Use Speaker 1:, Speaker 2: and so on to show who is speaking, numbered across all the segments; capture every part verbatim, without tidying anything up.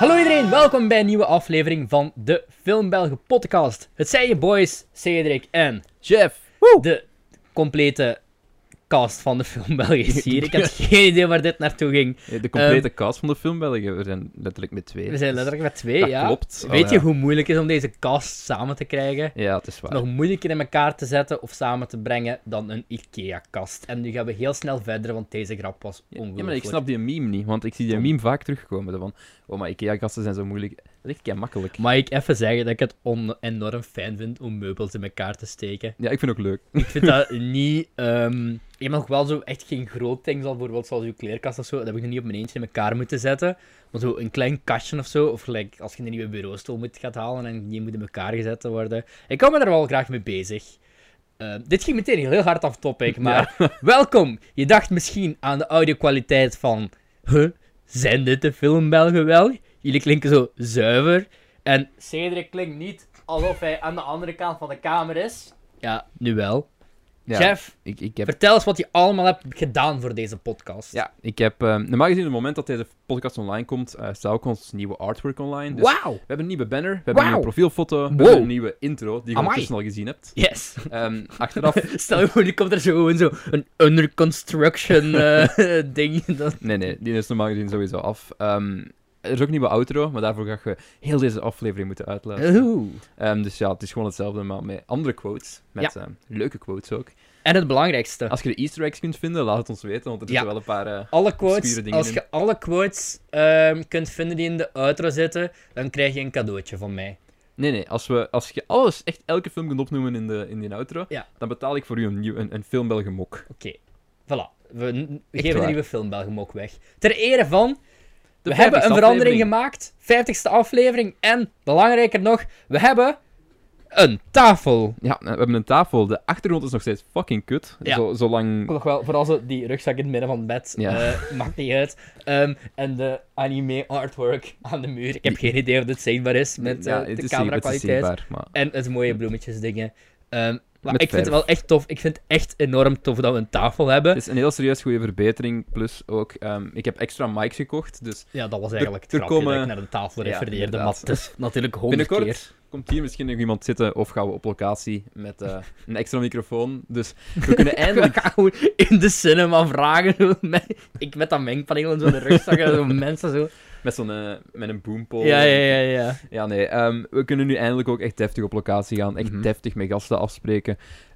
Speaker 1: Hallo iedereen, welkom bij een nieuwe aflevering van de Filmbelgen podcast. Het zijn je boys, Cedric en
Speaker 2: Jeff.
Speaker 1: de complete cast van de Filmbelgen is hier. Ik had geen idee waar dit naartoe ging.
Speaker 2: De complete um, cast van de Filmbelgen. We zijn letterlijk met twee.
Speaker 1: We zijn letterlijk met twee,
Speaker 2: dat
Speaker 1: ja.
Speaker 2: klopt.
Speaker 1: Weet
Speaker 2: oh,
Speaker 1: je
Speaker 2: ja.
Speaker 1: hoe moeilijk het is om deze cast samen te krijgen?
Speaker 2: Ja, het is waar.
Speaker 1: Nog moeilijker in elkaar te zetten of samen te brengen dan een IKEA-kast. En nu gaan we heel snel verder, want deze grap was ongelooflijk.
Speaker 2: Ja, maar ik snap die meme niet, want ik zie die meme vaak terugkomen. Van, oh, maar IKEA-kasten zijn zo moeilijk. Dat is echt makkelijk.
Speaker 1: Mag ik even zeggen dat ik het on- enorm fijn vind om meubels in elkaar te steken?
Speaker 2: Ja, ik vind het ook leuk.
Speaker 1: Ik vind dat niet... Um, je mag wel zo echt geen groot ding, zoals bijvoorbeeld zoals je kleerkast of zo, dat heb ik nog niet op mijn eentje in elkaar moeten zetten. Maar zo een klein kastje of zo, of like, als je een nieuwe bureaustoel moet gaat halen en die moet in elkaar gezet worden. Ik hou me daar wel graag mee bezig. Uh, dit ging meteen heel hard af topic, maar ja. Welkom! Je dacht misschien aan de audio-kwaliteit van... Huh? Zijn dit de Filmbelgen wel? Jullie klinken zo zuiver. En Cedric klinkt niet alsof hij aan de andere kant van de kamer is. Ja, nu wel. Ja, Jeff,
Speaker 2: ik, ik heb...
Speaker 1: vertel eens wat je allemaal hebt gedaan voor deze podcast.
Speaker 2: Ja, ik heb... Uh, normaal gezien, op het moment dat deze podcast online komt, uh, staat ook ons nieuwe artwork online. Dus
Speaker 1: Wauw!
Speaker 2: We hebben een nieuwe banner, we hebben
Speaker 1: Wow.
Speaker 2: een nieuwe profielfoto, we
Speaker 1: Wow.
Speaker 2: hebben een nieuwe intro, die je
Speaker 1: Amai.
Speaker 2: ondertussen al gezien hebt.
Speaker 1: Yes!
Speaker 2: Um, achteraf...
Speaker 1: Stel je voor, nu komt er zo gewoon zo een under construction uh, ding. Dat...
Speaker 2: Nee, nee, die is normaal gezien sowieso af. Um, Er is ook een nieuwe outro, maar daarvoor ga je heel deze aflevering moeten uitluisteren. Um, dus ja, het is gewoon hetzelfde, maar met andere quotes. Met ja. um, leuke quotes ook.
Speaker 1: En het belangrijkste.
Speaker 2: Als je de easter eggs kunt vinden, laat het ons weten, want er zitten ja. wel een paar uh,
Speaker 1: alle quotes,
Speaker 2: dingen
Speaker 1: als
Speaker 2: in.
Speaker 1: je alle quotes um, kunt vinden die in de outro zitten, dan krijg je een cadeautje van mij.
Speaker 2: Nee, nee, als, we, als je alles, echt elke film kunt opnoemen in, de, in die outro, ja. dan betaal ik voor u een, nieuw, een, een Filmbelgen mok.
Speaker 1: Oké, okay. Voilà. We, we geven waar. de nieuwe Filmbelgen mok weg. Ter ere van... De we hebben een verandering gemaakt, vijftigste aflevering, en, belangrijker nog, we hebben een tafel.
Speaker 2: Ja, we hebben een tafel. De achtergrond is nog steeds fucking kut.
Speaker 1: Ja.
Speaker 2: Zo, zolang...
Speaker 1: Nog wel, vooral zo die rugzak in het midden van het bed, ja. uh, maakt niet uit. Um, en de anime artwork aan de muur. Ik heb geen idee of dit zichtbaar is met uh, ja, de camerakwaliteit. Maar... En het mooie bloemetjes dingen. Um, Maar ik vind het wel echt tof. Ik vind het echt enorm tof dat we een tafel hebben.
Speaker 2: Het is een heel serieus goede verbetering. Plus ook, um, ik heb extra mics gekocht. Dus
Speaker 1: ja, dat was eigenlijk het
Speaker 2: er,
Speaker 1: grapje
Speaker 2: komen...
Speaker 1: dat ik naar de tafel refereerde. Ja, maar het is natuurlijk honderd
Speaker 2: Binnenkort
Speaker 1: keer.
Speaker 2: Komt hier misschien nog iemand zitten of gaan we op locatie met uh, een extra microfoon. Dus we kunnen eindelijk...
Speaker 1: We gaan gewoon in de cinema vragen. Ik met dat mengpaneel en zo'n rugzak en zo mensen zo...
Speaker 2: Met zo'n uh, met een boompole.
Speaker 1: Ja, ja, ja, ja.
Speaker 2: Ja, nee. Um, we kunnen nu eindelijk ook echt deftig op locatie gaan. Echt mm-hmm. deftig met gasten afspreken.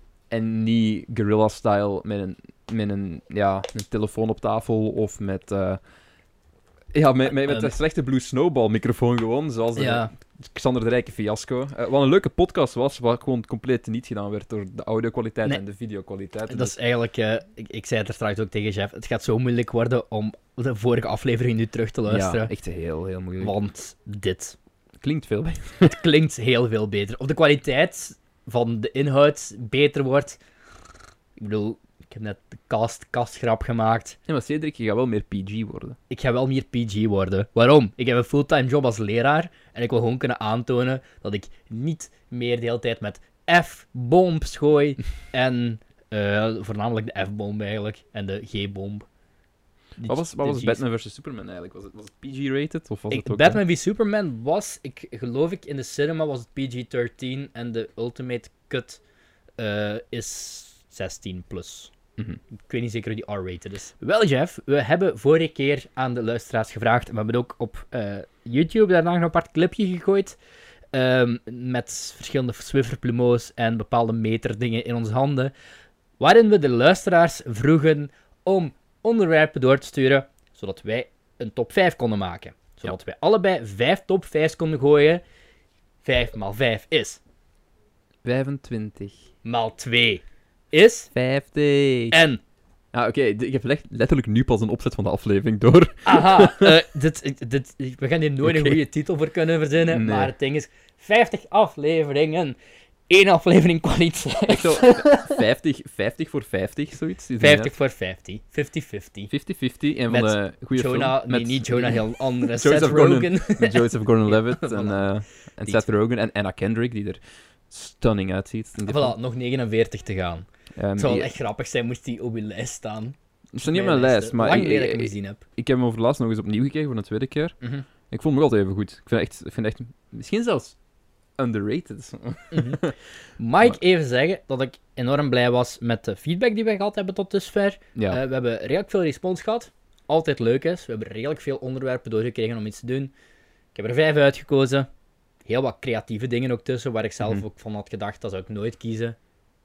Speaker 2: En niet guerrilla-style met een, met een, ja, een telefoon op tafel of met... Uh, ja, met, met, met um, een slechte Blue Snowball-microfoon gewoon, zoals de,
Speaker 1: ja.
Speaker 2: Xander de Rijke fiasco. Uh, wat een leuke podcast was, wat gewoon compleet niet gedaan werd door de audio-kwaliteit nee. en de video-kwaliteit.
Speaker 1: Dat dus... is eigenlijk... Uh, ik, ik zei het er straks ook tegen Jeff, het gaat zo moeilijk worden om de vorige aflevering nu terug te luisteren.
Speaker 2: Ja, echt heel, heel moeilijk.
Speaker 1: Want dit...
Speaker 2: Klinkt veel beter.
Speaker 1: Het klinkt heel veel beter. Of de kwaliteit van de inhoud beter wordt. Ik bedoel... Ik heb net de cast, kastgrap gemaakt.
Speaker 2: Ja, maar Cedric, je gaat wel meer P G worden.
Speaker 1: Ik ga wel meer P G worden. Waarom? Ik heb een fulltime job als leraar. En ik wil gewoon kunnen aantonen dat ik niet meer de hele tijd met F-bombs gooi. en uh, voornamelijk de F-bomb eigenlijk. En de G-bomb.
Speaker 2: Wat was, wat was Batman versus Superman eigenlijk? Was het, was het P G-rated? Of was
Speaker 1: ik,
Speaker 2: het ook
Speaker 1: Batman v Superman was, ik geloof ik, in de cinema was het P G dertien. En de Ultimate Cut uh, is zestien plus. Mm-hmm. Ik weet niet zeker hoe die R-rated is. Wel, Jeff, we hebben vorige keer aan de luisteraars gevraagd. En we hebben ook op uh, YouTube daarna nog een apart clipje gegooid. Um, met verschillende Swiffer-plumeaus en bepaalde meterdingen in onze handen. Waarin we de luisteraars vroegen om onderwerpen door te sturen. Zodat wij een top vijf konden maken. Zodat ja. wij allebei vijf top vijf's konden gooien. vijf maal vijf is...
Speaker 2: vijfentwintig.
Speaker 1: Maal twee is...
Speaker 2: vijftig.
Speaker 1: En...
Speaker 2: Ah, oké. Okay. Ik heb letterlijk nu pas een opzet van de aflevering door.
Speaker 1: Aha. Uh, dit, dit, we gaan hier nooit okay. een goede titel voor kunnen verzinnen. Nee. Maar het ding is... vijftig afleveringen. Één aflevering kwaliteit.
Speaker 2: Zo, vijftig, vijftig voor vijftig, zoiets.
Speaker 1: vijftig voor vijftig. vijftig vijftig.
Speaker 2: vijftig vijftig. Een van de goede
Speaker 1: Jonah,
Speaker 2: film.
Speaker 1: Nee,
Speaker 2: met
Speaker 1: niet Jonah Hill. Andere.
Speaker 2: Seth
Speaker 1: Rogen.
Speaker 2: Met Joseph Gordon-Levitt en, uh, en Seth Rogen en Anna Kendrick, die er stunning uitziet.
Speaker 1: Voilà, film. Nog negenenveertig te gaan. Um, het zou wel echt grappig zijn, moest die op je lijst staan.
Speaker 2: Het staat niet op mijn lijst, maar
Speaker 1: Lang
Speaker 2: ik,
Speaker 1: geleden dat
Speaker 2: ik,
Speaker 1: ik hem gezien heb.
Speaker 2: Ik heb hem over laatst nog eens opnieuw gekeken voor de tweede keer.
Speaker 1: Mm-hmm.
Speaker 2: Ik vond hem nog altijd even goed. Ik vind echt, ik vind echt misschien zelfs underrated.
Speaker 1: Mm-hmm. Mag ik even zeggen dat ik enorm blij was met de feedback die we gehad hebben tot dusver.
Speaker 2: Ja.
Speaker 1: Uh, we hebben redelijk veel respons gehad. Altijd leuk is. We hebben redelijk veel onderwerpen doorgekregen om iets te doen. Ik heb er vijf uitgekozen. Heel wat creatieve dingen ook tussen, waar ik zelf mm-hmm. ook van had gedacht, dat zou ik nooit kiezen.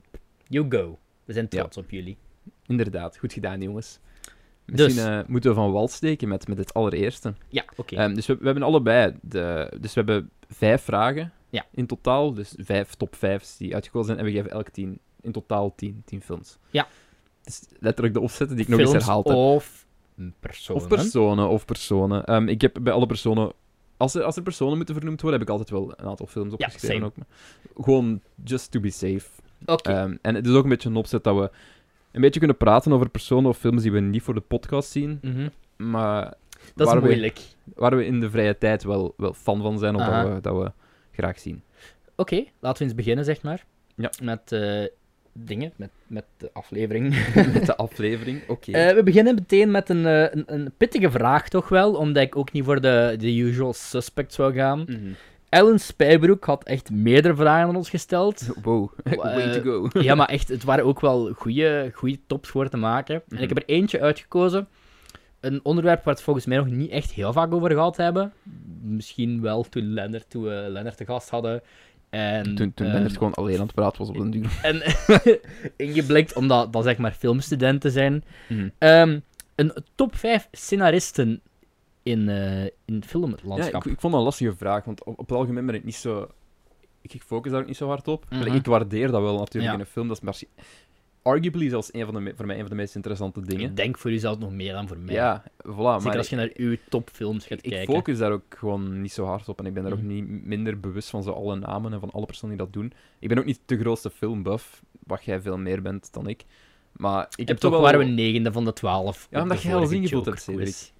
Speaker 1: You go. We zijn trots ja. op jullie.
Speaker 2: Inderdaad, goed gedaan, jongens. Misschien dus. uh, moeten we van wal steken met, met het allereerste.
Speaker 1: Ja, oké. Okay.
Speaker 2: Um, dus we, we hebben allebei... De, dus we hebben vijf vragen
Speaker 1: ja.
Speaker 2: in totaal. Dus vijf top vijf's die uitgekozen zijn. En we geven elk tien, in totaal tien, tien films.
Speaker 1: Ja.
Speaker 2: Dus letterlijk de opzetten die ik nog
Speaker 1: films
Speaker 2: eens herhaald heb.
Speaker 1: of personen.
Speaker 2: Of personen, of personen. Um, ik heb bij alle personen... Als er, als er personen moeten vernoemd worden, heb ik altijd wel een aantal films opgeschreven.
Speaker 1: Ja,
Speaker 2: ook. Gewoon just to be safe.
Speaker 1: Oké. Okay.
Speaker 2: Um, en het is ook een beetje een opzet dat we een beetje kunnen praten over personen of films die we niet voor de podcast zien.
Speaker 1: Mm-hmm.
Speaker 2: Maar
Speaker 1: dat is
Speaker 2: waar
Speaker 1: moeilijk.
Speaker 2: We, waar we in de vrije tijd wel, wel fan van zijn, of dat we, dat we graag zien.
Speaker 1: Oké, okay, laten we eens beginnen, zeg maar.
Speaker 2: Ja.
Speaker 1: Met uh, dingen, met, met de aflevering.
Speaker 2: met de aflevering, oké. Okay.
Speaker 1: Uh, we beginnen meteen met een, uh, een, een pittige vraag, toch wel, omdat ik ook niet voor de, de usual suspects zou gaan.
Speaker 2: Mm-hmm.
Speaker 1: Ellen Spijbroek had echt meerdere vragen aan ons gesteld.
Speaker 2: Wow, way to go.
Speaker 1: Uh, ja, maar echt, het waren ook wel goede tops voor te maken. Mm-hmm. En ik heb er eentje uitgekozen. Een onderwerp waar we het volgens mij nog niet echt heel vaak over gehad hebben. Misschien wel toen Lennart, toen we Lennart te gast hadden. En,
Speaker 2: toen toen um, Lennart gewoon alleen aan het praten was op den duur.
Speaker 1: En ingeblikt, omdat dat zeg maar filmstudenten zijn.
Speaker 2: Mm-hmm.
Speaker 1: Um, een top vijf scenaristen in, uh, in het filmlandschap.
Speaker 2: Ja, ik, ik vond dat een lastige vraag, want op, op het algemeen ben ik niet zo... Ik, ik focus daar ook niet zo hard op.
Speaker 1: Mm-hmm.
Speaker 2: Ik waardeer dat wel natuurlijk
Speaker 1: ja.
Speaker 2: in een film. Dat is maar... Arguably zelfs een van de me- voor mij een van de meest interessante dingen.
Speaker 1: Ik denk voor u zelfs nog meer dan voor mij.
Speaker 2: Ja, voilà.
Speaker 1: Zeker
Speaker 2: maar
Speaker 1: als je naar uw topfilms gaat
Speaker 2: ik,
Speaker 1: kijken.
Speaker 2: Ik focus daar ook gewoon niet zo hard op. En ik ben daar
Speaker 1: mm.
Speaker 2: ook niet minder bewust van zo alle namen en van alle personen die dat doen. Ik ben ook niet de grootste filmbuff, wat jij veel meer bent dan ik. Maar ik heb
Speaker 1: toch
Speaker 2: wel...
Speaker 1: waren we negende van de twaalf.
Speaker 2: Ja, omdat jij al ingevuld hebt, Cedric.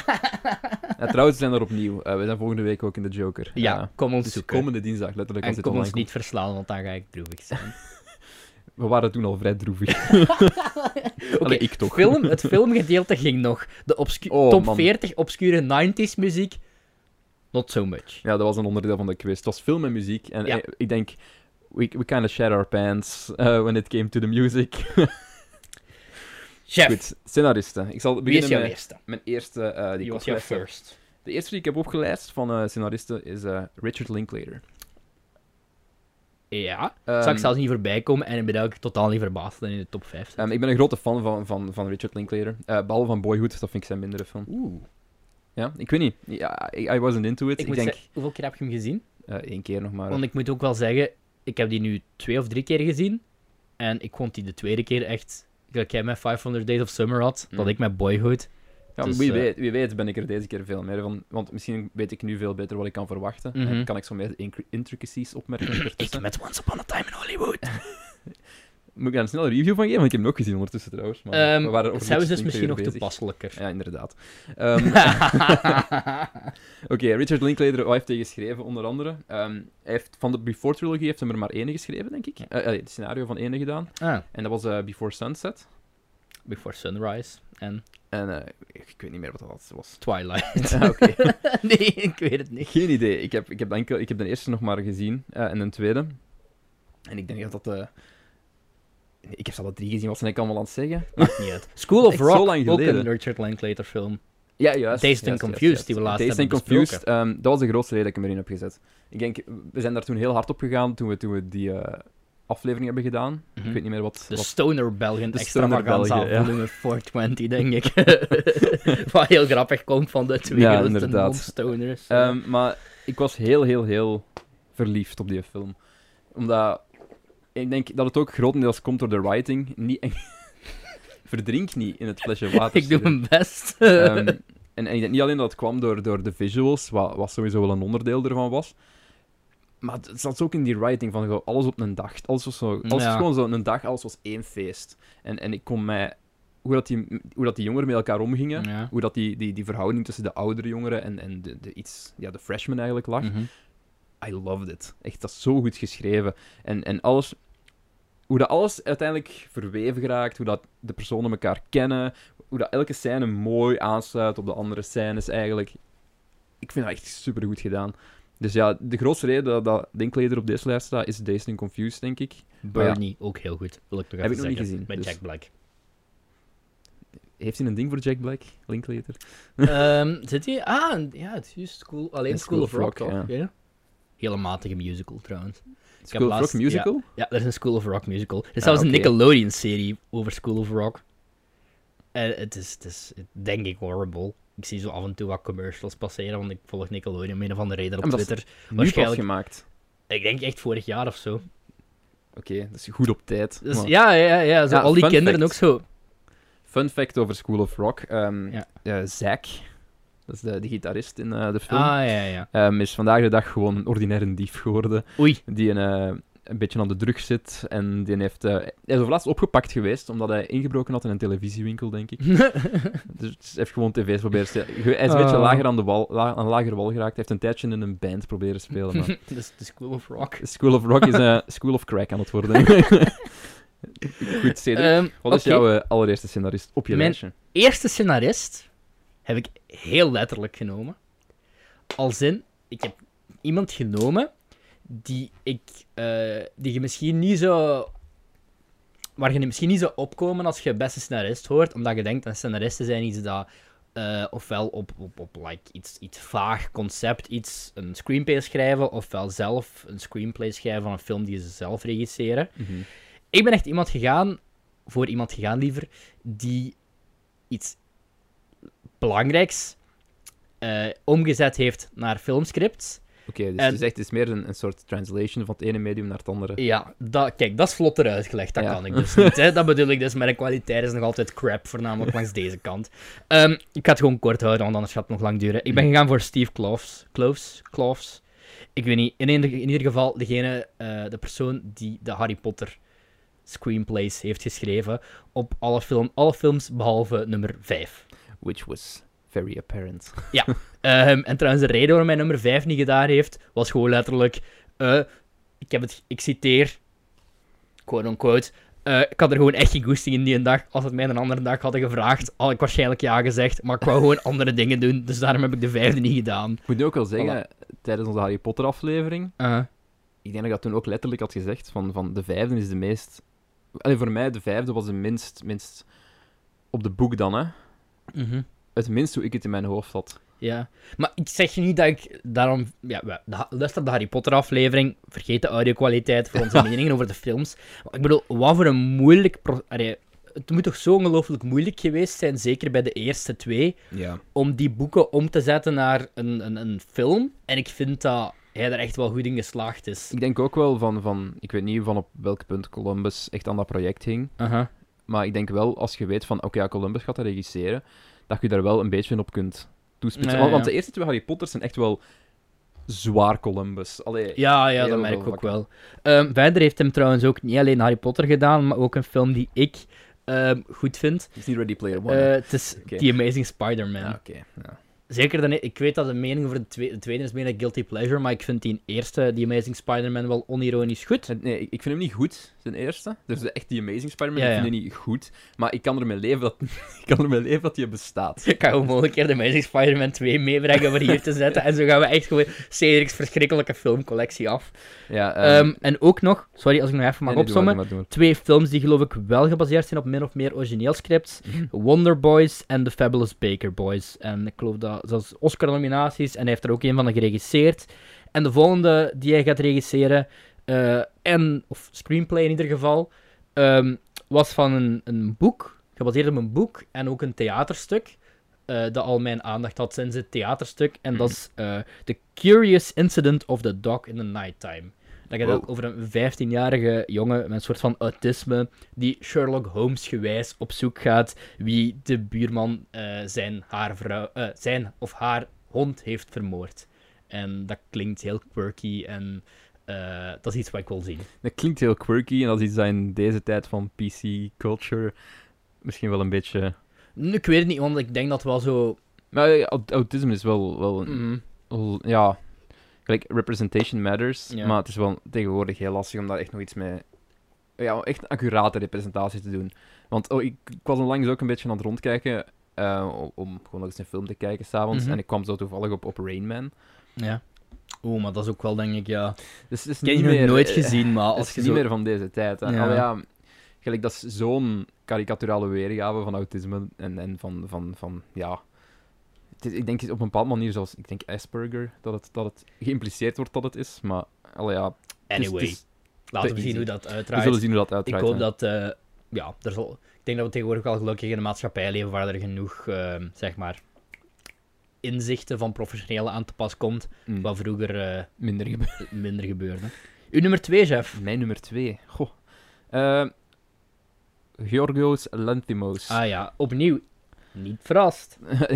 Speaker 2: Ja, trouwens, we zijn er opnieuw. Uh, we zijn volgende week ook in de Joker.
Speaker 1: Ja, uh, kom ons
Speaker 2: dus
Speaker 1: zoeken.
Speaker 2: komende dinsdag, letterlijk.
Speaker 1: En
Speaker 2: als
Speaker 1: kom ons
Speaker 2: komt.
Speaker 1: niet verslaan, want dan ga ik droevig zijn.
Speaker 2: We waren toen al vrij droevig.
Speaker 1: Oké, okay, ik toch. Film, het filmgedeelte ging nog. De obscu- oh, top man. veertig obscure nineties muziek, not so much.
Speaker 2: Ja, dat was een onderdeel van de quiz. Het was film en muziek. En ja. ik denk, we, we kind of shat our pants uh, when it came to the music.
Speaker 1: Chef.
Speaker 2: Goed, scenaristen. Ik zal beginnen
Speaker 1: Wie is jouw
Speaker 2: met
Speaker 1: eerste?
Speaker 2: Mijn eerste, uh, die
Speaker 1: you
Speaker 2: ik
Speaker 1: first.
Speaker 2: De eerste die ik heb opgelijst van uh, scenaristen is uh, Richard Linklater.
Speaker 1: Ja, um, zou ik zelfs niet voorbij komen en ik ben eigenlijk totaal niet verbaasd dat in de top vijf
Speaker 2: um, ik ben een grote fan van, van, van Richard Linklater. Uh, behalve van Boyhood, dat vind ik zijn mindere film.
Speaker 1: Oeh.
Speaker 2: Ja, ik weet niet. Ja, I, I wasn't into it.
Speaker 1: Ik,
Speaker 2: ik
Speaker 1: denk...
Speaker 2: denk...
Speaker 1: Hoeveel keer heb je hem gezien?
Speaker 2: Eén uh, keer nog maar.
Speaker 1: Want ik moet ook wel zeggen, ik heb die nu twee of drie keer gezien. En ik vond die de tweede keer echt... Dat jij met vijfhonderd Days of Summer had, mm. dat ik met Boyhood.
Speaker 2: Ja,
Speaker 1: dus,
Speaker 2: wie,
Speaker 1: uh...
Speaker 2: weet, wie weet ben ik er deze keer veel meer van. Want misschien weet ik nu veel beter wat ik kan verwachten.
Speaker 1: Mm-hmm.
Speaker 2: En kan ik zo meer intricacies opmerken ertussen.
Speaker 1: Ik met Once Upon a Time in Hollywood.
Speaker 2: Moet ik daar een snelle review van geven? Want ik heb hem ook gezien ondertussen trouwens. Maar
Speaker 1: um,
Speaker 2: we waren over
Speaker 1: zou dus misschien nog
Speaker 2: bezig.
Speaker 1: toepasselijker.
Speaker 2: Ja, inderdaad. Um, Oké, okay, Richard Linklater, wat heeft hij geschreven onder andere? Um, hij heeft, van de Before Trilogy heeft hij er maar één geschreven, denk ik. Uh, uh, het scenario van één gedaan.
Speaker 1: Ah.
Speaker 2: En dat was uh, Before Sunset.
Speaker 1: Before Sunrise. En...
Speaker 2: En uh, ik weet niet meer wat dat was.
Speaker 1: Twilight.
Speaker 2: Ah, oké.
Speaker 1: Nee, ik weet het niet.
Speaker 2: Geen idee. Ik heb, ik heb, enkel, ik heb de eerste nog maar gezien. Uh, en de tweede. En ik denk dat dat... Uh... Ik heb ze alle drie gezien, wat zijn ik allemaal aan het zeggen?
Speaker 1: Maakt niet uit. School of Rock,
Speaker 2: zo lang
Speaker 1: ook een Richard Linklater film.
Speaker 2: Ja, juist.
Speaker 1: Dazed and Confused, juist, die we laatst
Speaker 2: Dazed
Speaker 1: hebben
Speaker 2: and Confused, um, dat was de grootste reden dat ik hem erin heb gezet. Ik denk, we zijn daar toen heel hard op gegaan toen we, toen we die uh, aflevering hebben gedaan. Mm-hmm. Ik weet niet meer wat...
Speaker 1: De
Speaker 2: wat...
Speaker 1: Stoner Belgian
Speaker 2: de
Speaker 1: extravaganza
Speaker 2: België, ja.
Speaker 1: volume vierhonderdtwintig, denk ik. Wat heel grappig komt van de twee
Speaker 2: ja,
Speaker 1: grootste non-stoners.
Speaker 2: Um, maar ik was heel, heel, heel verliefd op die film. Omdat... Ik denk dat het ook grotendeels komt door de writing. Niet... Verdrink niet in het flesje water.
Speaker 1: Ik doe mijn best.
Speaker 2: um, en, en ik denk niet alleen dat het kwam door, door de visuals, wat, wat sowieso wel een onderdeel ervan was. Maar het zat ook in die writing van gewoon alles op een dag. Alles was, zo, alles
Speaker 1: ja.
Speaker 2: was gewoon zo een dag, alles was één feest. En, en ik kon mij... Hoe dat, die, hoe dat die jongeren met elkaar omgingen,
Speaker 1: ja.
Speaker 2: hoe dat die, die, die verhouding tussen de oudere jongeren en, en de, de iets... Ja, de freshmen eigenlijk lag.
Speaker 1: Mm-hmm.
Speaker 2: I loved it. Echt, dat is zo goed geschreven. En, en alles... Hoe dat alles uiteindelijk verweven geraakt, hoe dat de personen elkaar kennen, hoe dat elke scène mooi aansluit op de andere scènes eigenlijk. ik vind dat echt supergoed gedaan. Dus ja, de grootste reden dat, dat Linklater op deze lijst staat, is Dazed and Confused, denk ik.
Speaker 1: Bernie,
Speaker 2: ja.
Speaker 1: ook heel goed. Wil ik toch
Speaker 2: Heb
Speaker 1: even
Speaker 2: ik nog
Speaker 1: zeggen.
Speaker 2: niet gezien,
Speaker 1: Met
Speaker 2: dus...
Speaker 1: Jack Black.
Speaker 2: Heeft hij een ding voor Jack Black, Linklater?
Speaker 1: um, zit hij? Ah, ja, het is juist School, alleen School,
Speaker 2: School
Speaker 1: of Rock,
Speaker 2: Rock,
Speaker 1: toch?
Speaker 2: ja.
Speaker 1: Ja. Hele matige musical, trouwens.
Speaker 2: School of
Speaker 1: laatst,
Speaker 2: Rock musical?
Speaker 1: Ja, ja, er is een School of Rock musical. Er is
Speaker 2: Ah,
Speaker 1: zelfs een
Speaker 2: okay.
Speaker 1: Nickelodeon-serie over School of Rock. En het is, het is, denk ik, horrible. Ik zie zo af en toe wat commercials passeren, want ik volg Nickelodeon om een of andere reden op
Speaker 2: En dat is
Speaker 1: Twitter.
Speaker 2: Nu pas
Speaker 1: Waarschijnlijk,
Speaker 2: gemaakt.
Speaker 1: ik denk echt vorig jaar of zo.
Speaker 2: Oké, okay, dat is goed op tijd.
Speaker 1: Dus,
Speaker 2: Maar...
Speaker 1: ja, ja, ja, zo
Speaker 2: Ja,
Speaker 1: al die
Speaker 2: fun
Speaker 1: kinderen
Speaker 2: fact.
Speaker 1: ook zo.
Speaker 2: Fun fact over School of Rock. Um,
Speaker 1: Ja.
Speaker 2: uh, Zack, dat is de, de gitarist in uh, de film,
Speaker 1: Ah, ja, ja.
Speaker 2: um, is vandaag de dag gewoon een ordinaire dief geworden.
Speaker 1: Oei.
Speaker 2: Die een, uh, een beetje aan de drugs zit. En die heeft, uh, hij is laatst opgepakt geweest, omdat hij ingebroken had in een televisiewinkel, denk ik. Dus hij heeft gewoon tv's proberen te stelen. Hij is een beetje
Speaker 1: Oh.
Speaker 2: lager aan de wal, la, aan lager wal geraakt. Hij heeft een tijdje in een band proberen spelen. Maar...
Speaker 1: Dus de School of Rock.
Speaker 2: School of Rock is een School of Crack aan het worden. Goed, Cedric.
Speaker 1: Um,
Speaker 2: Wat is
Speaker 1: oké.
Speaker 2: jouw uh, allereerste scenarist op je
Speaker 1: Mijn-
Speaker 2: lijstje?
Speaker 1: Eerste scenarist heb ik heel letterlijk genomen. Als in, ik heb iemand genomen die ik, eh, die je misschien niet zo, waar je misschien niet zou opkomen als je beste scenarist hoort, omdat je denkt dat scenaristen zijn iets dat eh, ofwel op, op, op like, iets, iets vaag concept, iets, een screenplay schrijven, ofwel zelf een screenplay schrijven van een film die ze zelf regisseren.
Speaker 2: Mm-hmm.
Speaker 1: Ik ben echt iemand gegaan, voor iemand gegaan liever, die iets belangrijks eh, omgezet heeft naar filmscripts.
Speaker 2: Oké, okay, dus
Speaker 1: En-
Speaker 2: het is echt het is meer een, een soort translation van het ene medium naar het andere.
Speaker 1: Ja, dat, kijk, dat is vlotter uitgelegd. Dat
Speaker 2: Ja.
Speaker 1: kan ik dus niet. Hè. Dat bedoel ik dus. Mijn kwaliteit is nog altijd crap, voornamelijk langs deze kant. Ehm, ik ga het gewoon kort houden, want anders gaat het nog lang duren. Ik ben gegaan voor Steve Kloves. Kloves? Kloves? Ik weet niet. In ieder, in ieder geval, degene, eh, de persoon die de Harry Potter screenplays heeft geschreven op alle, film, alle films behalve nummer vijf.
Speaker 2: Which was very apparent.
Speaker 1: Ehm, en trouwens, de reden waarom hij nummer vijf niet gedaan heeft, was gewoon letterlijk... eh, ik, heb het, ik citeer, quote-unquote, eh, ik had er gewoon echt geen goesting in die een dag. Als het mij een andere dag hadden gevraagd, had ik waarschijnlijk ja gezegd, maar ik wou gewoon andere dingen doen, dus daarom heb ik de vijfde niet gedaan.
Speaker 2: Ik moet nu ook wel zeggen, tijdens onze Harry Potter aflevering,
Speaker 1: Uh,
Speaker 2: ik denk dat ik dat toen ook letterlijk had gezegd, van, van de vijfde is de meest... Allee, voor mij, de vijfde was de minst, minst op de boek dan, hè.
Speaker 1: mhm.
Speaker 2: Het minst hoe ik het in mijn hoofd had.
Speaker 1: Ja, maar ik zeg je niet dat ik daarom... Ja, we- de, luister de Harry Potter aflevering, vergeet de audio-kwaliteit voor onze meningen over de films. Maar ik bedoel, wat voor een moeilijk... Pro- Allee, het moet toch zo ongelooflijk moeilijk geweest zijn, zeker bij de eerste twee,
Speaker 2: Ja.
Speaker 1: om die boeken om te zetten naar een, een, een film. En ik vind dat hij er echt wel goed in geslaagd is.
Speaker 2: Ik denk ook wel van, van... Ik weet niet van op welk punt Columbus echt aan dat project hing.
Speaker 1: Aha.
Speaker 2: Maar ik denk wel, als je weet van, oké, ja, Columbus gaat dat regisseren, dat je daar wel een beetje op kunt toespitsen.
Speaker 1: Ja,
Speaker 2: want,
Speaker 1: ja.
Speaker 2: want de eerste twee Harry Potters zijn echt wel zwaar Columbus. Allee,
Speaker 1: Ja, ja,
Speaker 2: heel
Speaker 1: dat merk
Speaker 2: veel
Speaker 1: ik ook
Speaker 2: vlakken.
Speaker 1: wel. Ehm, verder heeft hem trouwens ook niet alleen Harry Potter gedaan, maar ook een film die ik ehm, goed vind.
Speaker 2: Het is niet Ready Player One.
Speaker 1: Eh,
Speaker 2: hè?
Speaker 1: het is
Speaker 2: Oké.
Speaker 1: The Amazing Spider-Man.
Speaker 2: ja, oké. Ja.
Speaker 1: Zeker, dan, ik weet dat de mening over de, twe- de tweede is bijna guilty pleasure, maar ik vind die eerste, The Amazing Spider-Man, wel onironisch goed.
Speaker 2: Het- Nee, ik ik vind hem niet goed, zijn eerste. Dus de, echt die Amazing Spider-Man,
Speaker 1: Ja,
Speaker 2: ik
Speaker 1: ja.
Speaker 2: vind hem niet goed. Maar ik kan ermee leven dat, ik kan ermee leven dat die bestaat.
Speaker 1: Ik ga gewoon volgende keer de Amazing Spider-Man twee meebrengen voor hier te zetten, en zo gaan we echt gewoon Cedric's verschrikkelijke filmcollectie af.
Speaker 2: Ja, ehm,
Speaker 1: Ehm, en ook nog, sorry als ik nog even mag
Speaker 2: nee, nee, doe maar,
Speaker 1: opzommen,
Speaker 2: doe maar,
Speaker 1: twee films die geloof ik wel gebaseerd zijn op min of meer origineel scripts.
Speaker 2: doe maar.
Speaker 1: Wonder Boys en The Fabulous Baker Boys. En ik geloof dat zelfs Oscar-nominaties. En hij heeft er ook een van geregisseerd. En de volgende die hij gaat regisseren, eh, en, of screenplay in ieder geval, ehm, was van een, een boek, gebaseerd op een boek en ook een theaterstuk. eh, dat al mijn aandacht had sinds het theaterstuk. En dat is eh, The Curious Incident of the Dog in the Nighttime. Dat gaat
Speaker 2: Wow.
Speaker 1: ook over een vijftienjarige jongen met een soort van autisme, die Sherlock Holmes gewijs op zoek gaat wie de buurman eh, zijn, haar vrouw, eh, zijn of haar hond heeft vermoord. En dat klinkt heel quirky en eh, dat is iets wat ik wil zien.
Speaker 2: Dat klinkt heel quirky en dat is iets dat in deze tijd van P C-culture misschien wel een beetje...
Speaker 1: Nu, ik weet het niet, want ik denk dat wel zo...
Speaker 2: Maar ja, aut- autisme is wel, wel een...
Speaker 1: Mhm.
Speaker 2: wel- ja, gelijk, representation matters,
Speaker 1: Ja.
Speaker 2: maar het is wel tegenwoordig heel lastig om daar echt nog iets mee... Ja, om echt een accurate representatie te doen. Want oh, ik, ik was onlangs ook een beetje aan het rondkijken Uh, om, om gewoon nog eens een film te kijken s'avonds.
Speaker 1: Mm-hmm.
Speaker 2: En ik kwam zo toevallig op, op Rain Man.
Speaker 1: Ja. Oeh, maar dat is ook wel, denk ik, ja...
Speaker 2: Dus het is
Speaker 1: Ik heb
Speaker 2: niet
Speaker 1: die nog
Speaker 2: meer,
Speaker 1: nooit
Speaker 2: uh,
Speaker 1: gezien, maar
Speaker 2: Het
Speaker 1: als
Speaker 2: is
Speaker 1: je
Speaker 2: niet
Speaker 1: zo...
Speaker 2: meer van deze tijd. Hè.
Speaker 1: Ja.
Speaker 2: Allee, ja, gelijk, dat is zo'n karikaturale weergave van autisme en, en van, van, van, ja... Het is, ik denk op een bepaalde manier, zoals, ik denk Asperger, dat het, dat het geïmpliceerd wordt dat het is, maar, allee, ja...
Speaker 1: Anyway,
Speaker 2: het is, het is
Speaker 1: laten we zien
Speaker 2: easy.
Speaker 1: hoe dat
Speaker 2: We
Speaker 1: uitdraait.
Speaker 2: zullen zien hoe dat uitdraait.
Speaker 1: Ik hoop
Speaker 2: hè.
Speaker 1: dat... Uh, ja, er zal... Ik denk dat we tegenwoordig wel gelukkig in een maatschappij leven waar er genoeg, uh, zeg maar... inzichten van professionele aan te pas komt,
Speaker 2: Mm.
Speaker 1: wat vroeger uh,
Speaker 2: Minder gebeurt.
Speaker 1: minder gebeurde. Uw nummer twee, chef.
Speaker 2: Mijn nummer twee. Goh. Uh, Georgios Lanthimos.
Speaker 1: Ah ja, opnieuw. Niet verrast.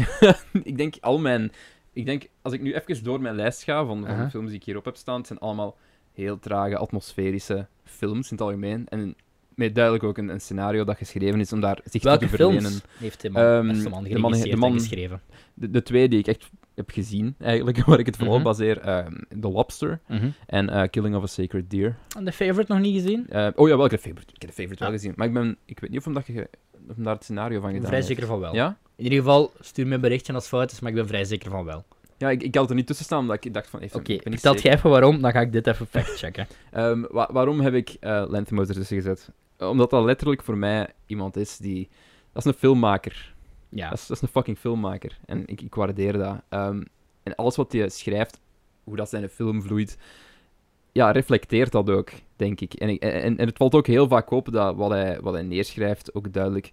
Speaker 2: ik denk al mijn... Ik denk, als ik nu even door mijn lijst ga van, van
Speaker 1: Uh-huh.
Speaker 2: de films die ik hierop heb staan, het zijn allemaal heel trage, atmosferische films in het algemeen. En met duidelijk ook een, een scenario dat geschreven is om daar zich
Speaker 1: Welke
Speaker 2: te verlenen.
Speaker 1: films heeft de man,
Speaker 2: Um,
Speaker 1: beste man
Speaker 2: de man-
Speaker 1: geregisseerd
Speaker 2: de man-
Speaker 1: en geschreven?
Speaker 2: De, de twee die ik echt heb gezien, eigenlijk, waar ik het vooral
Speaker 1: Mhm.
Speaker 2: baseer. um, The Lobster en uh, Killing of a Sacred Deer.
Speaker 1: En The Favorite nog niet gezien?
Speaker 2: Uh, oh ja, wel, ik heb de Favorite, ik heb de favorite
Speaker 1: Ah.
Speaker 2: wel gezien. Maar ik, ben, ik weet niet of hem, dat je, of hem daar het scenario van gedaan
Speaker 1: Vrij
Speaker 2: heeft.
Speaker 1: zeker van wel.
Speaker 2: Ja?
Speaker 1: In ieder geval, stuur me een berichtje als het fout is, maar ik ben vrij zeker van wel.
Speaker 2: Ja, ik, ik had er niet tussen staan, omdat ik dacht van... heeft hem-
Speaker 1: Oké,
Speaker 2: ik ben niet
Speaker 1: vertelt
Speaker 2: zeker.
Speaker 1: jij even waarom, dan ga ik dit even factchecken.
Speaker 2: Um, wa- waarom heb ik uh, Lanthimos ertussen gezet? Omdat dat letterlijk voor mij iemand is die... Dat is een filmmaker.
Speaker 1: Ja.
Speaker 2: Dat, is, dat is een fucking filmmaker. En ik, ik waardeer dat. Um, en alles wat hij schrijft, hoe dat zijn film vloeit, ja, reflecteert dat ook, denk ik. En, ik- en, en het valt ook heel vaak op dat wat hij, wat hij neerschrijft ook duidelijk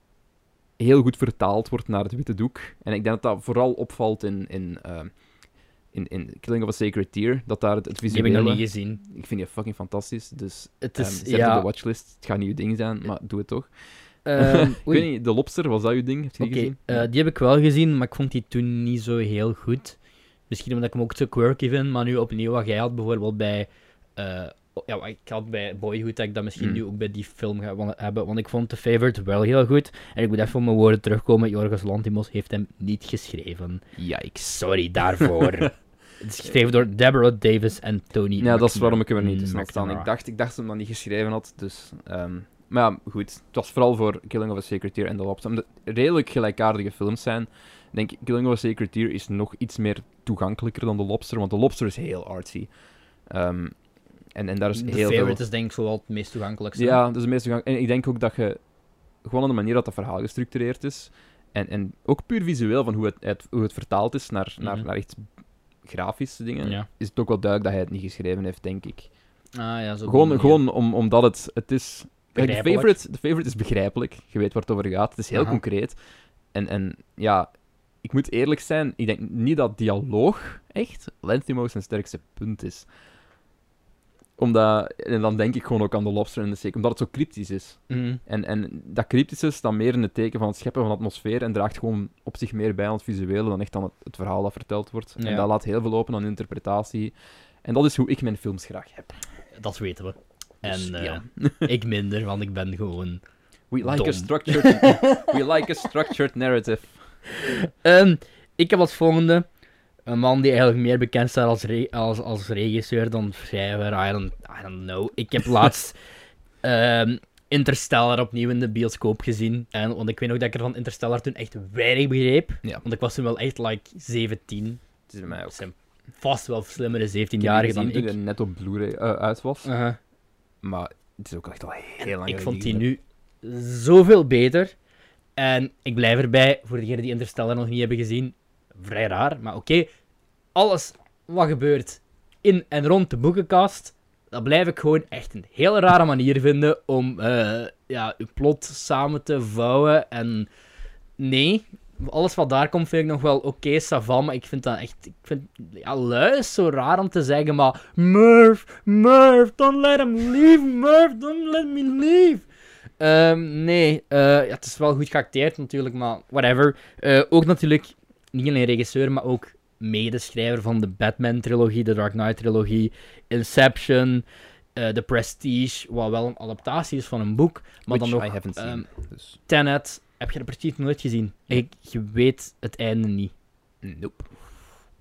Speaker 2: heel goed vertaald wordt naar het witte doek. En ik denk dat dat vooral opvalt in... in um, In, in Killing of a Sacred Deer, dat daar het, het
Speaker 1: Die heb
Speaker 2: visuele...
Speaker 1: ik nog niet gezien.
Speaker 2: Ik vind die fucking fantastisch, dus
Speaker 1: Het
Speaker 2: um,
Speaker 1: is,
Speaker 2: zet het op
Speaker 1: ja...
Speaker 2: de watchlist. Het gaat niet uw ding zijn, maar doe het toch.
Speaker 1: ehm,
Speaker 2: Ik
Speaker 1: oei.
Speaker 2: weet niet, De Lobster, was dat uw ding? Heb je die
Speaker 1: Oké,
Speaker 2: gezien?
Speaker 1: eh, die heb ik wel gezien, maar ik vond die toen niet zo heel goed. Misschien omdat ik hem ook te quirky vind, maar nu opnieuw wat jij had bijvoorbeeld bij... eh, ja, ik had bij Boyhood dat ik dat misschien
Speaker 2: Mm.
Speaker 1: nu ook bij die film ga wa- hebben, want ik vond The Favorite wel heel goed. En ik moet even op mijn woorden terugkomen, Yorgos Lanthimos heeft hem niet geschreven.
Speaker 2: Yikes.
Speaker 1: Sorry daarvoor. Het is geschreven door Deborah Davis en Tony
Speaker 2: Ja, dat is
Speaker 1: McNamara.
Speaker 2: waarom ik hem er niet tussen had staan. Ik
Speaker 1: McNamara.
Speaker 2: dacht, ik dacht dat hij dat niet geschreven had, dus... ehm, maar ja, goed. Het was vooral voor Killing of a Sacred Deer en The Lobster. Omdat het redelijk gelijkaardige films zijn. Ik denk, Killing of a Sacred Deer is nog iets meer toegankelijker dan The Lobster, want The Lobster is heel artsy. Ehm, en, en daar is
Speaker 1: The
Speaker 2: heel
Speaker 1: Favorite
Speaker 2: veel...
Speaker 1: is denk ik wel het meest toegankelijkste.
Speaker 2: Ja, dat is het meest toegankelijk. En ik denk ook dat je... Gewoon aan de manier dat dat verhaal gestructureerd is, en, en ook puur visueel van hoe het, het, hoe het vertaald is naar, naar,
Speaker 1: Mhm.
Speaker 2: naar echt grafische dingen,
Speaker 1: Ja.
Speaker 2: is het ook wel duidelijk dat hij het niet geschreven heeft, denk ik.
Speaker 1: Ah, ja, zo
Speaker 2: Gewoon,
Speaker 1: die-
Speaker 2: gewoon om, omdat het, het is... Kijk, de
Speaker 1: Begrijpelijk.
Speaker 2: favorite, de favorite is begrijpelijk. Je weet waar het over gaat. Het is heel
Speaker 1: Aha.
Speaker 2: concreet. En, en ja, ik moet eerlijk zijn, ik denk niet dat dialoog echt Lanthimos zijn sterkste punt is. Omdat, en dan denk ik gewoon ook aan The Lobster en The Snake, omdat het zo cryptisch is.
Speaker 1: Mhm.
Speaker 2: En, en dat cryptische staat meer in het teken van het scheppen van atmosfeer en draagt gewoon op zich meer bij aan het visuele dan echt aan het, het verhaal dat verteld wordt.
Speaker 1: Ja.
Speaker 2: En dat laat heel veel open aan interpretatie. En dat is hoe ik mijn films graag heb.
Speaker 1: Dat weten we.
Speaker 2: Dus,
Speaker 1: En eh,
Speaker 2: ja.
Speaker 1: ik minder, want ik ben gewoon...
Speaker 2: We like,
Speaker 1: Dom.
Speaker 2: a structured, we like a structured narrative.
Speaker 1: Ehm, ik heb als volgende een man die eigenlijk meer bekend staat als, re- als, als regisseur dan schrijver. I don't, I don't know. Ik heb laatst ehm, Interstellar opnieuw in de bioscoop gezien. En, want ik weet nog dat ik er van Interstellar toen echt weinig begreep.
Speaker 2: Ja.
Speaker 1: Want ik was toen wel echt like zeventien.
Speaker 2: Het is bij mij ook.
Speaker 1: Dat zijn vast wel slimmere
Speaker 2: Ik heb die
Speaker 1: zeventienjarigen dan
Speaker 2: gezien
Speaker 1: ik.
Speaker 2: toen hij net op Blu-ray uh, uit was.
Speaker 1: Uh-huh.
Speaker 2: Maar het is ook echt al heel lang
Speaker 1: Ik
Speaker 2: geleden
Speaker 1: vond die
Speaker 2: gezien.
Speaker 1: nu zoveel beter. En ik blijf erbij, voor degenen die Interstellar nog niet hebben gezien, vrij raar, maar oké. Alles wat gebeurt in en rond de boekenkast, dat blijf ik gewoon echt een hele rare manier vinden om eh, ja, uw plot samen te vouwen. En nee, alles wat daar komt vind ik nog wel oké, savan, maar ik vind dat echt... Ik vind, ja, lui is zo raar om te zeggen, maar Murph, Murph, don't let him leave, Murph, don't let me leave. Ehm, nee, eh, ja, het is wel goed geacteerd natuurlijk, maar whatever. Eh, ook natuurlijk niet alleen regisseur, maar ook medeschrijver van de Batman-trilogie, de Dark Knight-trilogie, Inception, eh, The Prestige, wat wel een adaptatie is van een boek, maar
Speaker 2: Which
Speaker 1: dan nog
Speaker 2: I haven't seen.
Speaker 1: ehm,
Speaker 2: dus.
Speaker 1: Tenet. Heb je de Prestige nooit gezien? Ik, je weet het einde niet.
Speaker 2: Nope.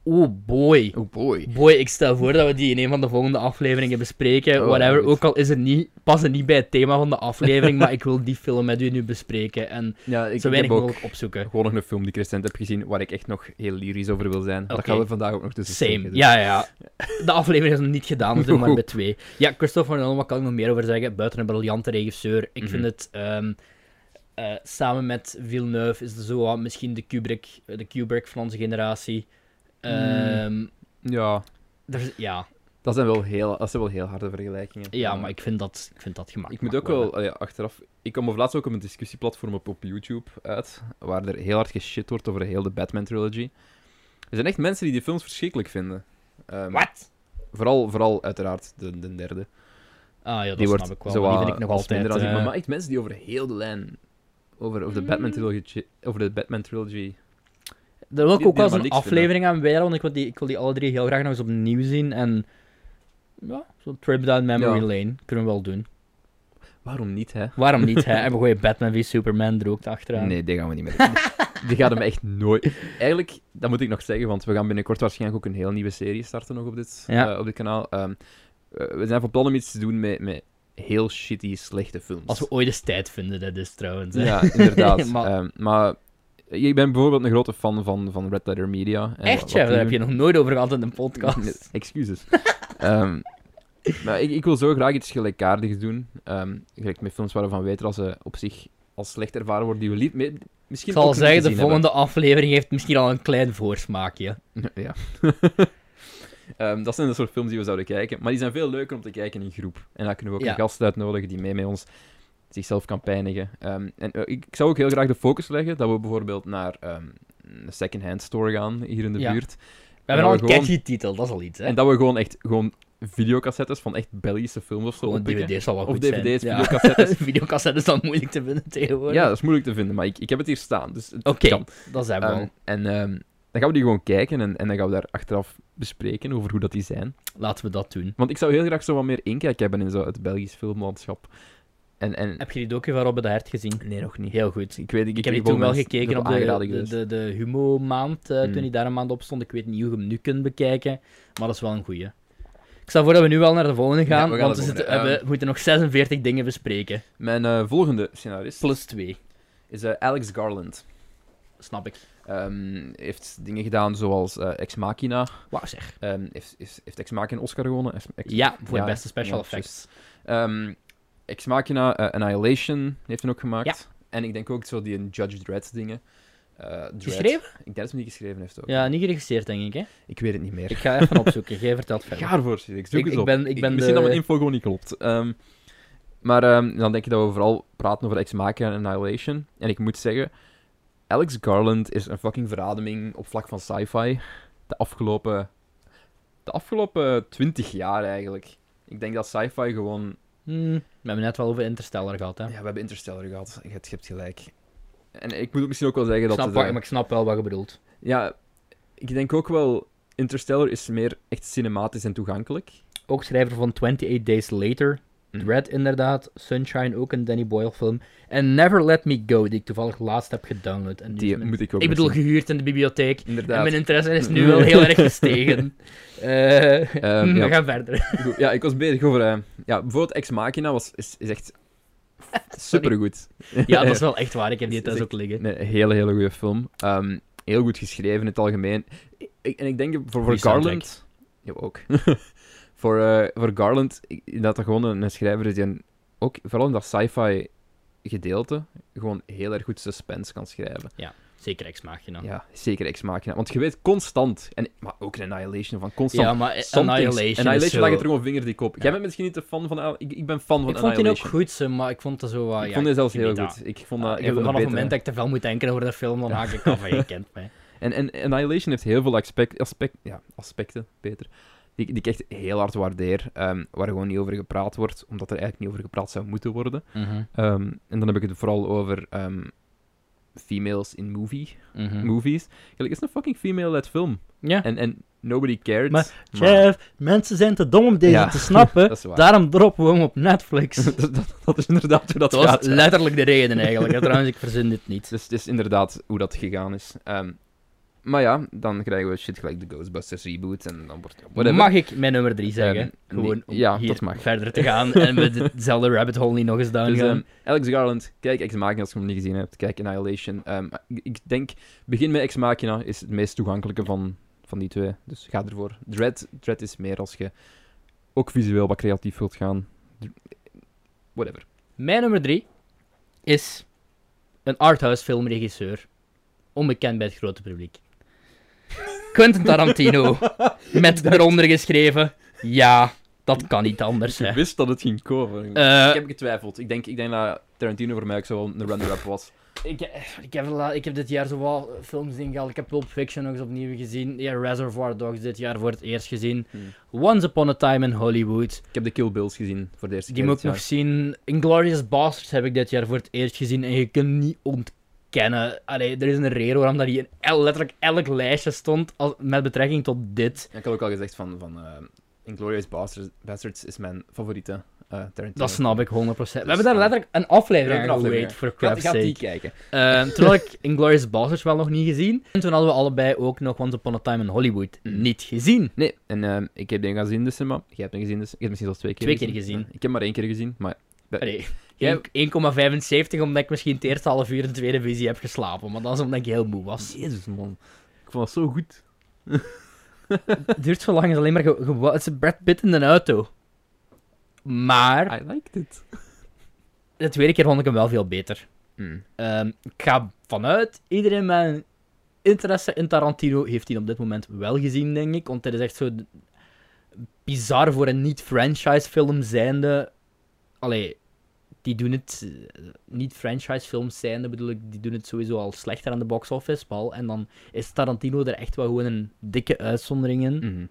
Speaker 1: Oh boy.
Speaker 2: Oh boy.
Speaker 1: Boy, ik stel voor dat we die in een van de volgende afleveringen bespreken.
Speaker 2: Oh,
Speaker 1: whatever.
Speaker 2: goed.
Speaker 1: Ook al is het niet, passen niet bij het thema van de aflevering, maar ik wil die film met u nu bespreken. En
Speaker 2: Ja, ik,
Speaker 1: zo
Speaker 2: ik
Speaker 1: weinig
Speaker 2: heb ook
Speaker 1: mogelijk opzoeken.
Speaker 2: gewoon nog een film die ik recent heb gezien waar ik echt nog heel lyrisch over wil zijn. Dat
Speaker 1: Oké.
Speaker 2: gaan we vandaag ook nog tussen
Speaker 1: Same.
Speaker 2: steken, dus.
Speaker 1: Ja, ja. De aflevering is nog niet gedaan, dus doe maar bij twee. Ja, Christopher Nolan, wat kan ik nog meer over zeggen? Buiten een briljante regisseur. Ik
Speaker 2: Mhm.
Speaker 1: vind het... ehm, eh, samen met Villeneuve is het zo wat misschien de Kubrick, de Kubrick van onze generatie. Ehm,
Speaker 2: Ja,
Speaker 1: er is- ja.
Speaker 2: dat zijn wel heel, dat zijn wel heel harde vergelijkingen.
Speaker 1: ja, maar ik vind dat, ik vind dat gemaakt.
Speaker 2: Ik moet
Speaker 1: mag
Speaker 2: ook wel,
Speaker 1: worden.
Speaker 2: allee, achteraf... Ik kwam over laatst ook op een discussieplatform op, op YouTube uit, waar er heel hard geshit wordt over heel de Batman-trilogy. Er zijn echt mensen die die films verschrikkelijk vinden. Ehm,
Speaker 1: Wat?
Speaker 2: Vooral, vooral uiteraard de, de derde.
Speaker 1: Ah ja, dat
Speaker 2: Die
Speaker 1: snap
Speaker 2: wordt
Speaker 1: ik wel.
Speaker 2: zo
Speaker 1: maar die
Speaker 2: wat
Speaker 1: vind ik nog
Speaker 2: als
Speaker 1: altijd...
Speaker 2: minder als ik-
Speaker 1: eh,
Speaker 2: maar, maar echt mensen die over heel de lijn... Over, over de Batman-trilogy... Over de Batman-trilogy...
Speaker 1: Daar wil ik
Speaker 2: die-
Speaker 1: ook
Speaker 2: die
Speaker 1: wel
Speaker 2: maar
Speaker 1: zo'n
Speaker 2: niks
Speaker 1: aflevering aan wijden, want ik wil, die, ik wil die alle drie heel graag nog eens opnieuw zien. En ja, zo'n trip down memory
Speaker 2: Ja.
Speaker 1: lane kunnen we wel doen.
Speaker 2: Waarom niet, hè?
Speaker 1: Waarom niet, hè? En we gooien Batman v Superman er ook achteraan.
Speaker 2: Nee, die gaan we niet meer doen. Die gaat hem echt nooit... Eigenlijk, dat moet ik nog zeggen, want we gaan binnenkort waarschijnlijk ook een heel nieuwe serie starten nog op dit,
Speaker 1: Ja.
Speaker 2: eh, op dit kanaal. Ehm, eh, we zijn van plan om iets te doen met, met heel shitty, slechte films.
Speaker 1: Als we ooit eens tijd vinden, dat is trouwens. Hè.
Speaker 2: Ja, inderdaad.
Speaker 1: Maar-
Speaker 2: maar... maar ik ben bijvoorbeeld een grote fan van, van Red Letter Media. En
Speaker 1: Echt,
Speaker 2: wat
Speaker 1: chef?
Speaker 2: die
Speaker 1: Daar heb
Speaker 2: doen.
Speaker 1: je nog nooit over gehad in een podcast.
Speaker 2: Nee, excuses. Ehm, maar ik, ik wil zo graag iets gelijkaardigs doen. Ehm gelijk met films waarvan we weten dat ze op zich als slecht ervaren worden, die we liet, me- misschien
Speaker 1: Ik zal
Speaker 2: ook niet
Speaker 1: zeggen, de
Speaker 2: gezien
Speaker 1: volgende aflevering heeft misschien al een klein voorsmaakje.
Speaker 2: hebben. Ja. Ehm, dat zijn de soort films die we zouden kijken. Maar die zijn veel leuker om te kijken in groep. En daar kunnen we ook
Speaker 1: Ja.
Speaker 2: een gast uitnodigen die mee met ons zichzelf kan pijnigen. Ehm, en eh, ik, ik zou ook heel graag de focus leggen dat we bijvoorbeeld naar ehm, een second-hand store gaan hier in de
Speaker 1: Ja.
Speaker 2: buurt.
Speaker 1: We hebben al
Speaker 2: dat
Speaker 1: een
Speaker 2: we gewoon-
Speaker 1: catchy titel, dat is al iets, hè?
Speaker 2: En dat we gewoon echt gewoon videocassettes van echt Belgische films of zo
Speaker 1: Gewoon
Speaker 2: oppikken.
Speaker 1: D V D's zal wel
Speaker 2: Of
Speaker 1: goed
Speaker 2: D V D's,
Speaker 1: zijn.
Speaker 2: videocassettes.
Speaker 1: Videocassettes is dan moeilijk te vinden tegenwoordig.
Speaker 2: Ja, dat is moeilijk te vinden, maar ik, ik heb het hier staan, dus het
Speaker 1: Oké,
Speaker 2: kan.
Speaker 1: dat zijn we
Speaker 2: Ehm,
Speaker 1: al.
Speaker 2: en ehm, dan gaan we die gewoon kijken en, en dan gaan we daar achteraf bespreken over hoe dat die zijn.
Speaker 1: Laten we dat doen.
Speaker 2: Want ik zou heel graag zo wat meer inkijk hebben in zo het Belgisch filmlandschap. En, en...
Speaker 1: Heb je die docu van Robbe de Hert gezien?
Speaker 2: Nee, nog niet.
Speaker 1: Heel goed.
Speaker 2: Ik weet ik,
Speaker 1: Ik heb die
Speaker 2: heb
Speaker 1: toen wel
Speaker 2: mensen
Speaker 1: gekeken op
Speaker 2: erop
Speaker 1: de,
Speaker 2: aangeraden
Speaker 1: de,
Speaker 2: geweest.
Speaker 1: de, de Humo-maand, eh,
Speaker 2: Mm.
Speaker 1: toen hij daar een maand op stond. Ik weet niet hoe je hem nu kunt bekijken, maar dat is wel een goeie. Ik stel voor dat we nu wel naar de volgende gaan,
Speaker 2: Ja, we gaan
Speaker 1: want
Speaker 2: naar
Speaker 1: we,
Speaker 2: de
Speaker 1: zitten,
Speaker 2: volgende.
Speaker 1: eh, we moeten nog zesenveertig dingen bespreken.
Speaker 2: Mijn eh, volgende scenarist
Speaker 1: Plus twee,
Speaker 2: is eh, Alex Garland.
Speaker 1: snap ik.
Speaker 2: Ehm heeft dingen gedaan zoals eh, Ex Machina.
Speaker 1: Wauw zeg.
Speaker 2: Ehm heeft, heeft, heeft Ex Machina een Oscar gewonnen? Ex- Ex-
Speaker 1: Ja, voor
Speaker 2: ja,
Speaker 1: beste special
Speaker 2: ja,
Speaker 1: effects.
Speaker 2: Ehm, Ex Machina, eh, Annihilation heeft hij ook gemaakt. En ik denk ook zo die Judge Dredd dingen. Eh, Dredd.
Speaker 1: Geschreven?
Speaker 2: Ik denk dat hij die geschreven heeft ook.
Speaker 1: Ja, niet geregisseerd, denk ik. Hè?
Speaker 2: Ik weet het niet meer.
Speaker 1: Ik ga even opzoeken. Jij vertelt verder.
Speaker 2: Ga ervoor, Cedric. Zoek
Speaker 1: Ik-
Speaker 2: eens
Speaker 1: ik
Speaker 2: op.
Speaker 1: ben- ik ben
Speaker 2: Misschien
Speaker 1: de-
Speaker 2: dat mijn info gewoon niet klopt. Ehm, maar ehm, dan denk ik dat we vooral praten over Ex Machina en Annihilation. En ik moet zeggen, Alex Garland is een fucking verademing op vlak van sci-fi. De afgelopen... De afgelopen twintig jaar eigenlijk. Ik denk dat sci-fi gewoon...
Speaker 1: Hmm, we hebben net wel over Interstellar gehad, hè.
Speaker 2: Ja, we hebben Interstellar gehad. Je hebt, je hebt gelijk. En ik moet ook misschien ook wel zeggen
Speaker 1: Ik
Speaker 2: dat...
Speaker 1: snap
Speaker 2: het,
Speaker 1: wat-
Speaker 2: eh,
Speaker 1: maar ik snap wel wat je bedoelt.
Speaker 2: Ja, ik denk ook wel... Interstellar is meer echt cinematisch en toegankelijk.
Speaker 1: Ook schrijver van twenty-eight Days Later.
Speaker 2: Hm.
Speaker 1: Dread inderdaad. Sunshine, ook een Danny Boyle film. En Never Let Me Go, die ik toevallig laatst heb gedownload. En nu
Speaker 2: Die
Speaker 1: is mijn-
Speaker 2: moet ik ook
Speaker 1: ik
Speaker 2: nog
Speaker 1: bedoel,
Speaker 2: zien.
Speaker 1: gehuurd in de bibliotheek.
Speaker 2: Inderdaad.
Speaker 1: En mijn interesse is nu wel heel erg gestegen. Eh
Speaker 2: Ehm,
Speaker 1: we
Speaker 2: ja.
Speaker 1: gaan verder.
Speaker 2: Goed, ja, ik was bezig over... eh, ja, bijvoorbeeld Ex Machina was, is, is echt supergoed.
Speaker 1: Ja, dat is wel echt waar. Ik heb die
Speaker 2: Is- is
Speaker 1: thuis ook liggen.
Speaker 2: Een hele, hele goede film. Ehm, heel goed geschreven in het algemeen. Ik- en ik denk voor, voor
Speaker 1: Goeie soundtrack.
Speaker 2: Garland... Ja, ook. voor, eh, voor Garland, ik- dat er gewoon een, een schrijver is die een, ook, vooral in dat sci-fi gedeelte, gewoon heel erg goed suspense kan schrijven.
Speaker 1: Zeker Ex Machina. Ja,
Speaker 2: Ja, zeker Ex Machina. Want je weet constant, en, maar ook in Annihilation, van constant...
Speaker 1: maar
Speaker 2: something's-
Speaker 1: Annihilation,
Speaker 2: Annihilation
Speaker 1: is zo...
Speaker 2: lag het er gewoon vingerdik op.
Speaker 1: Ja.
Speaker 2: Jij bent misschien niet de fan van... Al- Ik, ik ben fan van
Speaker 1: Ik vond die ook
Speaker 2: Annihilation.
Speaker 1: goed, zo, maar ik vond dat zo wat...
Speaker 2: Ik
Speaker 1: ja,
Speaker 2: vond die zelfs
Speaker 1: ik
Speaker 2: heel
Speaker 1: weet
Speaker 2: goed.
Speaker 1: dat.
Speaker 2: Ik vond
Speaker 1: Ja,
Speaker 2: dat
Speaker 1: ik-
Speaker 2: een van de
Speaker 1: vanaf het
Speaker 2: betere.
Speaker 1: moment dat ik te veel moet denken over de film, dan haak ik af en je kent mij.
Speaker 2: En, en Annihilation heeft heel veel aspect, aspect, ja, aspecten, beter, die, die ik echt heel hard waardeer, ehm, waar gewoon niet over gepraat wordt, omdat er eigenlijk niet over gepraat zou moeten worden.
Speaker 1: Mhm,
Speaker 2: Ehm, en dan heb ik het vooral over ehm, females in movie,
Speaker 1: mhm.
Speaker 2: movies. Kijk, het is een fucking female-led film.
Speaker 1: Ja.
Speaker 2: En, en nobody cared.
Speaker 1: Maar, Chef, mensen zijn te dom om deze
Speaker 2: Ja,
Speaker 1: te snappen,
Speaker 2: dat is waar.
Speaker 1: daarom droppen we hem op Netflix.
Speaker 2: dat, dat, dat is inderdaad hoe dat,
Speaker 1: Dat was
Speaker 2: gaat.
Speaker 1: letterlijk de reden eigenlijk. hè. Trouwens, ik verzin dit niet.
Speaker 2: Dus het is inderdaad hoe dat gegaan is. Ehm, maar ja, dan krijgen we shit gelijk de Ghostbusters reboot en dan wordt... Whatever.
Speaker 1: Mag ik mijn nummer drie zeggen?
Speaker 2: Um,
Speaker 1: Gewoon om
Speaker 2: ja,
Speaker 1: hier
Speaker 2: dat mag.
Speaker 1: verder te gaan en we dezelfde rabbit hole niet nog eens down
Speaker 2: Dus,
Speaker 1: gaan.
Speaker 2: um, Alex Garland, kijk Ex Machina als je hem nog niet gezien hebt. Kijk Annihilation. Um, ik denk, begin met Ex Machina is het meest toegankelijke van, van die twee. Dus ga ervoor. Dread, Dread is meer als je ook visueel wat creatief wilt gaan. Whatever.
Speaker 1: Mijn nummer drie is een arthouse filmregisseur. Onbekend bij het grote publiek. Quentin Tarantino. Met eronder geschreven... Ja, dat kan niet anders, hè.
Speaker 2: Ik wist dat het ging komen.
Speaker 1: Uh,
Speaker 2: ik heb getwijfeld. Ik denk, ik denk dat Tarantino voor mij ook zo wel een runner-up was.
Speaker 1: Ik, ik, heb, ik heb dit jaar zowel films ingehaald. Ik heb Pulp Fiction nog eens opnieuw gezien. Ja, Reservoir Dogs dit jaar voor het eerst gezien. Hmm. Once Upon a Time in Hollywood.
Speaker 2: Ik heb de Kill Bills gezien voor de eerste
Speaker 1: Die
Speaker 2: keer.
Speaker 1: Die moet ik nog zien. Inglourious Basterds heb ik dit jaar voor het eerst gezien. En je kunt niet ontkennen. Allee, er is een reden waarom dat die in el, letterlijk elk lijstje stond als, met betrekking tot dit.
Speaker 2: Ja, ik had ook al gezegd van... van uh, Inglourious Basterds, Basterds is mijn favoriete uh, Tarantino.
Speaker 1: Dat snap ik honderd procent. Dus, we hebben daar letterlijk een aflevering aan geweest, voor crap's sake.
Speaker 2: Ik ga die kijken.
Speaker 1: Uh, toen had ik Inglourious Basterds wel nog niet gezien. En toen hadden we allebei ook nog Once Upon a Time in Hollywood mm. niet gezien.
Speaker 2: Nee, en uh, ik heb die gaan zien in de cinema. Jij hebt die gezien, dus ik heb misschien al twee keer
Speaker 1: twee
Speaker 2: gezien.
Speaker 1: keer gezien.
Speaker 2: Uh, ik heb maar één keer gezien, maar...
Speaker 1: Allee, jij... één komma vijfenzeventig omdat ik misschien het eerste half uur in de tweede visie heb geslapen. Maar dat is omdat ik heel moe was.
Speaker 2: Jezus, man. Ik vond dat zo goed.
Speaker 1: Het duurt zo lang, het is alleen maar... Ge- ge- het is Brad Pitt in de auto. Maar...
Speaker 2: I liked it.
Speaker 1: De tweede keer vond ik hem wel veel beter.
Speaker 2: Mm.
Speaker 1: Um, ik ga vanuit, iedereen met interesse in Tarantino heeft hij op dit moment wel gezien, denk ik. Want dit is echt zo bizar voor een niet-franchise film zijnde. Allee, die doen het... Niet-franchise films zijnde, bedoel ik, die doen het sowieso al slechter aan de box-office. Paul. En dan is Tarantino er echt wel gewoon een dikke uitzondering in.
Speaker 2: Mm-hmm.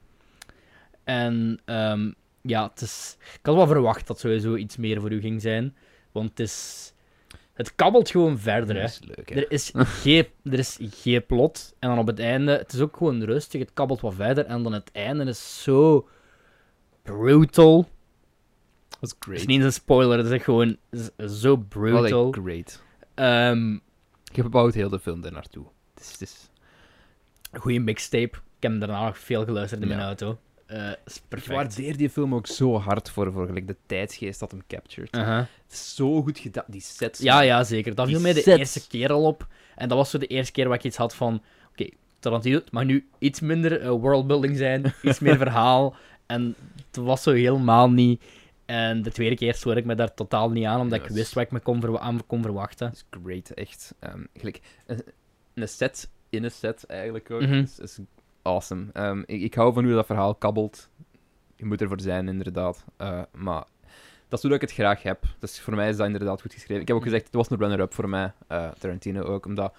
Speaker 1: En um, ja, het is... Ik had wel verwacht dat sowieso iets meer voor u ging zijn. Want het is... Het kabbelt gewoon verder, hè.
Speaker 2: Dat is leuk, hè.
Speaker 1: Er is, geen, er is geen plot. En dan op het einde... Het is ook gewoon rustig. Het kabbelt wat verder. En dan het einde is zo... brutal.
Speaker 2: Dat is great.
Speaker 1: Het is niet eens een spoiler. Het is echt gewoon zo brutal.
Speaker 2: Like, great.
Speaker 1: Um,
Speaker 2: Je bouwt heel de film daar naartoe. Het is... Het is...
Speaker 1: Goeie mixtape. Ik heb hem daarna nog veel geluisterd in
Speaker 2: Ja.
Speaker 1: mijn auto. Uh, is perfect.
Speaker 2: Ik waardeer die film ook zo hard voor, voor gelijk, de tijdsgeest dat hem captured.
Speaker 1: Uh-huh.
Speaker 2: Het is zo goed gedaan. Die sets.
Speaker 1: Ja, ja, zeker. Dat
Speaker 2: Die
Speaker 1: viel mij de
Speaker 2: sets.
Speaker 1: eerste keer al op. En dat was zo de eerste keer waar ik iets had van... Oké, okay, Tarantino, het mag nu iets minder uh, worldbuilding zijn, iets meer verhaal. En het was zo helemaal niet. En de tweede keer stoorde ik me daar totaal niet aan, omdat
Speaker 2: Ja,
Speaker 1: ik
Speaker 2: dat
Speaker 1: wist
Speaker 2: is-
Speaker 1: wat ik me kon, verwa- aan kon verwachten.
Speaker 2: Dat is great, echt. Um, gelijk, een, een set in een set eigenlijk ook.
Speaker 1: Mhm.
Speaker 2: is, is awesome. Um, ik, ik hou van hoe dat verhaal kabbelt. Je moet ervoor zijn, inderdaad. Uh, maar dat is hoe ik het graag heb. Dus voor mij is dat inderdaad goed geschreven. Ik heb ook gezegd, het was een runner-up voor mij, uh, Tarantino ook, omdat...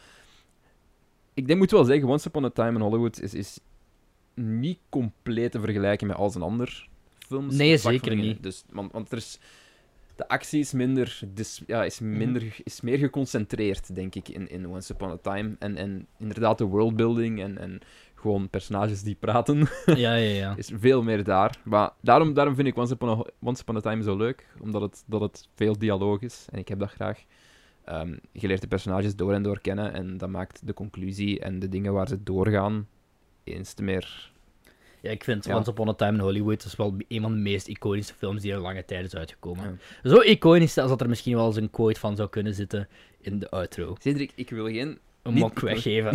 Speaker 2: Ik denk, moet wel zeggen, Once Upon a Time in Hollywood is, is niet compleet te vergelijken met al zijn andere films.
Speaker 1: Nee,
Speaker 2: op vlak
Speaker 1: zeker
Speaker 2: van dingen.
Speaker 1: niet.
Speaker 2: Dus, want, want er is... De actie is minder... dis- ja, is, minder is meer geconcentreerd, denk ik, in, in Once Upon a Time. En, en inderdaad, de worldbuilding en, en gewoon personages die praten,
Speaker 1: Ja, ja, ja.
Speaker 2: is veel meer daar. Maar daarom, daarom vind ik Once Upon a, Once Upon a Time zo leuk, omdat het, dat het veel dialoog is. En ik heb dat graag. Um, je leert de personages door en door kennen en dat maakt de conclusie en de dingen waar ze doorgaan eens te meer...
Speaker 1: Ja, ik vind
Speaker 2: Ja.
Speaker 1: Once Upon a Time in Hollywood is wel een van de meest iconische films die er lange tijd is uitgekomen.
Speaker 2: Ja.
Speaker 1: Zo iconisch als dat er misschien wel eens een quote van zou kunnen zitten in de outro.
Speaker 2: Cedric, ik wil geen...
Speaker 1: Een
Speaker 2: Niet-
Speaker 1: mok weggeven.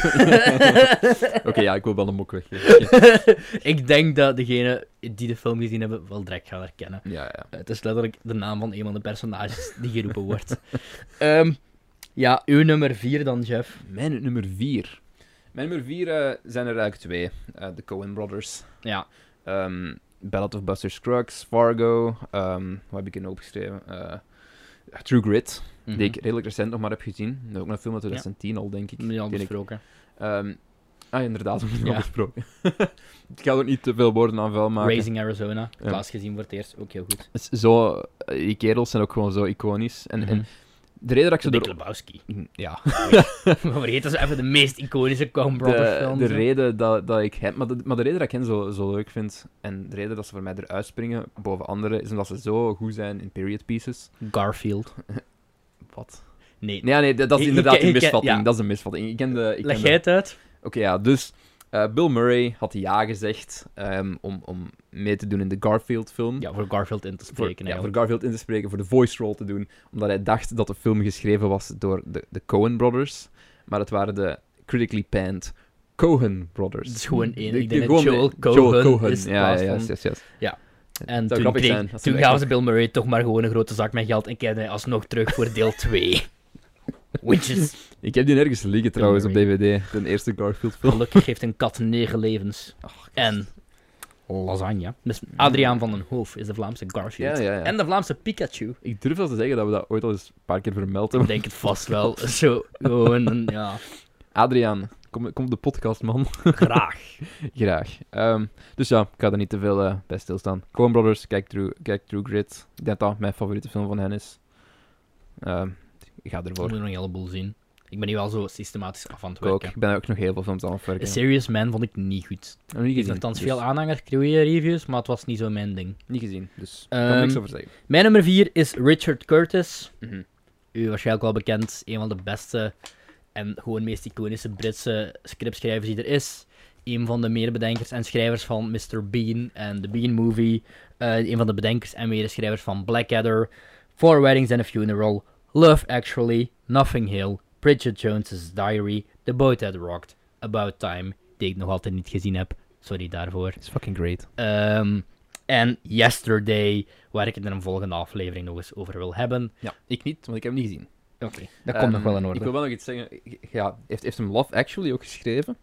Speaker 2: Oké, ja, ik wil wel een mok weggeven. Oké.
Speaker 1: Ik denk dat degene die de film gezien hebben wel direct gaan herkennen.
Speaker 2: Ja, ja.
Speaker 1: Het is letterlijk de naam van een van de personages die geroepen wordt. Ehm, ja, uw nummer vier dan, Jeff.
Speaker 2: Mijn nummer vier. Mijn nummer vier uh, zijn er eigenlijk twee. Uh, de Coen Brothers.
Speaker 1: Ja.
Speaker 2: Um, Ballad of Buster Scruggs, Fargo. Um, wat heb ik er nog opgeschreven? Uh, True Grit,
Speaker 1: Mhm.
Speaker 2: die ik redelijk recent nog maar heb gezien. Dat is ook een film uit twintig tien al, denk ik.
Speaker 1: Die al
Speaker 2: Die ik-
Speaker 1: besproken.
Speaker 2: Um, ah, inderdaad, we hebben het
Speaker 1: Ja.
Speaker 2: al besproken. Ik ga ook niet te veel woorden aan vuil maken.
Speaker 1: Raising Arizona.
Speaker 2: Ja.
Speaker 1: Laatst gezien voor het eerst. Ook heel goed.
Speaker 2: Het is Zo, uh, die kerels zijn ook gewoon zo iconisch. En, en de reden dat ik ze
Speaker 1: De
Speaker 2: door...
Speaker 1: Lebowski.
Speaker 2: Ja.
Speaker 1: We vergeten ze even de meest iconische Coen Brothers
Speaker 2: de,
Speaker 1: films.
Speaker 2: de
Speaker 1: hè.
Speaker 2: reden dat, dat ik hen, maar de, maar de reden dat ik hen zo, zo leuk vind, en de reden dat ze voor mij eruit springen boven anderen, is omdat ze zo goed zijn in period pieces.
Speaker 1: Garfield.
Speaker 2: Wat?
Speaker 1: Nee.
Speaker 2: Nee, nee, dat, dat is
Speaker 1: Ik-
Speaker 2: inderdaad
Speaker 1: ik-
Speaker 2: een
Speaker 1: ik-
Speaker 2: misvatting.
Speaker 1: ja.
Speaker 2: Dat is een misvatting. Ik ken de... Ik
Speaker 1: Leg
Speaker 2: ken
Speaker 1: jij
Speaker 2: de,
Speaker 1: het uit?
Speaker 2: okay, ja, dus uh, Bill Murray had ja gezegd um, om, om mee te doen in de Garfield-film.
Speaker 1: Ja, voor Garfield in te spreken.
Speaker 2: Voor, ja, voor Garfield in te spreken, voor de voice role te doen. Omdat hij dacht dat de film geschreven was door de, de Coen Brothers. Maar het waren de critically panned Coen Brothers.
Speaker 1: Het is gewoon één. Ik
Speaker 2: de,
Speaker 1: denk dat Joel Coen,
Speaker 2: Joel Coen
Speaker 1: is
Speaker 2: ja, ja,
Speaker 1: van...
Speaker 2: yes, yes, yes.
Speaker 1: Ja. En
Speaker 2: zou
Speaker 1: toen, kreeg,
Speaker 2: zijn,
Speaker 1: toen gaven ze Bill Murray toch maar gewoon een grote zak met geld en keerde hij alsnog terug voor deel twee. Witches.
Speaker 2: Ik heb die nergens liggen trouwens op D V D, de eerste Garfield-film.
Speaker 1: Gelukkig heeft een kat negen levens. Oh, en lasagne. Dus Adriaan van den Hoof is de Vlaamse Garfield.
Speaker 2: Ja, ja, ja.
Speaker 1: En de Vlaamse Pikachu.
Speaker 2: Ik durf wel te zeggen dat we dat ooit al eens een paar keer vermeld hebben.
Speaker 1: Ik denk het vast wel. Zo, gewoon, een, ja...
Speaker 2: Adriaan, kom, kom op de podcast, man.
Speaker 1: Graag.
Speaker 2: Graag. Um, dus ja, ik ga er niet te veel uh, bij stilstaan. Coen Brothers, kijk through, kijk through Grid. Ik denk dat dat mijn favoriete film van hen is. Um, ik ga ervoor.
Speaker 1: Ik moet nog een heleboel zien. Ik ben nu wel zo systematisch af aan het
Speaker 2: ik ook.
Speaker 1: werken.
Speaker 2: Ik ben ook nog heel veel films aan het werken.
Speaker 1: A Serious Man vond ik niet goed.
Speaker 2: Ik heb niet gezien.
Speaker 1: Nogthans
Speaker 2: Dus...
Speaker 1: veel aanhangers, reviews, maar het was niet zo mijn ding.
Speaker 2: Niet gezien, dus ik kan er
Speaker 1: Um,
Speaker 2: niks over zeggen.
Speaker 1: Mijn nummer vier is Richard Curtis.
Speaker 2: Mm-hmm.
Speaker 1: U waarschijnlijk wel bekend. Een van de beste en gewoon meest iconische Britse scriptschrijvers die er is. Een van de medebedenkers en schrijvers van mister Bean en The Bean Movie. Uh, een van de bedenkers en medeschrijvers van Blackadder, Four Weddings and a Funeral, Love Actually, Nothing Hill, Bridget Jones's Diary, The Boat That Rocked, About Time, die ik nog altijd niet gezien heb. Sorry daarvoor.
Speaker 2: It's fucking great.
Speaker 1: Um, en Yesterday, waar ik het in een volgende aflevering nog eens over wil hebben.
Speaker 2: Ja, ik niet, want ik heb hem niet gezien.
Speaker 1: Oké, okay, dat komt um, nog wel in orde.
Speaker 2: Ik wil wel nog iets zeggen. Ja, heeft, heeft hem Love Actually ook geschreven?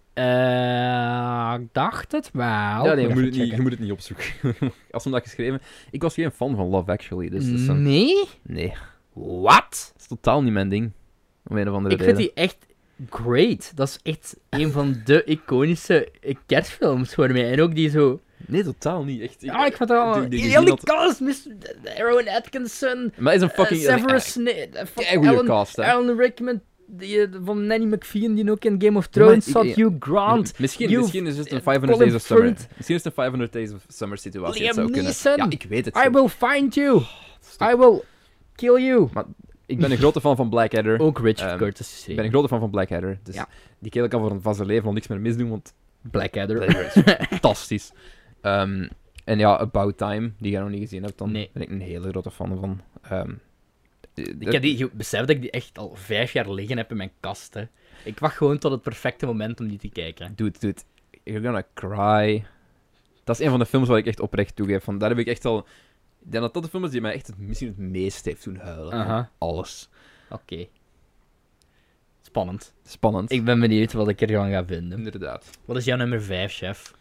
Speaker 1: Uh, ik dacht het wel.
Speaker 2: Ja, nee, je moet, het niet, je moet het niet opzoeken. Als hem dat geschreven... Ik was geen fan van Love Actually, dus... dus een...
Speaker 1: Nee?
Speaker 2: Nee.
Speaker 1: Wat?
Speaker 2: Dat is totaal niet mijn ding. Om een of andere
Speaker 1: ik
Speaker 2: reden.
Speaker 1: vind die echt great. Dat is echt een van de iconische kerstfilms voor mij. En ook die zo...
Speaker 2: Nee, totaal niet. Echt,
Speaker 1: ja, ik vond het wel... Heel die cast, mister Aaron Atkinson,
Speaker 2: maar is een fucking...
Speaker 1: Uh, Severus Snape, uh,
Speaker 2: Alan, cast, hè?
Speaker 1: Alan Rickman, die, van Nanny McPhee, die ook in Game of Thrones zat, ja, Hugh Grant.
Speaker 2: Misschien, misschien is het een vijfhonderd Days of Summer. Misschien is het een vijfhonderd Days of Summer situatie.
Speaker 1: Liam
Speaker 2: het zou
Speaker 1: Neeson.
Speaker 2: kunnen. Ja, ik weet het.
Speaker 1: I will find you. Oh, I will kill you.
Speaker 2: Maar ik ben een grote fan van Blackadder.
Speaker 1: Ook Richard um, Curtis.
Speaker 2: Ik ben een grote fan van Blackadder. Dus
Speaker 1: ja.
Speaker 2: die kerel kan voor van zijn leven al niks meer misdoen, want...
Speaker 1: Blackadder.
Speaker 2: Blackadder is fantastisch. Um, en ja, About Time, die jij nog niet gezien hebt, dan
Speaker 1: nee.
Speaker 2: ben ik een hele grote fan van. Um,
Speaker 1: ik heb die, je beseft dat ik die echt al vijf jaar liggen heb in mijn kast. Hè. Ik wacht gewoon tot het perfecte moment om die te kijken.
Speaker 2: Dude, dude, you're gonna cry. Dat is een van de films waar ik echt oprecht toegeef. Van, daar heb ik echt al... Ik denk dat dat de film is die mij echt het, misschien het meest heeft doen huilen.
Speaker 1: Uh-huh.
Speaker 2: Alles.
Speaker 1: Oké. Okay. Spannend.
Speaker 2: Spannend.
Speaker 1: Ik ben benieuwd wat ik ervan ga vinden.
Speaker 2: Inderdaad.
Speaker 1: Wat is jouw nummer vijf, chef?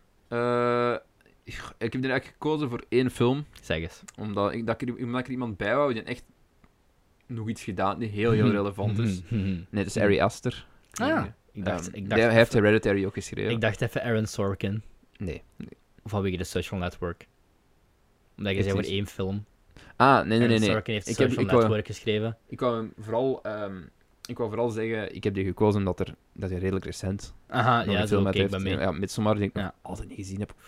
Speaker 2: Uh, ik heb er eigenlijk gekozen voor één film.
Speaker 1: Zeg eens.
Speaker 2: Omdat ik, dat ik, omdat ik er iemand bij wou die echt nog iets gedaan die heel, heel relevant is. Nee, het is Ari Aster.
Speaker 1: Ah ja. Ik dacht,
Speaker 2: um,
Speaker 1: ik dacht
Speaker 2: hij heeft Hereditary ook geschreven.
Speaker 1: Ik dacht even Aaron Sorkin.
Speaker 2: Nee. nee.
Speaker 1: Of vanwege de Social Network. Omdat je zei voor één film.
Speaker 2: Ah, nee, nee, nee. nee.
Speaker 1: Aaron Sorkin heeft
Speaker 2: ik
Speaker 1: Social
Speaker 2: heb, ik
Speaker 1: Network
Speaker 2: wou,
Speaker 1: geschreven.
Speaker 2: Ik wou vooral... Um, Ik wou vooral zeggen, ik heb die gekozen omdat er, dat hij redelijk recent...
Speaker 1: Aha, ja, zo oké, ik ben mee.
Speaker 2: Ja, Midsommar, die ik
Speaker 1: ja.
Speaker 2: nog altijd niet gezien heb.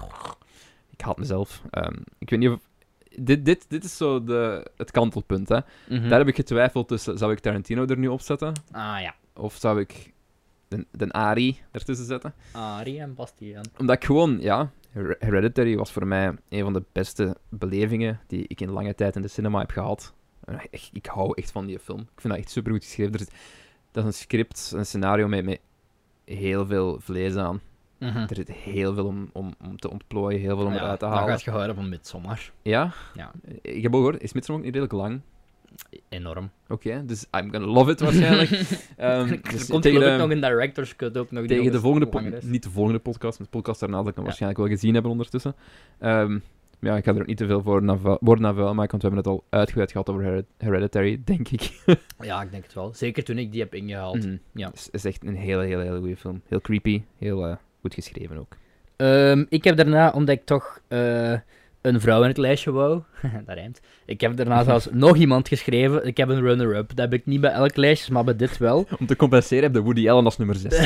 Speaker 2: Ik haat mezelf. Um, ik weet niet of... Dit, dit, dit is zo de, het kantelpunt, hè.
Speaker 1: Mm-hmm.
Speaker 2: Daar heb ik getwijfeld tussen, zou ik Tarantino er nu op zetten?
Speaker 1: Ah, ja.
Speaker 2: Of zou ik de, de Ari ertussen zetten?
Speaker 1: Ari en Bastiaan.
Speaker 2: Omdat ik gewoon, ja... Hereditary was voor mij een van de beste belevingen die ik in lange tijd in de cinema heb gehad. Ik, ik hou echt van die film. Ik vind dat echt supergoed geschreven. Er is, dat is een script, een scenario met, met heel veel vlees aan.
Speaker 1: Mm-hmm.
Speaker 2: Er zit heel veel om, om, om te ontplooien, heel veel om
Speaker 1: ja,
Speaker 2: eruit te halen.
Speaker 1: Maar gaat je houden van Midsommar?
Speaker 2: Ja?
Speaker 1: Ja.
Speaker 2: Ik heb ook gehoord, is Midsommar ook niet redelijk lang?
Speaker 1: Enorm.
Speaker 2: Oké, okay, dus I'm gonna love it waarschijnlijk. um,
Speaker 1: dus er komt geloof ik nog een director's cut ook nog.
Speaker 2: Tegen de volgende podcast, niet de volgende podcast, maar de podcast daarna dat ik hem ja. waarschijnlijk wel gezien hebben ondertussen. Um, Ja, ik ga er ook niet te veel voor naar vuil, woorden naar vuil maken, want we hebben het al uitgebreid gehad over Hereditary, denk ik.
Speaker 1: Ja, ik denk het wel. Zeker toen ik die heb ingehaald.
Speaker 2: Mm.
Speaker 1: Ja.
Speaker 2: Het is echt een hele, hele, hele goede film. Heel creepy, heel uh, goed geschreven ook.
Speaker 1: Um, ik heb daarna, omdat ik toch uh, een vrouw in het lijstje wou, dat rijmt, ik heb daarna zelfs nog iemand geschreven. Ik heb een runner-up. Dat heb ik niet bij elk lijstje, maar bij dit wel.
Speaker 2: Om te compenseren heb je Woody Allen als nummer zes.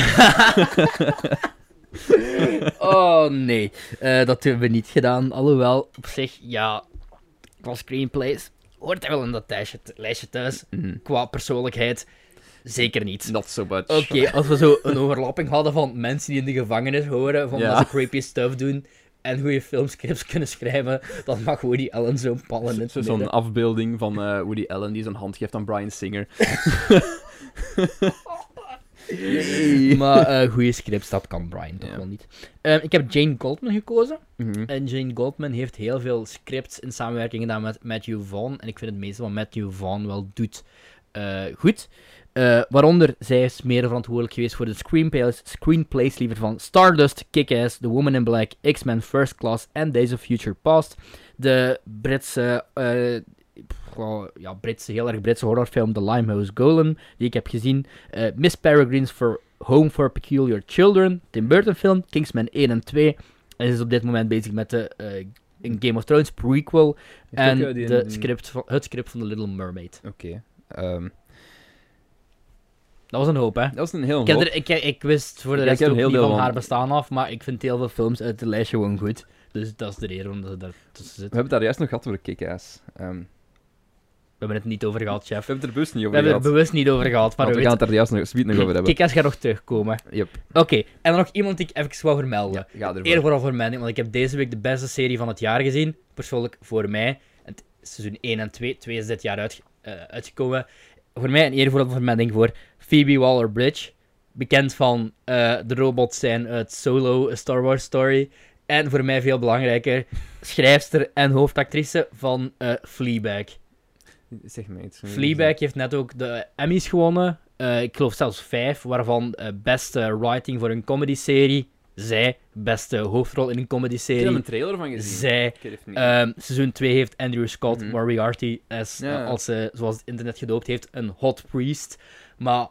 Speaker 1: Oh nee, uh, dat hebben we niet gedaan. Alhoewel, op zich, ja, qua screenplays hoort hij wel in dat lijstje, lijstje thuis.
Speaker 2: Mm.
Speaker 1: Qua persoonlijkheid Zeker niet.
Speaker 2: Not so much.
Speaker 1: Oké, okay, als we zo een overlapping hadden van mensen die in de gevangenis horen, van
Speaker 2: ja.
Speaker 1: dat ze creepy stuff doen en goede filmscripts kunnen schrijven, dan mag Woody Allen zo'n pal in het
Speaker 2: zo, Zo'n afbeelding van uh, Woody Allen die zijn hand geeft aan Bryan Singer.
Speaker 1: Nee. Maar uh, goede scripts, dat kan Brian toch
Speaker 2: ja.
Speaker 1: wel niet. Um, ik heb Jane Goldman gekozen.
Speaker 2: Mm-hmm.
Speaker 1: En Jane Goldman heeft heel veel scripts in samenwerking gedaan met Matthew Vaughn. En ik vind het meeste wat Matthew Vaughn wel doet uh, goed. Uh, waaronder, zij is meer verantwoordelijk geweest voor de screenplays, screenplays liever van Stardust, Kick-Ass, The Woman in Black, X-Men First Class en Days of Future Past. De Britse... Uh, ja, Britse, heel erg Britse horrorfilm The Limehouse Golem, die ik heb gezien. Uh, Miss Peregrine's for Home for Peculiar Children, Tim Burton film, Kingsman één en twee. En ze is op dit moment bezig met de uh, een Game of Thrones prequel en
Speaker 2: ook, uh,
Speaker 1: de
Speaker 2: een...
Speaker 1: script van, het script van The Little Mermaid.
Speaker 2: Oké. Okay. Um...
Speaker 1: Dat was een hoop, hè?
Speaker 2: Dat was een heel
Speaker 1: ik,
Speaker 2: hoop.
Speaker 1: Er, ik, ik wist voor de
Speaker 2: ja,
Speaker 1: rest ook
Speaker 2: heel
Speaker 1: niet van
Speaker 2: van
Speaker 1: haar bestaan af, maar ik vind heel veel films uit de lijstje gewoon goed. Dus dat is de reden omdat ze daar tussen zit.
Speaker 2: We hebben het daar juist nog gehad over Kick-Ass. Um...
Speaker 1: We hebben het niet over gehad, chef.
Speaker 2: We hebben het er bewust niet over
Speaker 1: we
Speaker 2: gehad.
Speaker 1: We hebben het bewust niet over gehad. Maar
Speaker 2: Want we, we gaan het er juist nog, nog over hebben.
Speaker 1: Kick-Ass gaat nog terugkomen.
Speaker 2: Yep.
Speaker 1: Oké, okay. En dan nog iemand die ik even wou vermelden.
Speaker 2: Ja, ga
Speaker 1: Eer vooral voor mij, want ik heb deze week de beste serie van het jaar gezien. Persoonlijk voor mij. Het seizoen één en twee. twee is dit jaar uit, uh, uitgekomen. Voor mij een eer vooral vermelding voor Phoebe Waller-Bridge. Bekend van uh, de robots zijn uit Solo, A Star Wars Story. En voor mij veel belangrijker, schrijfster en hoofdactrice van uh, Fleabag.
Speaker 2: Zeg me iets.
Speaker 1: Fleabag heeft net ook de Emmys gewonnen. Uh, ik geloof zelfs vijf, waarvan uh, beste writing voor een comedyserie. Zij, beste hoofdrol in een comedyserie.
Speaker 2: Ik heb er een trailer van gezien.
Speaker 1: Zij. Um, seizoen twee heeft Andrew Scott mm-hmm. Moriarty als, ja. uh, als uh, zoals het internet gedoopt heeft, een hot priest. Maar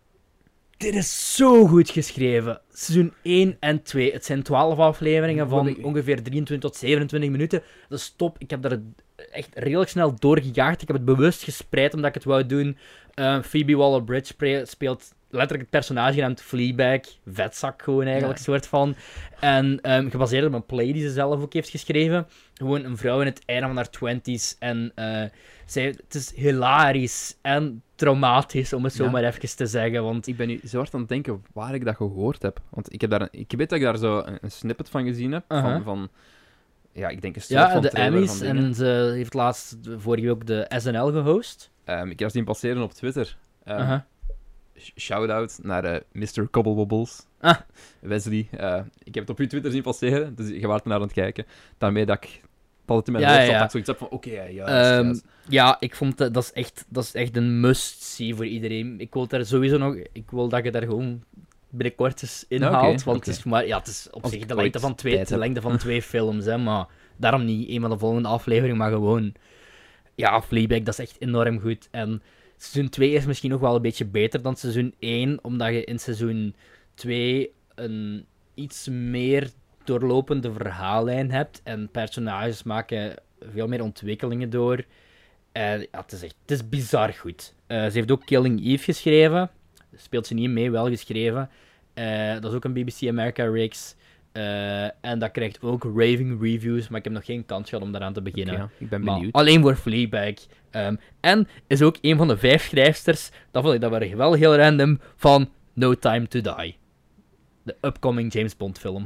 Speaker 1: dit is zo goed geschreven. Seizoen één en twee. Het zijn twaalf afleveringen van ik... ongeveer drieëntwintig tot zevenentwintig minuten. Dat is top. Ik heb daar echt redelijk snel doorgejaagd. Ik heb het bewust gespreid omdat ik het wou doen. Uh, Phoebe Waller-Bridge speelt letterlijk het personage genaamd Fleabag. Vetzak gewoon eigenlijk, ja. soort van. En um, gebaseerd op een play die ze zelf ook heeft geschreven. Gewoon een vrouw in het einde van haar twinties. En uh, zij, het is hilarisch en traumatisch, om het zo ja. maar even te zeggen. Want...
Speaker 2: Ik ben nu zo hard aan het denken waar ik dat gehoord heb. Want ik, heb daar een, ik weet dat ik daar zo een, een snippet van gezien heb. Uh-huh. Van... van Ja, ik denk een soort
Speaker 1: ja,
Speaker 2: van
Speaker 1: de
Speaker 2: Emmys.
Speaker 1: En ze heeft laatst vorige week ook de S N L gehost.
Speaker 2: Um, ik heb zien passeren op Twitter. Um,
Speaker 1: uh-huh.
Speaker 2: Shout-out naar uh, mister Cobblebobbles.
Speaker 1: Ah.
Speaker 2: Wesley. Uh, ik heb het op uw Twitter zien passeren, dus je waart naar aan het kijken. Daarmee dat ik... Dat het in mijn
Speaker 1: ja,
Speaker 2: hoofd zat,
Speaker 1: ja.
Speaker 2: dat ik zoiets heb van, oké, okay, ja, juist,
Speaker 1: um,
Speaker 2: juist.
Speaker 1: Ja, ik vond dat, dat, is echt, dat is echt een must-see voor iedereen. Ik wil daar sowieso nog... Ik wil dat je daar gewoon binnenkort eens inhaalt, okay, want okay. het is maar... Ja, het is op Als zich de lengte van twee, de lengte van twee films, hè, maar... Daarom niet eenmaal de volgende aflevering, maar gewoon... Ja, Fleabag, dat is echt enorm goed. En seizoen twee is misschien nog wel een beetje beter dan seizoen één, omdat je in seizoen twee een iets meer doorlopende verhaallijn hebt. En personages maken veel meer ontwikkelingen door. En ja, het is echt... Het is bizar goed. Uh, ze heeft ook Killing Eve geschreven. Speelt ze niet mee, wel geschreven. Uh, dat is ook een B B C America-reeks. Uh, en dat krijgt ook raving reviews, maar ik heb nog geen kans gehad om daaraan te beginnen.
Speaker 2: Okay, ik ben benieuwd.
Speaker 1: Maar alleen voor Fleabag. Um, en is ook een van de vijf schrijfsters, dat vond ik dat wel, wel heel random, van No Time to Die. De upcoming James Bond film.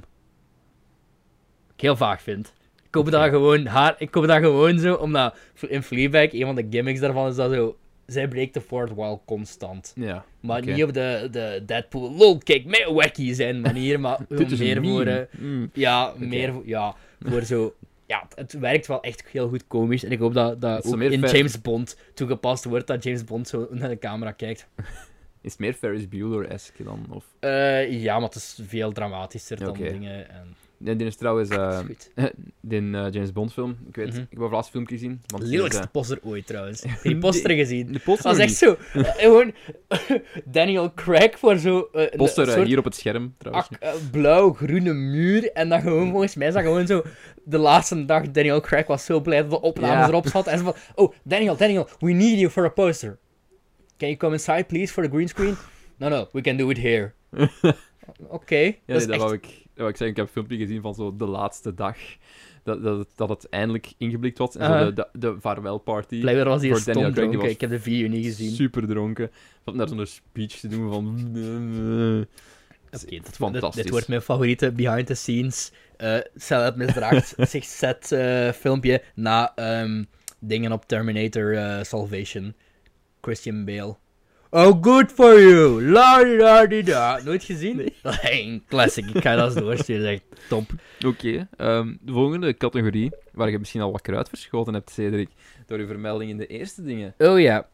Speaker 1: Ik heel vaag vind. Ik hoop, okay. dat gewoon haar, ik hoop dat gewoon zo, omdat in Fleabag, een van de gimmicks daarvan is dat zo... Zij breekt de fourth wall constant.
Speaker 2: Ja,
Speaker 1: maar
Speaker 2: okay.
Speaker 1: niet op de, de Deadpool, lol, kijk, mij wacky zijn manier, maar meer voor... Uh, mm. Ja, okay. meer voor... Ja, voor zo... Ja, het werkt wel echt heel goed komisch. En ik hoop dat dat ook in ver... James Bond toegepast wordt, dat James Bond zo naar de camera kijkt.
Speaker 2: Is het meer Ferris Bueller-esque dan? Of...
Speaker 1: Uh, ja, maar het is veel dramatischer dan okay. dingen. En...
Speaker 2: Nee, die is trouwens... Uh, die uh, James Bond film. Ik weet, mm-hmm. ik heb het laatste filmpje gezien.
Speaker 1: Lelijkste uh... poster ooit, trouwens. Heb je die poster
Speaker 2: de,
Speaker 1: gezien?
Speaker 2: De poster
Speaker 1: dat is echt zo... Uh, gewoon... Daniel Craig voor zo... Uh,
Speaker 2: poster
Speaker 1: soort...
Speaker 2: hier op het scherm, trouwens.
Speaker 1: Ak, uh, blauw-groene muur. En dan gewoon, volgens mij, zag gewoon zo... De laatste dag, Daniel Craig was zo blij dat de opnames ja. erop zat. En ze van... Oh, Daniel, Daniel, we need you for a poster. Can you come inside, please, for the green screen? No, no, we can do it here. Oké. Okay,
Speaker 2: ja, nee, dat echt... wou ik... Ja, ik, zeg, ik heb een filmpje gezien van zo de laatste dag dat, dat, het, dat het eindelijk ingeblikt was. En
Speaker 1: Uh-huh.
Speaker 2: zo de, de, de farewell-party.
Speaker 1: Blijkbaar was hij
Speaker 2: voor
Speaker 1: stom
Speaker 2: Daniel Craig, die
Speaker 1: dronken.
Speaker 2: was
Speaker 1: Ik heb de video niet gezien.
Speaker 2: Super dronken. Van naar zo'n speech te doen van...
Speaker 1: Oké, okay, dit,
Speaker 2: fantastisch.
Speaker 1: dit wordt mijn favoriete behind the scenes. Uh, Cell misdraagt zich set uh, filmpje na um, dingen op Terminator uh, Salvation. Christian Bale. Oh, good for you! La da di da. Nooit gezien? Nee. Een classic. Ik ga dat eens doorsturen. Dat is echt top.
Speaker 2: Oké, okay, um, de volgende categorie, waar je misschien al wat kruid verschoten hebt, Cedric, door je vermelding in de eerste dingen.
Speaker 1: Oh ja.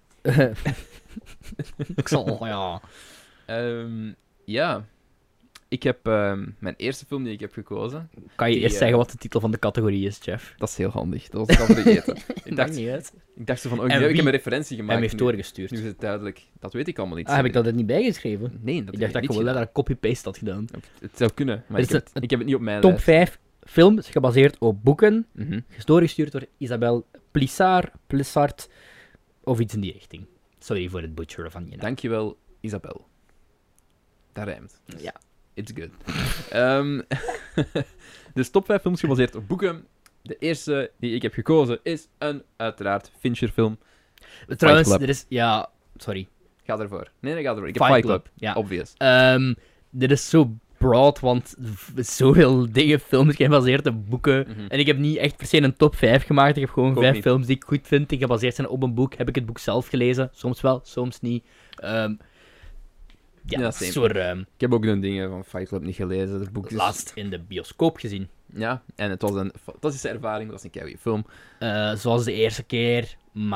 Speaker 1: Ik zal, ja.
Speaker 2: Um, ja. Ik heb um, mijn eerste film die ik heb gekozen.
Speaker 1: Kan je
Speaker 2: die,
Speaker 1: eerst
Speaker 2: uh,
Speaker 1: zeggen wat de titel van de categorie is, Jeff?
Speaker 2: Dat is heel handig. Dat was ik al vergeten. ik, dacht,
Speaker 1: niet uit.
Speaker 2: ik dacht zo van, oh,
Speaker 1: En
Speaker 2: ik heb
Speaker 1: wie-
Speaker 2: een referentie gemaakt.
Speaker 1: Hij heeft
Speaker 2: nu,
Speaker 1: doorgestuurd.
Speaker 2: nu is het duidelijk. Dat weet ik allemaal niet.
Speaker 1: Ah, heb ik
Speaker 2: Cedric.
Speaker 1: dat er niet bijgeschreven?
Speaker 2: Nee, dat
Speaker 1: Ik dacht
Speaker 2: heb
Speaker 1: dat ik
Speaker 2: niet
Speaker 1: gewoon
Speaker 2: gedaan.
Speaker 1: letterlijk copy-paste had gedaan.
Speaker 2: Het zou kunnen, maar
Speaker 1: Dit
Speaker 2: ik heb,
Speaker 1: is
Speaker 2: het, ik heb het niet op mijn
Speaker 1: Top
Speaker 2: lijst.
Speaker 1: vijf films gebaseerd op boeken.
Speaker 2: Mhm.
Speaker 1: Doorgestuurd door Isabel Plissard, Plissard of iets in die richting. Sorry voor het butcheren van je naam.
Speaker 2: Dankjewel, Isabel. Dat rijmt.
Speaker 1: Ja.
Speaker 2: It's good. um, dus top vijf films gebaseerd op boeken. De eerste die ik heb gekozen is een, uiteraard, Fincher-film.
Speaker 1: Trouwens,
Speaker 2: Club.
Speaker 1: er is... Ja, sorry.
Speaker 2: Ga ervoor. Nee, nee, ga ervoor. Ik heb
Speaker 1: Fight
Speaker 2: Fight Club.
Speaker 1: Club, ja.
Speaker 2: Obvious.
Speaker 1: Um, dit is zo broad, want v- zoveel dingen, films gebaseerd op boeken.
Speaker 2: Mhm.
Speaker 1: En ik heb niet echt per se een top vijf gemaakt. Ik heb gewoon
Speaker 2: Ik ook
Speaker 1: vijf
Speaker 2: niet.
Speaker 1: films die ik goed vind, die gebaseerd zijn op een boek. Heb ik het boek zelf gelezen? Soms wel, soms niet. Um, ja,
Speaker 2: Ja,
Speaker 1: ja
Speaker 2: same.
Speaker 1: zo ruim.
Speaker 2: Ik heb ook de dingen van Fight Club niet gelezen. Het boek is...
Speaker 1: Laatst in de bioscoop gezien.
Speaker 2: Ja, en het was een fantastische ervaring. Dat was een keigoede film.
Speaker 1: Uh, zoals de eerste keer.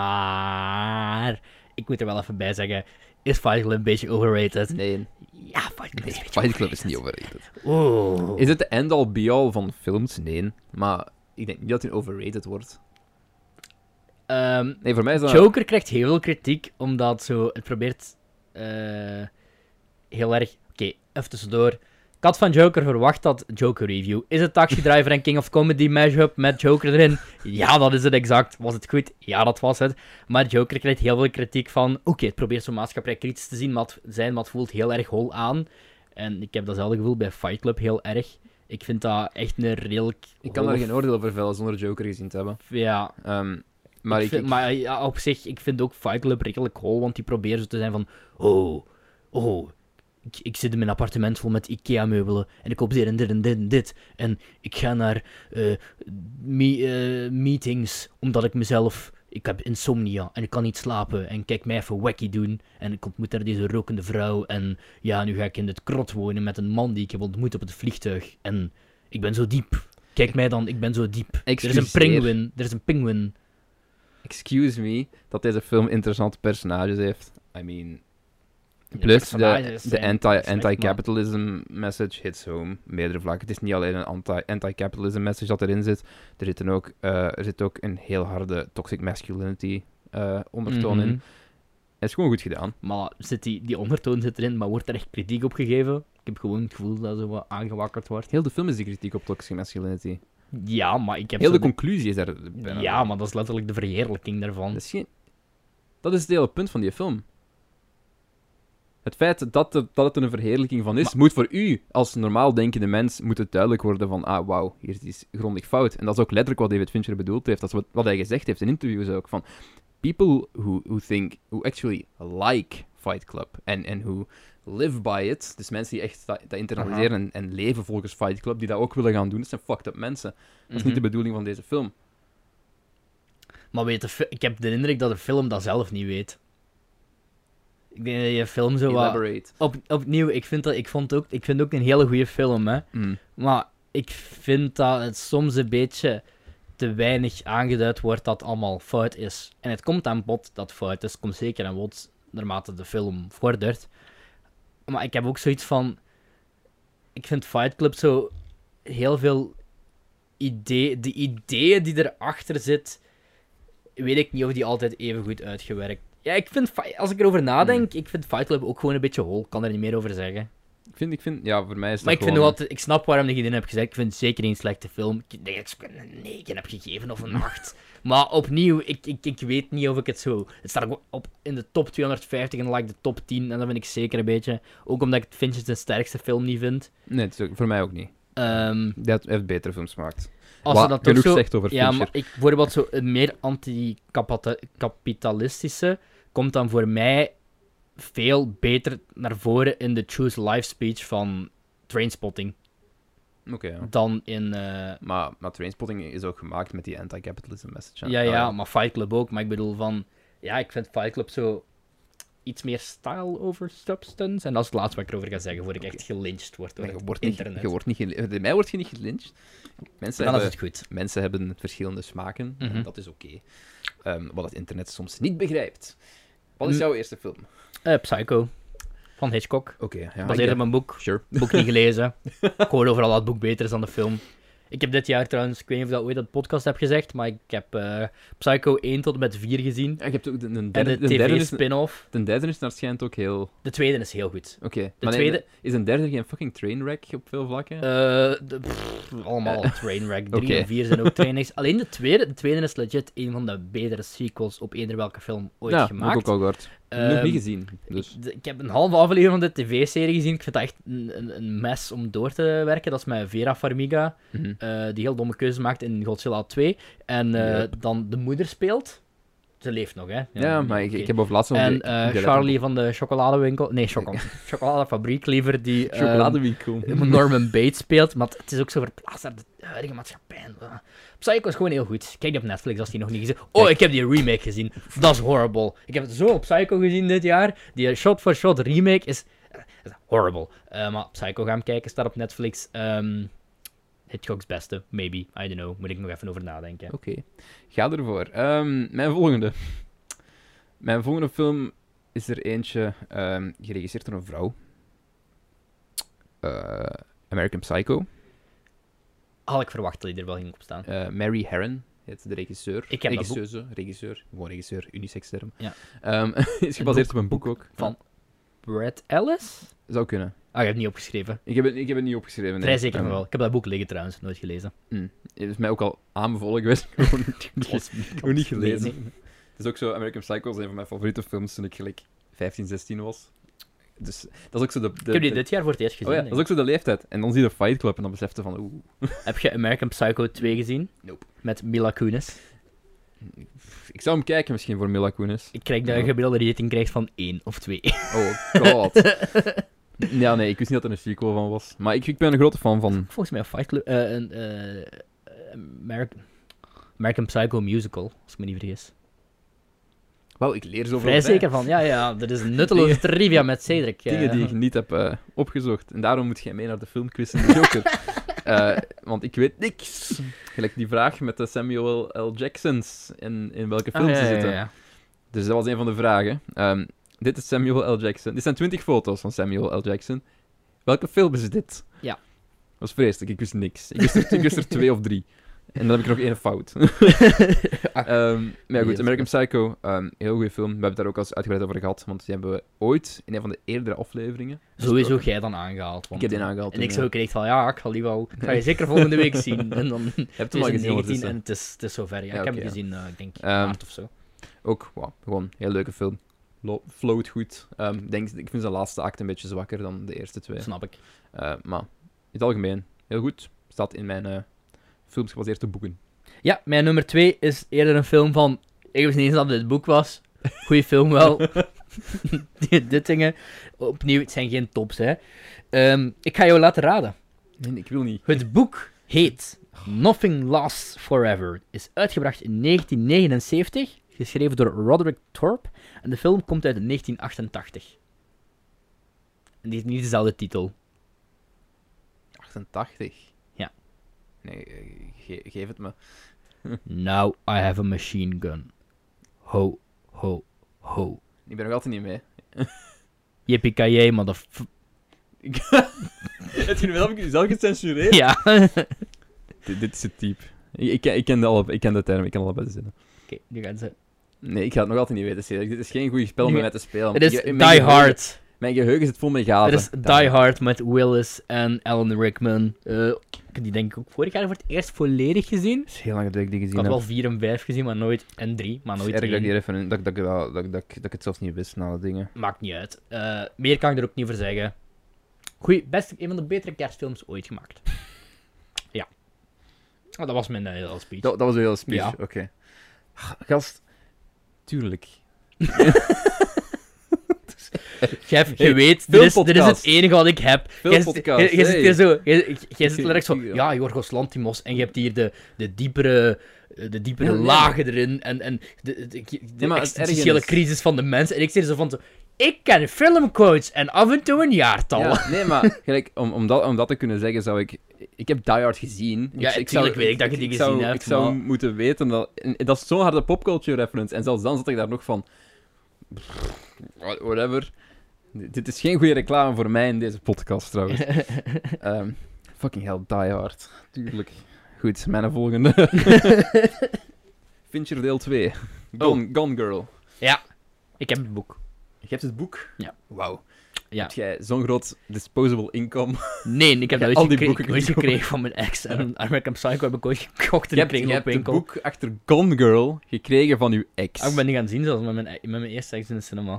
Speaker 1: Maar ik moet er wel even bij zeggen. Is Fight Club een beetje overrated?
Speaker 2: Nee,
Speaker 1: Ja, Fight Club is een beetje
Speaker 2: Fight Club is niet overrated.
Speaker 1: Oeh.
Speaker 2: Is het de end-all be-all van films? Nee. Maar ik denk niet dat hij overrated wordt.
Speaker 1: Um,
Speaker 2: Nee, voor mij is dat...
Speaker 1: Joker krijgt heel veel kritiek, omdat zo, het probeert uh, heel erg... Oké, okay, even tussendoor. Ik had van Joker verwacht dat Joker Review. Is het Taxi Driver en King of Comedy mashup met Joker erin? Ja, dat is het exact. Was het goed? Ja, dat was het. Maar Joker krijgt heel veel kritiek van... Oké, okay, het probeert zo maatschappij kritisch te zien, maar het, zijn, maar het voelt heel erg hol aan. En ik heb datzelfde gevoel bij Fight Club heel erg. Ik vind dat echt een redelijk...
Speaker 2: Ik kan daar geen oordeel over vellen zonder Joker gezien te hebben.
Speaker 1: Ja...
Speaker 2: Um, Maar,
Speaker 1: ik
Speaker 2: ik,
Speaker 1: vind,
Speaker 2: ik-
Speaker 1: maar ja, op zich, ik vind ook Fight Club redelijk hol, want die proberen zo te zijn van... Oh, oh, ik, ik zit in mijn appartement vol met Ikea-meubelen en ik koop dit en dit en dit en dit. En ik ga naar eh, me- eh, meetings, omdat ik mezelf... Ik heb insomnia en ik kan niet slapen en kijk mij even wacky doen. En ik ontmoet daar deze rokende vrouw en ja, nu ga ik in het krot wonen met een man die ik heb ontmoet op het vliegtuig. En ik ben zo diep. Kijk mij dan, ik ben zo diep. Er is een
Speaker 2: Excuseer.
Speaker 1: penguin, er is een penguin.
Speaker 2: Excuse me dat deze film interessante personages heeft. I mean...
Speaker 1: De
Speaker 2: Plus, de,
Speaker 1: personages
Speaker 2: de
Speaker 1: zijn
Speaker 2: anti,
Speaker 1: slecht,
Speaker 2: anti-capitalism message hits home. Meerdere vlakken. Het is niet alleen een anti, anti-capitalism message dat erin zit. Er zit, ook, uh, er zit ook een heel harde toxic masculinity uh, ondertoon
Speaker 1: Mhm.
Speaker 2: in. Het is gewoon goed gedaan.
Speaker 1: Maar zit die, die ondertoon zit erin, maar wordt er echt kritiek op gegeven? Ik heb gewoon het gevoel dat zo wat aangewakkerd wordt.
Speaker 2: Heel de film is de kritiek op toxic masculinity.
Speaker 1: Ja, maar ik heb
Speaker 2: Heel
Speaker 1: zo
Speaker 2: de conclusie is daar bijna.
Speaker 1: Ja, maar dat is letterlijk de verheerlijking daarvan.
Speaker 2: Dat is, geen... dat is het hele punt van die film. Het feit dat, het, dat het er een verheerlijking van is,
Speaker 1: Maar-
Speaker 2: moet voor u, als normaal denkende mens, moet het duidelijk worden van, ah, wauw, hier is iets grondig fout. En dat is ook letterlijk wat David Fincher bedoeld heeft. Dat is wat, wat hij gezegd heeft in interviews ook, van people who, who think, who actually like Fight Club, en and who live by it, dus mensen die echt dat, dat internaliseren en, en leven volgens Fight Club, die dat ook willen gaan doen, dat zijn fucked up mensen. Dat is
Speaker 1: Mhm.
Speaker 2: niet de bedoeling van deze film.
Speaker 1: Maar weet de fi- ik heb de indruk dat de film dat zelf niet weet. Ik denk dat je film zo wat...
Speaker 2: Elaborate.
Speaker 1: Op, opnieuw, ik vind, dat, ik, vond ook, ik vind ook een hele goede film, hè.
Speaker 2: Mm.
Speaker 1: Maar ik vind dat het soms een beetje te weinig aangeduid wordt dat allemaal fout is. En het komt aan bod dat fout is. Het komt zeker aan bod naarmate de film vordert. Maar ik heb ook zoiets van... Ik vind Fight Club zo heel veel idee... De ideeën die erachter zitten, weet ik niet of die altijd even goed uitgewerkt. Ja, ik vind... Fi- Als ik erover nadenk, ik vind Fight Club ook gewoon een beetje hol. Ik kan er niet meer over zeggen.
Speaker 2: Ik vind, ik vind, ja, voor mij is het
Speaker 1: Maar ik, vind
Speaker 2: gewoon...
Speaker 1: nog altijd, ik snap waarom je dit hebt gezegd. Ik vind het zeker geen slechte film. Ik denk dat ik een negen heb gegeven of een acht. Maar opnieuw, ik, ik, ik weet niet of ik het zo... Het staat ook op in de top tweehonderdvijftig en dan like de top tien. En dat vind ik zeker een beetje. Ook omdat ik Fincher zijn sterkste film niet vind.
Speaker 2: Nee, het is ook- voor mij ook niet.
Speaker 1: Ehm,
Speaker 2: Dat heeft betere films gemaakt.
Speaker 1: Als
Speaker 2: Wat
Speaker 1: ze dat toch
Speaker 2: genoeg
Speaker 1: zo...
Speaker 2: zegt over
Speaker 1: Ja,
Speaker 2: Fincher.
Speaker 1: maar ik, bijvoorbeeld zo een meer anti-kapitalistische komt dan voor mij veel beter naar voren in de Choose Life speech van Trainspotting
Speaker 2: Oké, ja.
Speaker 1: dan in... eh,
Speaker 2: Maar, maar Trainspotting is ook gemaakt met die anti-capitalism message. hè?
Speaker 1: Ja, ja,
Speaker 2: Ah,
Speaker 1: maar Fight Club ook. Maar ik bedoel van... Ja, ik vind Fight Club zo... Iets meer style over substance. En dat is het laatste wat ik erover ga zeggen, voor ik echt gelyncht word door
Speaker 2: Maar je
Speaker 1: het
Speaker 2: wordt niet,
Speaker 1: internet.
Speaker 2: je wordt niet gel- Bij mij word je niet gelyncht. Mensen,
Speaker 1: Dan is
Speaker 2: hebben,
Speaker 1: het goed.
Speaker 2: mensen hebben verschillende smaken.
Speaker 1: Mhm.
Speaker 2: En dat is oké. Ehm, wat het internet soms niet begrijpt. Wat is
Speaker 1: Mm.
Speaker 2: jouw eerste film?
Speaker 1: Eh, Psycho. Van Hitchcock.
Speaker 2: Oké, ja.
Speaker 1: Baseerd
Speaker 2: ik-
Speaker 1: op mijn boek.
Speaker 2: Sure.
Speaker 1: Boek niet gelezen. Ik hoor overal dat het boek beter is dan de film. Ik heb dit jaar trouwens, ik weet niet of ik dat ooit op de podcast heb gezegd, maar ik heb eh, Psycho één tot en met vier gezien.
Speaker 2: Ja, je hebt ook de, de
Speaker 1: En
Speaker 2: derde,
Speaker 1: de
Speaker 2: de derde is,
Speaker 1: tv-spin-off.
Speaker 2: de derde is naar het schijnt ook heel...
Speaker 1: De tweede is heel goed.
Speaker 2: Oké.
Speaker 1: De
Speaker 2: Maar nee,
Speaker 1: tweede...
Speaker 2: is een derde geen fucking trainwreck op veel vlakken?
Speaker 1: eh, de, pff, allemaal
Speaker 2: Eh.
Speaker 1: trainwreck. Drie
Speaker 2: Oké.
Speaker 1: en vier zijn ook trainwrecks. Alleen de tweede, de tweede is legit een van de betere sequels op eender welke film ooit
Speaker 2: ja, heb
Speaker 1: gemaakt.
Speaker 2: ik ook al gehoord. Nog
Speaker 1: Ehm,
Speaker 2: niet gezien. Dus.
Speaker 1: Ik, ik heb een halve aflevering van de tv-serie gezien. Ik vind dat echt een, een, een mes om door te werken. Dat is met Vera Farmiga,
Speaker 2: Mhm.
Speaker 1: eh, die heel domme keuzes maakt in Godzilla twee. En eh,
Speaker 2: Yep.
Speaker 1: dan de moeder speelt. Ze leeft nog, hè?
Speaker 2: Ja, maar ik,
Speaker 1: oké.
Speaker 2: ik heb over laatst nog...
Speaker 1: En
Speaker 2: die-
Speaker 1: eh,
Speaker 2: die-
Speaker 1: Charlie van de chocoladewinkel... Nee, choco chocoladefabriek liever, die ehm,
Speaker 2: Chocoladewinkel.
Speaker 1: Norman Bates speelt. Maar het is ook zo verplaatst naar de huidige maatschappij. Uh, Psycho is gewoon heel goed. Kijk die op Netflix als die nog niet gezien. Oh,
Speaker 2: Kijk.
Speaker 1: ik heb die remake gezien. Dat is horrible. Ik heb het zo op Psycho gezien dit jaar. Die shot-for-shot remake is, eh, is horrible. Uh, maar Psycho gaan kijken, staat op Netflix. Um, Hitchcock's beste, maybe. I don't know. Moet ik nog even over nadenken.
Speaker 2: Oké, ga ervoor. Ehm, mijn volgende. Mijn volgende film is er eentje ehm, geregisseerd door een vrouw. Eh, American Psycho.
Speaker 1: Had ik verwacht dat hij er wel ging op staan.
Speaker 2: Eh, Mary Herron heet de regisseur.
Speaker 1: Ik heb dat boek.
Speaker 2: Regisseuse, regisseur. Gewoon regisseur, unisex term.
Speaker 1: Ja.
Speaker 2: Ehm, is gebaseerd op een boek ook.
Speaker 1: Van Brett Ellis?
Speaker 2: Zou kunnen.
Speaker 1: Ah, je hebt het niet opgeschreven.
Speaker 2: Ik heb het, ik heb het niet opgeschreven. nee.
Speaker 1: Vrij zeker van
Speaker 2: Ehm,
Speaker 1: wel. Ik heb dat boek liggen trouwens, nooit gelezen.
Speaker 2: mm, het is mij ook al aanbevolen geweest. Gewoon niet- Gewoon niet gelezen.
Speaker 1: Nee, nee.
Speaker 2: Het is ook zo, American Psycho is een van mijn favoriete films toen ik gelijk vijftien, zestien was. Dus dat is ook zo de... de
Speaker 1: Ik heb die
Speaker 2: de-
Speaker 1: dit jaar voor het eerst gezien.
Speaker 2: Oh ja,
Speaker 1: denk
Speaker 2: dat is ook zo de leeftijd. En dan zie je de Fight Club en dan besefte van, oeh.
Speaker 1: Heb je American Psycho twee gezien?
Speaker 2: Nope.
Speaker 1: Met Mila Kunis.
Speaker 2: Ik zou hem kijken misschien voor Mila Kunis.
Speaker 1: Ik krijg dat je
Speaker 2: Ja.
Speaker 1: gemiddelde rating krijgt van één of twee.
Speaker 2: Oh god. Ja, nee, ik wist niet dat er een sequel van was. Maar ik, ik ben een grote fan van...
Speaker 1: Volgens mij een Fight Club... eh, een eh, American, American Psycho musical, als ik me niet vergis.
Speaker 2: Wauw, ik leer zoveel
Speaker 1: Vrij
Speaker 2: bij.
Speaker 1: zeker van, ja, ja, dat is een nutteloze trivia met Cedric. eh.
Speaker 2: Dingen die ik niet heb eh, opgezocht. En daarom moet jij mee naar de filmquiz in de Joker. Eh, want ik weet niks. Gelijk die vraag met de Samuel L. Jacksons. In, in welke
Speaker 1: Ah,
Speaker 2: films
Speaker 1: ja,
Speaker 2: ze
Speaker 1: ja,
Speaker 2: zitten.
Speaker 1: ja.
Speaker 2: Dus dat was een van de vragen. Ehm, dit is Samuel L. Jackson. Dit zijn twintig foto's van Samuel L. Jackson. Welke film is dit?
Speaker 1: Ja.
Speaker 2: Dat was vreselijk, ik wist niks. Ik wist er, ik wist er twee of drie. En dan heb ik er nog één fout.
Speaker 1: Ah,
Speaker 2: Ehm, maar ja,
Speaker 1: Nee,
Speaker 2: goed,
Speaker 1: dat
Speaker 2: American
Speaker 1: is
Speaker 2: Psycho, ehm heel goede film. We hebben het daar ook al eens uitgebreid over gehad, want die hebben we ooit in een van de eerdere afleveringen.
Speaker 1: Sowieso
Speaker 2: besproken.
Speaker 1: jij dan aangehaald.
Speaker 2: Ik
Speaker 1: Want,
Speaker 2: heb die
Speaker 1: eh,
Speaker 2: aangehaald.
Speaker 1: En
Speaker 2: toen,
Speaker 1: ik
Speaker 2: ja.
Speaker 1: zou ook echt van, ja, ik ga die wel... Ik ga je zeker volgende week zien. En dan
Speaker 2: Heb je hem al gezien
Speaker 1: twintig negentien
Speaker 2: ondertussen?
Speaker 1: en het is, het is zover. Ja,
Speaker 2: Ja,
Speaker 1: ik heb
Speaker 2: oké,
Speaker 1: hem
Speaker 2: ja.
Speaker 1: gezien, eh, ik denk,
Speaker 2: Ehm,
Speaker 1: maart of zo.
Speaker 2: Ook, wow, gewoon een heel leuke film. Lo- Float goed. Ehm, ik denk, ik vind zijn laatste act een beetje zwakker dan de eerste twee.
Speaker 1: Snap ik.
Speaker 2: Eh, maar in het algemeen, heel goed. Staat in mijn eh, films gebaseerde boeken.
Speaker 1: Ja, mijn nummer twee is eerder een film van... Ik wist niet eens dat dit boek was. Goeie film wel. Die- Dit dingen. Opnieuw, het zijn geen tops, hè. Ehm, ik ga jou laten raden.
Speaker 2: Nee, ik wil niet.
Speaker 1: Het boek heet Nothing Lasts Forever. Is uitgebracht in negentien negenenzeventig. Geschreven door Roderick Thorpe. En de film komt uit negentien achtentachtig. En die heeft niet dezelfde titel.
Speaker 2: achtentachtig?
Speaker 1: Ja.
Speaker 2: Nee, eh, ge- geef het me.
Speaker 1: Now I have a machine gun. Ho, ho, ho.
Speaker 2: Ik ben nog altijd niet mee.
Speaker 1: Yippie-ki-yay, motherf...
Speaker 2: Heb je nu wel zelf gecensureerd?
Speaker 1: Ja.
Speaker 2: Dit, dit is het type. Ik, ik, ken- ik, ken de alle, ik ken de term, ik ken allebei de zinnen.
Speaker 1: Oké, nu gaan ze...
Speaker 2: Nee, ik ga het nog altijd niet weten, Cedric. Dit is geen goed spel om
Speaker 1: Nu-
Speaker 2: met mij te spelen.
Speaker 1: Het is
Speaker 2: Je-
Speaker 1: Die
Speaker 2: mijn geheugen-
Speaker 1: Hard.
Speaker 2: Mijn geheugen zit vol met gaten.
Speaker 1: Het is Die Hard met Willis en Alan Rickman. Eh, ik heb die denk ik ook vorig jaar voor het eerst volledig gezien.
Speaker 2: Het is heel lang geleden dat ik die
Speaker 1: Ik
Speaker 2: gezien
Speaker 1: had
Speaker 2: heb.
Speaker 1: wel vier en vijf gezien, maar nooit... En drie, maar
Speaker 2: Het is
Speaker 1: nooit
Speaker 2: erg dat ik,
Speaker 1: één.
Speaker 2: hier even, dat, dat, dat, dat, dat, dat, dat ik het zelfs niet wist na de dingen.
Speaker 1: Maakt niet uit. Eh, meer kan ik er ook niet voor zeggen. Goeie, best een van de betere kerstfilms ooit gemaakt. Oh, dat was mijn hele speech.
Speaker 2: Dat, dat was een hele speech,
Speaker 1: Ja.
Speaker 2: oké. Okay. Gast, tuurlijk.
Speaker 1: Jeff, je
Speaker 2: Hey,
Speaker 1: weet,
Speaker 2: veel
Speaker 1: dit is, dit is het
Speaker 2: podcast.
Speaker 1: enige wat ik heb.
Speaker 2: Veel
Speaker 1: Jij zit-
Speaker 2: podcast,
Speaker 1: jij- jij zit
Speaker 2: hey.
Speaker 1: hier zo, jij, jij zit direct zo,
Speaker 2: Ja.
Speaker 1: ja, Jorgos Lanthimos, en je hebt hier de, de diepere, de diepere
Speaker 2: Ja, nee,
Speaker 1: lagen erin, en, en de, de, de, de
Speaker 2: Nee, maar het erge
Speaker 1: existentiële
Speaker 2: is-
Speaker 1: crisis van de mens. En ik zit er zo van, zo, ik ken filmquotes en af en toe een jaartal. Ja,
Speaker 2: Ja, nee, maar gelijk, om, om, dat, om dat te kunnen zeggen, zou ik... Ik heb Die Hard gezien.
Speaker 1: Ja, tuurlijk weet ik dat je die
Speaker 2: ik
Speaker 1: gezien
Speaker 2: zou,
Speaker 1: hebt,
Speaker 2: Ik zou
Speaker 1: maar-
Speaker 2: moeten weten dat... en dat is zo'n harde popculture reference. En zelfs dan zat ik daar nog van... Whatever. Dit is geen goede reclame voor mij in deze podcast, trouwens. Ehm, fucking hell, Die Hard. Tuurlijk. Goed, mijn volgende. Fincher deel twee. Gone, Gone Girl.
Speaker 1: Ik heb het boek.
Speaker 2: Je hebt het boek?
Speaker 1: Ja.
Speaker 2: Wauw.
Speaker 1: Ja.
Speaker 2: Heb jij zo'n groot disposable income?
Speaker 1: Nee, ik heb
Speaker 2: Ja,
Speaker 1: dat
Speaker 2: al
Speaker 1: ooit,
Speaker 2: die
Speaker 1: gekre-
Speaker 2: boeken
Speaker 1: ooit
Speaker 2: kunnen
Speaker 1: gekregen van mijn ex. En American Psycho heb ik ooit gekocht in
Speaker 2: Je
Speaker 1: de
Speaker 2: hebt, je hebt het
Speaker 1: kringloopwinkel.
Speaker 2: boek achter Gone Girl gekregen van uw ex.
Speaker 1: Ah, ik ben die gaan zien zelfs met mijn, met mijn eerste ex in de cinema.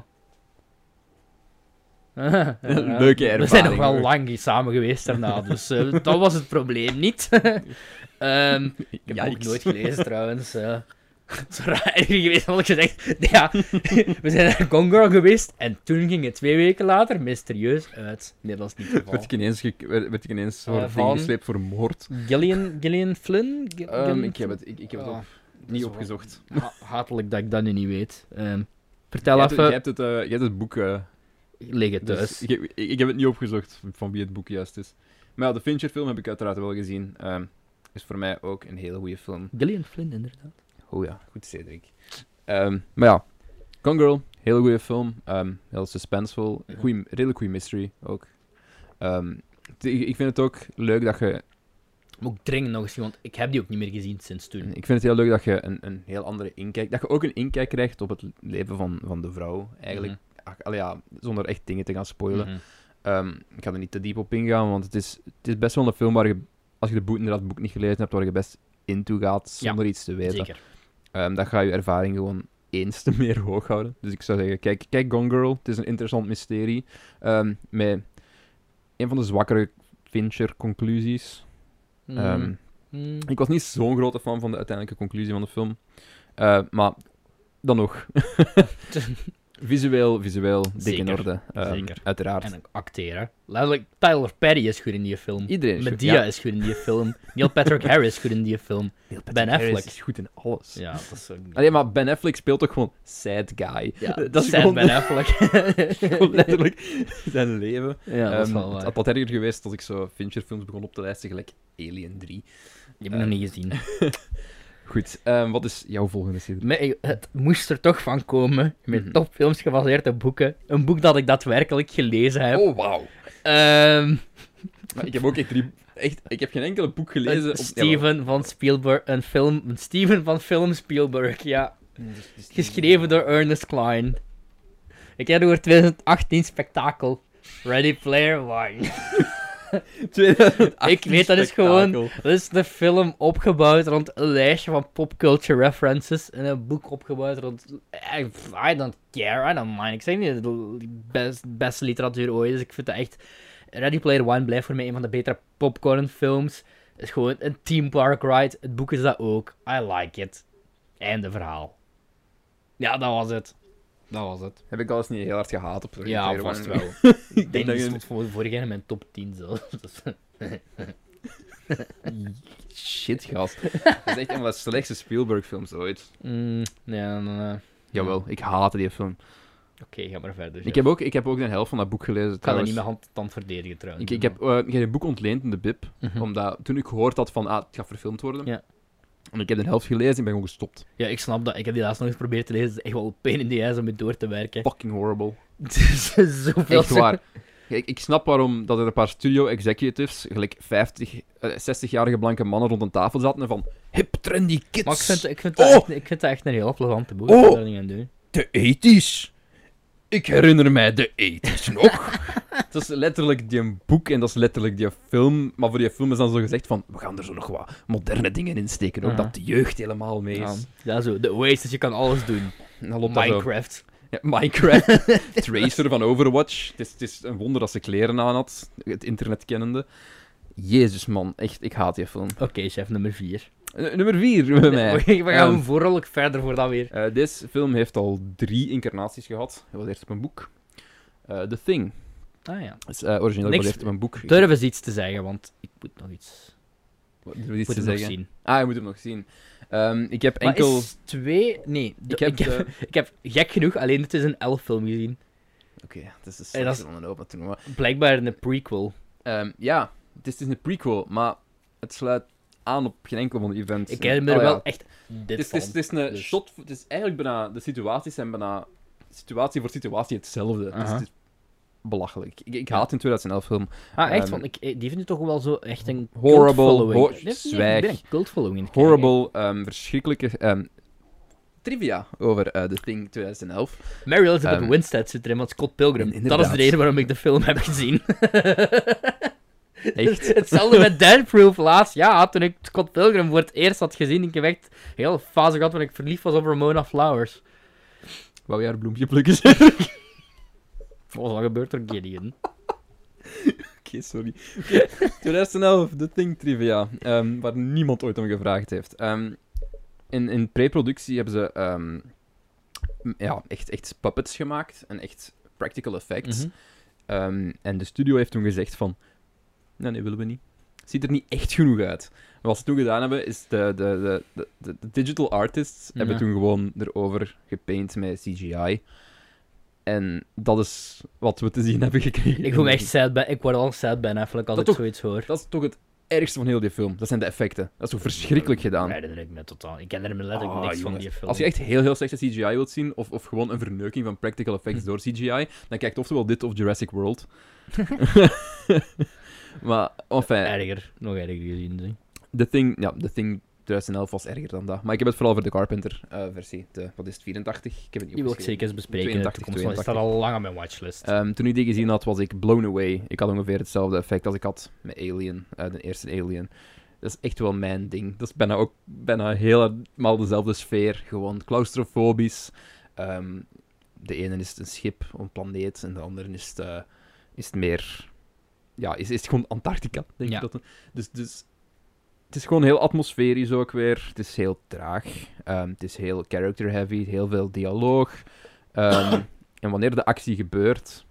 Speaker 2: Leuke ervaring,
Speaker 1: We zijn nog wel
Speaker 2: hoor.
Speaker 1: lang samen geweest daarna, dus eh, dat was het probleem niet. Ehm, ik heb het boek
Speaker 2: Yikes.
Speaker 1: nooit gelezen trouwens. eh. Het is raar geweest, had ik gezegd. Ja, we zijn naar Gone Girl geweest en toen ging het twee weken later mysterieus uit. Nee, dat is niet het geval.
Speaker 2: Werd ik ineens, ge- werd, werd ik ineens voor
Speaker 1: Eh,
Speaker 2: dingen
Speaker 1: van-
Speaker 2: gesleept voor moord?
Speaker 1: Gillian, Gillian Flynn? G-
Speaker 2: Ehm,
Speaker 1: Gillian
Speaker 2: ik heb het, ik, ik heb het
Speaker 1: Ah,
Speaker 2: op,
Speaker 1: dat
Speaker 2: niet
Speaker 1: is wel-
Speaker 2: opgezocht.
Speaker 1: Ha- hatelijk dat ik dat nu niet weet. Ehm, vertel
Speaker 2: Je hebt,
Speaker 1: even.
Speaker 2: je hebt het, eh, je hebt het boek... eh,
Speaker 1: Lig het
Speaker 2: dus
Speaker 1: thuis.
Speaker 2: ik, heb- ik, ik heb het niet opgezocht van wie het boek juist is. Maar ja, de Fincher-film heb ik uiteraard wel gezien. Ehm, is voor mij ook een hele goede film.
Speaker 1: Gillian Flynn, inderdaad.
Speaker 2: Oh ja, goed Cedric. Ehm, maar ja, Gone Girl, hele goede film. Ehm, heel suspenseful.
Speaker 1: Ja.
Speaker 2: Goeie, redelijk goede mystery ook. Ehm, t- ik ik vind het ook leuk dat je...
Speaker 1: Moet ik dringend nog eens zien, want ik heb die ook niet meer gezien sinds toen.
Speaker 2: Ik vind het heel leuk dat je een, een heel andere inkijk... Dat je ook een inkijk krijgt op het leven van, van de vrouw, eigenlijk. Ach, allee, ja, zonder echt dingen te gaan spoilen.
Speaker 1: Mhm.
Speaker 2: Ehm, ik ga er niet te diep op ingaan, want het is, het is best wel een film waar je... Als je de boek, inderdaad het boek niet gelezen hebt, waar je best into gaat zonder iets te weten.
Speaker 1: Zeker.
Speaker 2: Ehm, dat gaat je ervaring gewoon eens te meer hoog houden. Dus ik zou zeggen, kijk, kijk Gone Girl. Het is een interessant mysterie. Ehm, met een van de zwakkere Fincher-conclusies.
Speaker 1: Mhm.
Speaker 2: Ehm,
Speaker 1: Mhm.
Speaker 2: ik was niet zo'n grote fan van de uiteindelijke conclusie van de film. Eh, maar dan nog. visueel, visueel, dik in
Speaker 1: Zeker,
Speaker 2: orde. Ehm,
Speaker 1: zeker.
Speaker 2: Uiteraard.
Speaker 1: En ook acteren. Letterlijk, Tyler Perry is goed in die film.
Speaker 2: Iedereen is goed,
Speaker 1: Medea
Speaker 2: ja.
Speaker 1: is goed in die film. Neil Patrick Harris is goed in die film. Ben
Speaker 2: Harris
Speaker 1: Affleck.
Speaker 2: is goed in alles.
Speaker 1: Ja, dat is zo...
Speaker 2: Allee, maar Ben Affleck speelt toch gewoon sad guy.
Speaker 1: Ja,
Speaker 2: dat is
Speaker 1: sad
Speaker 2: gewoon,
Speaker 1: Ben Affleck.
Speaker 2: gewoon letterlijk zijn leven.
Speaker 1: Ja, dat is
Speaker 2: Ehm,
Speaker 1: wel
Speaker 2: het
Speaker 1: waar.
Speaker 2: had wat erger geweest als ik zo Fincher-films begon op te lijsten, gelijk Alien drie.
Speaker 1: Die heb ik nog niet gezien.
Speaker 2: Goed, ehm, wat is jouw volgende serie?
Speaker 1: Maar ik- het moest er toch van komen. Met
Speaker 2: Mhm.
Speaker 1: topfilms gebaseerd op boeken. Een boek dat ik daadwerkelijk gelezen heb.
Speaker 2: Oh, wauw.
Speaker 1: Ehm,
Speaker 2: Maar ik heb ook echt drie... Echt, ik heb geen enkel boek gelezen.
Speaker 1: een
Speaker 2: op-
Speaker 1: Steven van Spielberg. Een film. Een Steven van Film Spielberg, ja.
Speaker 2: Ja, dus- dus-
Speaker 1: Geschreven door Ernest Cline. Ik heb door twintig achttien spektakel. Ready Player One.
Speaker 2: tweeduizend achttien
Speaker 1: Ik weet, dat is
Speaker 2: spektakel.
Speaker 1: gewoon... Dat is de film opgebouwd rond een lijstje van popculture references. En een boek opgebouwd rond... I, I don't care, I don't mind. Ik zeg niet dat het de best, beste literatuur ooit is. Ik vind het echt... Ready Player One blijft voor mij een van de betere popcornfilms. Het is gewoon een theme park ride. Het boek is dat ook. I like it. Einde verhaal. Ja, dat was het. Dat was het.
Speaker 2: Heb ik al eens niet heel hard gehaat op Ready
Speaker 1: Ja,
Speaker 2: Player
Speaker 1: vast
Speaker 2: One.
Speaker 1: wel. Ik
Speaker 2: denk
Speaker 1: denk
Speaker 2: dat
Speaker 1: dat
Speaker 2: je-
Speaker 1: stond voor, vorig jaar in mijn top tien zelfs. Dus-
Speaker 2: Shit, gast. Dat is echt een van de slechtste Spielberg-films ooit.
Speaker 1: Mm, ja, dan, eh,
Speaker 2: Jawel, ik haatte die film.
Speaker 1: Oké, ga maar verder.
Speaker 2: Ik
Speaker 1: Jeff.
Speaker 2: heb, ook, ik heb ook de helft van dat boek gelezen.
Speaker 1: Ik ga dat
Speaker 2: trouwens.
Speaker 1: niet met hand en tand verdedigen trouwens.
Speaker 2: Ik, ik, heb, eh, ik heb een boek ontleend in de bib,
Speaker 1: Mhm.
Speaker 2: omdat toen ik gehoord had van, ah, het gaat verfilmd worden.
Speaker 1: Ja.
Speaker 2: En ik heb de helft gelezen en ben gewoon gestopt.
Speaker 1: Ja, ik snap dat. Ik heb die laatst nog eens geprobeerd te lezen. Het is echt wel een pain in the ass om mee door te werken.
Speaker 2: Fucking horrible.
Speaker 1: Het is zoveel...
Speaker 2: Echt waar. Kijk, ik snap waarom dat er een paar studio-executives, gelijk vijftig, eh, zestig-jarige blanke mannen rond een tafel zaten en van, hip, trendy kids.
Speaker 1: Maar ik vind, ik, vind dat
Speaker 2: Oh!
Speaker 1: echt, ik vind dat echt een heel plezante boek.
Speaker 2: Oh!
Speaker 1: Ik ga daar niet aan doen.
Speaker 2: De ethisch. Ik herinner mij de ethisch nog. Dat is letterlijk die boek en dat is letterlijk die film. Maar voor die film is dan zo gezegd van, we gaan er zo nog wat moderne dingen in steken. Ook
Speaker 1: Aha.
Speaker 2: dat de jeugd helemaal mee
Speaker 1: Ja,
Speaker 2: is.
Speaker 1: ja, zo. De Oasis, je kan alles doen.
Speaker 2: En dan loopt dat zo.
Speaker 1: Minecraft.
Speaker 2: Ja, Minecraft. Tracer van Overwatch. Het is, het is een wonder dat ze kleren aan had. Het internet kennende. Jezus, man. Echt, ik haat die film.
Speaker 1: Oké, okay, chef, nummer vier.
Speaker 2: Uh, nummer vier bij mij.
Speaker 1: We gaan
Speaker 2: um,
Speaker 1: vooral verder voor dat weer.
Speaker 2: Uh, deze film heeft al drie incarnaties gehad. Hij was eerst op een boek. Uh, The Thing.
Speaker 1: Ah ja.
Speaker 2: Dat is uh, origineel gebaseerd op een boek.
Speaker 1: Durf eens iets te zeggen, want ik moet nog iets...
Speaker 2: Wat, durf iets
Speaker 1: moet
Speaker 2: te
Speaker 1: hem
Speaker 2: zeggen?
Speaker 1: nog zien.
Speaker 2: Ah, je moet hem nog zien. Um, ik heb
Speaker 1: maar
Speaker 2: enkel...
Speaker 1: is twee... Nee.
Speaker 2: Ik heb,
Speaker 1: ik, heb,
Speaker 2: de...
Speaker 1: ik heb gek genoeg alleen het is een elf film gezien.
Speaker 2: Oké, okay, het is de
Speaker 1: slechtste
Speaker 2: van een hoop toen. Maar...
Speaker 1: Blijkbaar een prequel.
Speaker 2: Um, ja, het is, het is een prequel, maar het sluit aan op geen enkel van de events.
Speaker 1: Ik herinner me
Speaker 2: oh,
Speaker 1: wel
Speaker 2: ja.
Speaker 1: echt dit
Speaker 2: het is,
Speaker 1: van.
Speaker 2: Het is, het is een
Speaker 1: dus.
Speaker 2: shot... Het is eigenlijk bijna... De situaties zijn bijna... Situatie voor situatie hetzelfde. Uh-huh. Dus het is belachelijk. Ik, ik haat in twintig elf film.
Speaker 1: Ah, echt?
Speaker 2: Um,
Speaker 1: want ik, die vind je toch wel zo echt een
Speaker 2: horrible, ho-
Speaker 1: nee,
Speaker 2: zwijg.
Speaker 1: Nee, cult following.
Speaker 2: Horrible, um, verschrikkelijke um, trivia over uh, The Thing twintig elf.
Speaker 1: Mary Elizabeth
Speaker 2: um,
Speaker 1: Winstead zit erin, want Scott Pilgrim.
Speaker 2: Inderdaad.
Speaker 1: Dat is de reden waarom ik de film heb gezien.
Speaker 2: Echt?
Speaker 1: Hetzelfde met Death Proof laatst. Ja, toen ik Scott Pilgrim voor het eerst had gezien, ik heb echt een hele fase gehad waarin ik verliefd was op Ramona Flowers.
Speaker 2: Wou je haar bloempje plukken?
Speaker 1: Wat was gebeurd door Gideon?
Speaker 2: Oké, okay, sorry. Okay. twintig elf, The Thing trivia, um, waar niemand ooit om gevraagd heeft. Um, in in pre-productie hebben ze um, ja, echt, echt puppets gemaakt en echt practical effects. Mm-hmm. Um, en de studio heeft toen gezegd van... Nee, nee, willen we niet. Ziet er niet echt genoeg uit. Wat ze toen gedaan hebben, is de, de, de, de, de digital artists ja. hebben toen gewoon erover gepaint met C G I. En dat is wat we te zien hebben gekregen.
Speaker 1: Ik voel me echt sad bij, ik word al sad bij Netflix als dat ik toch, zoiets hoor.
Speaker 2: Dat is toch het ergste van heel die film. Dat zijn de effecten. Dat is toch verschrikkelijk gedaan.
Speaker 1: Nee, dat herinner ik me totaal. Ik ken er me letterlijk oh, niks jongens. van die film.
Speaker 2: Als je echt heel, heel slechte C G I wilt zien, of, of gewoon een verneuking van practical effects hm. door C G I, dan kijkt oftewel dit of Jurassic World. Maar, enfin...
Speaker 1: Erger. Nog erger gezien, zeg.
Speaker 2: The Thing, ja, The Thing twintig elf was erger dan dat. Maar ik heb het vooral voor de Carpenter-versie. Uh, wat is het, vierentachtig? Ik heb het niet
Speaker 1: die wil ik zeker eens bespreken.
Speaker 2: tweeëntachtig,
Speaker 1: tweeëntachtig. Dat staat al lang op mijn watchlist.
Speaker 2: Um, toen ik die gezien had, was ik blown away. Ik had ongeveer hetzelfde effect als ik had met Alien, uh, de eerste Alien. Dat is echt wel mijn ding. Dat is bijna ook bijna helemaal dezelfde sfeer. Gewoon claustrofobisch. Um, de ene is een schip, een planeet, en de andere is het, uh, is het meer... Ja, is, is het gewoon Antarctica, denk ja. ik. Dat dus, dus het is gewoon heel atmosferisch ook weer. Het is heel traag. Um, het is heel character-heavy, heel veel dialoog. Um, en wanneer de actie gebeurt,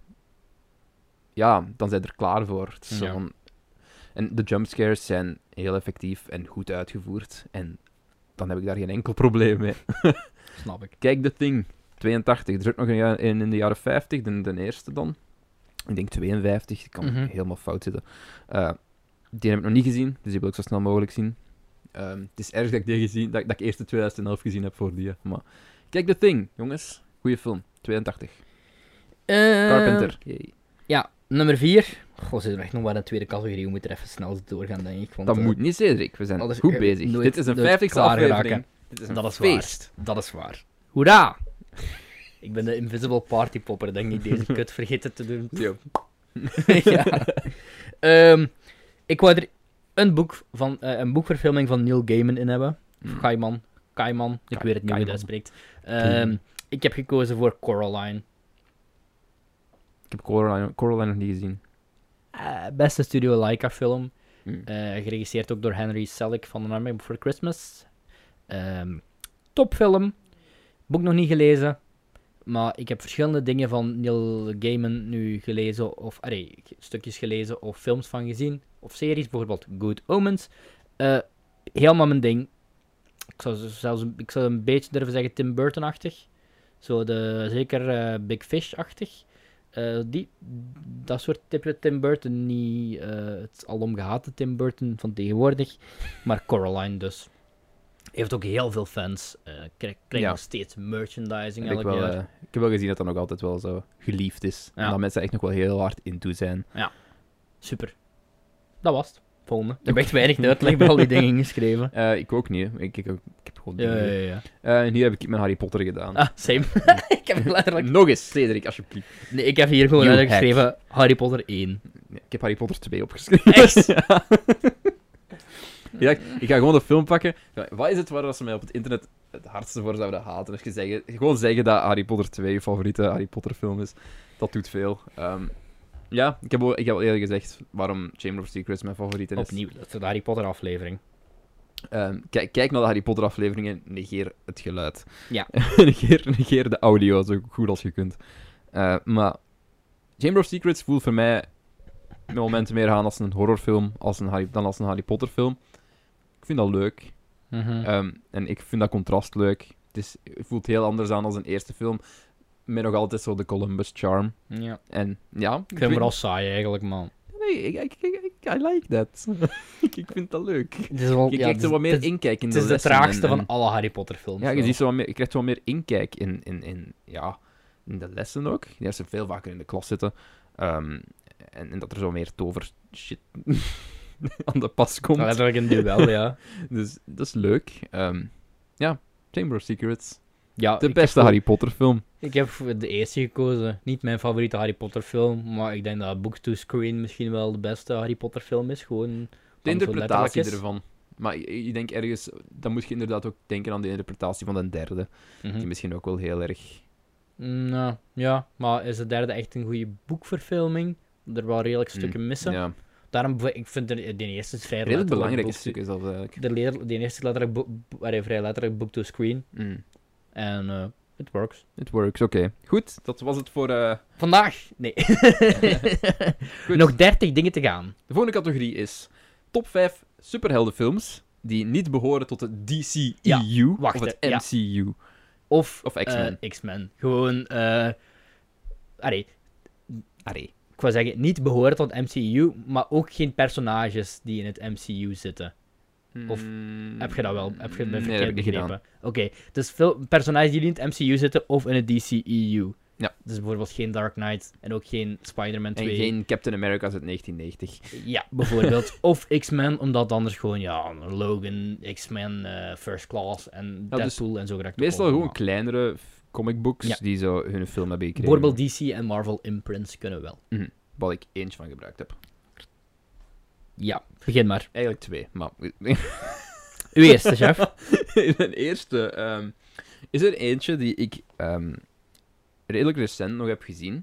Speaker 2: ja, dan zijn ze er klaar voor. Het is ja. zo, en de jumpscares zijn heel effectief en goed uitgevoerd. En dan heb ik daar geen enkel probleem mee.
Speaker 1: Snap ik.
Speaker 2: Kijk, The Thing, tweeëntachtig. Er is ook nog een in, in de jaren vijftig, de, de eerste dan. Ik denk tweeënvijftig, ik kan mm-hmm. helemaal fout zitten. Uh, die heb ik nog niet gezien, dus die wil ik zo snel mogelijk zien. Um, het is erg dat ik die gezien, dat, dat ik eerst de twintig elf gezien heb voor die. Maar kijk, The Thing, jongens. Goeie film, tweeëntachtig. Uh, Carpenter. Yay.
Speaker 1: Ja, nummer vier. Goh, ze zijn echt nog maar een tweede categorie. We moeten er even snel doorgaan, denk ik. Want,
Speaker 2: dat uh, moet niet, Cedric. We zijn is, goed bezig. Nooit, Dit is een vijftigste aflevering. Dit is een
Speaker 1: dat is
Speaker 2: feest.
Speaker 1: Waar. Dat is waar. Hoera! Ik ben de Invisible Party Popper, denk ik, deze kut vergeten te doen. ja. Um, ik wou er een, boek van, uh, een boekverfilming van Neil Gaiman in hebben. Mm. Gaiman. Gaiman. Ik Ka- weet het niet hoe je dat spreekt. Um, mm. Ik heb gekozen voor Coraline.
Speaker 2: Ik heb Coraline, Coraline nog niet gezien.
Speaker 1: Uh, beste Studio Laika film. Mm. Uh, geregisseerd ook door Henry Selick van The Nightmare Before Christmas. Um, topfilm. Boek nog niet gelezen. Maar ik heb verschillende dingen van Neil Gaiman nu gelezen, of arre, stukjes gelezen, of films van gezien, of series, bijvoorbeeld Good Omens. Uh, helemaal mijn ding. Ik zou zelfs een, ik zou een beetje durven zeggen Tim Burton-achtig. Zo de, zeker uh, Big Fish-achtig. Uh, die, dat soort type Tim Burton, niet uh, het alom gehate Tim Burton van tegenwoordig, maar Coraline dus. Heeft ook heel veel fans. Uh, krijgt krijg ja. nog steeds merchandising elk
Speaker 2: wel,
Speaker 1: jaar.
Speaker 2: Uh, ik heb wel gezien dat dat nog altijd wel zo geliefd is. Ja. En dat mensen echt nog wel heel hard into zijn.
Speaker 1: Ja, super. Dat was het. Volgende. Ik heb echt weinig uitleg bij al die dingen geschreven.
Speaker 2: Uh, ik ook niet. Ik, ik, ik heb gewoon
Speaker 1: ja, ja, ja.
Speaker 2: Uh, en hier heb ik mijn Harry Potter gedaan.
Speaker 1: Ah, same. ik heb letterlijk...
Speaker 2: Nog eens, Cedric, alsjeblieft.
Speaker 1: Nee, ik heb hier gewoon letterlijk geschreven Harry Potter één.
Speaker 2: Nee, ik heb Harry Potter twee opgeschreven.
Speaker 1: Echt?
Speaker 2: ja. Ja, ik ga gewoon de film pakken. Wat is het waar ze mij op het internet het hardste voor zouden haten? Als je zeggen, gewoon zeggen dat Harry Potter twee je favoriete Harry Potter film is. Dat doet veel. Um, Ja, ik heb, al, ik heb al eerder gezegd waarom Chamber of Secrets mijn favoriete is.
Speaker 1: Opnieuw, dat is de Harry Potter aflevering.
Speaker 2: Um, kijk, kijk naar de Harry Potter afleveringen, negeer het geluid.
Speaker 1: Ja.
Speaker 2: negeer, negeer de audio zo goed als je kunt. Uh, maar Chamber of Secrets voelt voor mij met momenten meer aan als een horrorfilm als een Harry, dan als een Harry Potter film. Ik vind dat leuk.
Speaker 1: Mm-hmm.
Speaker 2: Um, en ik vind dat contrast leuk. Het, is, het voelt heel anders aan dan een eerste film. Met nog altijd zo de Columbus charm.
Speaker 1: Ja.
Speaker 2: En ja...
Speaker 1: Ik vind hem vooral saai eigenlijk, man.
Speaker 2: Nee, ik, ik, ik, ik I like that. ik vind dat leuk.
Speaker 1: Het is wel,
Speaker 2: Je
Speaker 1: ja,
Speaker 2: krijgt er wat meer
Speaker 1: het,
Speaker 2: inkijk in
Speaker 1: het
Speaker 2: de
Speaker 1: is de
Speaker 2: lessen
Speaker 1: traagste
Speaker 2: en, en...
Speaker 1: van alle Harry Potter films.
Speaker 2: Ja, je,
Speaker 1: wel.
Speaker 2: ziet zo wat meer, je krijgt wat meer inkijk in, in, in, ja, in de lessen ook. Die ze veel vaker in de klas zitten. Um, en, en dat er zo meer tover shit aan de pas komt.
Speaker 1: Ja, letterlijk een duel, ja.
Speaker 2: Dus dat is leuk. Um, ja, Chamber of Secrets.
Speaker 1: ja
Speaker 2: De
Speaker 1: ik
Speaker 2: beste
Speaker 1: heb,
Speaker 2: Harry Potter film.
Speaker 1: Ik heb voor de eerste gekozen. Niet mijn favoriete Harry Potter film, maar ik denk dat Book to Screen misschien wel de beste Harry Potter film is. Gewoon
Speaker 2: De interpretatie
Speaker 1: is.
Speaker 2: ervan. Maar ik, ik denk ergens, dan moet je inderdaad ook denken aan de interpretatie van de derde.
Speaker 1: Mm-hmm.
Speaker 2: Die misschien ook wel heel erg...
Speaker 1: Nou, ja, maar is de derde echt een goede boekverfilming? Er wel redelijk stukken
Speaker 2: Mm,
Speaker 1: missen.
Speaker 2: Ja,
Speaker 1: Daarom, ik vind de, de eerste is vrij
Speaker 2: redelijk
Speaker 1: letterlijk
Speaker 2: belangrijke
Speaker 1: boek-
Speaker 2: stuk is dat eigenlijk.
Speaker 1: De, leer, de eerste is letterlijk, bo- bo- allee, vrij letterlijk book to screen.
Speaker 2: Mm.
Speaker 1: En uh, it works.
Speaker 2: It works, oké. Okay. Goed, dat was het voor... Uh...
Speaker 1: Vandaag? Nee. Nog dertig dingen te gaan.
Speaker 2: De volgende categorie is top vijf superheldenfilms die niet behoren tot het D C E U
Speaker 1: Ja, wacht,
Speaker 2: of het
Speaker 1: ja.
Speaker 2: M C U.
Speaker 1: Of,
Speaker 2: Of X-Men.
Speaker 1: Uh, X-Men. Gewoon, eh... allee,
Speaker 2: Allee.
Speaker 1: ik wou zeggen, niet behoren tot het M C U, maar ook geen personages die in het M C U zitten. Of
Speaker 2: Mm,
Speaker 1: Heb je dat wel? Heb je het me
Speaker 2: nee, dat
Speaker 1: verkeerd
Speaker 2: heb ik niet
Speaker 1: begrepen? Oké, okay, dus veel personages die in het M C U zitten of in het D C E U.
Speaker 2: Ja.
Speaker 1: Dus bijvoorbeeld geen Dark Knight en ook geen Spider-Man
Speaker 2: En
Speaker 1: twee.
Speaker 2: geen Captain America uit negentien negentig.
Speaker 1: Ja, bijvoorbeeld. Of X-Men, omdat anders gewoon, ja, Logan, X-Men, uh, First Class en
Speaker 2: Ja, dus
Speaker 1: Deadpool en zo geraakt.
Speaker 2: Meestal gewoon kleinere f- comic books
Speaker 1: Ja.
Speaker 2: die zo hun film hebben gekregen.
Speaker 1: Bijvoorbeeld D C en Marvel imprints kunnen wel.
Speaker 2: Mhm. Waar ik eentje van gebruikt heb.
Speaker 1: Ja, begin maar.
Speaker 2: Eigenlijk twee, maar...
Speaker 1: Uw eerste, chef.
Speaker 2: Mijn eerste ehm, is er eentje die ik ehm, redelijk recent nog heb gezien.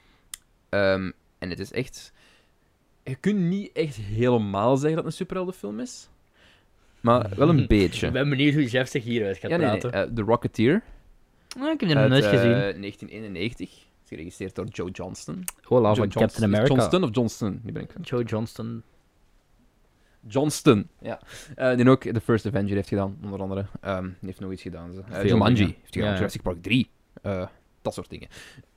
Speaker 2: Ehm, en het is echt... Je kunt niet echt helemaal zeggen dat het een superheldenfilm is. Maar wel een beetje.
Speaker 1: Ik ben benieuwd hoe Jeff zich hieruit gaat
Speaker 2: Ja, nee, nee.
Speaker 1: praten.
Speaker 2: Uh, The Rocketeer.
Speaker 1: Ah, ik heb die nog
Speaker 2: Uit
Speaker 1: nooit
Speaker 2: uh,
Speaker 1: gezien.
Speaker 2: negentien eenennegentig. Is geregisseerd door Joe Johnston.
Speaker 1: Voilà,
Speaker 2: Joe
Speaker 1: van
Speaker 2: Johnston.
Speaker 1: Captain America.
Speaker 2: Johnston of Johnston? Die ben ik.
Speaker 1: Joe Johnston.
Speaker 2: Johnston. Ja. Uh, die ook The First Avenger heeft gedaan, onder andere. Um, die heeft nog iets gedaan. Zo. Uh,
Speaker 1: Veel
Speaker 2: Jumanji
Speaker 1: dingen.
Speaker 2: heeft gedaan.
Speaker 1: Ja, ja.
Speaker 2: Jurassic Park drie. Uh, dat soort dingen.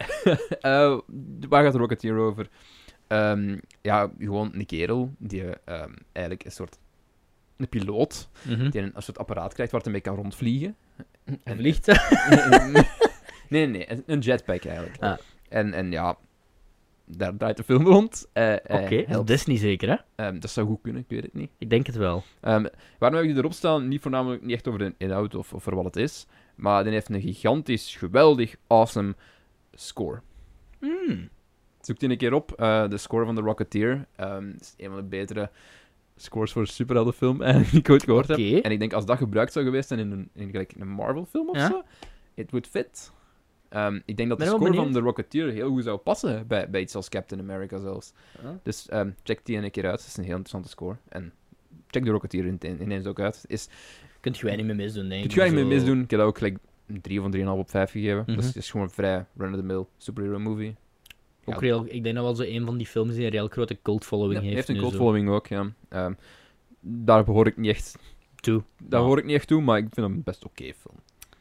Speaker 2: uh, waar gaat Rocketeer over? Um, ja, gewoon een kerel die um, eigenlijk een soort... Een piloot,
Speaker 1: Mhm.
Speaker 2: die een, een soort apparaat krijgt waar hij mee kan rondvliegen.
Speaker 1: Hij vliegt.
Speaker 2: nee, nee, nee. Een- Een jetpack eigenlijk.
Speaker 1: Ah.
Speaker 2: En, en ja, daar draait de film rond. Uh, uh,
Speaker 1: Oké, okay,
Speaker 2: helpt.
Speaker 1: Disney zeker, hè?
Speaker 2: Um, dat zou goed kunnen, ik weet het niet.
Speaker 1: Ik denk het wel.
Speaker 2: Um, waarom heb ik die erop staan? Niet voornamelijk niet echt over de inhoud of, of voor wat het is. Maar die heeft een gigantisch, geweldig, awesome score.
Speaker 1: Mm.
Speaker 2: Zoek die een keer op. Uh, de score van The Rocketeer. Um, is een van de betere scores voor een superheldenfilm eigenlijk die ik ooit gehoord
Speaker 1: Oké.
Speaker 2: heb. En ik denk als dat gebruikt zou geweest zijn in een, in gelijk een Marvel-film of
Speaker 1: Ja.
Speaker 2: zo, it would fit. Um, ik denk dat de
Speaker 1: Ben wel
Speaker 2: score van
Speaker 1: benieuwd.
Speaker 2: The Rocketeer heel goed zou passen bij, bij iets als Captain America zelfs.
Speaker 1: Ah.
Speaker 2: Dus um, check die een keer uit. Het is een heel interessante score. En check The Rocketeer in- in- ineens ook uit. Is,
Speaker 1: Kunt je wij niet meer misdoen, denk ik.
Speaker 2: Kunt je eigenlijk mee
Speaker 1: Zo-
Speaker 2: misdoen. Ik heb dat ook gelijk een drie of een drieënhalf op vijf gegeven.
Speaker 1: Mhm.
Speaker 2: Dus het is gewoon een vrij run-of-the-mill superhero movie.
Speaker 1: Ook
Speaker 2: Ja.
Speaker 1: reëel, ik denk dat wel zo een van die films die een heel grote cult following
Speaker 2: Ja,
Speaker 1: heeft.
Speaker 2: heeft een
Speaker 1: nu
Speaker 2: cult
Speaker 1: zo.
Speaker 2: following ook, ja. Um, daar behoor ik niet echt
Speaker 1: Toe.
Speaker 2: Daar
Speaker 1: Ja.
Speaker 2: hoor ik niet echt toe, maar ik vind hem een best oké film.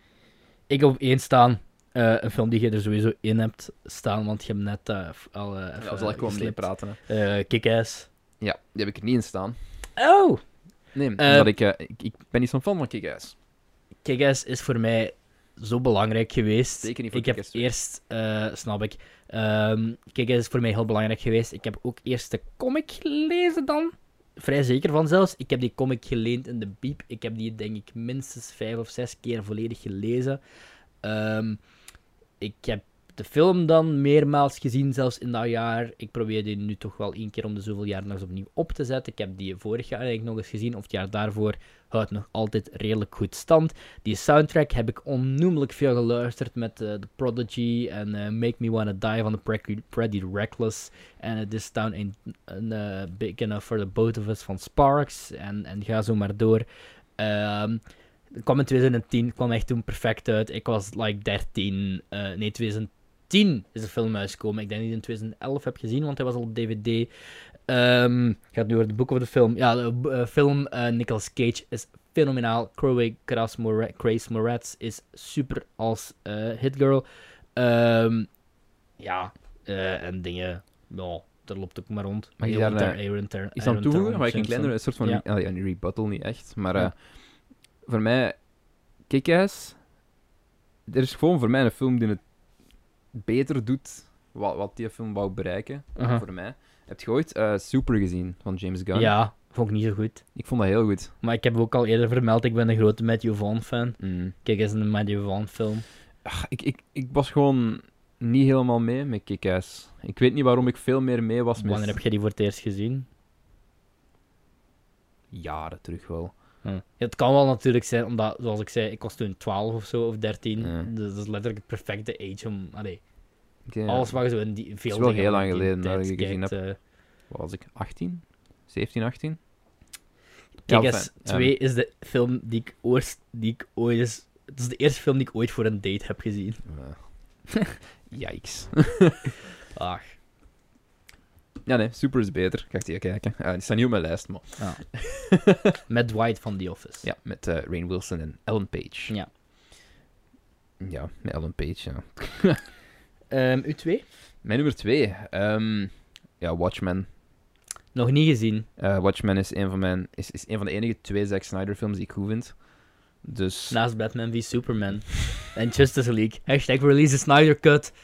Speaker 1: Ik heb op één staan. eh, een film die je er sowieso in hebt staan, want je hebt net eh, f- al uh,
Speaker 2: Ja, zal ik gewoon mee praten. Hè.
Speaker 1: Uh, Kick-Ass.
Speaker 2: Ja, die heb ik er niet in staan.
Speaker 1: Oh!
Speaker 2: Nee,
Speaker 1: Eh,
Speaker 2: omdat ik, uh, ik... Ik ben niet zo'n fan van Kick-Ass.
Speaker 1: Kick-Ass is voor mij zo belangrijk geweest.
Speaker 2: Zeker niet voor
Speaker 1: Ik heb
Speaker 2: Kick-Ass twee.
Speaker 1: eerst, uh, snap ik, um, Kick-Ass is voor mij heel belangrijk geweest. Ik heb ook eerst de comic gelezen dan. Vrij zeker van zelfs. Ik heb die comic geleend in de Biep. Ik heb die denk ik minstens vijf of zes keer volledig gelezen. Um, ik heb de film dan meermaals gezien, zelfs in dat jaar. Ik probeer die nu toch wel één keer om de zoveel jaar nog eens opnieuw op te zetten. Ik heb die vorig jaar eigenlijk nog eens gezien, of het jaar daarvoor. Houdt nog altijd redelijk goed stand. Die soundtrack heb ik onnoemelijk veel geluisterd met uh, The Prodigy en uh, Make Me Wanna Die van de Pretty Reckless. En uh, This Town Ain't uh, Big Enough for the Both of Us van Sparks. En, en ga zo maar door. Um, Het kwam in twintig tien, kwam echt toen perfect uit. Ik was like dertien. Uh, nee, twintig tien is de film uitgekomen. Ik denk dat ik die in twintig elf heb gezien, want hij was al op D V D. Um, gaat nu over de boek of de film. Ja, de uh, film uh, Nicolas Cage is fenomenaal. Chloe Grace Moretz is super als uh, hitgirl. Um, ja, uh, en dingen. Ja, daar loopt ook maar rond.
Speaker 2: Mag je daar
Speaker 1: ter,
Speaker 2: uh,
Speaker 1: Aaron ter,
Speaker 2: iets aan toevoegen? Maar ik een kleine een soort van...
Speaker 1: Ja.
Speaker 2: Ja, ja, een rebuttal niet echt, maar... Uh,
Speaker 1: ja.
Speaker 2: Voor mij... Kick-Ass... Er is gewoon voor mij een film die het beter doet wat, wat die film wou bereiken.
Speaker 1: Uh-huh.
Speaker 2: Voor mij. Heb je ooit uh, Super gezien van James Gunn?
Speaker 1: Ja, vond ik niet zo goed.
Speaker 2: Ik vond dat heel goed.
Speaker 1: Maar ik heb ook al eerder vermeld, ik ben een grote Matthew Vaughn fan.
Speaker 2: Mm.
Speaker 1: Kijk eens een Matthew Vaughn film.
Speaker 2: Ach, ik, ik, ik was gewoon niet helemaal mee met Kick-Ass. Ik weet niet waarom ik veel meer mee was met...
Speaker 1: Wanneer heb jij die voor het eerst gezien?
Speaker 2: Jaren terug wel.
Speaker 1: Hm. Ja, het kan wel natuurlijk zijn, omdat, zoals ik zei, ik was toen twaalf of zo, of dertien.
Speaker 2: Ja.
Speaker 1: Dus dat is letterlijk het perfecte age om... Allee,
Speaker 2: Okay,
Speaker 1: alles wat je zo in die... Veel
Speaker 2: het is wel
Speaker 1: dingen
Speaker 2: heel
Speaker 1: in
Speaker 2: lang
Speaker 1: die
Speaker 2: geleden dat
Speaker 1: tijd
Speaker 2: ik gezien
Speaker 1: kijkt,
Speaker 2: heb.
Speaker 1: uh,
Speaker 2: Wat was ik? achttien? zeventien, achttien?
Speaker 1: Kijk
Speaker 2: Ja,
Speaker 1: eens,
Speaker 2: enfin,
Speaker 1: twee
Speaker 2: um,
Speaker 1: is de film die ik ooit... Die ik ooit is, het is de eerste film die ik ooit voor een date heb gezien.
Speaker 2: Uh, Yikes.
Speaker 1: Ach.
Speaker 2: Ja, nee, Super is beter. Ga ik die kijken. Uh, die staat niet op mijn lijst, maar...
Speaker 1: Ja. Met Dwight van The Office.
Speaker 2: Ja, met uh, Rainn Wilson en Ellen Page.
Speaker 1: Ja.
Speaker 2: Ja, met Ellen Page, ja.
Speaker 1: Um, u twee?
Speaker 2: Mijn nummer twee. Um, ja, Watchmen.
Speaker 1: Nog niet gezien.
Speaker 2: Uh, Watchmen is een van mijn... Is, is een van de enige twee Zack Snyder films die ik goed vind. Dus...
Speaker 1: Naast Batman v Superman. En Justice League. Hashtag release the Snyder Cut.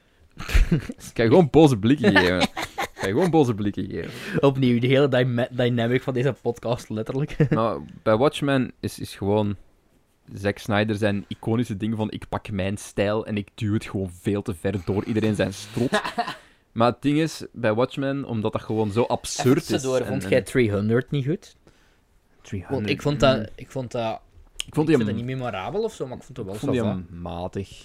Speaker 2: Ik ga je gewoon boze blikken geven. Ik ga je gewoon boze blikken geven.
Speaker 1: Opnieuw, de hele dy- dynamic van deze podcast, letterlijk.
Speaker 2: Nou, bij Watchmen is, is gewoon... Zack Snyder zijn iconische ding van ik pak mijn stijl en ik duw het gewoon veel te ver door iedereen zijn strot. Maar het ding is, bij Watchmen, omdat dat gewoon zo absurd is...
Speaker 1: Door,
Speaker 2: en,
Speaker 1: vond
Speaker 2: en...
Speaker 1: jij driehonderd niet goed?
Speaker 2: driehonderd
Speaker 1: Want ik vond dat... Ik vond dat...
Speaker 2: Ik vond
Speaker 1: ik
Speaker 2: die
Speaker 1: vind
Speaker 2: hem,
Speaker 1: dat niet memorabel of zo, maar ik vond het wel
Speaker 2: ik vond die
Speaker 1: zo.
Speaker 2: hem matig.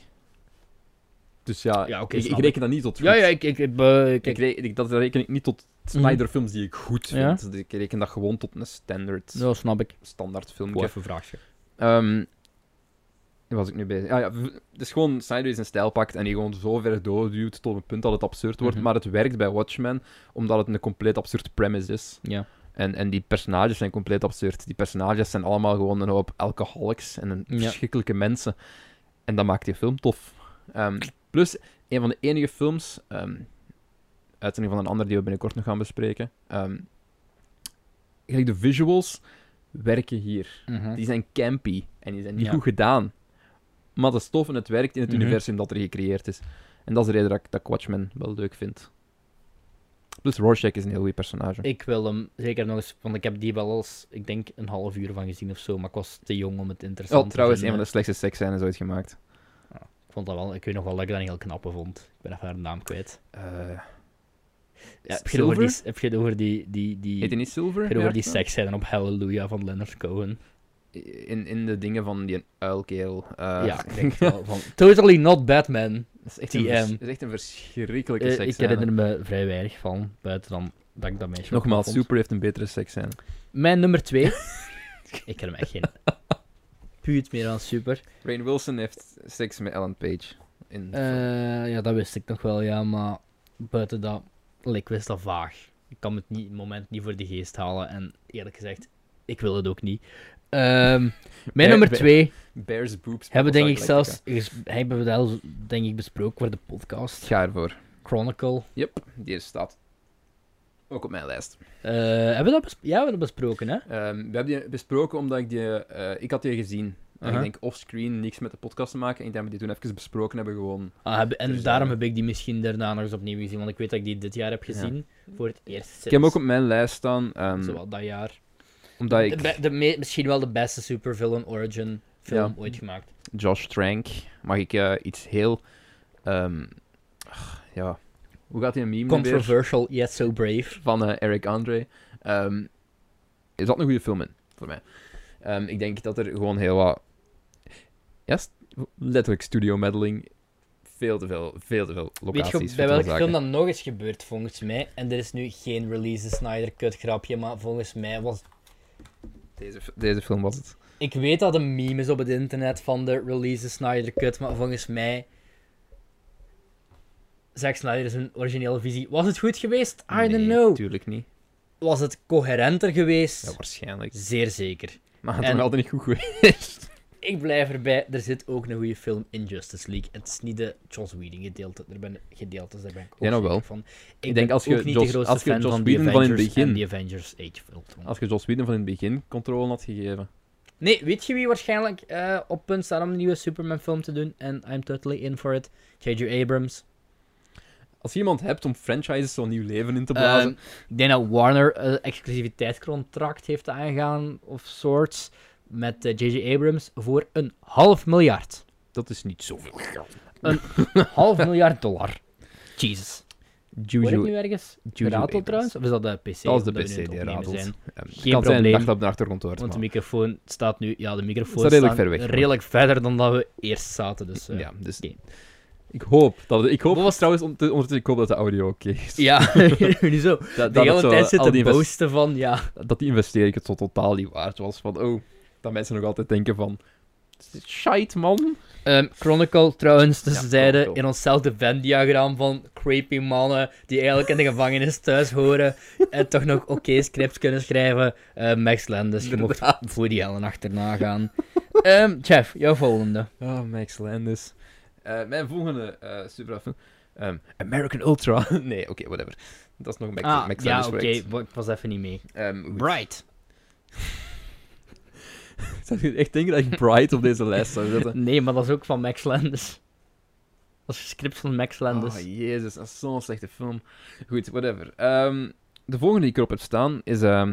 Speaker 2: Dus ja,
Speaker 1: Ja, oké,
Speaker 2: ik, ik
Speaker 1: snap
Speaker 2: reken dat niet tot goed.
Speaker 1: Ja, ja, ik... ik, ik, uh,
Speaker 2: Ik
Speaker 1: kijk,
Speaker 2: re- ik- dat reken ik niet tot Snyder-films die ik goed
Speaker 1: Ja.
Speaker 2: vind. Ik reken dat gewoon tot een standaard,
Speaker 1: zo snap ik.
Speaker 2: standaard
Speaker 1: Hoe
Speaker 2: filmpje.
Speaker 1: even vraagje.
Speaker 2: Um, waar was ik nu bezig? Ah, ja, v- het is gewoon Snyder die zijn stijl pakt en die gewoon zo ver doorduwt tot een punt dat het absurd wordt.
Speaker 1: Mhm.
Speaker 2: Maar het werkt bij Watchmen omdat het een compleet absurd premise is.
Speaker 1: Ja.
Speaker 2: En, en die personages zijn compleet absurd. Die personages zijn allemaal gewoon een hoop alcoholics en een
Speaker 1: Ja.
Speaker 2: verschrikkelijke mensen. En dat maakt die film tof. Um, plus, een van de enige films, um, uitzending van een ander die we binnenkort nog gaan bespreken. Um, gelijk de visuals werken hier.
Speaker 1: Mhm.
Speaker 2: Die zijn campy en die zijn niet
Speaker 1: Ja.
Speaker 2: goed gedaan. Maar de stof en het werkt in het
Speaker 1: Mhm.
Speaker 2: universum dat er gecreëerd is. En dat is de reden dat ik, dat ik Watchmen wel leuk vind. Plus Rorschach is een heel goed personage.
Speaker 1: Ik wil hem zeker nog eens... Want ik heb die wel eens, ik denk, een half uur van gezien of zo. Maar ik was te jong om het interessant
Speaker 2: Oh,
Speaker 1: te
Speaker 2: trouwens, een
Speaker 1: vinden.
Speaker 2: van de slechtste seksscènes ooit gemaakt.
Speaker 1: Ik vond dat wel... Ik weet nog wel dat ik dat een heel knappe vond. Ik ben even haar naam kwijt.
Speaker 2: Uh,
Speaker 1: Ja, heb je het over die... Heb je het over die... die, die
Speaker 2: Heet hij niet Silver?
Speaker 1: heb je het over die
Speaker 2: Ja,
Speaker 1: seksscène op Hallelujah van Leonard Cohen?
Speaker 2: In, in de dingen van die uilkeel. Uh,
Speaker 1: Ja, ik denk het wel. Van, totally not Batman.
Speaker 2: Dat is echt
Speaker 1: T M.
Speaker 2: een, vers- dat is echt een verschrikkelijke
Speaker 1: Uh, ik
Speaker 2: seksscène.
Speaker 1: herinner me vrij weinig van. Buiten dan dat ik dat meisje ook
Speaker 2: Nogmaals,
Speaker 1: vond.
Speaker 2: Super heeft een betere seksscène.
Speaker 1: Mijn nummer twee. Ik ken hem echt geen... Puut meer dan Super.
Speaker 2: Rainn Wilson heeft seks met Ellen Page. In de film.
Speaker 1: Uh, ja, dat wist ik nog wel, ja, maar buiten dat, ik wist dat vaag. Ik kan het niet, het moment niet voor de geest halen en eerlijk gezegd, ik wil het ook niet. Um, mijn
Speaker 2: Bear-
Speaker 1: nummer
Speaker 2: Bear-
Speaker 1: twee
Speaker 2: Bears boobs.
Speaker 1: hebben denk ik
Speaker 2: Battlestar
Speaker 1: zelfs, ges- hebben we wel denk ik besproken voor de podcast.
Speaker 2: Ga ervoor.
Speaker 1: Chronicle.
Speaker 2: Yep, die staat ook op mijn lijst.
Speaker 1: Uh, hebben we dat bes- ja, we hebben dat besproken, hè?
Speaker 2: Um, we hebben die besproken omdat ik die... uh, ik had die gezien. En
Speaker 1: Uh-huh.
Speaker 2: ik denk offscreen niks met de podcast te maken. En ik denk dat we die toen even besproken hebben gewoon...
Speaker 1: Ah, heb- en
Speaker 2: Dus,
Speaker 1: daarom
Speaker 2: uh,
Speaker 1: heb ik die misschien daarna nog eens opnieuw gezien, want ik weet dat ik die dit jaar heb gezien. Voor het eerst sinds
Speaker 2: Ik heb hem ook op mijn lijst staan. Um,
Speaker 1: zowel dat jaar.
Speaker 2: omdat
Speaker 1: De
Speaker 2: ik
Speaker 1: be- de me- misschien wel de beste supervillain origin film
Speaker 2: Ja.
Speaker 1: ooit gemaakt.
Speaker 2: Josh Trank... Mag ik uh, iets heel Um, ja, hoe gaat die een meme
Speaker 1: Controversial, yet so brave.
Speaker 2: Van uh, Eric Andre. Um, er zat een goede film in, voor mij. Um, ik denk dat er gewoon heel wat... Ja, st- letterlijk studio meddling. Veel te veel, veel te veel locaties.
Speaker 1: Weet je bij welke film dat nog eens gebeurt, volgens mij? En er is nu geen release the Snyder Cut grapje, maar volgens mij was...
Speaker 2: Deze, deze film was het.
Speaker 1: Ik weet dat er een meme is op het internet van de release the Snyder Cut, maar volgens mij... Zack Snyder is een originele visie. Was het goed geweest? I
Speaker 2: nee,
Speaker 1: don't know.
Speaker 2: Natuurlijk niet.
Speaker 1: Was het coherenter geweest?
Speaker 2: Ja, waarschijnlijk.
Speaker 1: Zeer zeker.
Speaker 2: Maar het is
Speaker 1: En-
Speaker 2: nog altijd niet goed geweest.
Speaker 1: Ik blijf erbij, er zit ook een goede film in Justice League. Het is niet de Joss Whedon gedeelte, er ben gedeeltes, daar ben ik ook
Speaker 2: Ja, nou
Speaker 1: zeker
Speaker 2: wel.
Speaker 1: van. Ik,
Speaker 2: Ik
Speaker 1: ben
Speaker 2: denk als je
Speaker 1: ook niet
Speaker 2: Joss-
Speaker 1: de grootste
Speaker 2: als je
Speaker 1: fan
Speaker 2: Joss
Speaker 1: van The
Speaker 2: Whedon van in het
Speaker 1: Avengers
Speaker 2: begin-
Speaker 1: en The Avengers Age of Ultron.
Speaker 2: Als je Joss Whedon van in het begin controle had gegeven.
Speaker 1: Nee, weet je wie waarschijnlijk eh, op punt staat om een nieuwe Superman film te doen? En I'm totally in for it. J J Abrams.
Speaker 2: Als je iemand hebt om franchises zo'n nieuw leven in te blazen...
Speaker 1: Ehm, ik denk dat Warner een exclusiviteitscontract heeft aangegaan, of sorts, met eh, J J Abrams voor een half miljard.
Speaker 2: dat is niet zoveel geld.
Speaker 1: Een half miljard dollar. Jesus. Word ik
Speaker 2: Juju,
Speaker 1: nu ergens
Speaker 2: Juju
Speaker 1: gerateld
Speaker 2: Abrams.
Speaker 1: trouwens? Of is dat de P C?
Speaker 2: Dat was de
Speaker 1: omdat
Speaker 2: P
Speaker 1: we
Speaker 2: C
Speaker 1: nu aan
Speaker 2: die
Speaker 1: het opnemen
Speaker 2: ratelt.
Speaker 1: zijn?
Speaker 2: Um, het
Speaker 1: Geen
Speaker 2: kan zijn
Speaker 1: probleem.
Speaker 2: dat dat op de achtergrond hoort.
Speaker 1: Want de
Speaker 2: maar-
Speaker 1: microfoon staat nu... Ja, de microfoon
Speaker 2: Staat redelijk
Speaker 1: staat
Speaker 2: ver weg,
Speaker 1: redelijk verder dan dat we eerst zaten. Dus, eh,
Speaker 2: ja, dus...
Speaker 1: oké.
Speaker 2: Ik hoop dat... Ik hoop
Speaker 1: Wat was-
Speaker 2: trouwens, ont- ondertussen, ik hoop dat de audio oké is.
Speaker 1: Ja, nu zo.
Speaker 2: Dat,
Speaker 1: De
Speaker 2: dat,
Speaker 1: hele
Speaker 2: het zo,
Speaker 1: tijd
Speaker 2: al
Speaker 1: zit
Speaker 2: die
Speaker 1: te
Speaker 2: invest-
Speaker 1: boosten van... Ja,
Speaker 2: dat die investering het zo totaal niet waard was. Van, oh, dat mensen nog altijd denken van... Shite, man.
Speaker 1: Ehm, Chronicle trouwens, dus
Speaker 2: Ja,
Speaker 1: ze zeiden
Speaker 2: Chronicle.
Speaker 1: in onszelfde Venn-diagram van creepy mannen die eigenlijk in de gevangenis thuis horen en toch nog oké scripts kunnen schrijven. Eh, Max Landis, je mocht
Speaker 2: Inderdaad.
Speaker 1: Woody Allen achterna gaan. Ehm Jeff, jouw volgende.
Speaker 2: Oh, Max Landis. Eh, mijn volgende uh, superfilm. Um, American Ultra. nee, oké, whatever. Dat is nog Max,
Speaker 1: Ah,
Speaker 2: Max
Speaker 1: ja,
Speaker 2: Landis
Speaker 1: oké,
Speaker 2: project.
Speaker 1: wa- ik was even niet mee.
Speaker 2: Ehm, goed.
Speaker 1: Bright.
Speaker 2: Zou je echt denken dat ik Bright op deze lijst zou zetten?
Speaker 1: Nee, maar dat is ook van Max Landis. Dat is een script van Max Landis.
Speaker 2: Oh, jezus, dat is zo'n slechte film. Goed, whatever. Ehm, de volgende die ik erop heb staan is... ehm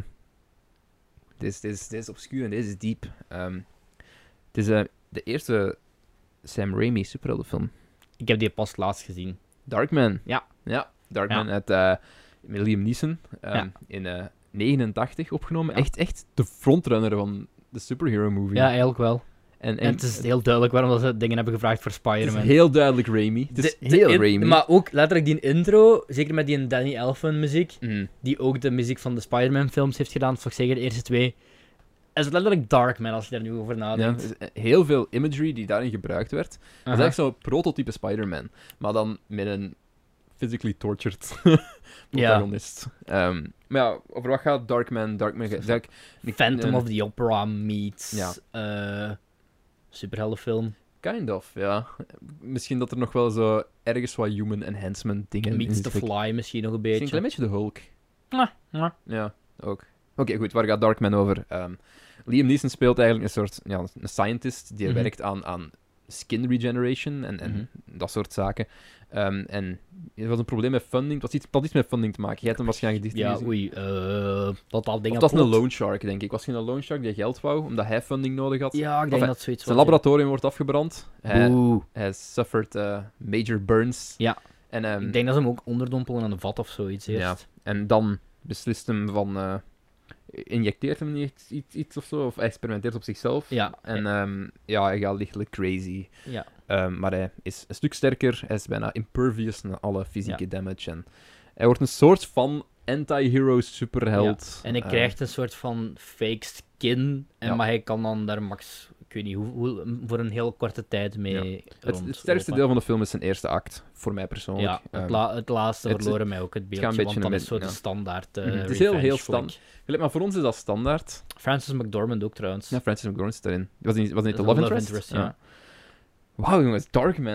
Speaker 2: deze, deze, deze is obscuur en deze is diep. Ehm, het is eh, de eerste Sam Raimi superheldenfilm.
Speaker 1: Ik heb die pas laatst gezien.
Speaker 2: Darkman.
Speaker 1: Ja.
Speaker 2: Ja, Darkman
Speaker 1: Ja.
Speaker 2: uit eh, met Liam Neeson. ehm,
Speaker 1: Ja.
Speaker 2: In eh negenentachtig opgenomen.
Speaker 1: Ja.
Speaker 2: Echt, echt de frontrunner van de superhero movie.
Speaker 1: Ja, eigenlijk wel.
Speaker 2: en,
Speaker 1: En het is heel duidelijk waarom dat ze dingen hebben gevraagd voor
Speaker 2: het is
Speaker 1: Spider-Man.
Speaker 2: heel duidelijk Raimi. Het is
Speaker 1: De- de
Speaker 2: heel
Speaker 1: in-
Speaker 2: Raimi.
Speaker 1: Maar ook letterlijk die intro, zeker met die Danny Elfman muziek,
Speaker 2: Mhm.
Speaker 1: die ook de muziek van de Spider-Man films heeft gedaan, of zeker de eerste twee. Het is letterlijk Darkman als je daar nu over
Speaker 2: Ja,
Speaker 1: nadenkt.
Speaker 2: er is heel veel imagery die daarin gebruikt werd. Dat is
Speaker 1: Aha.
Speaker 2: eigenlijk zo'n prototype Spider-Man. Maar dan met een physically tortured protagonist. Ehm, maar ja, over wat gaat Darkman? Darkman gaat- Dark,
Speaker 1: Phantom
Speaker 2: eh,
Speaker 1: of the Opera meets
Speaker 2: Ja.
Speaker 1: eh, superheldenfilm.
Speaker 2: Kind of, ja. Misschien dat er nog wel zo ergens wat human enhancement dingen
Speaker 1: Meets
Speaker 2: in
Speaker 1: The
Speaker 2: zitten.
Speaker 1: Fly misschien nog een
Speaker 2: Misschien een
Speaker 1: beetje.
Speaker 2: klein beetje de Hulk.
Speaker 1: Mwah, mwah.
Speaker 2: Ja, ook. Oké, goed. Waar gaat Darkman over? Ehm, Liam Neeson speelt eigenlijk een soort ja, een scientist die
Speaker 1: Mhm.
Speaker 2: werkt aan, aan skin regeneration en, en
Speaker 1: Mhm.
Speaker 2: dat soort zaken. Ehm, en er was een probleem met funding. Het was iets, het had iets met funding te maken. Jij hebt hem waarschijnlijk dicht
Speaker 1: Ja,
Speaker 2: gezien.
Speaker 1: oei. eh dat al
Speaker 2: Of
Speaker 1: dingen
Speaker 2: dat was een
Speaker 1: plot.
Speaker 2: loan shark, denk ik. Was geen loan shark die geld wou, omdat hij funding nodig had.
Speaker 1: Ja, ik denk
Speaker 2: Enfin,
Speaker 1: dat zoiets
Speaker 2: Zijn
Speaker 1: was,
Speaker 2: laboratorium wordt afgebrand.
Speaker 1: ja.
Speaker 2: Hij,
Speaker 1: Oeh.
Speaker 2: hij suffered eh, major burns.
Speaker 1: Ja.
Speaker 2: En, ehm,
Speaker 1: Ik denk dat ze hem ook onderdompelen in een vat of zoiets eerst.
Speaker 2: Ja. En dan beslist hem van... eh, injecteert hem niet iets, iets, iets of zo, of hij experimenteert op zichzelf.
Speaker 1: Ja.
Speaker 2: En ehm, ja, hij gaat lichtelijk crazy.
Speaker 1: Ja.
Speaker 2: Ehm, maar hij is een stuk sterker. Hij is bijna impervious naar alle fysieke damage. En hij wordt een soort van anti-hero superheld.
Speaker 1: En hij
Speaker 2: Ehm,
Speaker 1: krijgt een soort van fake skin. En
Speaker 2: Ja.
Speaker 1: Maar hij kan dan daar max, ik weet niet hoe, hoe voor een heel korte tijd mee.
Speaker 2: Ja. het,
Speaker 1: rondlopen.
Speaker 2: het sterkste deel van de film is zijn eerste act, voor mij persoonlijk.
Speaker 1: Ja, het,
Speaker 2: Ehm,
Speaker 1: la- het laatste
Speaker 2: het-
Speaker 1: verloren mij ook het beeldje,
Speaker 2: gaat een beetje
Speaker 1: want dat
Speaker 2: een
Speaker 1: is zo
Speaker 2: beetje-
Speaker 1: de
Speaker 2: ja.
Speaker 1: standaard eh
Speaker 2: Mhm, het is heel- heel
Speaker 1: revenge
Speaker 2: stand-
Speaker 1: flick.
Speaker 2: gelijk, maar voor ons is dat standaard.
Speaker 1: Francis McDormand ook trouwens.
Speaker 2: Ja, Francis McDormand zit erin. Was niet, was niet de
Speaker 1: Dat
Speaker 2: love
Speaker 1: is een
Speaker 2: interest?
Speaker 1: ja.
Speaker 2: Wauw, jongens, Darkman.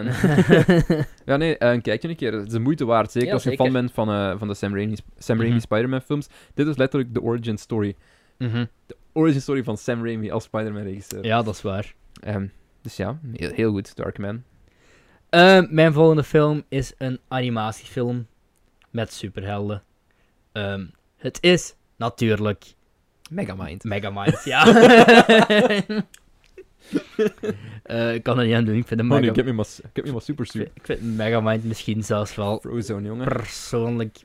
Speaker 2: ja, nee, uh, kijk je een keer. Het is de moeite waard. Zeker
Speaker 1: Ja,
Speaker 2: als je
Speaker 1: zeker.
Speaker 2: fan bent van, uh, van de Sam Raimi, Sam Raimi
Speaker 1: Mhm.
Speaker 2: Spider-Man films. Dit is letterlijk de origin story.
Speaker 1: Mhm.
Speaker 2: Origin story van Sam Raimi als Spider-Man regisseur.
Speaker 1: Ja, dat is waar.
Speaker 2: Ehm, dus ja, heel, heel goed, Darkman.
Speaker 1: Eh, mijn volgende film is een animatiefilm met superhelden. Ehm, het is natuurlijk
Speaker 2: Megamind.
Speaker 1: Megamind, ja. uh, ik kan er niet aan doen, ik vind de
Speaker 2: Oh nee,
Speaker 1: Mega...
Speaker 2: ik heb me maar, ik heb me maar super
Speaker 1: ik
Speaker 2: suit.
Speaker 1: vind, ik vind Megamind misschien zelfs wel
Speaker 2: Frozone, jongen.
Speaker 1: persoonlijk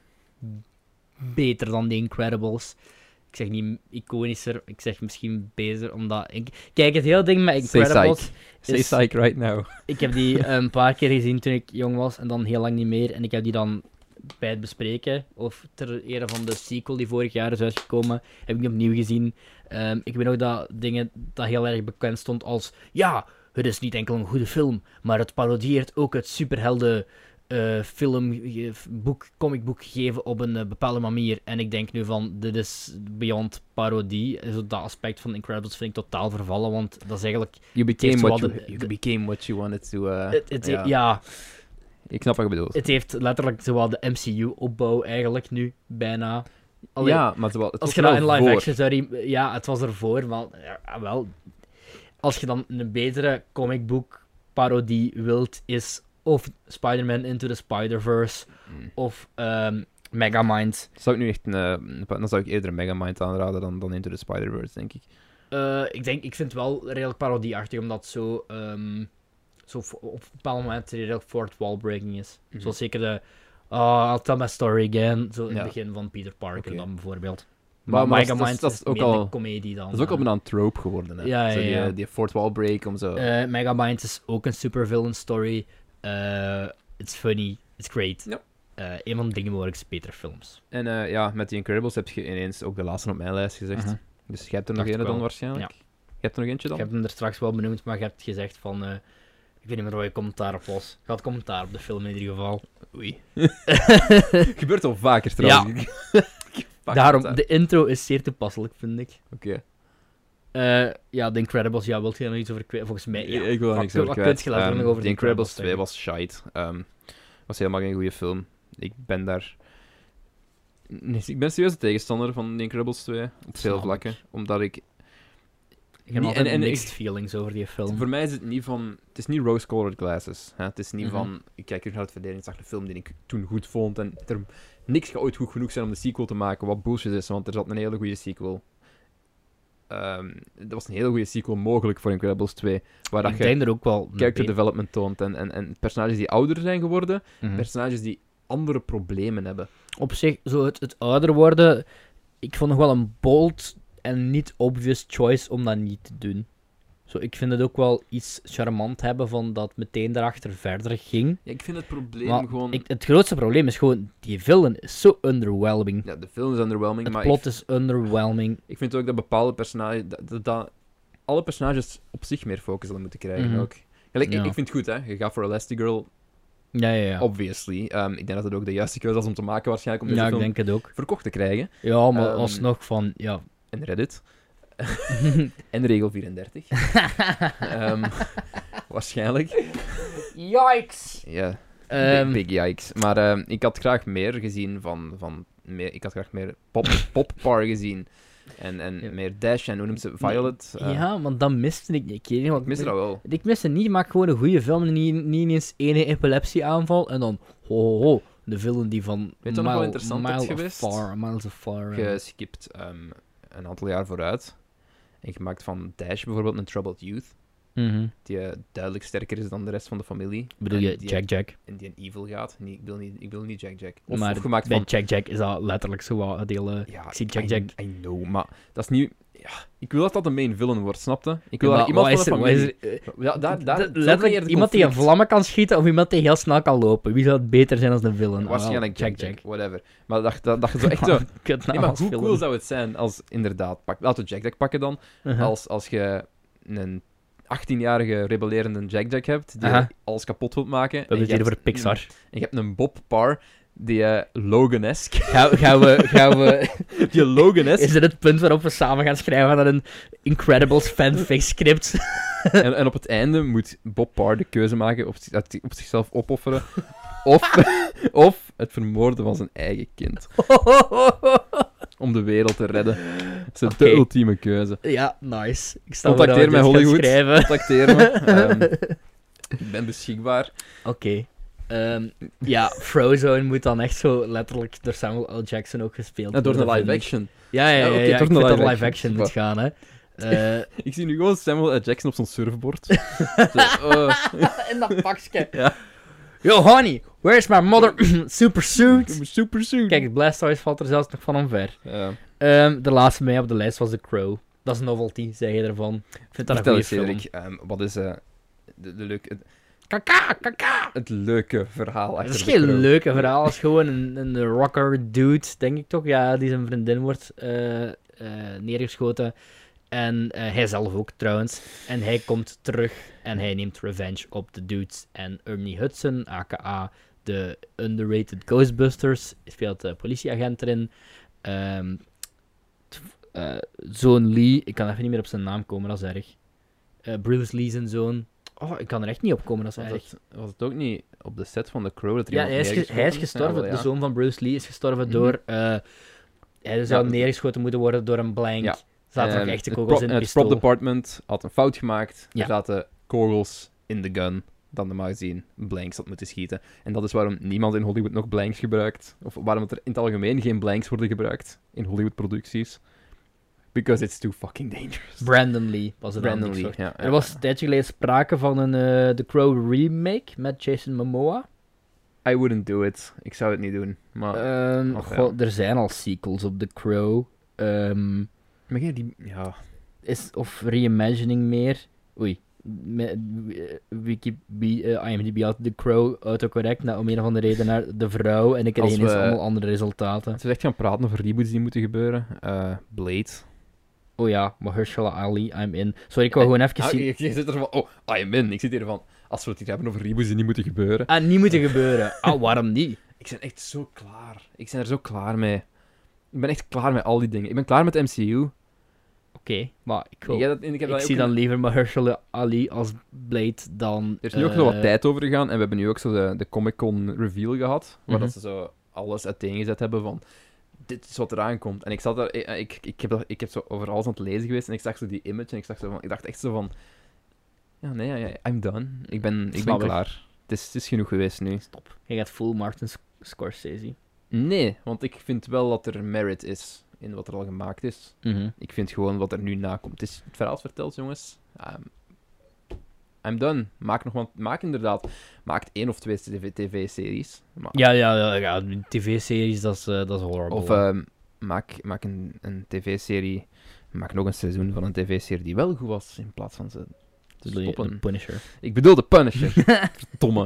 Speaker 1: beter dan The Incredibles. Ik zeg niet iconischer, ik zeg misschien beter, omdat... Ik... Kijk, het hele ding met
Speaker 2: Say
Speaker 1: Incredibles...
Speaker 2: Say
Speaker 1: is-
Speaker 2: psych right now.
Speaker 1: Ik heb die een paar keer gezien toen ik jong was en dan heel lang niet meer. En ik heb die dan bij het bespreken, of ter ere van de sequel die vorig jaar is uitgekomen, heb ik die opnieuw gezien. Ehm, ik weet nog dat dingen dat heel erg bekend stond als ja, het is niet enkel een goede film, maar het parodieert ook het superhelden eh, film, ge- boek, comicboek gegeven op een eh, bepaalde manier. En ik denk nu van, dit is beyond parodie. Zo dat aspect van Incredibles vind ik totaal vervallen, want dat is eigenlijk...
Speaker 2: You became,
Speaker 1: heeft
Speaker 2: what
Speaker 1: zowel
Speaker 2: you,
Speaker 1: de-
Speaker 2: you became what you wanted to... Uh,
Speaker 1: Het, het,
Speaker 2: ja.
Speaker 1: ja,
Speaker 2: Ik snap wat je bedoelt.
Speaker 1: het heeft letterlijk zowel de M C U-opbouw eigenlijk nu, bijna. Allee,
Speaker 2: ja, maar het, wa- het
Speaker 1: als
Speaker 2: was
Speaker 1: je dat
Speaker 2: wel
Speaker 1: in live
Speaker 2: voor.
Speaker 1: action zou... re- Ja, het was ervoor, maar ja, wel... Als je dan een betere comicbook parodie wilt, is of Spider-Man Into the Spider-Verse,
Speaker 2: Mm.
Speaker 1: of ehm Megamind.
Speaker 2: Zou ik nu echt een, eh, een pa- dan zou ik eerder een Megamind aanraden dan, dan Into the Spider-Verse, denk ik.
Speaker 1: Eh, ik denk, ik vind het wel redelijk parodieachtig, omdat het zo, ehm, zo vo- op een bepaald moment redelijk fourth wall breaking is.
Speaker 2: Mhm.
Speaker 1: Zoals zeker de oh, I'll tell my story again, zo in
Speaker 2: Ja.
Speaker 1: het begin van Peter Parker
Speaker 2: Oké.
Speaker 1: dan bijvoorbeeld.
Speaker 2: Maar-
Speaker 1: Maar,
Speaker 2: maar dat is-
Speaker 1: Megamind
Speaker 2: dat
Speaker 1: is,
Speaker 2: is ook
Speaker 1: meer
Speaker 2: al-
Speaker 1: een comedie dan.
Speaker 2: Dat is ook al
Speaker 1: eh.
Speaker 2: bijna een trope geworden, hè.
Speaker 1: Ja,
Speaker 2: Zo
Speaker 1: ja,
Speaker 2: die,
Speaker 1: ja.
Speaker 2: eh, die fourth wall break, om zo...
Speaker 1: Eh, Megamind is ook een super villain story. Eh, it's funny, it's great.
Speaker 2: Ja.
Speaker 1: Eh, een van de dingen waar ik betere films.
Speaker 2: En eh, ja, met die Incredibles heb je ineens ook de laatste op mijn lijst gezegd.
Speaker 1: Mhm.
Speaker 2: Dus jij hebt er nog
Speaker 1: Dacht
Speaker 2: een
Speaker 1: wel.
Speaker 2: dan waarschijnlijk?
Speaker 1: Ja.
Speaker 2: Je hebt er nog eentje dan?
Speaker 1: Ik heb hem er straks wel benoemd, maar je hebt gezegd van... eh, ik weet niet meer waar je commentaar op was. Je had commentaar op de film in ieder geval.
Speaker 2: Oei. Gebeurt al vaker trouwens. Fuck
Speaker 1: Daarom,
Speaker 2: dat.
Speaker 1: de intro is zeer toepasselijk, vind ik.
Speaker 2: Oké.
Speaker 1: Eh, ja, The Incredibles, ja, wilt je er nog iets over kwijt? Volgens mij, ja.
Speaker 2: Ik wil daar
Speaker 1: Wat-
Speaker 2: niks over
Speaker 1: wat
Speaker 2: kwijt.
Speaker 1: kunt je letterlijk
Speaker 2: Ehm,
Speaker 1: nog over
Speaker 2: The
Speaker 1: The
Speaker 2: Incredibles
Speaker 1: Incredibles
Speaker 2: twee was shite. Ehm, was helemaal geen goede film. Ik ben daar... Nee, ik ben serieus een tegenstander van The Incredibles twee. Op veel
Speaker 1: Snap ik.
Speaker 2: vlakken. Omdat ik...
Speaker 1: Ik heb
Speaker 2: niet-
Speaker 1: altijd
Speaker 2: en- en
Speaker 1: mixed
Speaker 2: ik-
Speaker 1: feelings over die film.
Speaker 2: Voor mij is het niet van... Het is niet rose-colored glasses. Hè? Het is niet
Speaker 1: Mhm.
Speaker 2: van... Ik kijk hier naar het verleden en zag een film die ik toen goed vond. En er, niks gaat ooit goed genoeg zijn om de sequel te maken. Wat bullshit is, want er zat een hele goede sequel. Ehm er was een hele goede sequel mogelijk voor Incredibles twee. Waar dat
Speaker 1: Ik
Speaker 2: je
Speaker 1: denk er ook wel... een
Speaker 2: character
Speaker 1: be-
Speaker 2: development toont. En, en, en personages die ouder zijn geworden.
Speaker 1: Mhm.
Speaker 2: Personages die andere problemen hebben.
Speaker 1: Op zich, zo het, het ouder worden... Ik vond nog wel een bold en niet obvious choice om dat niet te doen. Zo, ik vind het ook wel iets charmant hebben van dat meteen daarachter verder ging.
Speaker 2: Ja, ik vind het probleem
Speaker 1: Maar
Speaker 2: gewoon...
Speaker 1: ik, het grootste probleem is gewoon, die villain is zo underwhelming.
Speaker 2: Ja, de film is underwhelming,
Speaker 1: Het
Speaker 2: maar
Speaker 1: plot
Speaker 2: ik,
Speaker 1: is underwhelming.
Speaker 2: ik vind ook dat bepaalde personages... Dat, dat, dat alle personages op zich meer focus hadden moeten krijgen
Speaker 1: Mhm.
Speaker 2: ook. Gelijk, ik,
Speaker 1: Ja.
Speaker 2: ik vind het goed, hè. Je gaat voor Elastigirl,
Speaker 1: Ja, ja, ja.
Speaker 2: obviously. Ehm, ik denk dat het ook de juiste keuze was om te maken, waarschijnlijk, om deze
Speaker 1: Ja, ik
Speaker 2: film
Speaker 1: denk het ook.
Speaker 2: verkocht te krijgen.
Speaker 1: Ja, maar
Speaker 2: Ehm,
Speaker 1: alsnog van, ja.
Speaker 2: En Reddit. En regel vierendertig. Ehm, waarschijnlijk.
Speaker 1: Yikes!
Speaker 2: Ja,
Speaker 1: Ehm,
Speaker 2: big, big yikes. Maar ehm, ik had graag meer gezien van... van meer, ik had graag meer Pop, Poppar gezien. En, en
Speaker 1: Ja.
Speaker 2: meer Dash en hoe noemt ze? Violet. Eh,
Speaker 1: ja, want dat miste ik niet. Ik, weet niet wat
Speaker 2: ik mis dat wel.
Speaker 1: Ik mis het niet, maak gewoon een goede film en niet, niet eens ene epilepsieaanval en dan ho ho ho, de villain die van
Speaker 2: Weet je wat nog wel
Speaker 1: mile-
Speaker 2: interessant
Speaker 1: mile
Speaker 2: is
Speaker 1: of
Speaker 2: geweest?
Speaker 1: far, miles of far. eh.
Speaker 2: Geskipt ehm, een aantal jaar vooruit. En gemaakt van Dash bijvoorbeeld een Troubled Youth.
Speaker 1: Mhm.
Speaker 2: Die eh, duidelijk sterker is dan de rest van de familie.
Speaker 1: Bedoel
Speaker 2: En
Speaker 1: je
Speaker 2: die,
Speaker 1: Jack Jack?
Speaker 2: En die een evil gaat. Nee, ik wil niet, ik wil niet Jack Jack. Of,
Speaker 1: Maar
Speaker 2: of gemaakt
Speaker 1: bij
Speaker 2: van...
Speaker 1: Jack Jack is dat letterlijk zo wat het hele...
Speaker 2: Ja,
Speaker 1: ik zie Jack
Speaker 2: I,
Speaker 1: Jack...
Speaker 2: I know, maar dat is niet... Ja, ik wil dat dat de main villain wordt, snapte? Ik wil
Speaker 1: Ja,
Speaker 2: dat iemand
Speaker 1: wat
Speaker 2: van
Speaker 1: is
Speaker 2: de
Speaker 1: er- wat is
Speaker 2: familie...
Speaker 1: er- eh,
Speaker 2: Ja, daar, daar,
Speaker 1: de-
Speaker 2: zo kan je
Speaker 1: letterlijk
Speaker 2: de
Speaker 1: iemand die in
Speaker 2: conflict-
Speaker 1: vlammen kan schieten of iemand die heel snel kan lopen. Wie zou het beter zijn als een villain?
Speaker 2: Waarschijnlijk
Speaker 1: Ah,
Speaker 2: Jack Jack, whatever. Maar dat, dat, dat je zo echt zo...
Speaker 1: Kut
Speaker 2: Nee,
Speaker 1: naam
Speaker 2: maar
Speaker 1: als
Speaker 2: hoe
Speaker 1: villain.
Speaker 2: cool zou het zijn als inderdaad... Pak, laten we Jack Jack pakken dan.
Speaker 1: Uh-huh.
Speaker 2: Als, als je een achttienjarige rebellerende Jack Jack hebt, die
Speaker 1: Aha.
Speaker 2: alles kapot wilt maken.
Speaker 1: We hebben
Speaker 2: en
Speaker 1: het
Speaker 2: je
Speaker 1: hier
Speaker 2: hebt
Speaker 1: over Pixar.
Speaker 2: een- En je hebt een Bob Parr, die uh, Logan-esque...
Speaker 1: Gaan, gaan we... Gaan we
Speaker 2: die Logan-esque...
Speaker 1: is dit het punt waarop we samen gaan schrijven aan een Incredibles fanfic script?
Speaker 2: en, en op het einde moet Bob Parr de keuze maken of zich- dat hij op zichzelf opofferen of, of het vermoorden van zijn eigen kind. Om de wereld te redden. Dat is de
Speaker 1: Oké.
Speaker 2: ultieme keuze.
Speaker 1: Ja, nice. Ik sta
Speaker 2: Contacteer mij Hollywood.
Speaker 1: schrijven.
Speaker 2: Contacteer me. Ehm, ik ben beschikbaar.
Speaker 1: Oké. Ehm, ja, Frozone moet dan echt zo letterlijk door Samuel L. Jackson ook gespeeld
Speaker 2: Ja, door de
Speaker 1: worden,
Speaker 2: live
Speaker 1: vind ik.
Speaker 2: action.
Speaker 1: Ja, ja, ja.
Speaker 2: Ja,
Speaker 1: ja,
Speaker 2: oké,
Speaker 1: ik
Speaker 2: toch
Speaker 1: vind
Speaker 2: een
Speaker 1: dat
Speaker 2: live
Speaker 1: live
Speaker 2: action.
Speaker 1: action moet gaan, hè. Uh,
Speaker 2: ik zie nu gewoon Samuel L. Jackson op zo'n surfboard. Zo, uh.
Speaker 1: In dat pakje.
Speaker 2: Ja.
Speaker 1: Yo, honey, where's my mother super suit?
Speaker 2: Super suit.
Speaker 1: Kijk, Blastoise valt er zelfs nog van omver.
Speaker 2: Ja.
Speaker 1: Um, de laatste bij mij op de lijst was The Crow. Dat is een novelty, zeg je ervan. Ik vind dat
Speaker 2: Vertel
Speaker 1: een
Speaker 2: eens,
Speaker 1: goede film.
Speaker 2: Cedric, um, wat is uh, de, de leuke... Het,
Speaker 1: Kaka, kaka!
Speaker 2: het leuke verhaal achter
Speaker 1: Het is
Speaker 2: The
Speaker 1: geen
Speaker 2: Crow?
Speaker 1: leuke verhaal, het is gewoon een, een rocker dude, denk ik toch, ja, die zijn vriendin wordt uh, uh, neergeschoten. En uh, hij zelf ook, trouwens. En hij komt terug en hij neemt revenge op de dudes. En Ernie Hudson, aka de underrated Ghostbusters, speelt de politieagent erin. Um, uh, zoon Lee, ik kan even niet meer op zijn naam komen, dat is erg. Uh, Bruce Lee zijn zoon. Oh, ik kan er echt niet op komen, dat is
Speaker 2: Was
Speaker 1: erg.
Speaker 2: het, was het ook niet op de set van The Crow dat er
Speaker 1: Ja,
Speaker 2: iemand
Speaker 1: hij is, ge-
Speaker 2: neergeschoten
Speaker 1: hij is gestorven.
Speaker 2: Ja, wel, ja.
Speaker 1: De zoon van Bruce Lee is gestorven
Speaker 2: Mhm.
Speaker 1: door... Uh, hij zou
Speaker 2: Ja.
Speaker 1: neergeschoten moeten worden door een blank.
Speaker 2: Ja.
Speaker 1: Er zaten
Speaker 2: Ehm,
Speaker 1: nog echte
Speaker 2: het
Speaker 1: kogels
Speaker 2: prop-
Speaker 1: in het
Speaker 2: Het prop
Speaker 1: pistool.
Speaker 2: department had een fout gemaakt.
Speaker 1: Ja.
Speaker 2: Er zaten kogels in de gun dan normaal gezien blanks had moeten schieten. En dat is waarom niemand in Hollywood nog blanks gebruikt. Of waarom er in het algemeen geen blanks worden gebruikt in Hollywood-producties. Because it's too fucking dangerous.
Speaker 1: Brandon Lee was het
Speaker 2: Brandon
Speaker 1: dan, ik
Speaker 2: Lee,
Speaker 1: zag.
Speaker 2: ja.
Speaker 1: Er was een tijdje geleden sprake van een uh, The Crow remake met Jason Momoa.
Speaker 2: I wouldn't do it. Ik zou het niet doen. Maar,
Speaker 1: Um,
Speaker 2: och,
Speaker 1: goh,
Speaker 2: ja.
Speaker 1: er zijn al sequels op The Crow. Um,
Speaker 2: maar jij die... Ja...
Speaker 1: is, of reimagining meer. Oei. Me- Wikipedia, uh, I M D B had The Crow autocorrect, nou, om een of andere reden naar de vrouw, en ik kreeg
Speaker 2: Als
Speaker 1: ineens
Speaker 2: we-
Speaker 1: allemaal andere resultaten.
Speaker 2: Als we echt gaan praten over reboots die moeten gebeuren. Uh, Blade.
Speaker 1: Oh ja, Mahershala Ali, I'm in. Sorry, ik wou gewoon even
Speaker 2: Ah,
Speaker 1: zien.
Speaker 2: je, je zit er van... Oh, I am in. Ik zit hier van... Als we het hier hebben over reboots die niet moeten gebeuren.
Speaker 1: Ah, niet moeten gebeuren. Ah, waarom niet?
Speaker 2: Ik ben echt zo klaar. Ik ben er zo klaar mee. Ik ben echt klaar met al die dingen. Ik ben klaar met de M C U.
Speaker 1: Oké, okay, maar ik, wil,
Speaker 2: Ja, dat, en ik heb
Speaker 1: ik
Speaker 2: dat
Speaker 1: zie
Speaker 2: ook
Speaker 1: dan
Speaker 2: in-
Speaker 1: liever Mahershala Ali als Blade dan...
Speaker 2: Er is nu ook
Speaker 1: eh,
Speaker 2: nog wat tijd over gegaan. En we hebben nu ook zo de, de Comic-Con reveal gehad. Waar
Speaker 1: Mhm.
Speaker 2: dat ze zo alles uiteengezet hebben van... Dit is wat eraan komt. En ik zat daar... Ik, ik, ik, heb, dat, ik heb zo over alles aan het lezen geweest. En ik zag zo die image. En ik, zag zo van, ik dacht echt zo van... Ja, nee, ja, ja, I'm done. Ik ben, ik ben
Speaker 1: Snap ik.
Speaker 2: klaar. Het is, het is genoeg geweest nu.
Speaker 1: Stop. Je gaat full Martin Sc- Scorsese.
Speaker 2: Nee, want ik vind wel dat er merit is in wat er al gemaakt is.
Speaker 1: Mhm.
Speaker 2: Ik vind gewoon wat er nu nakomt. Het, is, het verhaal is verteld, jongens. Um, I'm done. Maak nog wat. Maak inderdaad. Maak één of twee tv-series. Maar,
Speaker 1: Ja, ja, ja, ja. die tv-series, dat is, uh, dat is horrible.
Speaker 2: Of um, maak, maak een, een tv-serie. Maak nog een seizoen van een tv-serie die wel goed was. In plaats van ze te
Speaker 1: De- de
Speaker 2: stoppen.
Speaker 1: Punisher.
Speaker 2: Ik bedoel de Punisher. Verdomme.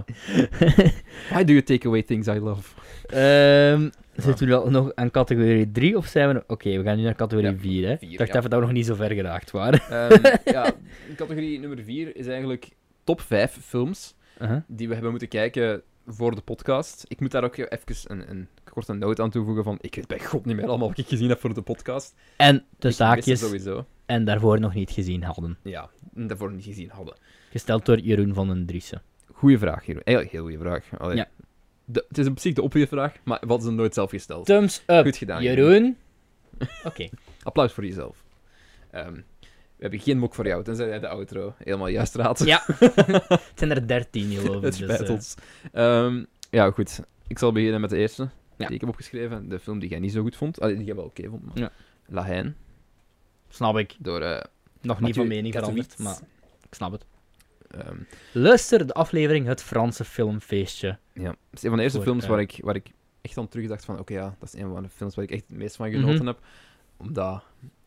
Speaker 2: Why do you take away things I love?
Speaker 1: Ehm Zitten we wel nog aan categorie drie of zijn we... Oké, we gaan nu naar categorie
Speaker 2: Ja,
Speaker 1: vier, hè.
Speaker 2: vier,
Speaker 1: Ik dacht
Speaker 2: ja.
Speaker 1: even dat we nog niet zo ver geraakt waren.
Speaker 2: Um, ja, categorie nummer vier is eigenlijk top vijf films
Speaker 1: Uh-huh.
Speaker 2: die we hebben moeten kijken voor de podcast. Ik moet daar ook even een, een korte noot aan toevoegen van... Ik weet bij god niet meer allemaal wat ik gezien heb voor de podcast.
Speaker 1: En de
Speaker 2: Ik wist
Speaker 1: zaakjes
Speaker 2: het sowieso.
Speaker 1: en daarvoor nog niet gezien hadden.
Speaker 2: Ja, en daarvoor niet gezien hadden.
Speaker 1: Gesteld door Jeroen van den Driessen.
Speaker 2: Goeie vraag, Jeroen. Eigenlijk heel goede vraag. Allee,
Speaker 1: Ja.
Speaker 2: de, het is in principe de obvious vraag, maar wat is er nooit zelf gesteld?
Speaker 1: Thumbs up.
Speaker 2: Goed gedaan,
Speaker 1: Jeroen. Oké.
Speaker 2: Applaus voor jezelf. Ehm, we hebben geen mok voor jou, tenzij jij de outro helemaal juist raadt.
Speaker 1: Ja. Het zijn er dertien, geloof ik.
Speaker 2: Het
Speaker 1: Dus,
Speaker 2: spijt
Speaker 1: eh,
Speaker 2: ons. Ehm, ja, goed. Ik zal beginnen met de eerste
Speaker 1: Ja.
Speaker 2: die ik heb opgeschreven. De film die jij niet zo goed vond. Allee, die jij wel oké vond. Maar...
Speaker 1: Ja.
Speaker 2: La Haine.
Speaker 1: snap ik.
Speaker 2: Door... eh,
Speaker 1: Nog niet
Speaker 2: Mathieu
Speaker 1: van mening veranderd,
Speaker 2: Kassovitz.
Speaker 1: maar ik snap het.
Speaker 2: ehm,
Speaker 1: Luister de aflevering Het Franse Filmfeestje.
Speaker 2: ja, het is een van de eerste
Speaker 1: Voor,
Speaker 2: films
Speaker 1: eh,
Speaker 2: waar ik, waar ik echt aan terugdacht van... Oké, ja, dat is een van de films waar ik echt het meest van genoten
Speaker 1: Mhm.
Speaker 2: heb. Omdat...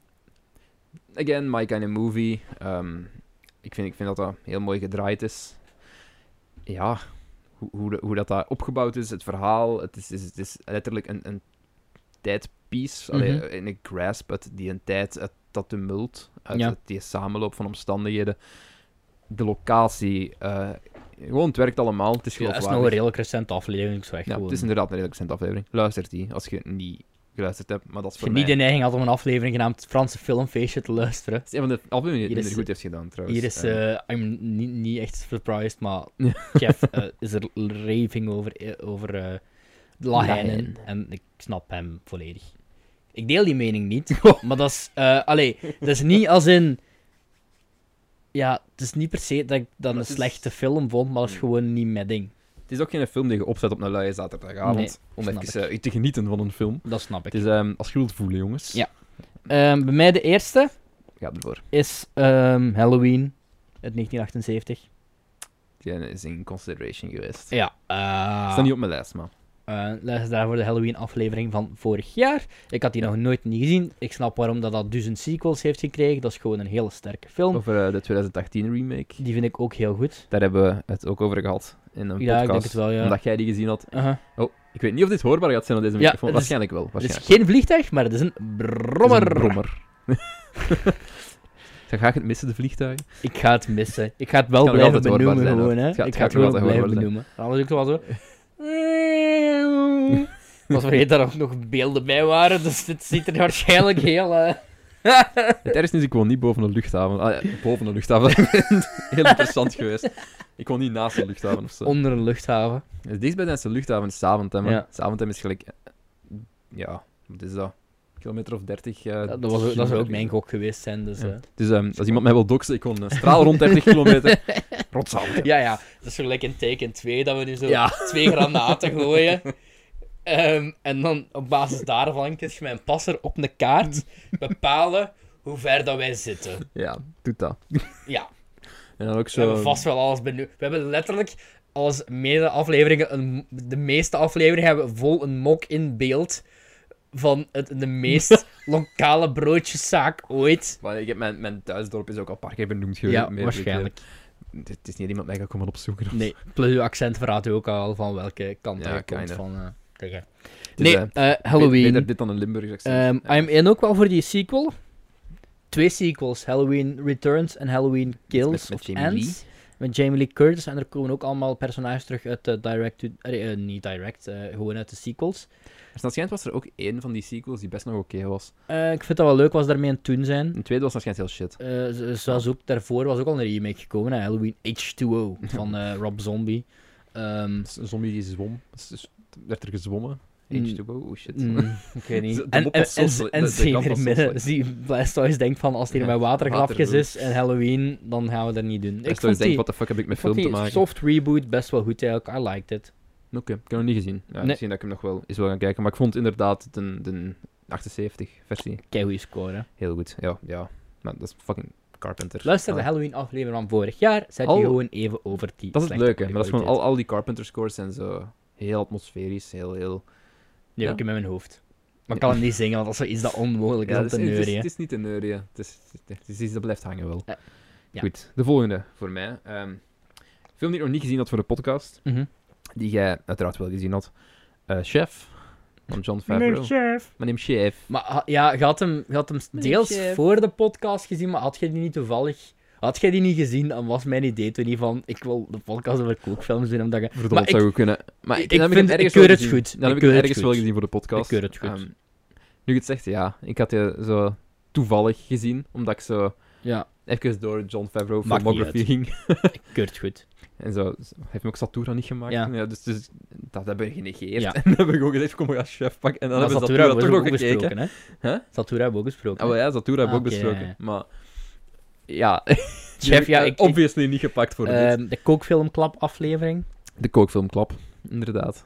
Speaker 2: Again, my kind of movie. Ehm, ik, vind, ik vind dat dat heel mooi gedraaid is. Ja, hoe, hoe, de- hoe dat daar opgebouwd is, het verhaal. Het is, is, het is letterlijk een, een tijdpiece. Allee,
Speaker 1: Mhm.
Speaker 2: en ik grasp het, die een tijd, uit dat tumult, uit
Speaker 1: Ja.
Speaker 2: het- die samenloop van omstandigheden. De locatie, eh, gewoon, het werkt allemaal. Het is
Speaker 1: Ja, dat is
Speaker 2: geloofwaardig.
Speaker 1: nog een redelijk recente aflevering, zo echt
Speaker 2: Ja,
Speaker 1: gewoon.
Speaker 2: het is inderdaad een redelijk recente aflevering. Luister die, als je niet geluisterd hebt, maar dat is
Speaker 1: Als
Speaker 2: voor
Speaker 1: je
Speaker 2: mij...
Speaker 1: niet de neiging had om een aflevering genaamd Het Franse Filmfeestje te luisteren.
Speaker 2: Het is een van de afleveringen die
Speaker 1: Hier
Speaker 2: het
Speaker 1: is-
Speaker 2: minder goed heeft gedaan, trouwens.
Speaker 1: Hier is,
Speaker 2: Eh,
Speaker 1: eh I'm niet, niet echt surprised, maar
Speaker 2: Ja.
Speaker 1: Jeff eh, is er raving over, eh, over eh La Haine.
Speaker 2: Haine.
Speaker 1: En ik snap hem volledig. Ik deel die mening niet, maar dat is... eh allee, dat is niet als in... Ja, het is niet per se dat ik dat een
Speaker 2: het is-
Speaker 1: slechte film vond, maar dat is
Speaker 2: Hmm.
Speaker 1: gewoon niet mijn ding.
Speaker 2: Het is ook geen film die je opzet op een luie zaterdagavond,
Speaker 1: Nee,
Speaker 2: om
Speaker 1: snap
Speaker 2: even eh, te genieten van een film.
Speaker 1: Dat snap ik.
Speaker 2: Het is ehm, als je wilt voelen, jongens.
Speaker 1: Ja. Ehm, bij mij de eerste.
Speaker 2: Ga ervoor.
Speaker 1: is um, Halloween uit negentien achtenzeventig.
Speaker 2: Die is in consideration geweest.
Speaker 1: Ja. Uh,
Speaker 2: Staat niet op mijn lijst, maar...
Speaker 1: Uh, luister daarvoor de Halloween-aflevering van vorig jaar. Ik had die nog nooit niet gezien. Ik snap waarom dat, dat duizend sequels heeft gekregen. Dat is gewoon een hele sterke film.
Speaker 2: Over uh, de twintig achttien remake.
Speaker 1: Die vind ik ook heel goed.
Speaker 2: Daar hebben we het ook over gehad in een
Speaker 1: Ja,
Speaker 2: podcast.
Speaker 1: ik denk het wel, ja.
Speaker 2: Omdat jij die gezien had.
Speaker 1: Uh-huh.
Speaker 2: Oh, ik weet niet of dit hoorbaar gaat zijn op deze
Speaker 1: Ja,
Speaker 2: microfoon.
Speaker 1: het is-
Speaker 2: Waarschijnlijk wel.
Speaker 1: Het
Speaker 2: Waarschijnlijk.
Speaker 1: is geen vliegtuig, maar het is een brommer.
Speaker 2: Het is een brommer. Dan ga ik het missen, de vliegtuigen.
Speaker 1: Ik ga het missen. Ik ga het wel
Speaker 2: Het kan nog
Speaker 1: blijven
Speaker 2: altijd hoorbaar
Speaker 1: benoemen
Speaker 2: zijn,
Speaker 1: gewoon,
Speaker 2: hoor.
Speaker 1: hè.
Speaker 2: Het gaat-
Speaker 1: ik
Speaker 2: het
Speaker 1: ga het
Speaker 2: gaat nog
Speaker 1: gewoon
Speaker 2: altijd
Speaker 1: blijven
Speaker 2: hoorbaar
Speaker 1: benoemen. Anders ook zo zo... Ik was vergeten dat er ook nog beelden bij waren, dus dit ziet er waarschijnlijk heel... uh,
Speaker 2: Het ergste is, ik woon niet boven een luchthaven. Ah, ja, boven een luchthaven. Heel interessant geweest. Ik woon niet naast een luchthaven of zo.
Speaker 1: onder een luchthaven.
Speaker 2: Het dichtstbijzijnse luchthaven is Zaventem. hè.
Speaker 1: Ja.
Speaker 2: Zaventem is gelijk... Ja, wat is dat? Kilometer of dertig. eh,
Speaker 1: Dat, was ook, dat zou ook
Speaker 2: kilometer.
Speaker 1: mijn gok geweest zijn, dus...
Speaker 2: Ja.
Speaker 1: uh,
Speaker 2: Dus ehm, als iemand mij wil doxen, ik kon een straal rond dertig kilometer. Rotzaventem.
Speaker 1: Ja, ja. Dat is gelijk in Taken twee, dat we nu zo
Speaker 2: Ja.
Speaker 1: twee granaten gooien. Ehm, en dan op basis daarvan kun je met een passer op een kaart bepalen hoe ver dat wij zitten.
Speaker 2: Ja, doet dat.
Speaker 1: Ja,
Speaker 2: En dan ook
Speaker 1: we
Speaker 2: zo...
Speaker 1: hebben vast wel alles benoemd. We hebben letterlijk als meerdere afleveringen, een, de meeste afleveringen hebben we vol een mok in beeld van het, de meest lokale broodjeszaak ooit.
Speaker 2: Maar ik heb mijn, mijn thuisdorp is ook al een paar keer benoemd geweest.
Speaker 1: Ja,
Speaker 2: meer
Speaker 1: waarschijnlijk.
Speaker 2: Het is niet iemand mij gaat komen opzoeken. of
Speaker 1: Nee, plus uw accent verraadt u ook al van welke kant
Speaker 2: Ja,
Speaker 1: je komt
Speaker 2: kinda.
Speaker 1: van... eh, tegen.
Speaker 2: Dus,
Speaker 1: Nee,
Speaker 2: eh,
Speaker 1: eh, Halloween.
Speaker 2: Beter dit dan een Limburgs accent.
Speaker 1: Ehm
Speaker 2: Ja.
Speaker 1: I'm in ook wel voor die sequel. Twee sequels, Halloween Returns en Halloween Kills
Speaker 2: met
Speaker 1: of
Speaker 2: Jamie
Speaker 1: Ends. Met Jamie Lee Curtis. En er komen ook allemaal personages terug uit de direct... To, eh, eh, niet direct, eh, gewoon uit de sequels.
Speaker 2: Dus dat schijnt was er ook één van die sequels die best nog oké was.
Speaker 1: Eh, ik vind dat wel leuk, was daarmee een toen zijn.
Speaker 2: Een tweede was waarschijnlijk heel shit.
Speaker 1: Eh, z- zoals ook daarvoor was ook al een remake gekomen, hè, Halloween H two O van eh, Rob Zombie. Ehm,
Speaker 2: Dat is een zombie die zwom. Dus, dus werd er gezwommen.
Speaker 1: Mm.
Speaker 2: H two O, oh shit.
Speaker 1: mm, ik weet niet.
Speaker 2: De
Speaker 1: En,
Speaker 2: mop
Speaker 1: en,
Speaker 2: was zo
Speaker 1: en,
Speaker 2: sle-
Speaker 1: en
Speaker 2: de- de
Speaker 1: zeker
Speaker 2: grap was zo
Speaker 1: midden,
Speaker 2: slecht.
Speaker 1: zie Blastoise denkt van, als hij er
Speaker 2: Ja,
Speaker 1: met waterglafjes
Speaker 2: waterloos.
Speaker 1: is en Halloween, dan gaan we dat niet doen.
Speaker 2: Ik
Speaker 1: Ik
Speaker 2: zou
Speaker 1: vond
Speaker 2: denken,
Speaker 1: die,
Speaker 2: wat de fuck heb ik met
Speaker 1: ik vond
Speaker 2: film te
Speaker 1: die
Speaker 2: maken?
Speaker 1: soft reboot best wel goed eigenlijk. I liked it.
Speaker 2: Oké, ik heb hem nog niet gezien. Ja,
Speaker 1: Nee.
Speaker 2: Misschien dat ik hem nog wel eens wil gaan kijken. Maar ik vond inderdaad de, de achtenzeventig versie
Speaker 1: Kei goede score, hè.
Speaker 2: heel goed. Ja, ja. Maar dat is fucking Carpenter.
Speaker 1: Luister de
Speaker 2: Ja.
Speaker 1: Halloween aflevering van vorig jaar, zet
Speaker 2: Al-
Speaker 1: je gewoon even over die
Speaker 2: Dat is het
Speaker 1: slechte
Speaker 2: leuke. Maar dat is gewoon al,
Speaker 1: kwaliteit.
Speaker 2: al die Carpenter scores zijn zo heel atmosferisch, heel, heel...
Speaker 1: Nee,
Speaker 2: ja.
Speaker 1: ook in mijn hoofd. Maar ik
Speaker 2: Ja.
Speaker 1: kan het niet zingen, want dat is zoiets dat onmogelijk is
Speaker 2: Ja,
Speaker 1: om
Speaker 2: het,
Speaker 1: te
Speaker 2: is, het, is,
Speaker 1: neurien.
Speaker 2: het is niet een neurie. Het is, het is iets dat blijft hangen wel.
Speaker 1: Ja. Ja.
Speaker 2: Goed, de volgende voor mij. Ehm film die ik nog niet gezien had voor de podcast,
Speaker 1: Mhm.
Speaker 2: die jij uiteraard wel gezien had. Eh, Chef, van Jon Favreau.
Speaker 1: chef.
Speaker 2: Mijn naam Chef.
Speaker 1: Maar ha- ja, je had hem, je had hem
Speaker 2: Meneer
Speaker 1: deels
Speaker 2: chef.
Speaker 1: voor de podcast gezien, maar had je die niet toevallig... Had jij die niet gezien, dan was mijn idee toen niet van... Ik wil de podcast over kookfilms doen, omdat je...
Speaker 2: Verdomd,
Speaker 1: Maar ik-
Speaker 2: zou goed kunnen. Maar
Speaker 1: ik
Speaker 2: dan heb
Speaker 1: vind-
Speaker 2: hem
Speaker 1: ik
Speaker 2: ergens
Speaker 1: keur
Speaker 2: wel
Speaker 1: het
Speaker 2: gezien.
Speaker 1: goed.
Speaker 2: Dan heb
Speaker 1: Ik
Speaker 2: ik
Speaker 1: keur
Speaker 2: hem
Speaker 1: het
Speaker 2: ergens
Speaker 1: goed.
Speaker 2: wel gezien voor de podcast.
Speaker 1: Ik keur het goed.
Speaker 2: Ehm, nu je het zegt, ja. Ik had je zo toevallig gezien, omdat ik zo
Speaker 1: Ja,
Speaker 2: even door Jon Favreau
Speaker 1: Maakt niet
Speaker 2: filmography
Speaker 1: uit.
Speaker 2: ging.
Speaker 1: ik keur het goed.
Speaker 2: En zo, hij heeft me ook Satura niet gemaakt.
Speaker 1: Ja.
Speaker 2: Ja. dus, dus dat hebben we genegeerd.
Speaker 1: Ja.
Speaker 2: En dan hebben we gewoon gezegd, kom, we gaan Chef pakken. En dan
Speaker 1: Maar
Speaker 2: hebben we
Speaker 1: Satura
Speaker 2: Satura
Speaker 1: hebben we
Speaker 2: toch nog
Speaker 1: ook
Speaker 2: gekeken.
Speaker 1: besproken, hè?
Speaker 2: Huh?
Speaker 1: Satura hebben we ook besproken.
Speaker 2: Oh ja, Satura hebben we ook
Speaker 1: Ah, oké,
Speaker 2: besproken.
Speaker 1: ja,
Speaker 2: Maar ja,
Speaker 1: Chef, ja,
Speaker 2: eh,
Speaker 1: ik- ik-
Speaker 2: obviously niet gepakt voor dit.
Speaker 1: Ehm, de kookfilmklap aflevering.
Speaker 2: De kookfilmklap, inderdaad.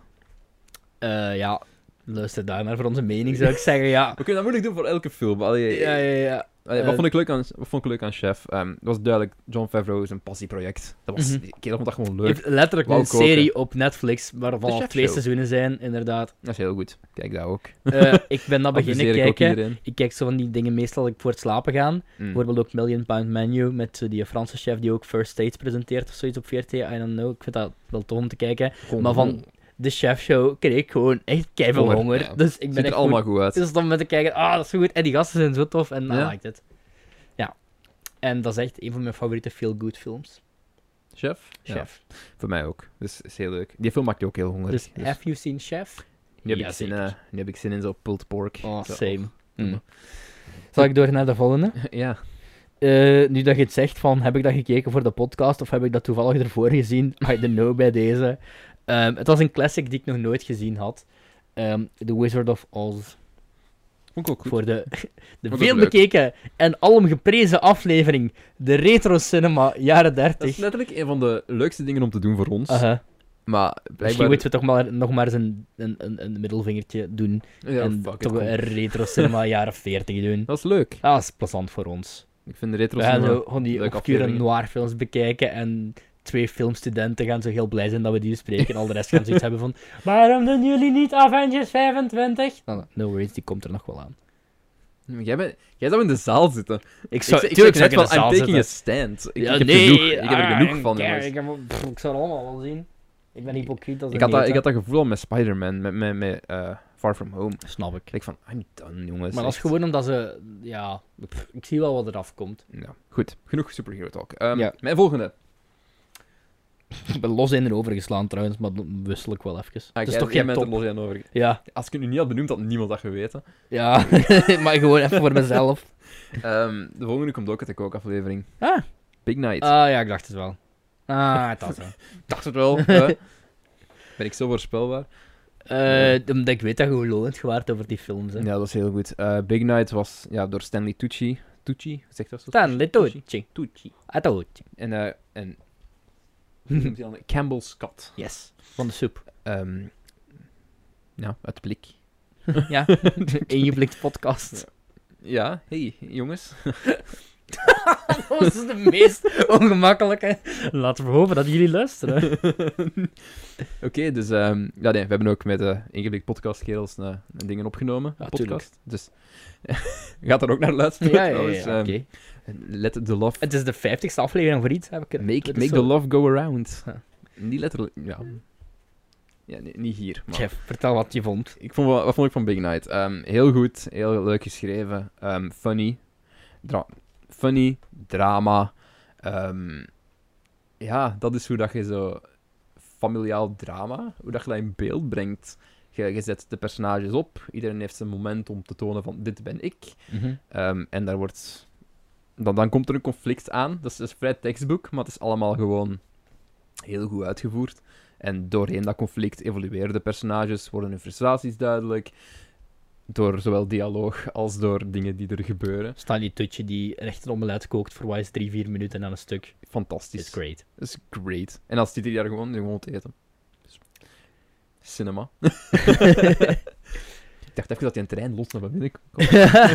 Speaker 1: Eh, ja, luister daar naar voor onze mening, zou ik zeggen. Ja,
Speaker 2: We kunnen dat moeilijk doen voor elke film. Allee,
Speaker 1: ja, ja. ja.
Speaker 2: allee,
Speaker 1: Eh,
Speaker 2: wat, vond ik leuk aan, wat vond ik leuk aan Chef? Ehm, het was duidelijk, Jon Favreau is een passieproject. Dat was,
Speaker 1: Mhm.
Speaker 2: die kerel vond dat gewoon
Speaker 1: Je
Speaker 2: leuk.
Speaker 1: heeft letterlijk
Speaker 2: Wou
Speaker 1: een
Speaker 2: koken.
Speaker 1: serie op Netflix, waarvan
Speaker 2: De
Speaker 1: al
Speaker 2: Chef
Speaker 1: twee
Speaker 2: Show.
Speaker 1: seizoenen zijn, inderdaad.
Speaker 2: Dat is heel goed. Kijk dat ook.
Speaker 1: Eh, ik ben dat beginnen
Speaker 2: Adviseer ik ook
Speaker 1: kijken.
Speaker 2: iedereen.
Speaker 1: Ik kijk zo van die dingen meestal voor het slapen gaan.
Speaker 2: Mm.
Speaker 1: Bijvoorbeeld ook Million Pound Menu met eh, die Franse chef die ook First Dates presenteert of zoiets op V R T. I don't know. Ik vind dat wel tof om te kijken. Maar van de chefshow kreeg ik gewoon echt keiveel
Speaker 2: Honger,
Speaker 1: honger.
Speaker 2: ja.
Speaker 1: Dus ik ben
Speaker 2: Ziet er
Speaker 1: echt
Speaker 2: allemaal
Speaker 1: gewoon-
Speaker 2: goed uit.
Speaker 1: Dus dan met te kijken, ah, dat is zo goed. En die gasten zijn zo tof en I
Speaker 2: Ja.
Speaker 1: liked it. Ja. En dat is echt een van mijn favoriete feel-good films.
Speaker 2: Chef? Ja,
Speaker 1: Chef.
Speaker 2: voor mij ook. Dus is heel leuk. Die film maakt je ook heel hongerig.
Speaker 1: Dus,
Speaker 2: Dus
Speaker 1: have you seen Chef?
Speaker 2: nu, heb
Speaker 1: Ja,
Speaker 2: ik zin,
Speaker 1: zeker.
Speaker 2: eh, nu heb ik zin in zo'n pulled pork.
Speaker 1: Oh,
Speaker 2: Zo.
Speaker 1: same.
Speaker 2: Mm.
Speaker 1: Mm. Zal ik door naar de volgende?
Speaker 2: Ja.
Speaker 1: Eh, nu dat je het zegt van, heb ik dat gekeken voor de podcast of heb ik dat toevallig ervoor gezien? I don't know bij deze. Ehm, het was een classic die ik nog nooit gezien had. Ehm, The Wizard of Oz.
Speaker 2: Vond ik ook goed.
Speaker 1: Voor de, de
Speaker 2: ook
Speaker 1: veel
Speaker 2: leuk.
Speaker 1: bekeken en alom geprezen aflevering. De Retro Cinema, jaren
Speaker 2: Dat is
Speaker 1: dertig.
Speaker 2: letterlijk een van de leukste dingen om te doen voor ons.
Speaker 1: Uh-huh.
Speaker 2: Maar
Speaker 1: Misschien
Speaker 2: blijkbaar...
Speaker 1: moeten we toch maar, nog maar eens een, een, een, een middelvingertje doen.
Speaker 2: Ja,
Speaker 1: en
Speaker 2: fuck it,
Speaker 1: toch
Speaker 2: kom.
Speaker 1: een Retro Cinema jaren veertig doen.
Speaker 2: Dat is leuk.
Speaker 1: Dat is plezant voor ons.
Speaker 2: Ik vind de retro
Speaker 1: We gaan
Speaker 2: cinema
Speaker 1: zo gewoon die
Speaker 2: leuke
Speaker 1: obscure
Speaker 2: afleveringen.
Speaker 1: noir-films bekijken en twee filmstudenten gaan zo heel blij zijn dat we die bespreken en al de rest gaan zoiets hebben van waarom doen jullie niet Avengers vijfentwintig? Nou, no worries, die komt er nog wel aan.
Speaker 2: Jij, bent, jij zou in de zaal zitten.
Speaker 1: Ik zou,
Speaker 2: ik, ik
Speaker 1: tuurlijk
Speaker 2: zeg
Speaker 1: zou
Speaker 2: net
Speaker 1: ik in
Speaker 2: van,
Speaker 1: de
Speaker 2: I'm
Speaker 1: zaal
Speaker 2: taking
Speaker 1: zitten.
Speaker 2: a stand. Ik,
Speaker 1: Ja,
Speaker 2: ik heb
Speaker 1: nee,
Speaker 2: er genoeg, ik heb er
Speaker 1: ah,
Speaker 2: genoeg van,
Speaker 1: kijk,
Speaker 2: jongens.
Speaker 1: Ik, heb, pff, ik zou het allemaal wel zien. Ik ben hypocriet als
Speaker 2: Ik
Speaker 1: een
Speaker 2: had, dat, ik
Speaker 1: neet,
Speaker 2: had dat gevoel al met Spider-Man, met, met, met uh, Far From Home.
Speaker 1: hè. Snap ik.
Speaker 2: Ik denk van, I'm done, jongens.
Speaker 1: Maar dat is
Speaker 2: echt.
Speaker 1: gewoon omdat ze... Ja, pff, ik zie wel wat er afkomt.
Speaker 2: Ja, goed. Genoeg superhero talk. Um,
Speaker 1: Ja.
Speaker 2: Mijn volgende.
Speaker 1: Ik ben los in erover geslaan trouwens, maar dat wissel ik wel even.
Speaker 2: Ah,
Speaker 1: Het is
Speaker 2: jij-
Speaker 1: toch
Speaker 2: jij
Speaker 1: geen
Speaker 2: bent
Speaker 1: top?
Speaker 2: er los aan over.
Speaker 1: Ja,
Speaker 2: Als ik het nu niet had benoemd, had niemand dat geweten.
Speaker 1: ja. maar gewoon even voor mezelf.
Speaker 2: Um, de volgende komt ook uit de kookaflevering.
Speaker 1: Ah.
Speaker 2: Big Night.
Speaker 1: Ah, ja, ik dacht het wel. Ah, ik dacht het wel.
Speaker 2: Ik dacht het wel. uh, ben ik zo voorspelbaar?
Speaker 1: Eh, omdat ik weet dat je gelonend gewaard over die films, hè.
Speaker 2: Ja, dat is heel goed. Uh, Big Night was ja, door Stanley Tucci. Tucci? Zegt dat zo?
Speaker 1: Stanley Tucci.
Speaker 2: Tucci.
Speaker 1: Atootje.
Speaker 2: En, uh, en hoe noemt hij dan? Campbell's Cut.
Speaker 1: Yes. Van de soep.
Speaker 2: Um, ja, uit blik.
Speaker 1: Ja, ingeblikt podcast.
Speaker 2: Ja, hey, jongens.
Speaker 1: Dat was de meest ongemakkelijke. Laten we hopen dat jullie luisteren.
Speaker 2: Oké, okay, dus um, ja, nee, we hebben ook met de uh, ingeblikt podcastkerels uh, dingen opgenomen.
Speaker 1: Ja,
Speaker 2: podcast. Dus gaat er ook naar luisteren.
Speaker 1: Ja, ja,
Speaker 2: trouwens.
Speaker 1: ja,
Speaker 2: Um,
Speaker 1: oké.
Speaker 2: Let the love...
Speaker 1: Het is de vijftigste aflevering voor iets, heb ik
Speaker 2: Make,
Speaker 1: dat is
Speaker 2: make
Speaker 1: zo-
Speaker 2: the love go around.
Speaker 1: Ja.
Speaker 2: Niet letterlijk... Ja, ja nee, niet hier. Maar
Speaker 1: Jeff, vertel wat je vond.
Speaker 2: ik vond, wel- wat vond ik van Big Night? Um, heel goed, heel leuk geschreven. Um, funny. Dra- funny, drama. Um, ja, dat is hoe dat je zo... Familiaal drama, hoe dat je dat in beeld brengt. Je, je zet de personages op. Iedereen heeft zijn moment om te tonen van, dit ben ik.
Speaker 1: Mhm.
Speaker 2: Um, en daar wordt... Dan, dan komt er een conflict aan. Dat is, dat is vrij tekstboek, maar het is allemaal gewoon heel goed uitgevoerd. En doorheen dat conflict evolueren de personages, worden hun frustraties duidelijk. Door zowel dialoog als door dingen die er gebeuren.
Speaker 1: Stanley Tucci die rechter omelet kookt voor wat is drie, vier minuten aan een stuk.
Speaker 2: Fantastisch.
Speaker 1: Is great.
Speaker 2: Dat is great. En dan zit hij daar gewoon, gewoon te eten. Dus, cinema. Ik dacht even dat hij een trein los naar binnen kwam.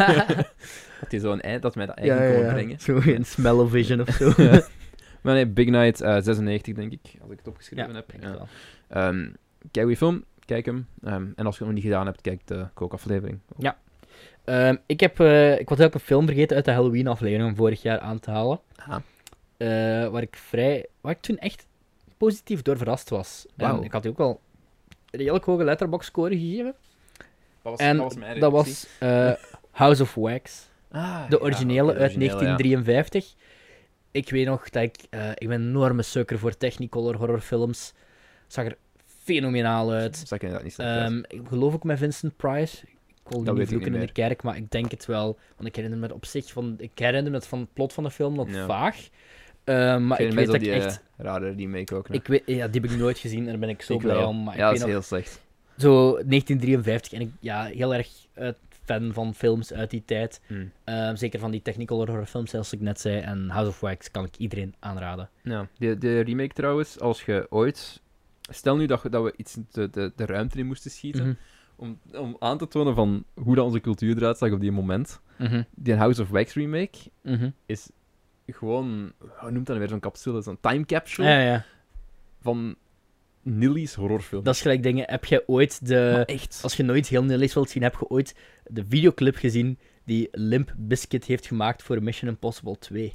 Speaker 2: Dat hij zo'n eind, dat mij dat eigen kon brengen.
Speaker 1: Zo in smell-o-vision of zo.
Speaker 2: Ja. Maar nee, Big Night, uh, zesennegentig denk ik, als ik het opgeschreven heb.
Speaker 1: denk
Speaker 2: Ja.
Speaker 1: het wel.
Speaker 2: Um, kijk die film, kijk hem. Um, en als je het nog niet gedaan hebt, kijk de kookaflevering.
Speaker 1: Ja. Um, ik, heb, uh, ik was ook een film vergeten uit de Halloween-aflevering van vorig jaar aan te halen.
Speaker 2: Ah.
Speaker 1: Uh, waar ik vrij... Waar ik toen echt positief door verrast was.
Speaker 2: Wauw.
Speaker 1: En ik had die ook al een redelijk hoge letterbox-score gegeven.
Speaker 2: Wat was,
Speaker 1: En
Speaker 2: wat was mijn
Speaker 1: dat
Speaker 2: reactie?
Speaker 1: was uh, House of Wax.
Speaker 2: Ah,
Speaker 1: De originele
Speaker 2: ja, oké, de
Speaker 1: uit
Speaker 2: originele,
Speaker 1: negentien drieënvijftig. Ik weet nog dat ik... Uh, ik ben een enorme sukker voor Technicolor horrorfilms. Zag er fenomenaal
Speaker 2: ja.
Speaker 1: uit.
Speaker 2: Zag ik inderdaad niet slecht uit.
Speaker 1: Um, ik geloof ook met Vincent Price. Ik wil
Speaker 2: Dat
Speaker 1: niet
Speaker 2: weet ik
Speaker 1: vloeken
Speaker 2: niet
Speaker 1: in de kerk, maar ik denk het wel. Want ik herinner me het op zich van... Ik herinner me het van het plot van de film nog
Speaker 2: Ja.
Speaker 1: vaag. Um, maar ik weet dat ik
Speaker 2: die,
Speaker 1: echt...
Speaker 2: Uh, rare remake ook.
Speaker 1: Ik weet, ja, die heb ik nooit gezien en daar ben ik zo
Speaker 2: ik
Speaker 1: blij
Speaker 2: wel.
Speaker 1: om. Maar
Speaker 2: ja,
Speaker 1: ik
Speaker 2: dat
Speaker 1: weet
Speaker 2: is
Speaker 1: nog,
Speaker 2: heel slecht.
Speaker 1: zo negentien drieënvijftig en ik ja, heel erg uh, fan van films uit die tijd.
Speaker 2: Hmm.
Speaker 1: Um, zeker van die Technicolor horrorfilms, zoals ik net zei. En House of Wax kan ik iedereen aanraden.
Speaker 2: Ja, de, de remake trouwens, als je ooit... Stel nu dat, we- dat we iets de, de, de ruimte in moesten schieten,
Speaker 1: Mhm.
Speaker 2: om, om aan te tonen van hoe dat onze cultuur eruit zag op die moment.
Speaker 1: Mhm.
Speaker 2: Die House of Wax remake
Speaker 1: Mhm.
Speaker 2: is gewoon... Hoe noemt dat nou weer zo'n capsule? Zo'n time capsule
Speaker 1: Ja, ja.
Speaker 2: van Nilly's horrorfilm.
Speaker 1: Dat is gelijk dingen. Heb je ooit de...
Speaker 2: Maar echt.
Speaker 1: Als je nooit heel Nilly's wilt zien, heb je ooit de videoclip gezien die Limp Bizkit heeft gemaakt voor Mission Impossible twee.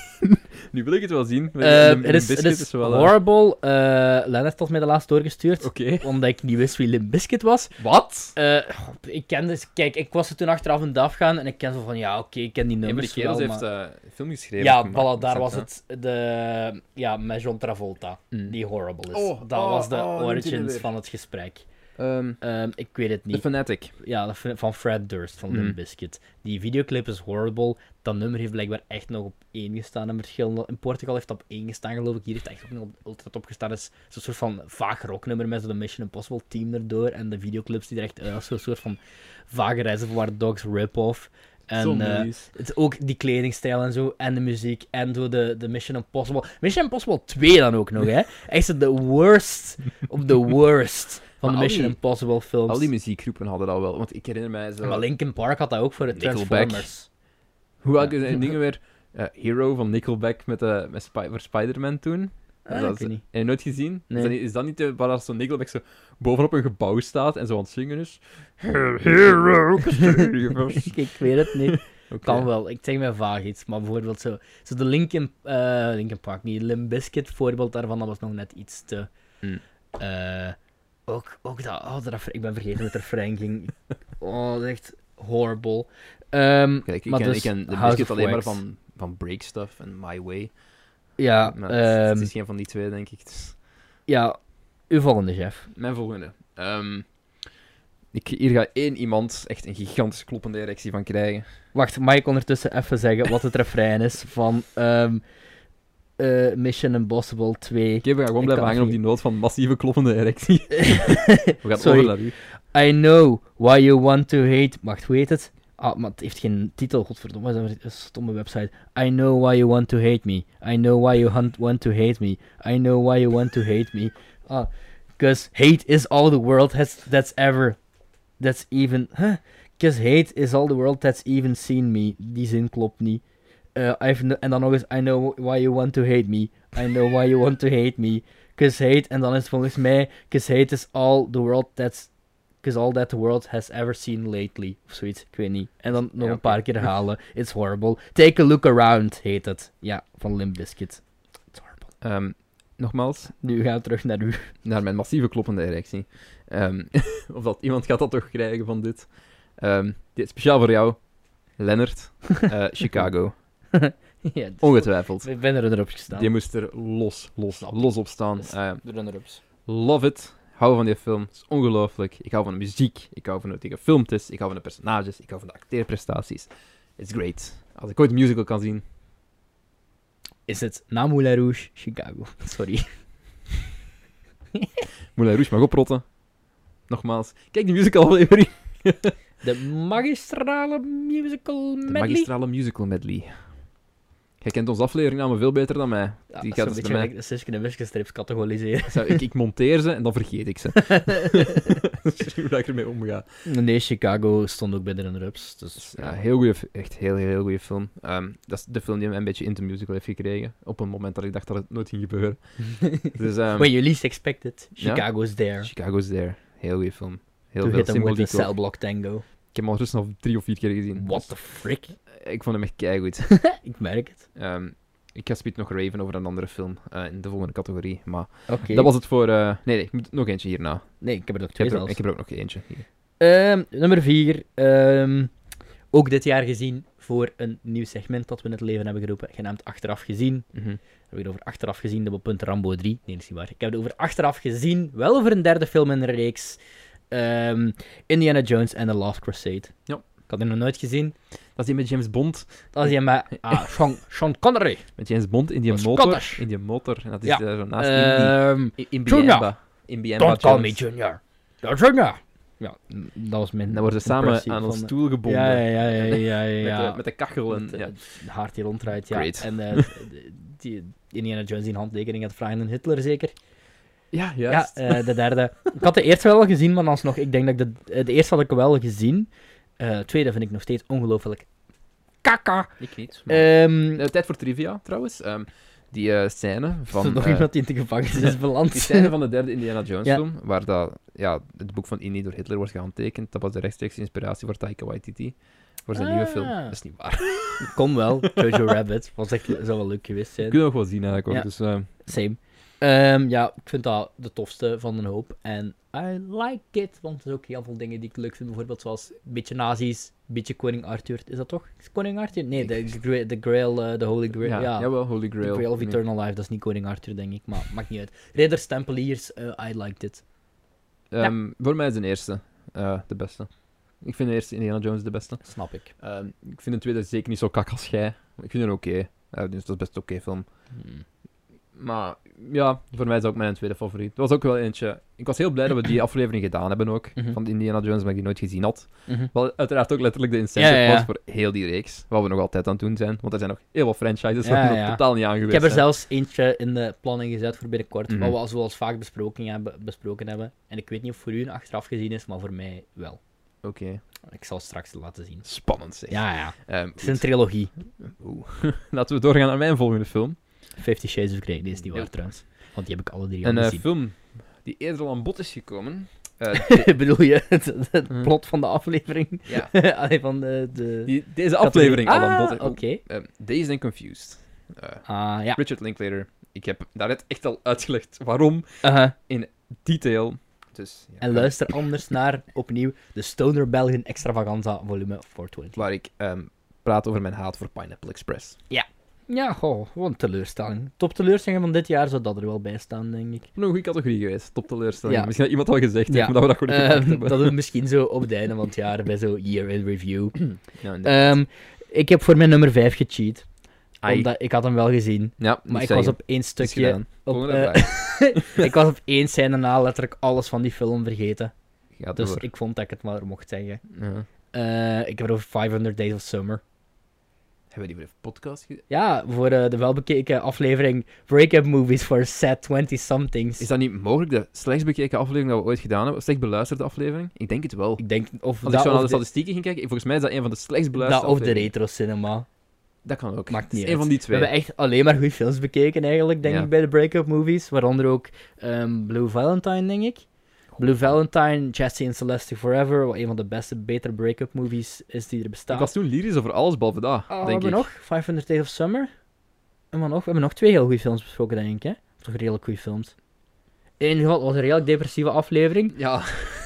Speaker 2: Nu wil ik het wel zien.
Speaker 1: Uh,
Speaker 2: De- de
Speaker 1: het is,
Speaker 2: biscuit
Speaker 1: het is
Speaker 2: wel, uh,
Speaker 1: horrible. Uh, Lennart had mij de laatst doorgestuurd,
Speaker 2: Oké.
Speaker 1: omdat ik niet wist wie Limp Bizkit was.
Speaker 2: Wat?
Speaker 1: Uh, ik kende... Kijk, ik was er toen achteraf en af gaan en ik ken zo van, ja, oké, okay, ik ken die
Speaker 2: Ja, maar
Speaker 1: nummers
Speaker 2: die kerel
Speaker 1: wel,
Speaker 2: heeft
Speaker 1: maar...
Speaker 2: uh, een film geschreven.
Speaker 1: Ja,
Speaker 2: gemaakt,
Speaker 1: voilà, daar
Speaker 2: snap
Speaker 1: was
Speaker 2: je?
Speaker 1: het. De... Ja, met John Travolta,
Speaker 2: Mm.
Speaker 1: die horrible is.
Speaker 2: Oh,
Speaker 1: dat
Speaker 2: oh,
Speaker 1: was de
Speaker 2: oh, noemt hij
Speaker 1: origins
Speaker 2: weer?
Speaker 1: van het gesprek.
Speaker 2: Um,
Speaker 1: Um, ik weet het
Speaker 2: The
Speaker 1: niet.
Speaker 2: Fanatic.
Speaker 1: Ja, dat vind- van Fred Durst, van
Speaker 2: Mm.
Speaker 1: Limp Bizkit. Die videoclip is horrible. Dat nummer heeft blijkbaar echt nog op één gestaan. In, verschillende... in Portugal heeft dat op één gestaan, geloof ik. Hier heeft het echt ook nog op ultra top gestaan. Het is zo'n soort van vaag rocknummer met zo'n Mission Impossible team erdoor. En de videoclips die er echt uit als zo'n soort van vage Reservoir Dogs rip-off. En
Speaker 2: Zo
Speaker 1: eh,
Speaker 2: nice.
Speaker 1: het, ook die kledingstijl en zo. En de muziek. En zo de, de Mission Impossible. Mission Impossible twee dan ook nog, hè. Echt zo de worst of the worst van
Speaker 2: Maar
Speaker 1: de
Speaker 2: al
Speaker 1: Mission
Speaker 2: die-
Speaker 1: Impossible films.
Speaker 2: Al die muziekgroepen hadden dat wel. Want ik herinner mij zo...
Speaker 1: Maar Linkin Park had dat ook voor de
Speaker 2: Nickelback.
Speaker 1: Transformers.
Speaker 2: Hoe welke
Speaker 1: Ja.
Speaker 2: zijn dingen weer? Uh, Hero van Nickelback met, uh, met Sp- voor Spider-Man toen.
Speaker 1: Ah,
Speaker 2: dat
Speaker 1: ik
Speaker 2: is,
Speaker 1: weet niet.
Speaker 2: heb je nooit gezien?
Speaker 1: Nee.
Speaker 2: Is, dat niet, is dat niet de, waar zo'n Nickelback zo bovenop een gebouw staat en zo aan het zingen is? Hero,
Speaker 1: ik, ik weet het niet.
Speaker 2: Okay.
Speaker 1: Kan wel. Ik zeg mij vaag iets. Maar bijvoorbeeld zo, zo de Linkin, uh, Linkin Park, niet Limp Bizkit voorbeeld daarvan, dat was nog net iets te...
Speaker 2: Mm.
Speaker 1: Uh, ook, ook dat... Oh, dat refrein, ik ben vergeten het refrein ging. Oh, dat is echt horrible. Um,
Speaker 2: Kijk, ik,
Speaker 1: maar
Speaker 2: ken,
Speaker 1: dus
Speaker 2: ik ken de
Speaker 1: House
Speaker 2: Bizkit
Speaker 1: of
Speaker 2: alleen maar
Speaker 1: Wax.
Speaker 2: van, van Break Stuff en My Way.
Speaker 1: Ja,
Speaker 2: Maar het, is, het
Speaker 1: um,
Speaker 2: is geen van die twee, denk ik. Dus
Speaker 1: ja, uw volgende, chef.
Speaker 2: mijn volgende. Um, ik, hier gaat één iemand echt een gigantische kloppende erectie van krijgen.
Speaker 1: Wacht, mag ik ondertussen even zeggen wat het refrein is van um, uh, Mission Impossible twee?
Speaker 2: Oké, we gaan gewoon
Speaker 1: Ik
Speaker 2: blijven
Speaker 1: kan
Speaker 2: hangen op die noot van massieve kloppende erectie. We gaan
Speaker 1: Sorry.
Speaker 2: over naar u.
Speaker 1: I know why you want to hate... Wacht, hoe heet het? Ah, maar het heeft geen titel, godverdomme, dat is een stomme website. I know why you want to hate me. I know why you hunt, want to hate me. I know why you want to hate me. Ah, because hate is all the world has that's ever... That's even... Huh? Because hate is all the world that's even seen me. Die zin klopt niet. Uh, I've no, en dan nog eens, I know why you want to hate me. I know why you want to hate me. Because hate, en dan is het volgens mij... Because hate is all the world that's... Because all that the world has ever seen lately. Of zoiets, ik weet niet. En dan nog
Speaker 2: Ja,
Speaker 1: een paar
Speaker 2: okay.
Speaker 1: keer herhalen. It's horrible. Take a look around, heet het. Ja, van Limp Bizkit. It's horrible.
Speaker 2: Um, nogmaals,
Speaker 1: Nu gaan we terug naar u.
Speaker 2: naar mijn massieve kloppende erectie. Um, of dat iemand gaat dat toch krijgen van dit. Um, dit speciaal voor jou, Leonard, uh, Chicago.
Speaker 1: Ja, dus
Speaker 2: Ongetwijfeld.
Speaker 1: ik ben er erop gestaan.
Speaker 2: Die moest er los, los,
Speaker 1: Snap.
Speaker 2: los op staan.
Speaker 1: Dus
Speaker 2: Uh,
Speaker 1: de runner-ups.
Speaker 2: love it. Hou van die film. Het is ongelooflijk. Ik hou van de muziek. Ik hou van hoe het gefilmd is. Ik hou van de personages. Ik hou van de acteerprestaties. It's great. Als ik ooit een musical kan zien.
Speaker 1: Is het na Moulin Rouge, Chicago. Sorry.
Speaker 2: Moulin Rouge mag oprotten. Nogmaals. Kijk die musical aflevering.
Speaker 1: De magistrale musical
Speaker 2: De
Speaker 1: medley.
Speaker 2: magistrale musical medley. Jij kent onze aflevering namelijk veel beter dan mij.
Speaker 1: Ja,
Speaker 2: Die
Speaker 1: dat is
Speaker 2: gaat
Speaker 1: een
Speaker 2: dus
Speaker 1: beetje
Speaker 2: bij mij.
Speaker 1: gelijk de Suske en Wiske strips categoriseren.
Speaker 2: Zo, ik, ik monteer ze en dan vergeet ik ze. Dat is hoe ik ermee omga.
Speaker 1: Nee, Chicago stond ook bij de runner-ups. Dus,
Speaker 2: Ja, heel goeie, f- echt heel, heel, heel goede film. Um, dat is de film die me een beetje into musical heeft gekregen. Op een moment dat ik dacht dat het nooit ging gebeuren. Dus, um,
Speaker 1: When you least expect it,
Speaker 2: ja?
Speaker 1: Chicago's there.
Speaker 2: Chicago's There. Heel goede film. Heel
Speaker 1: To
Speaker 2: veel
Speaker 1: hit them with the
Speaker 2: symboliek ook.
Speaker 1: cell block tango.
Speaker 2: Ik heb hem al rustig nog drie of vier keer gezien.
Speaker 1: What the frick?
Speaker 2: Ik vond hem echt keigoed.
Speaker 1: Ik merk het.
Speaker 2: um, ik ga speed nog raven over een andere film uh, in de volgende categorie. Maar
Speaker 1: Oké.
Speaker 2: dat was het voor... Uh... Nee, nee, ik moet nog eentje hierna.
Speaker 1: Nee, ik heb er nog
Speaker 2: Ik
Speaker 1: twee
Speaker 2: heb, er ook,
Speaker 1: zelfs.
Speaker 2: ik heb er ook nog eentje. Hier.
Speaker 1: Ehm, nummer vier. Ehm, ook dit jaar gezien voor een nieuw segment dat we in het leven hebben geroepen. Genaamd Achteraf Gezien.
Speaker 2: Mm-hmm.
Speaker 1: Ik heb het over Achteraf Gezien, dubbelpunt Rambo drie. Nee, dat is niet waar. Ik heb het over Achteraf Gezien. Wel over een derde film in de reeks. Ehm, Indiana Jones and the Last Crusade.
Speaker 2: Ja.
Speaker 1: Ik had die nog nooit gezien.
Speaker 2: Dat is die met James Bond.
Speaker 1: Dat is die met ah, Sean, Sean Connery.
Speaker 2: Met James Bond in die
Speaker 1: Dat is
Speaker 2: motor.
Speaker 1: Scottish.
Speaker 2: In die motor. En dat is
Speaker 1: Ja.
Speaker 2: uh, zo naast Indy.
Speaker 1: Ehm
Speaker 2: In, in
Speaker 1: Junior.
Speaker 2: Biamba. In Biamba
Speaker 1: Don't call me
Speaker 2: Jones.
Speaker 1: Junior. Ja, Junior. Ja, dat was mijn
Speaker 2: En dan worden ze samen
Speaker 1: impressie
Speaker 2: aan een
Speaker 1: van de-
Speaker 2: stoel gebonden.
Speaker 1: Ja, ja, ja, ja, ja, ja, ja.
Speaker 2: Met, de, met de kachel. En,
Speaker 1: Met, eh,
Speaker 2: ja.
Speaker 1: het haart die ronddraait, ja.
Speaker 2: Great.
Speaker 1: En uh, die Indiana Jones die een handtekening had vragen aan Hitler, zeker?
Speaker 2: ja, juist.
Speaker 1: Ja, uh, de derde. Ik had de eerste wel gezien, maar alsnog, ik denk dat ik de, de eerste had ik wel gezien. Uh, de tweede vind ik nog steeds ongelooflijk kaka.
Speaker 2: Ik niet.
Speaker 1: Um,
Speaker 2: Uh, tijd voor trivia, trouwens. Um, die uh, scène van...
Speaker 1: is er nog
Speaker 2: uh,
Speaker 1: iemand die in de gevangenis is beland?
Speaker 2: die scène van de derde Indiana Jones
Speaker 1: Ja.
Speaker 2: film, waar dat, ja, het boek van Indy door Hitler wordt gehandtekend, dat was de rechtstreekse inspiratie voor Taika Waititi. Voor zijn
Speaker 1: Ah.
Speaker 2: nieuwe film. Dat is niet waar.
Speaker 1: Kom wel, Jojo Rabbit. Was echt, zou wel leuk geweest zijn.
Speaker 2: Ik wil nog wel zien eigenlijk ook.
Speaker 1: Ja.
Speaker 2: Dus, uh,
Speaker 1: Same. Um, ja, ik vind dat de tofste van een hoop. En I like it, want er zijn ook heel veel dingen die ik leuk vind. Bijvoorbeeld zoals een beetje nazi's, een beetje Koning Arthur. Is dat toch? Is het Koning Arthur? Nee, de, gra- de Grail, uh, de Holy Grail.
Speaker 2: ja,
Speaker 1: Ja,
Speaker 2: jawel, Holy
Speaker 1: de
Speaker 2: Grail.
Speaker 1: Grail of
Speaker 2: Nee.
Speaker 1: Eternal Life, dat is niet Koning Arthur, denk ik. Maar maakt niet uit. Ridders, Tempeliers, uh, I liked it.
Speaker 2: Um, Voor mij is de eerste uh, de beste. Ik vind de eerste Indiana Jones de beste.
Speaker 1: Snap ik.
Speaker 2: Um, ik vind de tweede zeker niet zo kak als jij. Ik vind het oké. Okay. Uh, dus dat is best een oké film.
Speaker 1: Hmm.
Speaker 2: Maar ja, voor mij is dat ook mijn tweede favoriet. Het was ook wel eentje... Ik was heel blij dat we die aflevering gedaan hebben ook.
Speaker 1: Mhm.
Speaker 2: Van Indiana Jones, maar ik die nooit gezien had.
Speaker 1: Mhm.
Speaker 2: Wat uiteraard ook letterlijk de incentive
Speaker 1: Ja, ja, ja.
Speaker 2: was voor heel die reeks. Wat we nog altijd aan het doen zijn. Want er zijn nog heel veel franchises
Speaker 1: Ja,
Speaker 2: waar we nog
Speaker 1: ja.
Speaker 2: totaal niet aan
Speaker 1: Ik
Speaker 2: geweest
Speaker 1: heb er
Speaker 2: zijn.
Speaker 1: zelfs eentje in de planning gezet voor binnenkort,
Speaker 2: Mhm.
Speaker 1: wat we zoals vaak besproken hebben, besproken hebben. En ik weet niet of voor u een achteraf gezien is, maar voor mij wel.
Speaker 2: Oké. Okay.
Speaker 1: Ik zal het straks laten zien.
Speaker 2: Spannend, zeg.
Speaker 1: Ja, ja.
Speaker 2: Um,
Speaker 1: het is een trilogie.
Speaker 2: Oeh. Laten we doorgaan naar mijn volgende film.
Speaker 1: Fifty Shades of Grey, die is niet waar, trouwens. Want die heb ik alle drie al
Speaker 2: een,
Speaker 1: gezien.
Speaker 2: Een uh, film die eerder al aan bod is gekomen.
Speaker 1: Uh, de... Bedoel je het, het hmm. plot van de aflevering?
Speaker 2: Ja.
Speaker 1: Allee, van de... de...
Speaker 2: Die, deze aflevering
Speaker 1: ah,
Speaker 2: al aan bod.
Speaker 1: Oké. Okay.
Speaker 2: Uh, Dazed and Confused. Uh,
Speaker 1: uh, ja.
Speaker 2: Richard Linklater. Ik heb daarnet echt al uitgelegd waarom.
Speaker 1: Uh-huh.
Speaker 2: In detail. Dus, ja.
Speaker 1: En luister anders naar, opnieuw, de Stoner Belgian Extravaganza volume vierhonderdtwintig.
Speaker 2: Waar ik um, praat over mijn haat voor Pineapple Express.
Speaker 1: Ja. Ja, goh, gewoon teleurstelling. Top teleurstelling van dit jaar zou dat er wel bij staan, denk ik.
Speaker 2: Een goede categorie geweest, top teleurstelling.
Speaker 1: Ja.
Speaker 2: Misschien had iemand al gezegd,
Speaker 1: ja.
Speaker 2: dat we dat goed gemaakt
Speaker 1: um,
Speaker 2: hebben.
Speaker 1: Dat doen we misschien zo op het einde van het jaar, bij zo'n year in review.
Speaker 2: Ja,
Speaker 1: um, ik heb voor mijn nummer vijf gecheat.
Speaker 2: Ai.
Speaker 1: Omdat ik had hem wel gezien.
Speaker 2: Ja,
Speaker 1: maar ik
Speaker 2: zeggen.
Speaker 1: was op één stukje... Op, uh, ik was op één scène na letterlijk alles van die film vergeten.
Speaker 2: Gaat
Speaker 1: dus
Speaker 2: door.
Speaker 1: ik vond dat ik het maar mocht zeggen.
Speaker 2: Ja.
Speaker 1: Uh, ik heb het over vijfhonderd Days of Summer.
Speaker 2: Hebben we die voor de podcast gedaan?
Speaker 1: Ja, voor uh, de welbekeken aflevering Break-up Movies for Sad twenty-somethings.
Speaker 2: Is dat niet mogelijk de slechtst bekeken aflevering dat we ooit gedaan hebben? Slecht beluisterde aflevering? Ik denk het wel.
Speaker 1: Ik denk... Of
Speaker 2: Als
Speaker 1: dat
Speaker 2: ik zo naar de,
Speaker 1: de
Speaker 2: statistieken ging kijken, volgens mij is dat een van de slechtst beluisterde
Speaker 1: Dat of de
Speaker 2: afleveringen.
Speaker 1: retro cinema.
Speaker 2: Dat kan ook.
Speaker 1: Maakt niet
Speaker 2: Een
Speaker 1: uit.
Speaker 2: van die twee.
Speaker 1: We hebben echt alleen maar goede films bekeken eigenlijk, denk
Speaker 2: ja.
Speaker 1: ik, bij de Break-up Movies. Waaronder ook um, Blue Valentine, denk ik. Blue Valentine, Jesse and Celeste Forever, wat een van de beste, betere break-up movies is die er bestaat.
Speaker 2: Ik was toen lyrisch over alles behalve dat,
Speaker 1: oh,
Speaker 2: denk
Speaker 1: we hebben
Speaker 2: ik.
Speaker 1: nog vijfhonderd Days of Summer. En wat nog? We hebben nog twee heel goede films besproken, denk ik, hè? Of toch redelijk goede films. In ieder geval, het was een redelijk depressieve aflevering.
Speaker 2: Ja.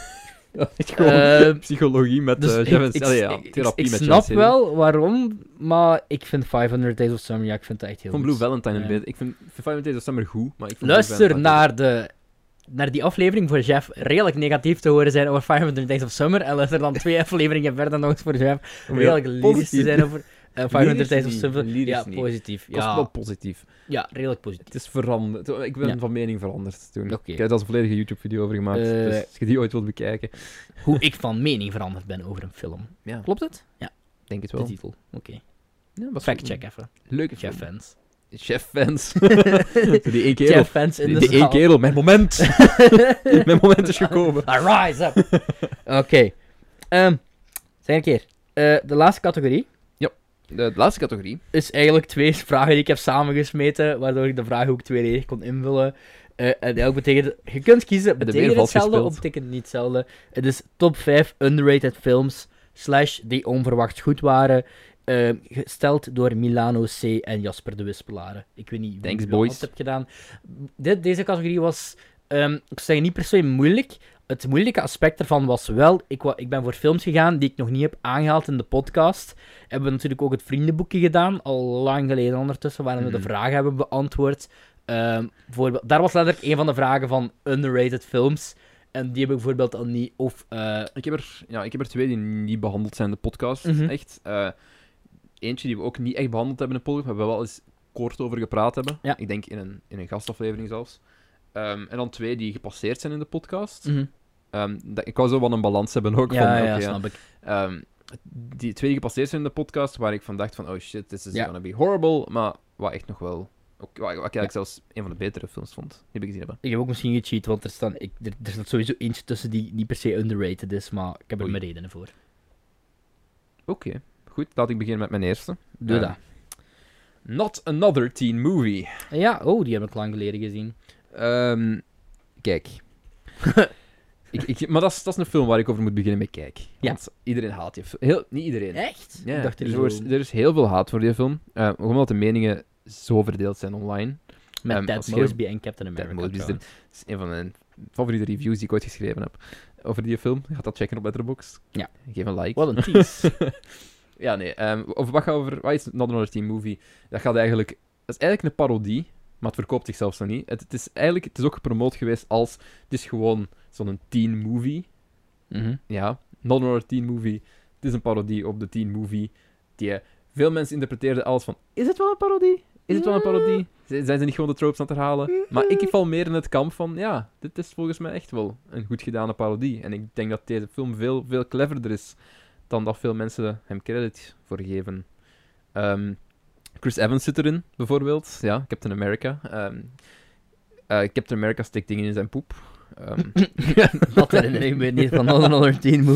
Speaker 1: uh,
Speaker 2: psychologie met
Speaker 1: dus
Speaker 2: uh, Jeff en... Ja, therapie
Speaker 1: ik,
Speaker 2: met
Speaker 1: Ik snap
Speaker 2: Jeff
Speaker 1: wel waarom, maar ik vind vijfhonderd Days of Summer, ja, ik vind dat echt heel
Speaker 2: goed.
Speaker 1: goed.
Speaker 2: Van Blue Valentine
Speaker 1: ja.
Speaker 2: beter. Ik vind vijfhonderd Days of Summer goed, maar ik vind
Speaker 1: Luister naar de... naar die aflevering voor Jeff redelijk negatief te horen zijn over vijfhonderd Days of Summer. En luister dan twee afleveringen verder nog eens voor Jeff om redelijk lyrisch te zijn over uh, vijfhonderd Days of Summer. Ja,
Speaker 2: niet.
Speaker 1: positief.
Speaker 2: Ja. Dat is wel positief.
Speaker 1: Ja, redelijk positief.
Speaker 2: Het is veranderd. Ik ben ja. van mening veranderd toen.
Speaker 1: Okay.
Speaker 2: Ik heb daar een volledige YouTube-video over gemaakt. Uh, dus als je die ooit wilt bekijken.
Speaker 1: Hoe ik van mening veranderd ben over een film.
Speaker 2: Ja.
Speaker 1: Klopt het? Ja.
Speaker 2: Denk het wel.
Speaker 1: De titel. Oké. Okay.
Speaker 2: Ja,
Speaker 1: fact-check even.
Speaker 2: Leuke
Speaker 1: Jeff-fans.
Speaker 2: Chef-fans. die één kerel.
Speaker 1: Jeff-fans in de
Speaker 2: Die één kerel. Mijn moment. Mijn moment is gekomen.
Speaker 1: Rise up. Oké. Okay. Um, zeg een keer. Uh, de laatste categorie.
Speaker 2: Ja. De, de laatste categorie.
Speaker 1: Is eigenlijk twee vragen die ik heb samengesmeten. Waardoor ik de vraag ook tweeledig kon invullen. Uh, en eigenlijk betekent... Je kunt kiezen. Betekent het hetzelfde of betekent het niet hetzelfde? Het is top vijf underrated films. Slash die onverwacht goed waren. Uh, gesteld door Milano C. en Jasper de Wispelare. Ik weet niet
Speaker 2: Thanks,
Speaker 1: wie
Speaker 2: boys.
Speaker 1: dat heb gedaan. Dit, deze categorie was, um, ik zeg niet per se moeilijk. Het moeilijke aspect ervan was wel, ik, wa- ik ben voor films gegaan die ik nog niet heb aangehaald in de podcast. Hebben we natuurlijk ook het vriendenboekje gedaan, al lang geleden ondertussen, waarin we
Speaker 2: mm.
Speaker 1: de vragen hebben beantwoord. Um, bijvoorbeeld, daar was letterlijk een van de vragen van underrated films. En die heb ik bijvoorbeeld al niet, of... Uh...
Speaker 2: Ik, heb er, ja, ik heb er twee die niet behandeld zijn in de podcast,
Speaker 1: mm-hmm.
Speaker 2: echt. Uh, Eentje die we ook niet echt behandeld hebben in de podcast, waar we wel eens kort over gepraat hebben.
Speaker 1: Ja.
Speaker 2: Ik denk in een, in een gastaflevering zelfs. Um, en dan twee die gepasseerd zijn in de podcast.
Speaker 1: Mm-hmm.
Speaker 2: Um, dat, ik wou zo wat een balans hebben ook.
Speaker 1: Ja,
Speaker 2: van,
Speaker 1: ja,
Speaker 2: okay,
Speaker 1: snap
Speaker 2: ja.
Speaker 1: ik.
Speaker 2: Um, die twee die gepasseerd zijn in de podcast, waar ik van dacht van, oh shit, this is
Speaker 1: ja.
Speaker 2: gonna be horrible. Maar wat echt nog wel... Wat, wat ik eigenlijk ja. zelfs een van de betere films vond, die we gezien hebben.
Speaker 1: Ik heb ook misschien gecheat, want er, staan, ik, er, er staat sowieso eentje tussen die niet per se underrated is, maar ik heb er
Speaker 2: Oei.
Speaker 1: mijn redenen voor.
Speaker 2: Oké, okay. Goed. Laat ik beginnen met mijn eerste.
Speaker 1: Doe
Speaker 2: um,
Speaker 1: dat.
Speaker 2: Not Another Teen Movie.
Speaker 1: Ja, oh, die heb ik lang geleden gezien.
Speaker 2: Um, kijk. ik, ik, maar dat is, dat is een film waar ik over moet beginnen met kijk. Want ja. iedereen haat die film. Heel, niet iedereen.
Speaker 1: Echt?
Speaker 2: Ja,
Speaker 1: ik dacht er,
Speaker 2: er, is, er is heel veel haat voor die film. Uh, gewoon omdat de meningen zo verdeeld zijn online.
Speaker 1: Met
Speaker 2: um,
Speaker 1: Ted Mosby en Captain America.
Speaker 2: Ted Mosby is, is een van mijn favoriete reviews die ik ooit geschreven heb over die film. Je gaat dat checken op Letterboxd.
Speaker 1: Ja.
Speaker 2: Geef een like.
Speaker 1: Wat een tease.
Speaker 2: Ja, nee. Um, over wat gaat over... Wat is Not Another Teen Movie? Dat gaat eigenlijk... Dat is eigenlijk een parodie, maar het verkoopt zichzelf zo niet. Het, het is eigenlijk... Het is ook gepromoot geweest als... Het is gewoon zo'n teen movie.
Speaker 1: Mm-hmm.
Speaker 2: Ja. Not Another Teen Movie. Het is een parodie op de teen movie. Die... Veel mensen interpreteerden alles van... Is het wel een parodie? Is het wel een parodie? Zijn ze niet gewoon de tropes aan het herhalen? Maar ik val meer in het kamp van... Ja, dit is volgens mij echt wel een goed gedane parodie. En ik denk dat deze film veel, veel cleverder is dan dat veel mensen hem credit voor geven. Um, Chris Evans zit erin, bijvoorbeeld. Ja, Captain America. Um, uh, Captain America steekt dingen in zijn poep. Um,
Speaker 1: Dat herinner ik me niet van Not Another Teen Movie.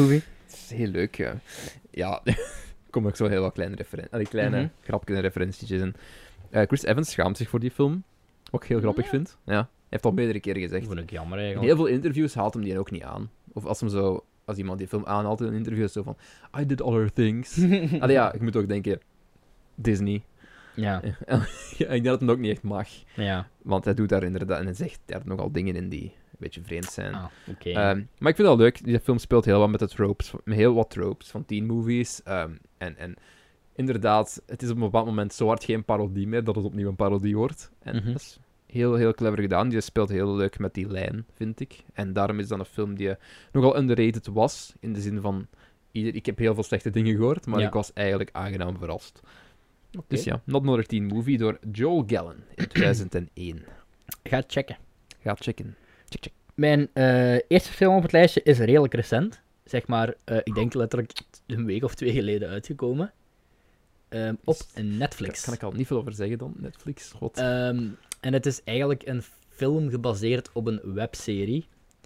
Speaker 2: Het is heel leuk, ja. Ja, er komen ook zo heel wat kleine, referen- Allee, kleine
Speaker 1: Mhm.
Speaker 2: grapjes en referentietjes in. Eh, Chris Evans schaamt zich voor die film. Wat ik heel grappig
Speaker 1: Ja.
Speaker 2: vind. Ja. Hij heeft al meerdere keren gezegd.
Speaker 1: Dat vind ik jammer
Speaker 2: In
Speaker 1: eigenlijk.
Speaker 2: heel veel interviews haalt hem die ook niet aan. Of als hem zo... Als iemand die film aanhaalt in een interview, is het zo van... I did other things. Allee, ja, ik moet ook denken... Disney.
Speaker 1: Ja,
Speaker 2: Ja, ik denk dat het hem ook niet echt mag.
Speaker 1: ja.
Speaker 2: Want hij doet daar inderdaad... En hij zegt er nogal dingen in die een beetje vreemd zijn.
Speaker 1: Ah, oké.
Speaker 2: Ehm, maar ik vind dat leuk. Die film speelt heel wat met de tropes. Met heel wat tropes van teen movies. Ehm, en, en inderdaad, het is op een bepaald moment zo hard geen parodie meer dat het opnieuw een parodie wordt. En
Speaker 1: Mhm.
Speaker 2: dat is heel, heel clever gedaan. Die speelt heel leuk met die lijn, vind ik. En daarom is dan een film die nogal underrated was. In de zin van... Ieder, ik heb heel veel slechte dingen gehoord, maar
Speaker 1: Ja.
Speaker 2: ik was eigenlijk aangenaam verrast.
Speaker 1: Oké.
Speaker 2: Dus ja, Not Another Teen Movie door Joel Gallen in tweeduizend één.
Speaker 1: Ga checken.
Speaker 2: Ga checken. Check, check.
Speaker 1: Mijn eh, eerste film op het lijstje is redelijk recent. Zeg maar, eh, ik denk letterlijk een week of twee geleden uitgekomen. Ehm, op Netflix.
Speaker 2: Daar kan ik al niet veel over zeggen dan, Netflix. God.
Speaker 1: Ehm, en het is eigenlijk een film gebaseerd op een webserie.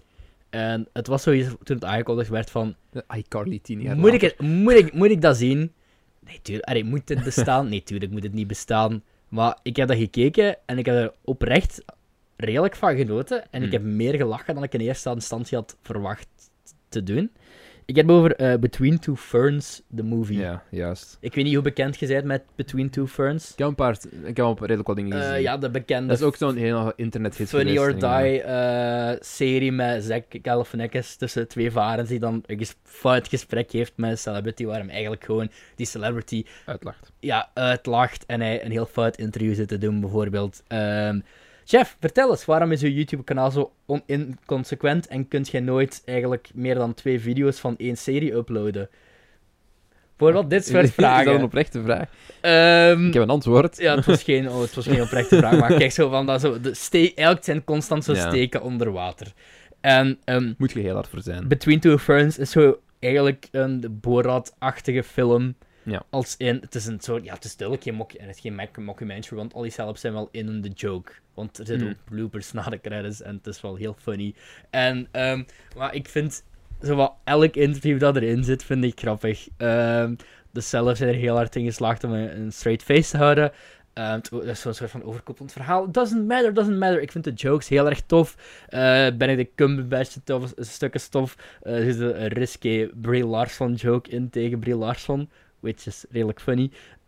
Speaker 1: En het was zoiets toen het aangekondigd werd van...
Speaker 2: De iCarly tien jaar
Speaker 1: Moet ik,
Speaker 2: later.
Speaker 1: het, moet, ik, moet ik dat zien? Nee, tuurlijk. Allee, moet dit bestaan? Nee, tuurlijk moet het niet bestaan. Maar ik heb dat gekeken en ik heb er oprecht redelijk van genoten. En ik
Speaker 2: Hmm.
Speaker 1: heb meer gelachen dan ik in eerste instantie had verwacht te doen. Ik heb het over eh, Between Two Ferns, the movie.
Speaker 2: Ja, juist.
Speaker 1: Ik weet niet hoe bekend je bent met Between Two Ferns.
Speaker 2: Ik heb een paar... Ik heb op redelijk wat dingen gezien.
Speaker 1: Eh, ja, de bekende
Speaker 2: Dat is ook zo'n hele internethit
Speaker 1: Funny or
Speaker 2: geweest, denk ik.
Speaker 1: Die eh, serie met Zach Galifianakis tussen twee varens die dan een ges- fout gesprek heeft met een celebrity waar hem eigenlijk gewoon die celebrity
Speaker 2: Uitlacht.
Speaker 1: ja, uitlacht en hij een heel fout interview zit te doen, bijvoorbeeld. Ehm Chef, vertel eens, waarom is uw YouTube-kanaal zo oninconsequent en kunt jij nooit eigenlijk meer dan twee video's van één serie uploaden? Bijvoorbeeld dit soort
Speaker 2: Is dat een
Speaker 1: vragen.
Speaker 2: oprechte vraag?
Speaker 1: Ehm,
Speaker 2: Ik heb een antwoord.
Speaker 1: ja, het was geen, oh, het was geen oprechte vraag, maar kijk zo van dat zo, de ste- elk zijn constant zo
Speaker 2: Ja.
Speaker 1: steken onder water. En ehm,
Speaker 2: Moet je heel hard voor zijn.
Speaker 1: Between Two Ferns is zo eigenlijk een Borat-achtige film.
Speaker 2: Ja.
Speaker 1: Als in, het is een soort, ja, het is duidelijk geen, mock, het is geen mock- mockumentary, want al die celebs zijn wel in de joke. Want er zitten
Speaker 2: Mm.
Speaker 1: ook bloopers na de credits en het is wel heel funny. En, ehm, maar ik vind, zowat elk interview dat erin zit, vind ik grappig. Ehm, de celebs zijn er heel hard in geslaagd om een, een straight face te houden. Ehm, het is zo'n soort van overkoepelend verhaal. Doesn't matter, doesn't matter. Ik vind de jokes heel erg tof. Uh, Benedict Cumberbatch tof, stukken tof. Uh, er zit een risqué Brie Larson joke in tegen Brie Larson. Which is redelijk funny.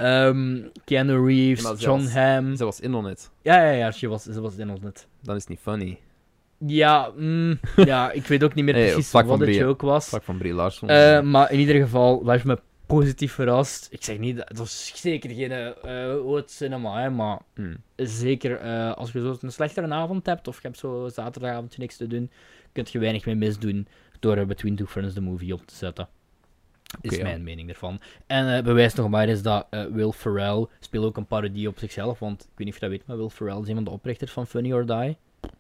Speaker 1: Um, Keanu Reeves,
Speaker 2: Maar
Speaker 1: John
Speaker 2: zelfs-
Speaker 1: Hamm.
Speaker 2: Ze was in on it.
Speaker 1: Ja, ja, ja, ze was, ze was in ons net.
Speaker 2: Dan is het niet funny.
Speaker 1: Ja, mm, ja, ik weet ook niet meer
Speaker 2: Hey,
Speaker 1: precies
Speaker 2: vlak
Speaker 1: wat
Speaker 2: van
Speaker 1: de
Speaker 2: Brie-
Speaker 1: joke was.
Speaker 2: Vlak van Brie Larson.
Speaker 1: Uh, maar in ieder geval, was me positief verrast. Ik zeg niet, dat- het was zeker geen uh, oud cinema, hè, maar
Speaker 2: Hmm.
Speaker 1: zeker uh, als je zo een slechtere avond hebt, of je hebt zo zaterdagavond niks te doen, kun je weinig mee misdoen door uh, Between Two Ferns the movie op te zetten. Is
Speaker 2: Okay,
Speaker 1: mijn
Speaker 2: ja.
Speaker 1: mening ervan. En uh, bewijs nog maar is dat uh, Will Ferrell speelt ook een parodie op zichzelf, want ik weet niet of je dat weet, maar Will Ferrell is een van de oprichters van Funny or Die.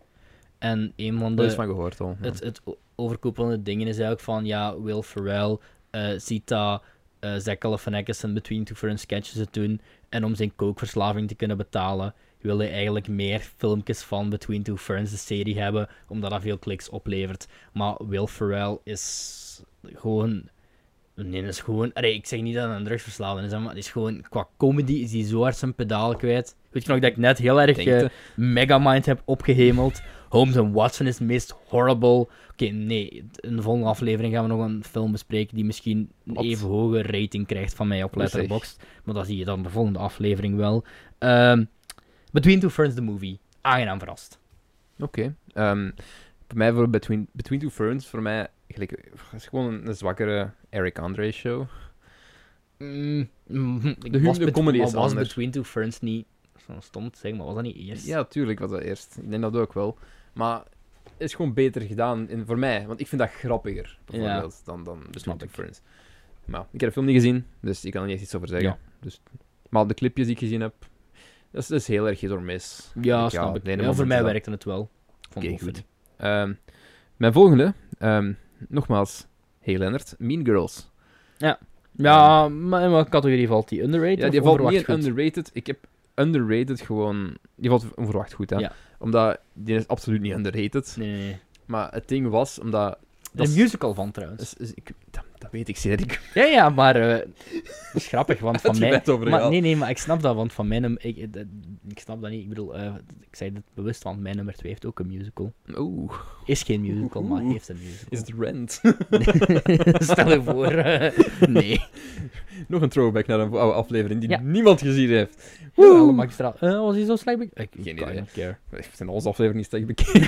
Speaker 1: En een van
Speaker 2: Daar is
Speaker 1: de...
Speaker 2: van gehoord al. Ja.
Speaker 1: Het, het o- overkoepelende ding is eigenlijk van, ja, Will Ferrell uh, ziet dat uh, Zach Galifianakis een Between Two Ferns sketches te doen, en om zijn kookverslaving te kunnen betalen, wil hij eigenlijk meer filmpjes van Between Two Ferns, de serie, hebben, omdat dat veel kliks oplevert. Maar Will Ferrell is gewoon... Nee, dat is gewoon... Allee, ik zeg niet dat hij een drugsverslaafde is, hè, maar het is gewoon... Qua comedy is hij zo hard zijn pedaal kwijt. Weet je nog dat ik net heel erg
Speaker 2: Denk
Speaker 1: uh,
Speaker 2: je?
Speaker 1: Megamind heb opgehemeld? Holmes and Watson is het meest horrible. Oké, nee. In de volgende aflevering gaan we nog een film bespreken die misschien een
Speaker 2: Wat?
Speaker 1: even hoge rating krijgt van mij op
Speaker 2: Hoe zeg?
Speaker 1: Letterboxd. Maar dat zie je dan de volgende aflevering wel. Um, Between Two Ferns, the movie. Aangenaam verrast.
Speaker 2: Oké. Ehm, voor mij, voor Between, Between Two Ferns, voor mij, gelijk, het is gewoon een, een zwakkere Eric Andre show.
Speaker 1: Mm, mm, ik
Speaker 2: De
Speaker 1: was
Speaker 2: hu- de
Speaker 1: bet-
Speaker 2: comedy
Speaker 1: maar
Speaker 2: is
Speaker 1: was
Speaker 2: anders.
Speaker 1: Between Two Ferns niet... Zo stom te zeggen, maar was dat niet eerst?
Speaker 2: Ja, tuurlijk was dat eerst. Ik denk dat ook wel. Maar het is gewoon beter gedaan in, voor mij, want ik vind dat grappiger, bijvoorbeeld, dan, dan Between
Speaker 1: snap
Speaker 2: Two
Speaker 1: ik.
Speaker 2: Ferns. Maar ik heb de film niet gezien, dus ik kan er niet echt iets over zeggen.
Speaker 1: Ja.
Speaker 2: Dus, maar de clipjes die ik gezien heb, dat is, dat is heel erg hit or miss.
Speaker 1: Ja,
Speaker 2: Ik-
Speaker 1: snap ik.
Speaker 2: de ene
Speaker 1: Ja, voor
Speaker 2: moment
Speaker 1: mij
Speaker 2: is dat-
Speaker 1: werkte het wel. Vond
Speaker 2: Oké,
Speaker 1: ik
Speaker 2: goed.
Speaker 1: goed.
Speaker 2: Ehm, mijn volgende, ehm, nogmaals, hey Leonard, Mean Girls.
Speaker 1: Ja, maar in welke categorie valt die? Underrated
Speaker 2: Ja,
Speaker 1: of
Speaker 2: die valt
Speaker 1: onverwacht
Speaker 2: niet in
Speaker 1: goed?
Speaker 2: underrated. Ik heb underrated gewoon... Die valt onverwacht goed, hè.
Speaker 1: Ja.
Speaker 2: Omdat, die is absoluut niet underrated.
Speaker 1: Nee, nee, nee.
Speaker 2: Maar het ding was, omdat...
Speaker 1: Er is
Speaker 2: is-
Speaker 1: een musical van, trouwens.
Speaker 2: is- is- ik, dat, dat weet ik, Cedric.
Speaker 1: Ja, ja, maar... Uh, dat is grappig, want van mij... Maar, nee, nee, maar ik snap dat, want van mijn nummer... Ik, ik, ik snap dat niet, ik bedoel... Uh, ik zei het bewust, want mijn nummer twee heeft ook een musical.
Speaker 2: Oeh.
Speaker 1: Is geen musical,
Speaker 2: Oeh.
Speaker 1: maar heeft een musical.
Speaker 2: Is het Rent?
Speaker 1: Stel je voor... Uh, nee.
Speaker 2: Nog een throwback naar een oude aflevering die
Speaker 1: ja.
Speaker 2: niemand gezien heeft.
Speaker 1: Woe! Alle magistraal. Uh, was hij zo slecht bekeken? Ik
Speaker 2: Geen
Speaker 1: idee.
Speaker 2: idee.
Speaker 1: Care.
Speaker 2: We zijn onze aflevering niet slecht bekeken.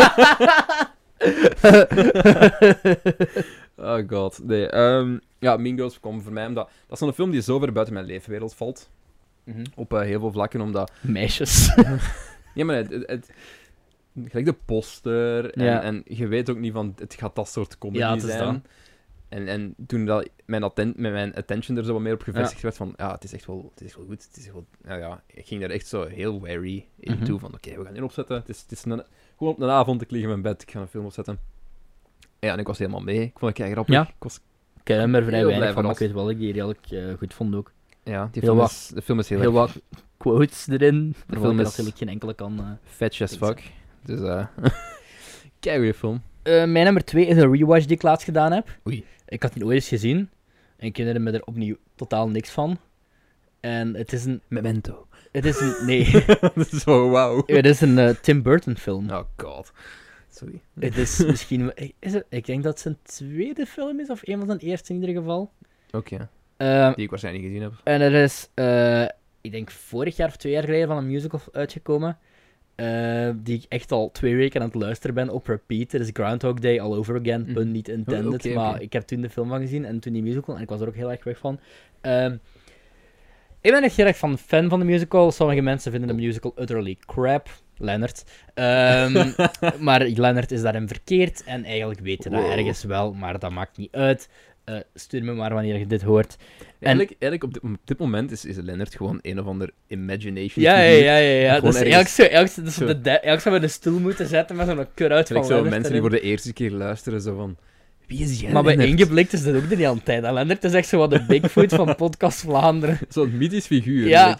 Speaker 2: Oh god, nee. Um, ja, Mean Girls kwam voor mij omdat... Dat is zo'n film die zo ver buiten mijn leefwereld valt.
Speaker 1: Mm-hmm.
Speaker 2: Op uh, heel veel vlakken, omdat...
Speaker 1: Meisjes.
Speaker 2: Ja, maar het... het, het gelijk de poster, en,
Speaker 1: ja.
Speaker 2: en je weet ook niet van, het gaat dat soort comedy
Speaker 1: ja,
Speaker 2: zijn.
Speaker 1: Dan.
Speaker 2: En, en toen dat mijn, atten, met mijn attention er zo wat meer op gevestigd
Speaker 1: ja.
Speaker 2: werd van, ja, het is echt wel, het is echt wel goed. Het is echt wel, nou ja, ik ging daar echt zo heel wary in
Speaker 1: mm-hmm.
Speaker 2: toe, van oké, okay, we gaan hier opzetten. Het is, het is een, gewoon op een avond, ik lig in mijn bed, ik ga een film opzetten. Ja, en ik was helemaal mee. Ik vond het kei grappig.
Speaker 1: Ja.
Speaker 2: Ik was
Speaker 1: ik heb er vrij weinig van, maar
Speaker 2: als...
Speaker 1: ik weet wel dat ik die redelijk uh, goed vond ook.
Speaker 2: Ja, die
Speaker 1: heel
Speaker 2: film
Speaker 1: wat,
Speaker 2: is, de film is heel
Speaker 1: Heel
Speaker 2: erg...
Speaker 1: wat quotes erin,
Speaker 2: de
Speaker 1: film
Speaker 2: film
Speaker 1: is
Speaker 2: is
Speaker 1: natuurlijk geen enkele kan... Uh,
Speaker 2: fetch as fuck. Dus, eh... Uh, kei goeie film.
Speaker 1: Uh, mijn nummer twee is een rewatch die ik laatst gedaan heb.
Speaker 2: Oei.
Speaker 1: Ik had die ooit eens gezien. En ik herinner me er opnieuw totaal niks van. En het is een...
Speaker 2: Memento.
Speaker 1: Het is een... Nee.
Speaker 2: Dat is zo wauw.
Speaker 1: Het is een uh, Tim Burton film.
Speaker 2: Oh god. Sorry.
Speaker 1: Het is misschien... Is het, ik denk dat het zijn tweede film is, of een van zijn eerste in ieder geval.
Speaker 2: Oké.
Speaker 1: Okay. Uh,
Speaker 2: die ik waarschijnlijk gezien heb.
Speaker 1: En er is, uh, ik denk vorig jaar of twee jaar geleden, van een musical uitgekomen. Uh, die ik echt al twee weken aan het luisteren ben op repeat. Het is Groundhog Day all over again, mm. pun niet intended. Oh, okay, maar okay. Ik heb toen de film van gezien en toen die musical, en ik was er ook heel erg weg van. Uh, ik ben echt heel erg van fan van de musical. Sommige mensen vinden de musical utterly crap. Leonard. Um, maar Leonard is daarin verkeerd en eigenlijk weet je dat wow. ergens wel, maar dat maakt niet uit. Uh, stuur me maar wanneer je dit hoort.
Speaker 2: Eigenlijk, en... eigenlijk op, dit, op dit moment is, is Leonard gewoon een of ander imagination.
Speaker 1: Ja, ja, ja, ja. ja. Dus eigenlijk, zo, eigenlijk, zo, dus
Speaker 2: zo.
Speaker 1: de, eigenlijk zou we de stoel moeten zetten met zo'n keur-uit van
Speaker 2: Leonard. Mensen die voor de eerste keer luisteren, zo van... Wie is jij,
Speaker 1: maar bij
Speaker 2: Leonard?
Speaker 1: Ingeblikt is dat ook de hele tijd. En Leonard is echt zo wat de Bigfoot van podcast Vlaanderen.
Speaker 2: Zo'n mythisch figuur.
Speaker 1: Ja.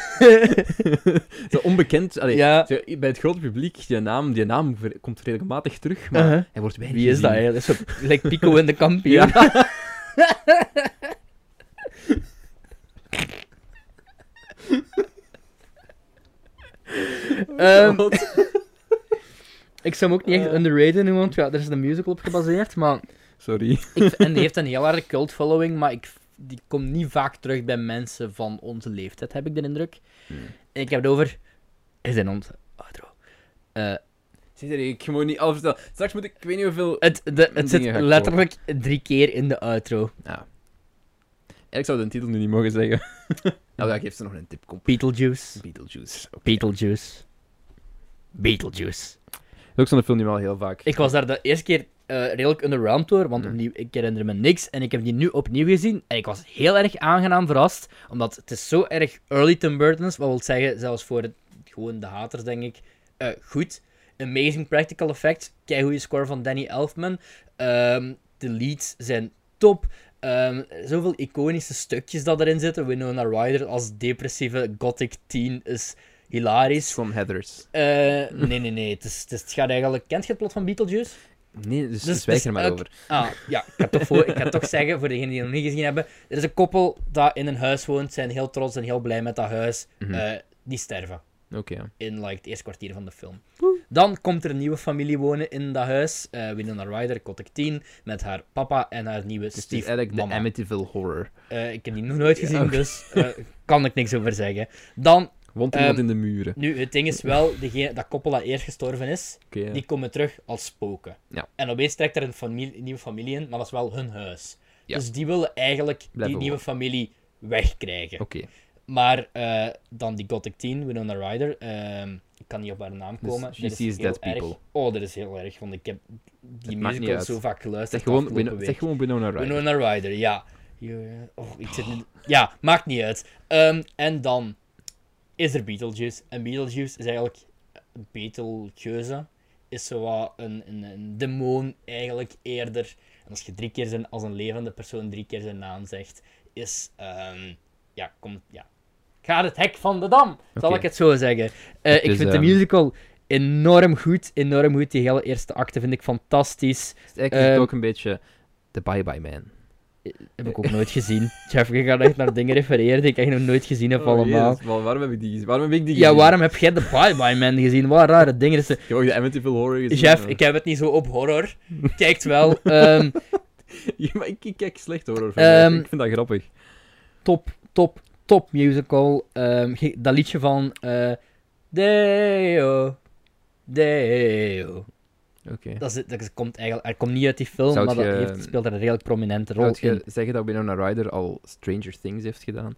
Speaker 2: Zo onbekend. Allee,
Speaker 1: ja.
Speaker 2: Zo, bij het grote publiek, die naam, die naam komt regelmatig terug, maar uh-huh. hij wordt weinig
Speaker 1: Wie is
Speaker 2: gezien.
Speaker 1: dat eigenlijk? Zo, like Pico in de kampioen.
Speaker 2: Ja.
Speaker 1: um, ik zou hem ook niet echt underrated noemen, want ja, er is een musical op gebaseerd, maar...
Speaker 2: Sorry.
Speaker 1: Ik, en die heeft een heel harde cult following, maar ik, die komt niet vaak terug bij mensen van onze leeftijd, heb ik de indruk. Hmm. En ik heb het over... Is in onze outro. Uh,
Speaker 2: Zit er, ik moet niet alles vertellen. Straks moet ik, ik weet niet hoeveel...
Speaker 1: Het, de, het zit letterlijk kopen. drie keer in de outro.
Speaker 2: Ja. Eigenlijk zou ik de titel nu niet mogen zeggen. Nou, ja, geef ze nog een tip. Kom.
Speaker 1: Beetlejuice.
Speaker 2: Beetlejuice. Okay.
Speaker 1: Beetlejuice. Beetlejuice.
Speaker 2: Dat is ook zo'n film die wel heel vaak...
Speaker 1: Ik was daar de eerste keer uh, redelijk underwhelmed door, want mm. opnieuw, ik herinner me niks. En ik heb die nu opnieuw gezien en ik was heel erg aangenaam verrast, omdat het is zo erg early Tim Burton's, wat wil zeggen, zelfs voor het, gewoon de haters, denk ik, uh, goed. Amazing practical effects, keigoeie score van Danny Elfman. Um, de leads zijn top. Um, zoveel iconische stukjes dat erin zitten. Winona Ryder als depressieve gothic teen is hilarisch.
Speaker 2: From Heathers.
Speaker 1: Uh, nee, nee, nee. Het, is, het, is, het gaat eigenlijk... Kent je het plot van Beetlejuice?
Speaker 2: Nee, dus, dus zwijg er maar ook... over.
Speaker 1: Ah, ja. Ik ga, toch voor, ik ga toch zeggen, voor degenen die het nog niet gezien hebben. Er is een koppel dat in een huis woont, zijn heel trots en heel blij met dat huis. Mm-hmm. Uh, die sterven.
Speaker 2: Oké. Okay.
Speaker 1: In like, het eerste kwartier van de film. Woe. Dan komt er een nieuwe familie wonen in dat huis. Uh, Winona Ryder, gothic tien, met haar papa en haar nieuwe
Speaker 2: dus
Speaker 1: stiefmama.
Speaker 2: Het is eigenlijk de Amityville Horror.
Speaker 1: Uh, ik heb die nog nooit gezien, ja, okay. dus uh, kan ik niks over zeggen. Dan...
Speaker 2: Woont iemand um, in de muren.
Speaker 1: Nu, het ding is wel, degene, dat koppel dat eerst gestorven is, okay, ja. die komen terug als spoken.
Speaker 2: Ja.
Speaker 1: En opeens trekt er een, familie, een nieuwe familie in, maar dat is wel hun huis. Ja. Dus die willen eigenlijk Blijf die nieuwe familie wegkrijgen.
Speaker 2: Okay.
Speaker 1: Maar uh, dan die gothic teen, Winona Ryder, uh, ik kan niet op haar naam komen.
Speaker 2: Dus she sees dead people.
Speaker 1: Erg. Oh, dat is heel erg, want ik heb die musical zo vaak geluisterd.
Speaker 2: Zeg gewoon, win- zeg gewoon Winona Ryder.
Speaker 1: Winona Ryder, ja. Oh, ik zit nu... Ja, maakt niet uit. Um, en dan is er Beetlejuice. En Beetlejuice is eigenlijk... Betelgeuse is zo wat een, een, een demon eigenlijk eerder. En als je drie keer zijn, als een levende persoon drie keer zijn naam zegt, is... Um, ja, komt... Ja. Ga het hek van de dam, zal okay. ik het zo zeggen. Uh, ik dus, vind um... de musical enorm goed, enorm goed. Die hele eerste acte vind ik fantastisch.
Speaker 2: Het is eigenlijk um, ook een beetje The Bye Bye Man.
Speaker 1: Heb ik ook nooit gezien. Jeff, je gaat echt naar dingen refereren die ik echt nog nooit gezien heb
Speaker 2: Oh,
Speaker 1: allemaal.
Speaker 2: Jezus, wel, waarom heb ik die gezien? Waarom heb ik die
Speaker 1: Ja,
Speaker 2: gezien?
Speaker 1: waarom heb jij de Bye Bye Man gezien? Wat rare dingen. Dus,
Speaker 2: Ik heb ook de Amityville Horror gezien.
Speaker 1: Jeff,
Speaker 2: maar-
Speaker 1: ik heb het niet zo op horror. Kijkt wel. Ehm,
Speaker 2: Ja, maar ik, ik kijk slecht horror.
Speaker 1: Ehm,
Speaker 2: ik vind dat grappig.
Speaker 1: top, top, top musical. Ehm, ge- dat liedje van... eh Deo, Deo.
Speaker 2: Oké.
Speaker 1: Dat, is, dat is- komt eigenlijk... Er komt niet uit die film,
Speaker 2: Zou
Speaker 1: maar dat
Speaker 2: je-
Speaker 1: heeft, speelt er een redelijk prominente rol
Speaker 2: Zou je
Speaker 1: in.
Speaker 2: zeggen dat Winona Ryder al Stranger Things heeft gedaan?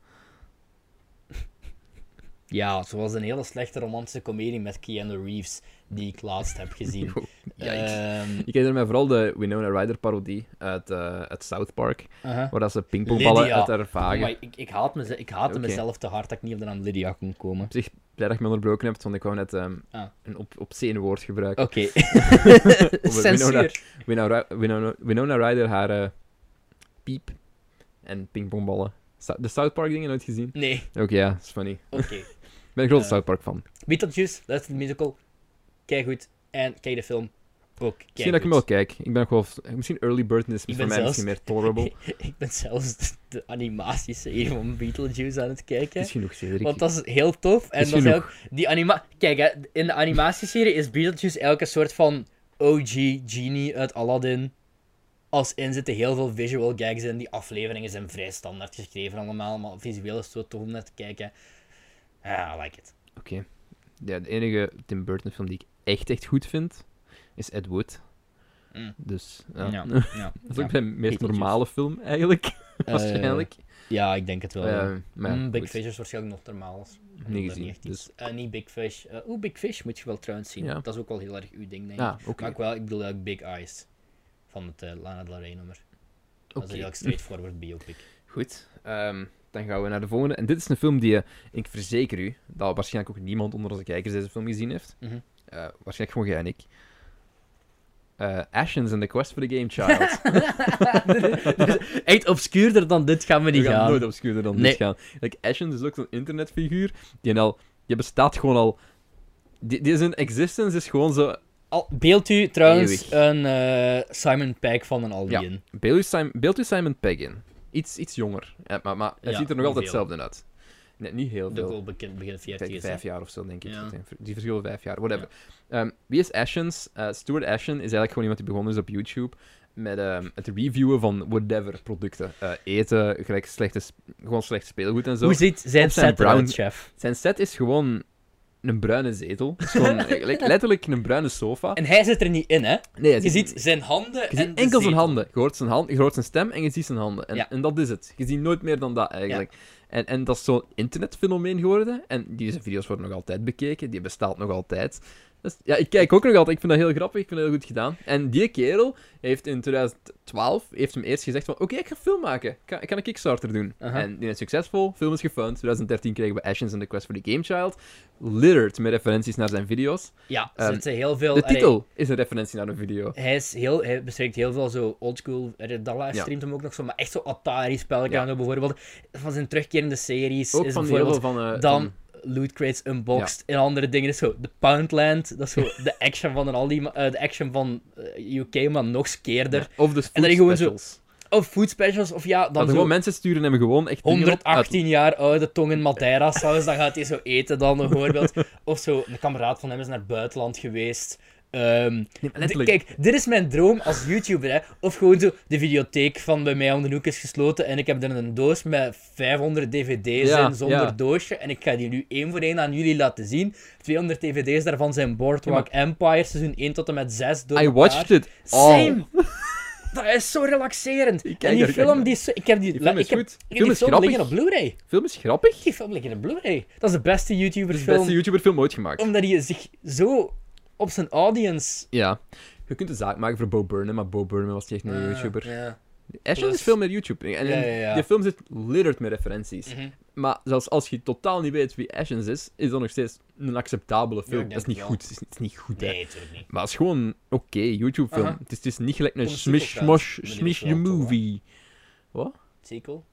Speaker 1: Ja, zoals een hele slechte romantische komedie met Keanu Reeves, die ik laatst heb gezien.
Speaker 2: Yikes.
Speaker 1: Ehm,
Speaker 2: Ik herinner mij vooral de Winona Ryder parodie uit, uh, uit South Park,
Speaker 1: uh-huh.
Speaker 2: waar dat ze pingpongballen
Speaker 1: Lydia.
Speaker 2: uit haar vagen.
Speaker 1: Oh, maar ik, ik, haat meze- ik haatte
Speaker 2: Oké.
Speaker 1: mezelf te hard dat ik niet op de naam Lydia kon komen.
Speaker 2: Op zich blij dat je me onderbroken hebt, want ik wou net um,
Speaker 1: Ah.
Speaker 2: een op, obscene woord gebruiken.
Speaker 1: Oké.
Speaker 2: Winona-
Speaker 1: Censuur.
Speaker 2: Winona, Winona, Winona Ryder, haar uh, piep en pingpongballen. Sa- De South Park dingen nooit gezien?
Speaker 1: Nee,
Speaker 2: Oké, ja, dat is funny.
Speaker 1: oké.
Speaker 2: Ik ben een grote
Speaker 1: Eh.
Speaker 2: South Park fan.
Speaker 1: Beetlejuice, luister de musical. Kijk goed. En kijk de film. Ook. Kijk
Speaker 2: Misschien dat ik hem wel kijk. Ik ben ook wel... Misschien Early Bird is
Speaker 1: Ik
Speaker 2: voor
Speaker 1: ben
Speaker 2: mij
Speaker 1: zelfs-
Speaker 2: misschien meer tolerable.
Speaker 1: Ik ben zelfs de, de animatieserie van Beetlejuice aan het kijken.
Speaker 2: Misschien nog Cedric.
Speaker 1: Want dat is heel tof. En
Speaker 2: Is
Speaker 1: dat is
Speaker 2: genoeg.
Speaker 1: ook, die anima Kijk, hè, in de animatieserie is Beetlejuice eigenlijk een soort van O G genie uit Aladdin. Als in zitten heel veel visual gags in. Die afleveringen zijn vrij standaard geschreven allemaal, maar visueel is het zo tof om naar te kijken. Ja, I like it.
Speaker 2: Oké. Ja, de enige Tim Burton film die ik echt, echt goed vind, is Ed Wood.
Speaker 1: Mm.
Speaker 2: Dus, ja.
Speaker 1: Ja, ja,
Speaker 2: Dat is
Speaker 1: ja.
Speaker 2: ook zijn meest
Speaker 1: Beetlejuice.
Speaker 2: normale film, eigenlijk.
Speaker 1: Eh,
Speaker 2: Waarschijnlijk.
Speaker 1: Ja, ik denk het wel.
Speaker 2: Eh,
Speaker 1: ja.
Speaker 2: maar ja,
Speaker 1: Mm, Big
Speaker 2: goed.
Speaker 1: Fish is waarschijnlijk nog normaal. Als-
Speaker 2: Niet
Speaker 1: dat
Speaker 2: gezien,
Speaker 1: Niet, echt
Speaker 2: dus-
Speaker 1: iets- eh, niet Big Fish. Eh, Oeh, Big Fish moet je wel trouwens zien.
Speaker 2: Ja.
Speaker 1: Dat is ook wel heel erg uw ding, denk ik.
Speaker 2: Ah, oké.
Speaker 1: Maar ik, wel, ik bedoel eigenlijk Big Eyes. Van het eh, Lana Del Rey nummer. Dat is
Speaker 2: Oké.
Speaker 1: eigenlijk straightforward biopic.
Speaker 2: Goed. Ehm, dan gaan we naar de volgende. En dit is een film die, eh, ik verzeker u, dat waarschijnlijk ook niemand onder onze kijkers deze film gezien heeft.
Speaker 1: Mhm.
Speaker 2: Eh, waarschijnlijk gewoon jij en ik. Eh Ashes and the Quest for the Game Child.
Speaker 1: Dus echt obscuurder dan dit gaan we niet
Speaker 2: We gaan
Speaker 1: gaan.
Speaker 2: nooit obscuurder dan
Speaker 1: Nee.
Speaker 2: dit gaan. Like, Ashen is ook zo'n internetfiguur die al... Die bestaat gewoon al... Die, die zijn existence is gewoon zo...
Speaker 1: Al, beeld u trouwens
Speaker 2: Eeuwig.
Speaker 1: een eh, Simon Pegg van een Albion.
Speaker 2: Beeld u Simon, beeld u Simon Pegg in. Iets, iets jonger. Ja, maar maar hij
Speaker 1: Ja,
Speaker 2: ziet er nog altijd
Speaker 1: hoeveel?
Speaker 2: hetzelfde uit. Nee, niet heel
Speaker 1: De
Speaker 2: veel.
Speaker 1: goal begint begin
Speaker 2: Ik
Speaker 1: veertig
Speaker 2: denk
Speaker 1: is. hè.
Speaker 2: vijf jaar of zo, denk ik.
Speaker 1: Ja.
Speaker 2: Die verschillen vijf jaar, whatever. Ehm, wie is Ashens? Uh, Stuart Ashen is eigenlijk gewoon iemand die begonnen is op YouTube met ehm, het reviewen van whatever producten. Eh, eten, gelijk slechte, sp- gewoon slecht speelgoed en zo.
Speaker 1: Hoe ziet zijn
Speaker 2: Op zijn
Speaker 1: set
Speaker 2: brown-
Speaker 1: eruit, chef?
Speaker 2: Zijn set is gewoon een bruine zetel. Het is gewoon like, letterlijk een bruine sofa.
Speaker 1: En hij zit er niet in, hè?
Speaker 2: Nee, hij
Speaker 1: Je
Speaker 2: ziet-
Speaker 1: ziet zijn handen
Speaker 2: Je
Speaker 1: en
Speaker 2: ziet
Speaker 1: de
Speaker 2: enkel zijn
Speaker 1: zetel.
Speaker 2: handen. Je hoort zijn, hand, je hoort zijn stem en je ziet zijn handen. En,
Speaker 1: Ja.
Speaker 2: en dat is het. Je ziet nooit meer dan dat, eigenlijk. En, en dat is zo'n internetfenomeen geworden. En deze video's worden nog altijd bekeken. Die bestaat nog altijd. Dus, ja, ik kijk ook nog altijd. Ik vind dat heel grappig. Ik vind dat heel goed gedaan. En die kerel heeft in twintig twaalf heeft hem eerst gezegd van... Oké, ik ga film maken. Ik ga, ik ga een Kickstarter doen.
Speaker 1: Aha.
Speaker 2: En die is succesvol. Film is gefund. twintig dertien kregen we Ashes and the Quest for the Game Child. Littered met referenties naar zijn video's.
Speaker 1: Ja, er
Speaker 2: Ehm,
Speaker 1: zitten heel veel...
Speaker 2: De
Speaker 1: allee,
Speaker 2: titel is een referentie naar een video.
Speaker 1: Hij, is heel, hij bespreekt heel veel zo oldschool, eh, dat livestreamt hem ook nog zo, maar echt zo Atari-spelletjes
Speaker 2: Ja.
Speaker 1: en zo bijvoorbeeld. Van zijn terugkerende series
Speaker 2: Ook
Speaker 1: is
Speaker 2: van die heel
Speaker 1: bijvoorbeeld
Speaker 2: veel van... eh,
Speaker 1: dan
Speaker 2: van-
Speaker 1: Loot Crates Unboxed en andere dingen. Zo, de Poundland, dat is zo de action van een Aldi, ma- eh, de action van eh, U K, maar nog skeerder.
Speaker 2: Ja, of de food
Speaker 1: En dan gewoon zo-
Speaker 2: specials.
Speaker 1: Of food specials, of ja,
Speaker 2: Dat
Speaker 1: dan
Speaker 2: er
Speaker 1: zo
Speaker 2: gewoon mensen sturen en gewoon echt dingen op uit-
Speaker 1: honderdachttien jaar oude tong in Madeira saus, dan gaat hij zo eten dan bijvoorbeeld. Of zo, een kameraad van hem is naar het buitenland geweest. Ehm,
Speaker 2: Nee, maar
Speaker 1: D-
Speaker 2: letterlijk.
Speaker 1: Kijk, dit is mijn droom als YouTuber, hè. Of gewoon zo, de videotheek van bij mij om de hoek is gesloten en ik heb er een doos met vijfhonderd dvd's
Speaker 2: Ja,
Speaker 1: in, zonder
Speaker 2: ja.
Speaker 1: doosje. En ik ga die nu één voor één aan jullie laten zien. tweehonderd dvd's daarvan zijn Boardwalk Empire, seizoen één tot en met zes door
Speaker 2: I
Speaker 1: elkaar.
Speaker 2: watched it.
Speaker 1: Same! Dat is zo relaxerend.
Speaker 2: Ik kijk
Speaker 1: En die
Speaker 2: er-
Speaker 1: film, die is zo... Ik heb die,
Speaker 2: Die film
Speaker 1: ik
Speaker 2: is
Speaker 1: heb,
Speaker 2: goed.
Speaker 1: ik heb
Speaker 2: Film
Speaker 1: die
Speaker 2: is
Speaker 1: film
Speaker 2: grappig.
Speaker 1: liggen op Blu-ray.
Speaker 2: Film is grappig.
Speaker 1: Die film liggen op Blu-ray. Dat is de beste
Speaker 2: Het
Speaker 1: YouTubersfilm.
Speaker 2: is de beste YouTuber-film ooit gemaakt.
Speaker 1: Omdat hij zich zo op zijn audience...
Speaker 2: Ja. Je kunt een zaak maken voor Bo Burnham, maar Bo Burnham was niet echt een
Speaker 1: Ah,
Speaker 2: YouTuber.
Speaker 1: ja.
Speaker 2: Ashen
Speaker 1: Plus-
Speaker 2: is veel meer YouTube. En
Speaker 1: Ja,
Speaker 2: en
Speaker 1: ja, ja.
Speaker 2: die film zit littered met referenties.
Speaker 1: Mhm.
Speaker 2: Maar zelfs als je totaal niet weet wie Ashen is, is dat nog steeds een acceptabele film.
Speaker 1: ik
Speaker 2: dat is
Speaker 1: denk
Speaker 2: niet
Speaker 1: wel.
Speaker 2: goed. Het is, het is niet goed, hè.
Speaker 1: Nee, natuurlijk niet.
Speaker 2: Maar het is gewoon oké YouTube-film.
Speaker 1: Aha.
Speaker 2: Het, is, het is niet gelijk een
Speaker 1: Komt een sequel
Speaker 2: smish,
Speaker 1: trouwens,
Speaker 2: smosh,
Speaker 1: maar die
Speaker 2: smish
Speaker 1: is wel tof,
Speaker 2: movie.
Speaker 1: Sequel?
Speaker 2: Ik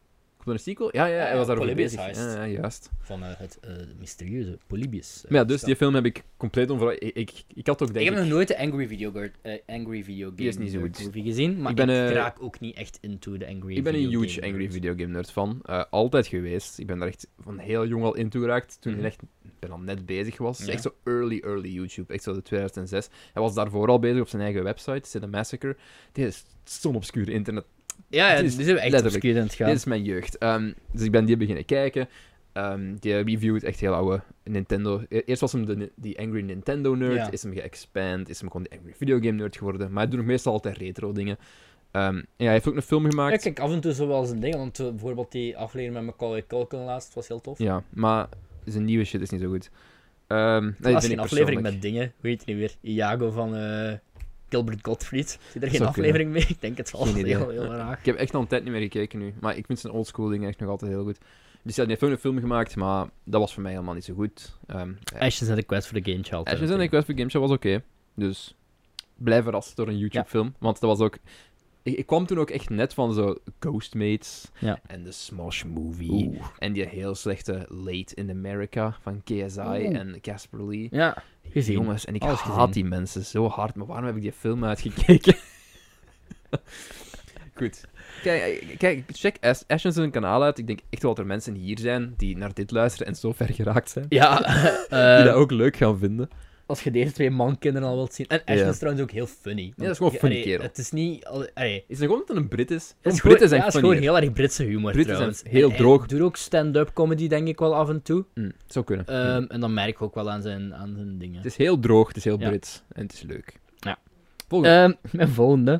Speaker 2: Komt er een sequel? Ja, ja, hij was daarover
Speaker 1: Polybius
Speaker 2: bezig.
Speaker 1: Heist.
Speaker 2: Ja, ja, juist.
Speaker 1: Van uh, het uh, mysterieuze Polybius. Uh,
Speaker 2: Maar ja, dus die film heb ik compleet onverwacht... Ik, ik, ik had ook, denk
Speaker 1: ik
Speaker 2: ik...
Speaker 1: heb nog nooit de Angry Video, uh, Angry Video Game
Speaker 2: Die is niet zo goed.
Speaker 1: movie gezien, maar ik,
Speaker 2: ik,
Speaker 1: ben,
Speaker 2: ik
Speaker 1: uh,
Speaker 2: raak
Speaker 1: raak ook niet echt into de Angry
Speaker 2: Ik ben
Speaker 1: Video
Speaker 2: een huge
Speaker 1: Game
Speaker 2: Angry
Speaker 1: nerd.
Speaker 2: Video Game nerd van. Uh, altijd geweest. Ik ben daar echt van heel jong al into geraakt. Toen
Speaker 1: Mm-hmm.
Speaker 2: ik echt ben al net bezig was.
Speaker 1: Ja.
Speaker 2: Echt zo early, early YouTube. Echt zo de tweeduizend zes. Hij was daarvoor al bezig op zijn eigen website, Cinemassacre. Dit is zo'n obscuur internet.
Speaker 1: Ja, ja
Speaker 2: Dit
Speaker 1: die
Speaker 2: is
Speaker 1: zijn we echt
Speaker 2: letterlijk-
Speaker 1: obscuur aan het gaan.
Speaker 2: Dit is mijn jeugd. Um, dus ik ben die beginnen kijken. Um, die reviewt echt heel oude Nintendo. E- Eerst was hem de, die Angry Nintendo nerd.
Speaker 1: Ja.
Speaker 2: Is hem geëxpand. Is hem gewoon de Angry Video Game nerd geworden. Maar hij doet nog meestal altijd retro dingen. Um, en ja, hij heeft ook een film gemaakt.
Speaker 1: Ja, kijk, af en toe zo wel eens een ding, want uh, bijvoorbeeld die aflevering met Macaulay Culkin laatst was heel tof.
Speaker 2: Ja, maar zijn nieuwe shit is niet zo goed. Um,
Speaker 1: Dat
Speaker 2: nee,
Speaker 1: was
Speaker 2: vind
Speaker 1: geen
Speaker 2: ik
Speaker 1: aflevering
Speaker 2: persoonlijk.
Speaker 1: met dingen, hoe heet die nu weer? Iago van uh, Gilbert Gottfried. Zie er geen
Speaker 2: zou
Speaker 1: aflevering mee? Ik denk het wel.
Speaker 2: Geen idee.
Speaker 1: Heel, heel raar.
Speaker 2: Ik heb echt al een tijd niet meer gekeken nu. Maar ik vind zijn oldschool dingen echt nog altijd heel goed. Dus ja, die heeft ook een film gemaakt, maar dat was voor mij helemaal niet zo goed. Um,
Speaker 1: Ashes and the Quest for the Game Child.
Speaker 2: Ashes and the Quest for Game Show was oké. Dus blij verrast door een YouTube-film. Want dat was ook... Ik, ik kwam toen ook echt net van zo Ghostmates
Speaker 1: Ja.
Speaker 2: en de Smosh Movie.
Speaker 1: Oeh.
Speaker 2: En die heel slechte Late in America van K S I
Speaker 1: Oeh.
Speaker 2: en Casper Lee.
Speaker 1: Ja, gezien.
Speaker 2: Jongens, en ik
Speaker 1: Alles
Speaker 2: haat
Speaker 1: gezien.
Speaker 2: die mensen zo hard. Maar waarom heb ik die film uitgekeken? Goed. Kijk, kijk check Ash- Ashes zijn kanaal uit. Ik denk echt wel dat er mensen hier zijn die naar dit luisteren en zo ver geraakt zijn.
Speaker 1: Ja, uh,
Speaker 2: Die dat ook leuk gaan vinden.
Speaker 1: als je deze twee mankinderen al wilt zien. En Ashes
Speaker 2: Ja.
Speaker 1: is trouwens ook heel funny.
Speaker 2: dat is gewoon
Speaker 1: Want,
Speaker 2: funny
Speaker 1: allee,
Speaker 2: kerel.
Speaker 1: Het is niet... al- allee,
Speaker 2: Is het gewoon dat het een Brit is?
Speaker 1: het is
Speaker 2: Britten
Speaker 1: gewoon,
Speaker 2: zijn
Speaker 1: ja, het is
Speaker 2: funnier.
Speaker 1: gewoon heel erg Britse humor
Speaker 2: Britten
Speaker 1: trouwens.
Speaker 2: zijn heel
Speaker 1: En
Speaker 2: droog.
Speaker 1: Hij doet ook stand-up comedy, denk ik wel, af en toe.
Speaker 2: Hm, zou kunnen.
Speaker 1: Um,
Speaker 2: Hm.
Speaker 1: En dan merk ik ook wel aan zijn, aan zijn dingen.
Speaker 2: Het is heel droog, het is heel
Speaker 1: Ja.
Speaker 2: Brits. En het is leuk.
Speaker 1: Ja.
Speaker 2: Volgende.
Speaker 1: Um, mijn volgende.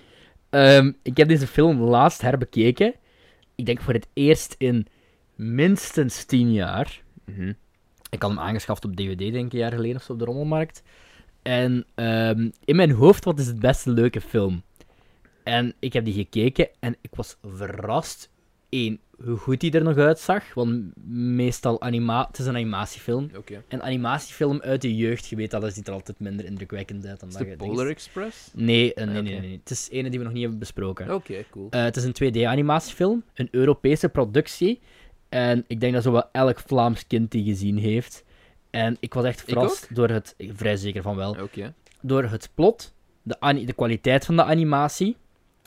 Speaker 1: Um, ik heb deze film laatst herbekeken. Ik denk voor het eerst in minstens tien jaar.
Speaker 2: Mhm.
Speaker 1: Ik had hem aangeschaft op D V D, denk ik, een jaar geleden of zo op de rommelmarkt. En um, in mijn hoofd, wat is het beste leuke film? En ik heb die gekeken en ik was verrast. Eén, hoe goed die er nog uitzag. Want meestal anima het is een animatiefilm.
Speaker 2: Oké.
Speaker 1: Een animatiefilm uit de jeugd, je weet dat, dat ziet er altijd minder indrukwekkend uit dan
Speaker 2: Is
Speaker 1: dat
Speaker 2: de
Speaker 1: je
Speaker 2: Polar
Speaker 1: denkt.
Speaker 2: Express?
Speaker 1: Nee, eh, nee,
Speaker 2: Ah,
Speaker 1: nee,
Speaker 2: oké.
Speaker 1: nee, nee. Het is ene die we nog niet hebben besproken.
Speaker 2: Oké, cool.
Speaker 1: Eh, het is een twee D-animatiefilm, een Europese productie. En ik denk dat zo wel elk Vlaams kind die gezien heeft. En ik was echt verrast door het... Vrij zeker van wel.
Speaker 2: Oké.
Speaker 1: Door het plot, de, ani- de kwaliteit van de animatie.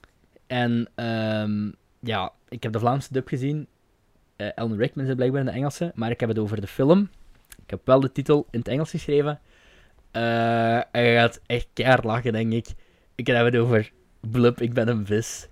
Speaker 1: En ehm, ja, ik heb de Vlaamse dub gezien. Eh Alan Rickman is het blijkbaar in de Engelse. Maar ik heb het over de film. Ik heb wel de titel in het Engels geschreven. Eh, en je gaat echt keihard lachen, denk ik. Ik heb het over Blub, ik ben een vis.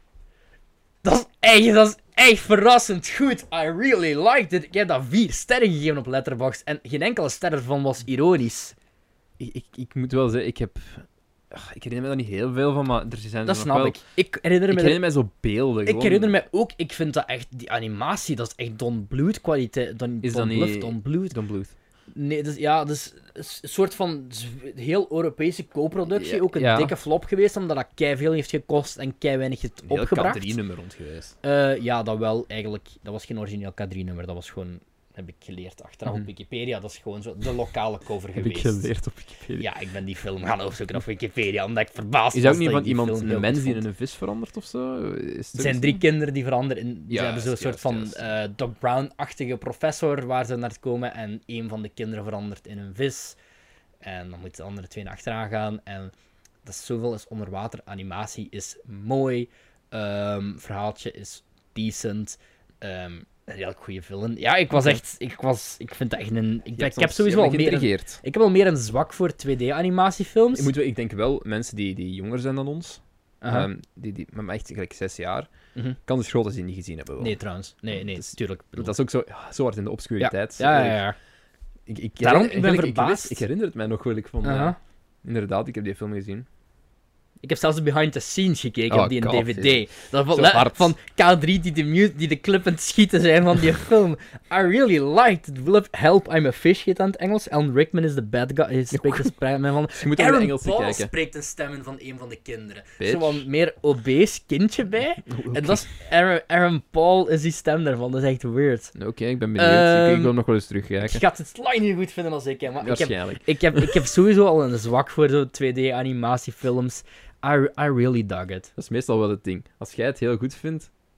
Speaker 1: Dat is echt, dat is echt verrassend goed. I really liked it. Ik heb dat vier sterren gegeven op Letterboxd. En geen enkele ster ervan was ironisch.
Speaker 2: Ik, ik, ik moet wel zeggen, ik heb... Ach, ik herinner me daar niet heel veel van, maar er zijn er
Speaker 1: Dat
Speaker 2: nog
Speaker 1: snap
Speaker 2: wel...
Speaker 1: ik. Ik herinner
Speaker 2: Ik
Speaker 1: me...
Speaker 2: herinner mij zo beelden.
Speaker 1: Ik
Speaker 2: gewoon.
Speaker 1: herinner me ook, ik vind dat echt, die animatie, dat is echt Don Bluth kwaliteit. Don,
Speaker 2: Is
Speaker 1: Don
Speaker 2: dat
Speaker 1: Bluth,
Speaker 2: niet-
Speaker 1: Don Bluth.
Speaker 2: Don Bluth.
Speaker 1: Nee, dus, ja, dus een soort van z- heel Europese co-productie.
Speaker 2: Ja,
Speaker 1: ook een
Speaker 2: ja.
Speaker 1: dikke flop geweest, omdat dat keiveel heeft gekost en kei weinig heeft
Speaker 2: Een heel
Speaker 1: opgebracht.
Speaker 2: K drie-nummer rond geweest.
Speaker 1: Eh, ja, dat wel, eigenlijk. Dat was geen origineel K drie-nummer, dat was gewoon, heb ik geleerd achteraf
Speaker 2: Mhm.
Speaker 1: op Wikipedia, dat is gewoon zo de lokale cover
Speaker 2: Heb ik
Speaker 1: geweest.
Speaker 2: geleerd op Wikipedia.
Speaker 1: Ja, ik ben die film gaan opzoeken op Wikipedia, omdat ik verbaasd
Speaker 2: Is
Speaker 1: was
Speaker 2: dat ook niet
Speaker 1: dat
Speaker 2: van
Speaker 1: ik die
Speaker 2: iemand,
Speaker 1: film heel
Speaker 2: een
Speaker 1: goed
Speaker 2: mens die
Speaker 1: vond.
Speaker 2: in een vis verandert of zo? Is
Speaker 1: Het zijn drie kinderen die veranderen. In, ze
Speaker 2: Juist,
Speaker 1: hebben zo'n soort
Speaker 2: juist,
Speaker 1: van
Speaker 2: juist.
Speaker 1: eh, Doc Brown-achtige professor waar ze naar komen. En een van de kinderen verandert in een vis. En dan moeten de andere twee achteraan gaan. En dat is zoveel is onder water. Animatie is mooi. Ehm verhaaltje is decent. Ehm, een heel goede film. Ja, ik was
Speaker 2: Oké.
Speaker 1: echt... Ik, was, ik vind dat echt een... Ik,
Speaker 2: Je
Speaker 1: ik
Speaker 2: hebt
Speaker 1: heb
Speaker 2: ons-
Speaker 1: sowieso
Speaker 2: je
Speaker 1: wel
Speaker 2: hebt me
Speaker 1: meer... Een,
Speaker 2: geïntrigeerd.
Speaker 1: ik heb wel meer een zwak voor twee D-animatiefilms.
Speaker 2: Ik, moet, wel- ik denk wel, mensen die, die jonger zijn dan ons,
Speaker 1: Aha.
Speaker 2: ehm, die, die, met mij echt gelijk zes jaar,
Speaker 1: Mhm.
Speaker 2: kan dus groot als die niet gezien hebben. Wel.
Speaker 1: Nee, trouwens. Nee, nee,
Speaker 2: Dat is-
Speaker 1: tuurlijk.
Speaker 2: Dat is ook zo, ja, zo hard in de obscuriteit.
Speaker 1: Ja, ja, ja.
Speaker 2: Ik, ik,
Speaker 1: Daarom,
Speaker 2: herinner-
Speaker 1: ik ben
Speaker 2: eigenlijk,
Speaker 1: verbaasd.
Speaker 2: wist- Ik herinner het mij nog wel. Ik vond,
Speaker 1: Aha.
Speaker 2: eh, inderdaad, ik heb die film gezien.
Speaker 1: Ik heb zelfs de behind the scenes gekeken
Speaker 2: Oh,
Speaker 1: op die
Speaker 2: God,
Speaker 1: D V D. Dat was
Speaker 2: Zo
Speaker 1: le-
Speaker 2: hard.
Speaker 1: van K drie die de, mu- die de clip aan het schieten zijn van die film. I really liked it. Will help, I'm a fish heet aan het Engels. Alan Rickman is de bad guy. Hij spreekt de stem van...
Speaker 2: Je moet naar de
Speaker 1: Aaron
Speaker 2: Engels
Speaker 1: Paul
Speaker 2: kijken.
Speaker 1: spreekt de stemmen van een van de kinderen.
Speaker 2: Bitch.
Speaker 1: Zo'n wat meer obese kindje bij.
Speaker 2: Oké,
Speaker 1: En dat is Aaron, Aaron Paul is die stem daarvan. Dat is echt weird.
Speaker 2: Oké, ik ben benieuwd. ik, ik
Speaker 1: Ehm,
Speaker 2: wil nog wel eens
Speaker 1: Je
Speaker 2: terugkijken.
Speaker 1: gaat het lang niet goed vinden als ik. Hè, maar ik heb
Speaker 2: Waarschijnlijk.
Speaker 1: Ik heb, ik heb sowieso al een zwak voor zo twee D-animatiefilms. I, I really dug it.
Speaker 2: Dat is meestal wel het ding. Als jij het heel goed vindt,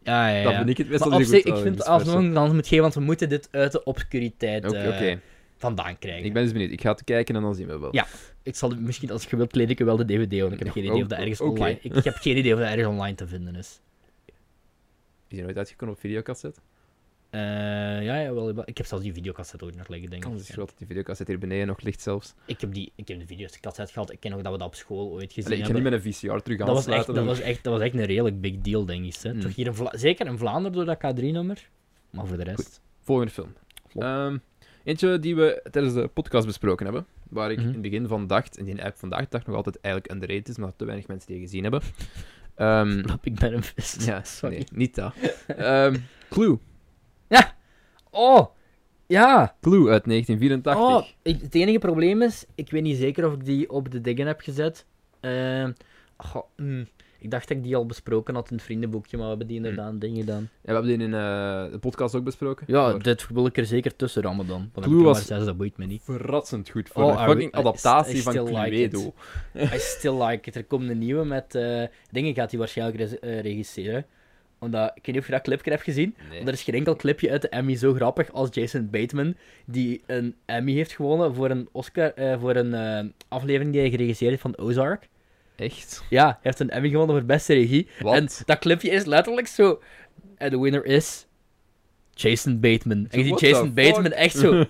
Speaker 1: Ja, ja, ja.
Speaker 2: Dan vind ik het meestal
Speaker 1: maar op
Speaker 2: niet
Speaker 1: zich,
Speaker 2: goed.
Speaker 1: ik
Speaker 2: Oh,
Speaker 1: vind
Speaker 2: vice
Speaker 1: alsnog
Speaker 2: versa.
Speaker 1: een kans moet geven, want we moeten dit uit de obscuriteit
Speaker 2: Oké,
Speaker 1: eh,
Speaker 2: oké.
Speaker 1: vandaan krijgen.
Speaker 2: Ik ben dus benieuwd. Ik ga het kijken en dan zien we wel.
Speaker 1: Ja. Ik zal misschien, als je wilt, leed ik je wel de D V D, want ik heb geen idee of dat ergens
Speaker 2: Oké.
Speaker 1: online... Ik, ik heb geen idee of dat ergens online te vinden is.
Speaker 2: Is die nooit uitgekomen op videocassette?
Speaker 1: Eh ja, ja, wel, wel. Ik heb zelfs die videocassette ook nog liggen, denk ik.
Speaker 2: Kans is groot dat die videocassette hier beneden nog ligt zelfs.
Speaker 1: Ik heb, die, ik heb de videocassette gehad. Ik ken nog dat we dat op school ooit gezien
Speaker 2: Allee, ik ga
Speaker 1: hebben.
Speaker 2: niet met een V C R terug
Speaker 1: dat, was echt,
Speaker 2: aansluiten.
Speaker 1: dat,
Speaker 2: dan-
Speaker 1: was echt, dat was echt een redelijk big deal, denk ik. Hè.
Speaker 2: Hmm.
Speaker 1: Toch hier in Vla- Zeker in Vlaanderen door dat K drie nummer. Maar voor de rest...
Speaker 2: Volgende film.
Speaker 1: Vlot.
Speaker 2: Ehm, eentje die we tijdens de podcast besproken hebben. Waar ik
Speaker 1: Mhm.
Speaker 2: in het begin van dacht, en die eigenlijk vandaag de dag nog altijd eigenlijk underrated is, maar te weinig mensen die gezien hebben. Ehm,
Speaker 1: Flap, ik ben een vis.
Speaker 2: ja,
Speaker 1: Sorry.
Speaker 2: nee, niet dat. Ehm, Clue.
Speaker 1: Oh! Ja!
Speaker 2: Clue uit negentien vierentachtig.
Speaker 1: Oh, ik- het enige probleem is, ik weet niet zeker of ik die op de dingen heb gezet. Ehm, goh, hmm, ik dacht dat ik die al besproken had in het vriendenboekje, maar we hebben die inderdaad dingen gedaan.
Speaker 2: Ja, we hebben die in eh, de podcast ook besproken.
Speaker 1: Ja,
Speaker 2: Maar
Speaker 1: dit wil ik er zeker tussen rammen dan. Dan heb
Speaker 2: Clue
Speaker 1: ik er
Speaker 2: was-
Speaker 1: maar zes, dat boeit me niet.
Speaker 2: verrassend goed voor
Speaker 1: Oh,
Speaker 2: een
Speaker 1: I-
Speaker 2: fucking
Speaker 1: I-
Speaker 2: adaptatie
Speaker 1: I
Speaker 2: van
Speaker 1: still like
Speaker 2: Cluedo.
Speaker 1: I still like it. Er komt een nieuwe met... eh dingen gaat hij waarschijnlijk res- eh, regisseren. Omdat, ik weet niet of je dat clipje hebt gezien.
Speaker 2: Nee.
Speaker 1: Er is geen enkel clipje uit de Emmy zo grappig als Jason Bateman, die een Emmy heeft gewonnen voor een Oscar, eh, voor een eh, aflevering die hij geregisseerd heeft van Ozark.
Speaker 2: Echt?
Speaker 1: Ja, hij heeft een Emmy gewonnen voor beste regie.
Speaker 2: Wat?
Speaker 1: En dat clipje is letterlijk zo... En de winner is... Jason Bateman. En je ziet
Speaker 2: What
Speaker 1: Jason
Speaker 2: the fuck?
Speaker 1: Bateman echt zo...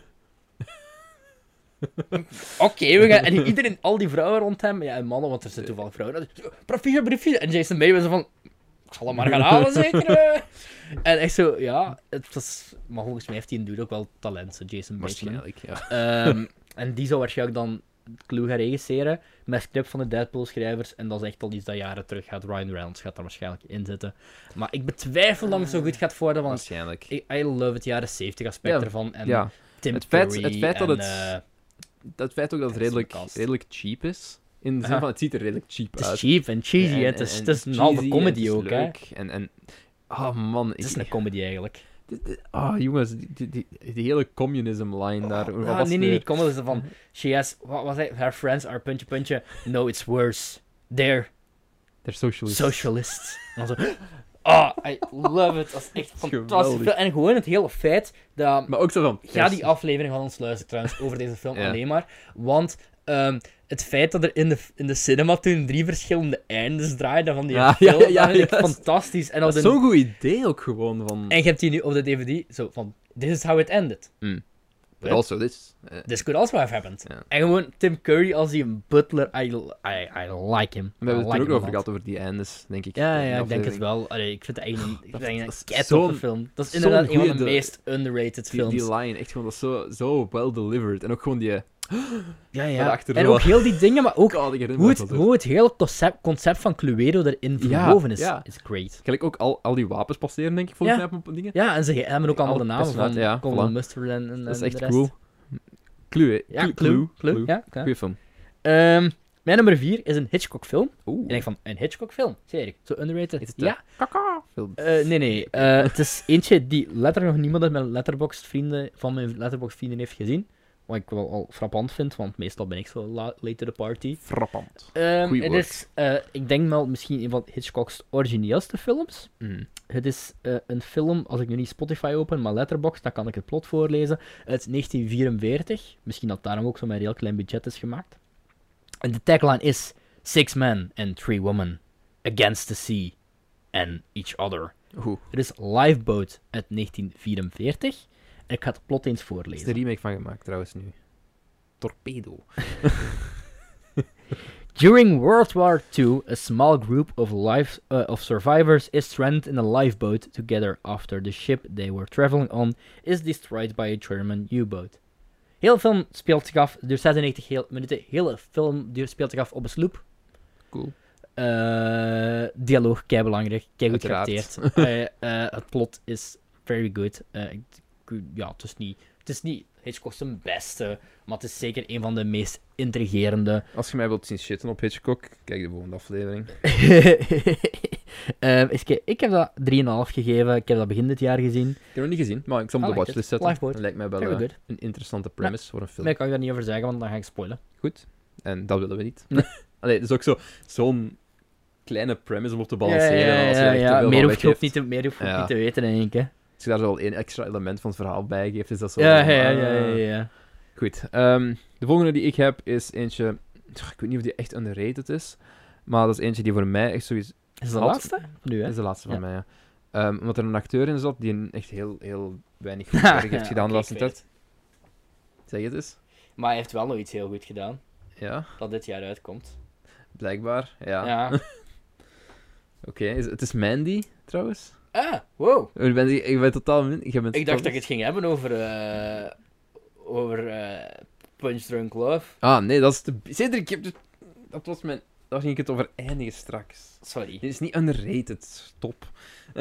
Speaker 1: Oké, we gaan... En iedereen, al die vrouwen rond hem... Ja, en mannen, want er zitten toevallig vrouwen. Proficiat, proficiat. En Jason Bateman zo van... Ik zal hem maar gaan halen, zeker. eh." En echt zo, ja... Het was, maar volgens mij heeft hij een dude ook wel talent, zo Jason Bateman.
Speaker 2: Waarschijnlijk, ja.
Speaker 1: Ehm, en die zou waarschijnlijk dan Clue gaan regisseren. Met script van de Deadpool-schrijvers. En dat is echt al iets dat jaren terug gaat. Ryan Reynolds gaat daar waarschijnlijk in zitten. Maar ik betwijfel dat het zo goed gaat worden. Want
Speaker 2: Waarschijnlijk.
Speaker 1: I, I love het jaren zeventig aspect
Speaker 2: Ja,
Speaker 1: ervan. En
Speaker 2: ja.
Speaker 1: Tim
Speaker 2: Het feit-
Speaker 1: Curry
Speaker 2: het feit dat
Speaker 1: en,
Speaker 2: het-
Speaker 1: eh,
Speaker 2: Dat feit ook dat het
Speaker 1: Dat is
Speaker 2: redelijk,
Speaker 1: een kast.
Speaker 2: redelijk cheap is. In de zin
Speaker 1: Aha.
Speaker 2: van, het ziet er redelijk cheap
Speaker 1: het is
Speaker 2: uit.
Speaker 1: cheap en cheesy.
Speaker 2: En-
Speaker 1: hè. het is,
Speaker 2: en-
Speaker 1: het is
Speaker 2: en
Speaker 1: een halve
Speaker 2: cheesy,
Speaker 1: comedy
Speaker 2: en het
Speaker 1: ook,
Speaker 2: is
Speaker 1: hè.
Speaker 2: leuk. En, en... Oh man,
Speaker 1: Het is
Speaker 2: ik...
Speaker 1: een comedy eigenlijk.
Speaker 2: dit- dit- Ah, jongens, die, die, die, die hele communism-line daar. Wat
Speaker 1: Ah,
Speaker 2: was
Speaker 1: nee,
Speaker 2: nu?
Speaker 1: nee, nee. Comedy is er van... She has... Wat was hij? Her friends are puntje, puntje. No, it's worse. They're
Speaker 2: They're socialists.
Speaker 1: socialists. En dan zo... Oh, I love it. Dat is echt fantastisch.
Speaker 2: Geweldig.
Speaker 1: En gewoon het hele feit dat...
Speaker 2: Maar ook zo van...
Speaker 1: Ga die aflevering van ons luisteren trouwens, over deze film
Speaker 2: Ja.
Speaker 1: alleen maar. Want ehm, het feit dat er in de, in de cinema toen drie verschillende eindes draaiden van die
Speaker 2: Ja,
Speaker 1: film,
Speaker 2: ja, ja,
Speaker 1: dat vind ik
Speaker 2: ja, dat is-
Speaker 1: fantastisch. En,
Speaker 2: Dat
Speaker 1: op
Speaker 2: is
Speaker 1: de,
Speaker 2: zo'n goed idee ook gewoon van...
Speaker 1: en je hebt die nu op de D V D, zo van, this is how it ended.
Speaker 2: But also this. eh,
Speaker 1: This could also have happened.
Speaker 2: Ja.
Speaker 1: En gewoon Tim Curry als die een butler, I, I, I like him.
Speaker 2: we hebben
Speaker 1: I
Speaker 2: het
Speaker 1: like
Speaker 2: er ook
Speaker 1: him a
Speaker 2: over
Speaker 1: lot.
Speaker 2: gehad, over die eindes, denk ik.
Speaker 1: Ja,
Speaker 2: in de
Speaker 1: ja, ik denk het
Speaker 2: aflevering.
Speaker 1: wel. Allee, ik vind het echt een, ik
Speaker 2: Dat-
Speaker 1: vind het
Speaker 2: dat
Speaker 1: een
Speaker 2: is
Speaker 1: keitoffe
Speaker 2: zo'n-
Speaker 1: film. Dat is
Speaker 2: zo'n
Speaker 1: inderdaad een van de
Speaker 2: goeie-
Speaker 1: meest underrated
Speaker 2: Die,
Speaker 1: films.
Speaker 2: die line, echt gewoon, dat is zo, zo well delivered. En ook gewoon die...
Speaker 1: ja,
Speaker 2: Naar
Speaker 1: ja.
Speaker 2: achter
Speaker 1: En
Speaker 2: zo.
Speaker 1: ook heel die dingen, maar ook
Speaker 2: Oh, ik herinner
Speaker 1: hoe
Speaker 2: me
Speaker 1: het,
Speaker 2: dat wel.
Speaker 1: hoe het hele concept, concept van Cluedo erin
Speaker 2: Ja,
Speaker 1: verwoven is,
Speaker 2: ja.
Speaker 1: is great.
Speaker 2: Gelijk ook al, al die wapens passeren, denk ik, volgens
Speaker 1: Ja.
Speaker 2: mij, op dingen.
Speaker 1: Ja, en ze hebben ook allemaal
Speaker 2: Alle
Speaker 1: de namen van
Speaker 2: personages, ja,
Speaker 1: Colonel
Speaker 2: voilà.
Speaker 1: Mustard en, en
Speaker 2: Dat is
Speaker 1: en
Speaker 2: echt
Speaker 1: de rest.
Speaker 2: cool. Clue, hè?
Speaker 1: Ja, Clue. Clue, ja. ja.
Speaker 2: Goeie film.
Speaker 1: Ehm, mijn nummer vier is een Hitchcock-film.
Speaker 2: Oeh.
Speaker 1: Ik denk van, een Hitchcock-film? Zeg ik, zo underrated?
Speaker 2: Is het,
Speaker 1: ja.
Speaker 2: Kaka. Film.
Speaker 1: Eh, nee, nee. Eh, het is eentje die letterlijk nog niemand uit mijn Letterboxd vrienden, van mijn Letterboxd vrienden heeft gezien. Wat ik wel al frappant vind, want meestal ben ik zo la- late to the party.
Speaker 2: Frappant.
Speaker 1: Ehm,
Speaker 2: Goeie
Speaker 1: het
Speaker 2: woord.
Speaker 1: is, eh, ik denk wel misschien een van Hitchcock's origineelste films.
Speaker 2: Mm.
Speaker 1: Het is eh, een film, als ik nu niet Spotify open, maar Letterboxd, dan kan ik het plot voorlezen, uit negentien vierenveertig. Misschien dat daarom ook zo'n heel klein budget is gemaakt. En de tagline is Six men and three women against the sea and each other.
Speaker 2: Oeh.
Speaker 1: Het is Lifeboat uit negentien vierenveertig. En ik ga het plot eens
Speaker 2: Er is
Speaker 1: voorlezen.
Speaker 2: een remake van gemaakt, trouwens, nu. Torpedo.
Speaker 1: During World War Two, a small group of life, uh, of survivors is stranded in a lifeboat together after the ship they were traveling on is destroyed by a German U-boat. Heel film speelt zich af, duurt zesennegentig heel, minuten. Hele film duurt, speelt zich af op een sloep.
Speaker 2: Cool.
Speaker 1: Uh, dialoog, kei belangrijk, kei goed
Speaker 2: Uiteraard.
Speaker 1: geacteerd. Uh, uh, het plot is very good. Uh, ik- ik- ja, het is niet, het is niet Hitchcock zijn beste, maar het is zeker een van de meest intrigerende.
Speaker 2: Als je mij wilt zien shitten op Hitchcock, kijk de volgende aflevering.
Speaker 1: uh, eens kijken, ik heb dat drie komma vijf gegeven. Ik heb dat begin dit jaar gezien.
Speaker 2: Ik heb het nog niet gezien, maar ik zal hem
Speaker 1: I
Speaker 2: op de
Speaker 1: like
Speaker 2: watchlist
Speaker 1: it.
Speaker 2: zetten.
Speaker 1: Lifeboat.
Speaker 2: Dat lijkt mij wel
Speaker 1: Very
Speaker 2: eh,
Speaker 1: good.
Speaker 2: een interessante premise voor een film.
Speaker 1: Meer kan ik daar niet over zeggen, want dan ga ik spoilen.
Speaker 2: Goed. En dat willen we niet.
Speaker 1: Nee.
Speaker 2: Allee, het is ook zo, zo'n kleine premise om op te
Speaker 1: Ja,
Speaker 2: balanceren.
Speaker 1: ja,
Speaker 2: en als je
Speaker 1: ja,
Speaker 2: er echt
Speaker 1: ja.
Speaker 2: te veel
Speaker 1: Meer
Speaker 2: van
Speaker 1: hoef je ook
Speaker 2: weggeeft.
Speaker 1: niet te, meer hoef je ook
Speaker 2: Ja.
Speaker 1: niet te weten, denk ik. Hè.
Speaker 2: Als je daar zo al één extra element van het verhaal bij geeft, is dat zo...
Speaker 1: Ja,
Speaker 2: van,
Speaker 1: ja,
Speaker 2: ah.
Speaker 1: ja, ja, ja.
Speaker 2: Goed. ehm, de volgende die ik heb is eentje... Ik weet niet of die echt underrated is, maar dat is eentje die voor mij echt zoiets...
Speaker 1: Is dat de
Speaker 2: Had-
Speaker 1: laatste? Van u,
Speaker 2: Dat
Speaker 1: hè?
Speaker 2: is de laatste van
Speaker 1: Ja.
Speaker 2: mij, ja. Ehm, omdat er een acteur in zat die een echt heel, heel weinig goed werk heeft
Speaker 1: Ja,
Speaker 2: gedaan de
Speaker 1: oké,
Speaker 2: laatste
Speaker 1: ik weet
Speaker 2: tijd. Zeg het eens.
Speaker 1: Maar hij heeft wel nog iets heel goed gedaan.
Speaker 2: Ja,
Speaker 1: Dat dit jaar uitkomt.
Speaker 2: blijkbaar. Ja.
Speaker 1: Ja.
Speaker 2: Oké, is- het is Mandy, trouwens.
Speaker 1: Ah, wow.
Speaker 2: Ik ben, ik ben totaal... min- Ik, ben
Speaker 1: Ik dacht dat ik het ging hebben over... eh over eh Punch Drunk Love.
Speaker 2: Ah, nee, dat is de... Cedric, ik heb het- dat was mijn... Daar ging ik het over eindigen straks.
Speaker 1: Sorry.
Speaker 2: Dit is niet underrated. Stop.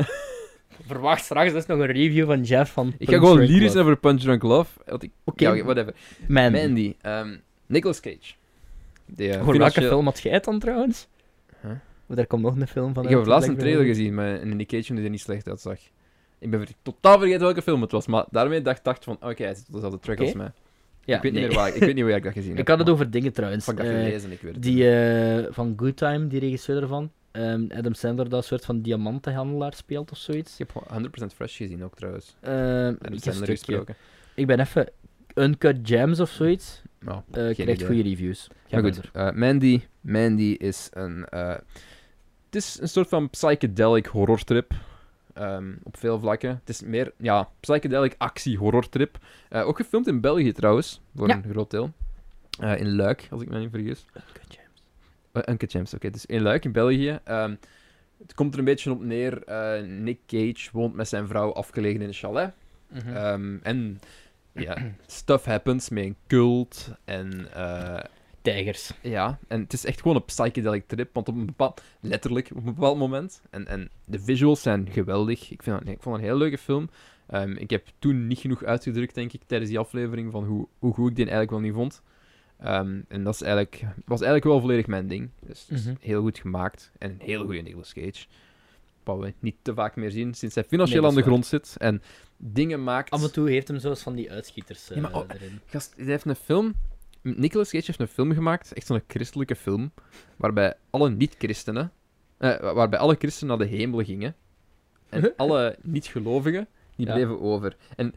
Speaker 1: Verwacht straks dus nog een review van Jeff van
Speaker 2: Ik ga gewoon lyrisch over Punch Drunk Love. Want ik...
Speaker 1: Oké.
Speaker 2: Ja, oké, whatever.
Speaker 1: Man.
Speaker 2: Mandy. ehm Nicolas Cage. Die, eh,
Speaker 1: Voor welke
Speaker 2: financieel-
Speaker 1: film had jij het dan trouwens?
Speaker 2: Huh?
Speaker 1: Want daar komt nog een film van
Speaker 2: Ik
Speaker 1: uit,
Speaker 2: heb laatst een
Speaker 1: blijkbaar.
Speaker 2: trailer gezien met een indication die er niet slecht uitzag. Ik ben ver- totaal vergeten welke film het was, maar daarmee dacht ik van, oké, hij zit op dezelfde track
Speaker 1: Oké.
Speaker 2: als mij.
Speaker 1: Ja,
Speaker 2: ik weet
Speaker 1: nee.
Speaker 2: niet meer waar, ik weet niet hoe ik dat gezien heb.
Speaker 1: Ik had het
Speaker 2: maar
Speaker 1: over dingen trouwens.
Speaker 2: Van ik dat
Speaker 1: Eh,
Speaker 2: gelezen, ik weet het
Speaker 1: die
Speaker 2: niet.
Speaker 1: eh, van Good Time, die regisseur ervan. Ehm, Adam Sandler, dat soort van diamantenhandelaar speelt of zoiets.
Speaker 2: Ik heb honderd procent Fresh gezien ook trouwens.
Speaker 1: Ehm,
Speaker 2: Adam
Speaker 1: ik een
Speaker 2: Sandler
Speaker 1: stukje.
Speaker 2: gesproken.
Speaker 1: Ik ben even Uncut Gems of zoiets.
Speaker 2: Nou,
Speaker 1: Eh
Speaker 2: geen
Speaker 1: krijgt
Speaker 2: idee.
Speaker 1: goede reviews. Ga
Speaker 2: Maar goed,
Speaker 1: verder.
Speaker 2: eh, Mandy. Mandy is een... eh, het is een soort van psychedelic horrortrip. ehm, op veel vlakken. Het is meer, ja, psychedelic actie horrortrip. Eh, ook gefilmd in België trouwens, voor
Speaker 1: Ja.
Speaker 2: een groot deel. Eh, in Luik, als ik me niet vergis.
Speaker 1: Uncut Gems.
Speaker 2: Uh, Uncut Gems, oké. Dus in Luik, in België. Ehm, het komt er een beetje op neer. eh, Nick Cage woont met zijn vrouw afgelegen in een chalet.
Speaker 1: Mhm.
Speaker 2: Ehm, en ja, stuff happens met een cult. En eh,
Speaker 1: Tijgers.
Speaker 2: ja, en het is echt gewoon een psychedelic trip. Want op een bepaald, letterlijk op een bepaald moment. En, en de visuals zijn geweldig. Ik, vind dat, ik vond het een heel leuke film. Ehm, ik heb toen niet genoeg uitgedrukt, denk ik, tijdens die aflevering. Van hoe, hoe goed ik die eigenlijk wel niet vond. Ehm, en dat is eigenlijk, was eigenlijk wel volledig mijn ding. Dus, dus
Speaker 1: Mhm.
Speaker 2: heel goed gemaakt. En een hele goede Nicolas Cage. Wat we niet te vaak meer zien sinds hij financieel
Speaker 1: Nee,
Speaker 2: aan
Speaker 1: dat
Speaker 2: de
Speaker 1: is
Speaker 2: grond zit. En dingen maakt...
Speaker 1: Af en toe heeft hem zoals van die uitschieters eh,
Speaker 2: Ja, maar, oh,
Speaker 1: erin.
Speaker 2: Gast, hij heeft een film... Nicolas Cage heeft een film gemaakt, echt zo'n christelijke film, waarbij alle niet-christenen... eh, waarbij alle christenen naar de hemel gingen. En alle niet-gelovigen, die
Speaker 1: Ja.
Speaker 2: bleven over. En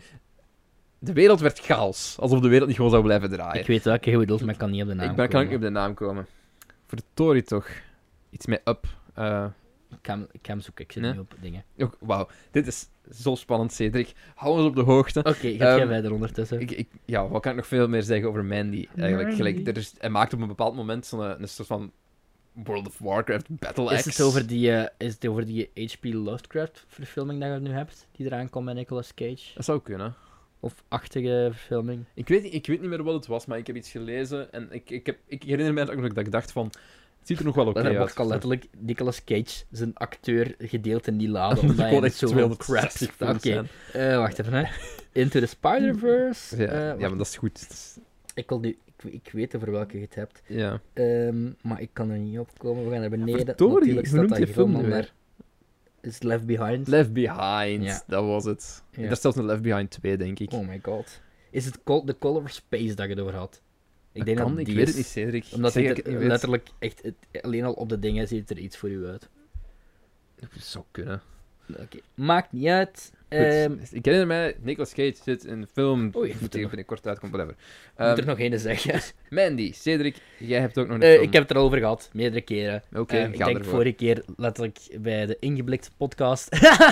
Speaker 2: de wereld werd chaos, alsof de wereld niet gewoon zou blijven draaien.
Speaker 1: Ik weet welke je bedoelt, maar ik kan niet op de naam
Speaker 2: Ik ben, kan ook
Speaker 1: komen.
Speaker 2: niet op de naam komen. Verdorie toch. Iets met Up. Eh,
Speaker 1: Ik ga hem, ik ga hem zoeken, ik zit
Speaker 2: Nee?
Speaker 1: nu op dingen.
Speaker 2: ook- Wauw, dit is zo spannend, Cedric. Hou ons op de hoogte.
Speaker 1: Oké, gaat
Speaker 2: Ehm,
Speaker 1: jij verder ondertussen?
Speaker 2: Ik, ik, ja, wat kan ik nog veel meer zeggen over Mandy? Eigenlijk,
Speaker 1: Mandy.
Speaker 2: gelijk, er is, hij maakt op een bepaald moment zo'n een soort van World of Warcraft Battle
Speaker 1: Is
Speaker 2: Axe.
Speaker 1: het over die, eh, is het over die H P Lovecraft verfilming dat je nu hebt? Die eraan komt met Nicolas Cage?
Speaker 2: Dat zou kunnen.
Speaker 1: Of achtige verfilming?
Speaker 2: Ik weet, niet- ik weet niet meer wat het was, maar ik heb iets gelezen en ik, ik, heb, ik herinner me ook nog dat ik dacht van... Het ziet er nog wel oké
Speaker 1: Dan
Speaker 2: uit.
Speaker 1: wordt al letterlijk Nicolas Cage zijn acteur gedeeld in die lade.
Speaker 2: Omdat
Speaker 1: Omdat
Speaker 2: er
Speaker 1: hij
Speaker 2: gewoon
Speaker 1: met
Speaker 2: echt
Speaker 1: zoveel crap
Speaker 2: tweehonderdzestig
Speaker 1: zit. Oké,
Speaker 2: films zijn.
Speaker 1: eh, wacht even hè. Into the Spider-Verse.
Speaker 2: Ja,
Speaker 1: Eh,
Speaker 2: ja,
Speaker 1: wacht,
Speaker 2: maar dat is goed. Dat is-
Speaker 1: ik, wil nu, ik, ik weet over welke je het hebt.
Speaker 2: ja.
Speaker 1: Ehm, maar ik kan er niet opkomen. We gaan naar beneden.
Speaker 2: Verdorie,
Speaker 1: Natuurlijk
Speaker 2: hoe
Speaker 1: staat
Speaker 2: noemt
Speaker 1: dat
Speaker 2: die
Speaker 1: hier
Speaker 2: film
Speaker 1: allemaal
Speaker 2: nu
Speaker 1: naar. Is Left Behind.
Speaker 2: Left Behind,
Speaker 1: Ja.
Speaker 2: dat was het.
Speaker 1: Ja.
Speaker 2: Er is zelfs een Left Behind twee, denk ik.
Speaker 1: Oh my god. Is het col- The Color of Space dat je het over had? Ik
Speaker 2: Dat
Speaker 1: denk
Speaker 2: kan,
Speaker 1: dat
Speaker 2: ik
Speaker 1: die
Speaker 2: weet
Speaker 1: is,
Speaker 2: het niet, Cedric.
Speaker 1: Omdat
Speaker 2: Zeg
Speaker 1: het
Speaker 2: ik
Speaker 1: er
Speaker 2: het niet weet.
Speaker 1: letterlijk echt, het- alleen al op de dingen ziet er iets voor u uit.
Speaker 2: Dat zou kunnen.
Speaker 1: Oké, maakt niet uit.
Speaker 2: Goed,
Speaker 1: Ehm,
Speaker 2: ik herinner mij, Nicolas Cage zit in een film...
Speaker 1: Oei,
Speaker 2: moet
Speaker 1: moet er
Speaker 2: er
Speaker 1: nog-
Speaker 2: binnenkort uitkomen, whatever.
Speaker 1: ik moet er
Speaker 2: Ehm,
Speaker 1: nog één zeggen.
Speaker 2: Mandy, Cedric, jij hebt ook nog een
Speaker 1: Eh,
Speaker 2: film.
Speaker 1: ik heb het er al over gehad, meerdere keren.
Speaker 2: Oké,
Speaker 1: Ehm, ik
Speaker 2: ga
Speaker 1: denk
Speaker 2: ervoor.
Speaker 1: vorige keer letterlijk bij de Ingeblikte podcast.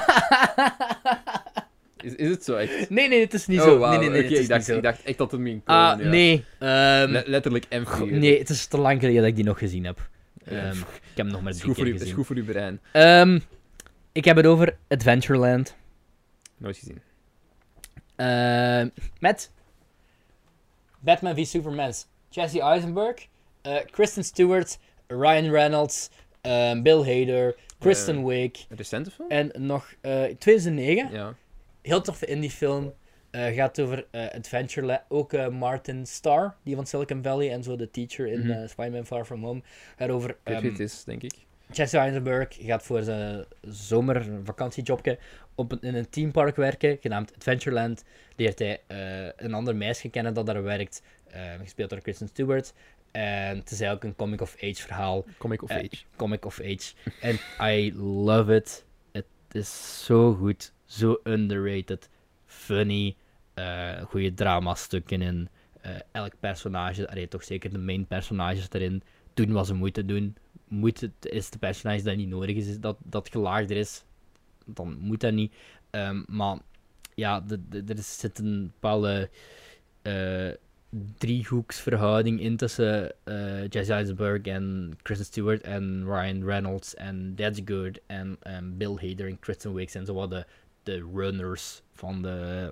Speaker 2: Is, is het zo echt?
Speaker 1: nee, nee, het is niet
Speaker 2: Oh,
Speaker 1: zo.
Speaker 2: wauw,
Speaker 1: Nee, nee, nee,
Speaker 2: oké,
Speaker 1: het is
Speaker 2: ik, dacht,
Speaker 1: niet zo.
Speaker 2: ik dacht echt dat het me ging komen,
Speaker 1: Ah,
Speaker 2: ja.
Speaker 1: nee. ehm,
Speaker 2: Le- letterlijk en
Speaker 1: goh,
Speaker 2: figuurlijk.
Speaker 1: nee, het is te lang geleden dat ik die nog gezien heb.
Speaker 2: Ja,
Speaker 1: Ehm,
Speaker 2: pff,
Speaker 1: ik heb hem nog maar
Speaker 2: Het is
Speaker 1: drie
Speaker 2: goed voor
Speaker 1: keer
Speaker 2: u- het is
Speaker 1: gezien.
Speaker 2: goed voor uw brein.
Speaker 1: Ehm, ik heb het over Adventureland.
Speaker 2: Nooit gezien.
Speaker 1: Ehm, met Batman v Superman, Jesse Eisenberg, eh, Kristen Stewart, Ryan Reynolds, ehm, Bill Hader, Kristen
Speaker 2: Eh,
Speaker 1: Wiig
Speaker 2: Een recente film?
Speaker 1: en nog eh tweeduizend negen.
Speaker 2: Ja.
Speaker 1: Heel toffe indie film. Eh, gaat over eh, Adventureland. Ook eh, Martin Starr, die van Silicon Valley en zo de teacher in
Speaker 2: Mhm.
Speaker 1: eh, Spider-Man Far From Home. Gaat over
Speaker 2: Ik weet
Speaker 1: ehm,
Speaker 2: wie het is, denk ik.
Speaker 1: Jesse Eisenberg gaat voor zijn zomervakantiejobje op een, in een teampark werken, genaamd Adventureland. Leert hij eh, een ander meisje kennen dat daar werkt, eh, gespeeld door Kristen Stewart. En het is eigenlijk een coming-of-age verhaal.
Speaker 2: Comic of
Speaker 1: Uh,
Speaker 2: age.
Speaker 1: Comic of age. En I love it. Het is zo goed. Zo underrated. Funny. Uh, goede drama-stukken in. Uh, elk personage, allee, toch zeker de main personages erin, doen wat ze moeten doen. Moet het, is de personage dat niet nodig is, dat, dat gelaagder is, dan moet dat niet. Um, maar ja, de, de, er zit een bepaalde uh, driehoeksverhouding in tussen uh, Jesse Eisenberg en Kristen Stewart en Ryan Reynolds en That's Good en um, Bill Hader en Kristen Wiig en zo wat de, de runners van de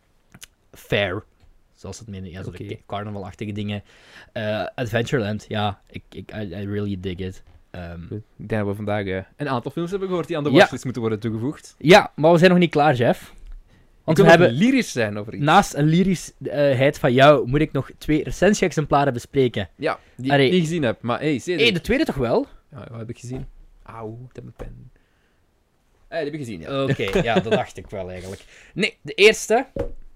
Speaker 1: fair. Zoals het meen, ja, zo
Speaker 2: Okay.
Speaker 1: de carnavalachtige dingen. Uh, Adventureland, ja, ik, ik, I, I really dig it. Um,
Speaker 2: Ik denk dat we vandaag uh, een aantal films hebben gehoord die aan de
Speaker 1: Ja.
Speaker 2: watchlist moeten worden toegevoegd.
Speaker 1: ja, maar we zijn nog niet klaar, Jeff. Want
Speaker 2: We
Speaker 1: we hebben,
Speaker 2: lyrisch zijn over iets.
Speaker 1: naast een lyrischheid van jou, moet ik nog twee recensie-exemplaren bespreken.
Speaker 2: Ja, die
Speaker 1: Allee.
Speaker 2: ik niet gezien heb. Maar hey, zie
Speaker 1: Hé, hey, de tweede toch wel?
Speaker 2: Ja, wat heb ik gezien? Auw, ik heb mijn pen. Eh, die heb ik gezien, ja.
Speaker 1: Oké, ja, dat dacht ik wel eigenlijk. Nee, de eerste.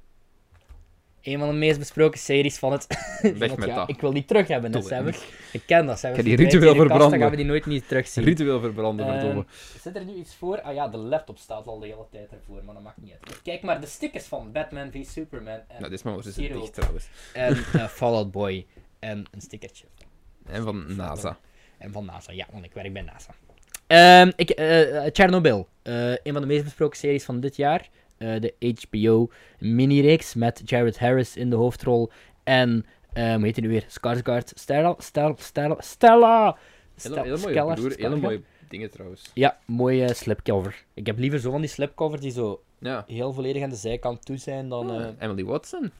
Speaker 1: Een van de meest besproken series van het, van
Speaker 2: Weg
Speaker 1: het
Speaker 2: met
Speaker 1: jaar.
Speaker 2: dat.
Speaker 1: Ik wil die terug hebben, hè,
Speaker 2: Doe
Speaker 1: Sebber.
Speaker 2: het.
Speaker 1: Ik ken dat, Sebber.
Speaker 2: Ik ga die
Speaker 1: Verdwijnt
Speaker 2: ritueel
Speaker 1: in de kast,
Speaker 2: verbranden.
Speaker 1: Dan gaan we die nooit meer terugzien.
Speaker 2: Ritueel verbranden,
Speaker 1: Ehm,
Speaker 2: verdomme.
Speaker 1: Zit er nu iets voor? Ah ja, de laptop staat al de hele tijd ervoor, maar dat maakt niet uit. Kijk maar, de stickers van Batman v Superman en,
Speaker 2: Nou, dit is maar wat is
Speaker 1: Zero.
Speaker 2: dicht trouwens.
Speaker 1: en uh, Fallout Boy en een stickertje.
Speaker 2: En van NASA.
Speaker 1: En van NASA, ja, want ik werk bij NASA. Ehm ik, eh, Chernobyl, uh, een van de meest besproken series van dit jaar. Uh, de H B O mini-reeks met Jared Harris in de hoofdrol en, um, hoe heet hij nu weer? Skarsgård, Stella, Stella, Stella, Stella!
Speaker 2: Hele, hele mooie
Speaker 1: Stellar-
Speaker 2: broer, hele
Speaker 1: Skarsgård?
Speaker 2: mooie dingen trouwens.
Speaker 1: Ja, mooie slipcover. Ik heb liever zo van die slipcovers die zo
Speaker 2: Ja.
Speaker 1: heel volledig aan de zijkant toe zijn dan...
Speaker 2: Ah,
Speaker 1: Uh...
Speaker 2: Emily Watson?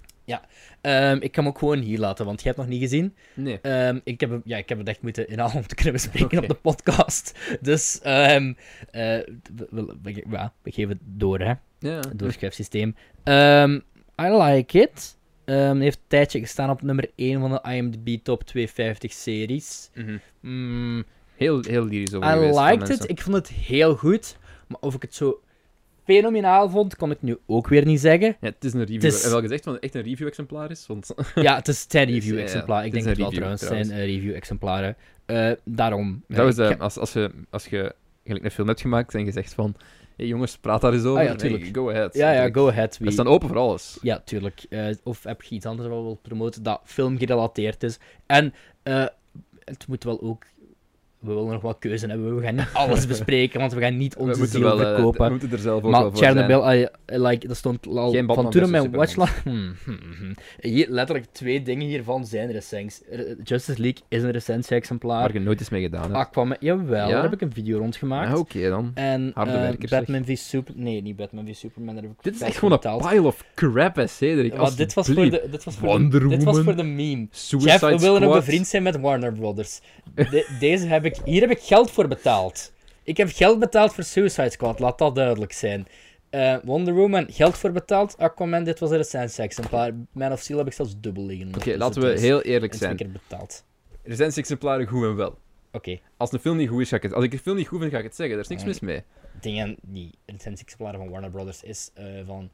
Speaker 1: Um, ik kan hem ook gewoon hier laten, want je hebt nog niet gezien.
Speaker 2: Nee.
Speaker 1: Um, ik, heb, hem- ja, ik heb het echt moeten inhalen om te kunnen bespreken
Speaker 2: Oké.
Speaker 1: op de podcast. Dus um, uh, we, we, we, ja, we geven het door, hè.
Speaker 2: Ja.
Speaker 1: Het doorschrijfsysteem. Um, I like it. Um, heeft een tijdje gestaan op nummer één van de I M D B Top tweehonderdvijftig series.
Speaker 2: Mhm.
Speaker 1: Mm,
Speaker 2: Heel, heel lyrisch over
Speaker 1: I
Speaker 2: geweest van
Speaker 1: liked
Speaker 2: mensen.
Speaker 1: it. Ik vond het heel goed. Maar of ik het zo fenomenaal vond, kon ik nu ook weer niet zeggen.
Speaker 2: Ja, het is een review.
Speaker 1: Het is-
Speaker 2: Heb je wel gezegd dat het echt een review-exemplaar is? Want...
Speaker 1: Ja, het is zijn
Speaker 2: Ja, ja,
Speaker 1: review-exemplaar. Ik
Speaker 2: het
Speaker 1: denk
Speaker 2: is
Speaker 1: het
Speaker 2: een
Speaker 1: wel
Speaker 2: review,
Speaker 1: trouwens. Het zijn uh, review-exemplaren. Uh, daarom. uh,
Speaker 2: Trouwens,
Speaker 1: ik
Speaker 2: eh,
Speaker 1: heb-
Speaker 2: als, als je, als je gelijk een film hebt gemaakt en je zegt van... Hey, jongens, praat daar eens over.
Speaker 1: Ah, ja,
Speaker 2: Nee,
Speaker 1: tuurlijk.
Speaker 2: go ahead.
Speaker 1: Ja, ja,
Speaker 2: Natuurlijk.
Speaker 1: go ahead.
Speaker 2: We
Speaker 1: Wie...
Speaker 2: staan open voor alles.
Speaker 1: Ja, tuurlijk. Uh, of heb je iets anders wat wil promoten dat filmgerelateerd is. En uh, het moet wel ook... We willen nog wel keuze hebben. We gaan niet alles bespreken, want we gaan niet
Speaker 2: We
Speaker 1: onze
Speaker 2: moeten,
Speaker 1: ziel
Speaker 2: wel, eh,
Speaker 1: verkopen.
Speaker 2: we moeten er zelf ook
Speaker 1: Maar
Speaker 2: wel voor zijn.
Speaker 1: Chernobyl, I, I like, dat stond al
Speaker 2: Geen Batman
Speaker 1: van toen op mijn
Speaker 2: versus
Speaker 1: watchlist. Hmm, hmm, hmm. Hier, letterlijk twee dingen hiervan zijn recensies. R- Justice League is een recensie-exemplaar.
Speaker 2: Waar je nooit iets mee gedaan hebt.
Speaker 1: Aquaman, jawel,
Speaker 2: Ja?
Speaker 1: daar heb ik een video rondgemaakt.
Speaker 2: Ja, oké dan.
Speaker 1: En
Speaker 2: Harde
Speaker 1: eh,
Speaker 2: werkers, zeg.
Speaker 1: Batman v Super... Nee, niet Batman v Superman, daar heb ik
Speaker 2: Dit is
Speaker 1: geld
Speaker 2: echt
Speaker 1: voor
Speaker 2: gewoon een
Speaker 1: betaald.
Speaker 2: pile of crap, hè, Cedric.
Speaker 1: Ja, dit was voor de, dit was voor
Speaker 2: Wonder
Speaker 1: de, dit was
Speaker 2: Woman.
Speaker 1: voor de meme.
Speaker 2: Suicide
Speaker 1: Jeff, we willen ook
Speaker 2: Squad.
Speaker 1: bevriend zijn met Warner Brothers. De- deze heb ik, hier heb ik geld voor betaald. Ik heb geld betaald voor Suicide Squad, laat dat duidelijk zijn. Eh, Wonder Woman, geld voor betaald. Aquaman, dit was een recensie-exemplaar. Man of Steel heb ik zelfs dubbel liggen.
Speaker 2: Oké,
Speaker 1: Dus
Speaker 2: laten
Speaker 1: het
Speaker 2: we
Speaker 1: is-
Speaker 2: heel eerlijk
Speaker 1: en twee
Speaker 2: zijn.
Speaker 1: keer betaald.
Speaker 2: Recensie-exemplaren goed en wel.
Speaker 1: Oké,
Speaker 2: Als een film niet goed is, ga ik het... Als ik een film niet goed vind, ga ik het zeggen. Daar is niks
Speaker 1: Ja.
Speaker 2: mis mee.
Speaker 1: dingen die recensie-exemplaren van Warner Brothers is eh, van...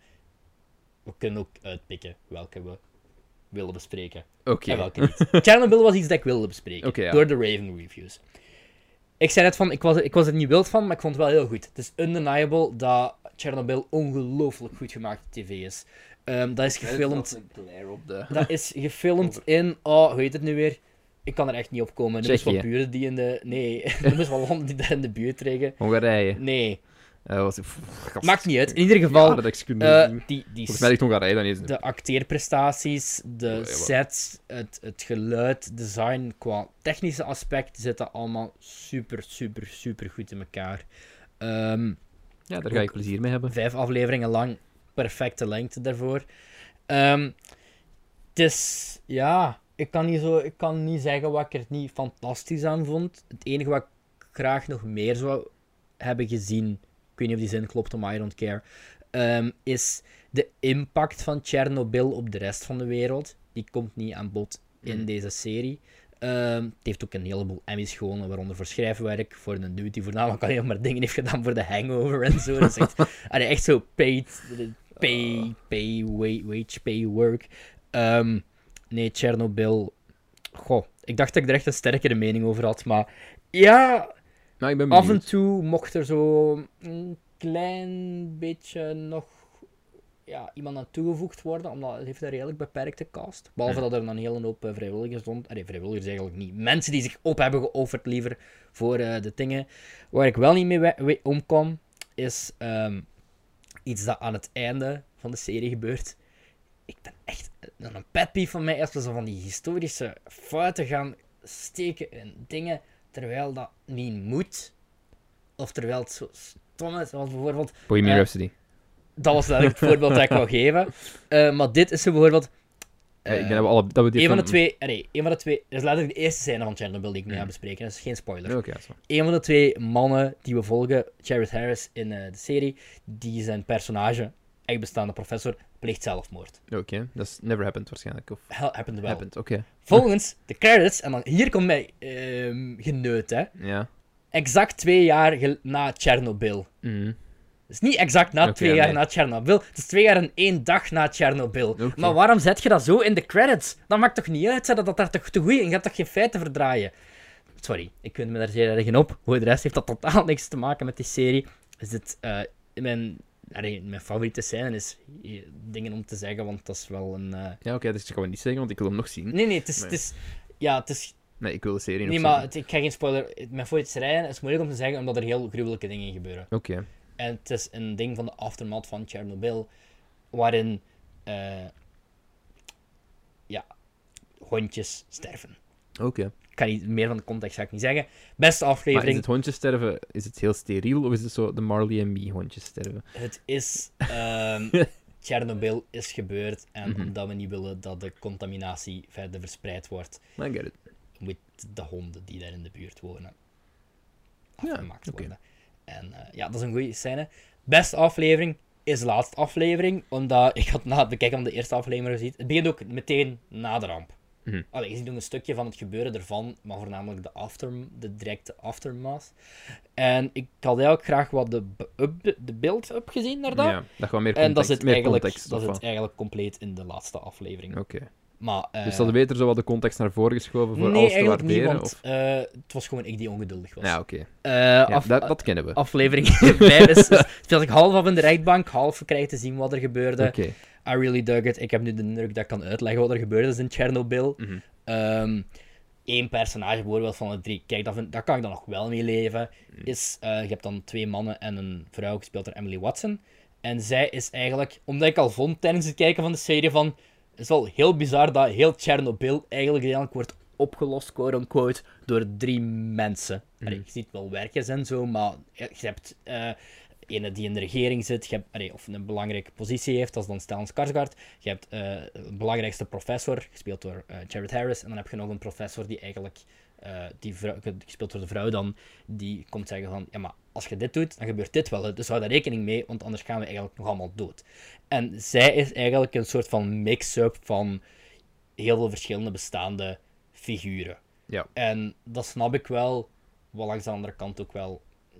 Speaker 1: We kunnen ook uitpikken welke we willen bespreken.
Speaker 2: Oké.
Speaker 1: En welke niet. Chernobyl was iets dat ik wilde bespreken.
Speaker 2: Oké, ja.
Speaker 1: Door de Raven Reviews. Ik zei net van, ik was, ik was er niet wild van, maar ik vond het wel heel goed. Het is undeniable dat Chernobyl ongelooflijk goed gemaakt tv is. Ehm, dat is gefilmd...
Speaker 2: Op de...
Speaker 1: Dat is gefilmd in... Oh, hoe heet het nu weer? Ik kan er echt niet op komen. Er is wat
Speaker 2: Tsjechië.
Speaker 1: buren die in de... Nee, er is wel landen die daar in de buurt liggen.
Speaker 2: Hongarije.
Speaker 1: Nee,
Speaker 2: Eh, was... Pff, gast.
Speaker 1: maakt niet uit. In ieder geval,
Speaker 2: Ja, dat ik kunnen
Speaker 1: eh,
Speaker 2: zien.
Speaker 1: die, die,
Speaker 2: Volgens mij ligt Hongarije dan niet.
Speaker 1: de acteerprestaties, de
Speaker 2: ja.
Speaker 1: sets, het, het geluid, design, qua technische aspecten zitten allemaal super, super, super goed in elkaar. Ehm,
Speaker 2: Ja, daar ga ik plezier mee hebben.
Speaker 1: vijf afleveringen lang, perfecte lengte daarvoor. Ehm, het is, ja, ik kan, niet zo, ik kan niet zeggen wat ik er niet fantastisch aan vond. Het enige wat ik graag nog meer zou hebben gezien, ik weet niet of die zin klopt, maar I don't care, ehm, is de impact van Chernobyl op de rest van de wereld. Die komt niet aan bod in
Speaker 2: Mm.
Speaker 1: deze serie. Ehm, het heeft ook een heleboel Emmys gewonnen, waaronder voor schrijfwerk, voor een dude die voornamelijk alleen maar dingen heeft gedaan voor de Hangover en zo. Dat is echt, allee, echt zo paid, pay, pay, wage, wage pay work. Ehm, nee, Chernobyl, goh, Ik dacht dat ik er echt een sterkere mening over had, maar ja,
Speaker 2: Nou, ik ben
Speaker 1: af en
Speaker 2: benieuwd.
Speaker 1: toe mocht er zo een klein beetje nog ja, iemand aan toegevoegd worden, omdat het heeft een redelijk beperkte cast. Behalve
Speaker 2: Hmm.
Speaker 1: dat er een hele hoop uh, vrijwilligers stond. Nee, vrijwilligers eigenlijk niet. Mensen die zich op hebben geofferd liever voor uh, de dingen. Waar ik wel niet mee we- we- omkom, is um, iets dat aan het einde van de serie gebeurt. Ik ben echt een pet peeve van mij als we zo van die historische fouten gaan steken in dingen terwijl dat niet moet. Of terwijl het zo stom is, zoals bijvoorbeeld...
Speaker 2: Bohemian
Speaker 1: uh,
Speaker 2: Rhapsody.
Speaker 1: Dat was eigenlijk het voorbeeld dat ik wou geven. Uh, maar dit is zo bijvoorbeeld...
Speaker 2: Uh, ik denk dat we alle... Dat we dit
Speaker 1: een van
Speaker 2: van...
Speaker 1: de twee... Nee, een van de twee... Dat is letterlijk de eerste scène van Chernobyl die ik nu mm. ga bespreken. Dat is geen spoiler.
Speaker 2: Ja, okay,
Speaker 1: een van de twee mannen die we volgen, Jared Harris in uh, de serie, die zijn personage, echt bestaande professor, pleegt zelfmoord.
Speaker 2: Oké, okay. dat is never happened waarschijnlijk. Of...
Speaker 1: Hell, happened wel.
Speaker 2: Happened, oké. Okay.
Speaker 1: Volgens de credits, en dan hier komt mij uh, geneut, hè.
Speaker 2: Ja.
Speaker 1: Exact twee jaar gel- na Chernobyl.
Speaker 2: Mm.
Speaker 1: Het is niet exact na okay, twee jaar nee. na Chernobyl. Het is twee jaar en één dag na Chernobyl. Okay. Maar waarom zet je dat zo in de credits? Dat maakt toch niet uit? Dat dat daar toch te goed is? Je gaat toch geen feiten verdraaien? Sorry, ik vind me daar zeer erg in op. Voor de rest heeft dat totaal niks te maken met die serie. Is het, uh, mijn, allee, mijn favoriete scène is dingen om te zeggen, want dat is wel een... Uh...
Speaker 2: Ja, oké, okay, dus ik ga het niet zeggen, want ik wil hem nog zien.
Speaker 1: Nee, nee, het is... Nee. Het is ja, het is...
Speaker 2: Nee, ik wil de serie nog
Speaker 1: nee,
Speaker 2: zien.
Speaker 1: Nee, maar het, ik ga geen spoiler... Mijn favoriete scène is moeilijk om te zeggen, omdat er heel gruwelijke dingen in gebeuren.
Speaker 2: Oké. Okay.
Speaker 1: En het is een ding van de aftermath van Chernobyl, waarin uh, ja, hondjes sterven.
Speaker 2: Oké. Okay.
Speaker 1: Ik kan niet meer van de context ga ik niet zeggen. Beste aflevering.
Speaker 2: Maar is het hondjes sterven, is het heel steriel of is het zo de Marley en Me hondjes sterven?
Speaker 1: Het is um, Chernobyl is gebeurd en mm-hmm. omdat we niet willen dat de contaminatie verder verspreid wordt,
Speaker 2: I get it.
Speaker 1: moet de honden die daar in de buurt wonen afgemaakt ja, okay. worden. En uh, ja, dat is een goede scène. Beste aflevering is de laatste aflevering, omdat ik had na het bekijken van de eerste aflevering gezien. Het begint ook meteen na de ramp.
Speaker 2: Mm-hmm.
Speaker 1: Allee, je ziet ook een stukje van het gebeuren ervan, maar voornamelijk de, after, de directe aftermath. En ik had eigenlijk graag wat de, up, de build-up gezien naar dat.
Speaker 2: Ja, dat gewoon meer context.
Speaker 1: En dat zit,
Speaker 2: meer
Speaker 1: eigenlijk,
Speaker 2: context,
Speaker 1: dat zit eigenlijk compleet in de laatste aflevering.
Speaker 2: Oké. Okay.
Speaker 1: Maar, uh,
Speaker 2: dus dat beter zo wat de context naar voren geschoven voor
Speaker 1: nee,
Speaker 2: alles te waarderen?
Speaker 1: Nee, eigenlijk niet,
Speaker 2: of?
Speaker 1: want uh, het was gewoon ik die ongeduldig was.
Speaker 2: Ja, oké.
Speaker 1: Okay. Uh,
Speaker 2: ja, dat, dat kennen we.
Speaker 1: Aflevering vijf is, speelt ik half af in de rechtbank, half krijg te zien wat er gebeurde.
Speaker 2: Oké. Okay.
Speaker 1: I really dug it. Ik heb nu de indruk dat ik kan uitleggen wat er gebeurde is in Chernobyl.
Speaker 2: Mm-hmm.
Speaker 1: Um, Eén personage bijvoorbeeld van de drie, kijk, dat, vind, dat kan ik dan nog wel mee leven, is, uh, je hebt dan twee mannen en een vrouw, gespeeld door Emily Watson. En zij is eigenlijk, omdat ik al vond tijdens het kijken van de serie van, het is wel heel bizar dat heel Chernobyl eigenlijk eigenlijk wordt opgelost, quote-unquote, door drie mensen. Mm. Allee, je ziet wel werkers en zo, maar je hebt uh, ene die in de regering zit, je hebt, allee, of een belangrijke positie heeft, dat is dan Stellan Skarsgård. Je hebt uh, de belangrijkste professor, gespeeld door uh, Jared Harris, en dan heb je nog een professor die eigenlijk, uh, die vrouw, gespeeld door de vrouw dan, die komt zeggen van, ja maar, als je dit doet, dan gebeurt dit wel. Dus hou daar rekening mee, want anders gaan we eigenlijk nog allemaal dood. En zij is eigenlijk een soort van mix-up van heel veel verschillende bestaande figuren.
Speaker 2: Ja.
Speaker 1: En dat snap ik wel, wat langs de andere kant ook wel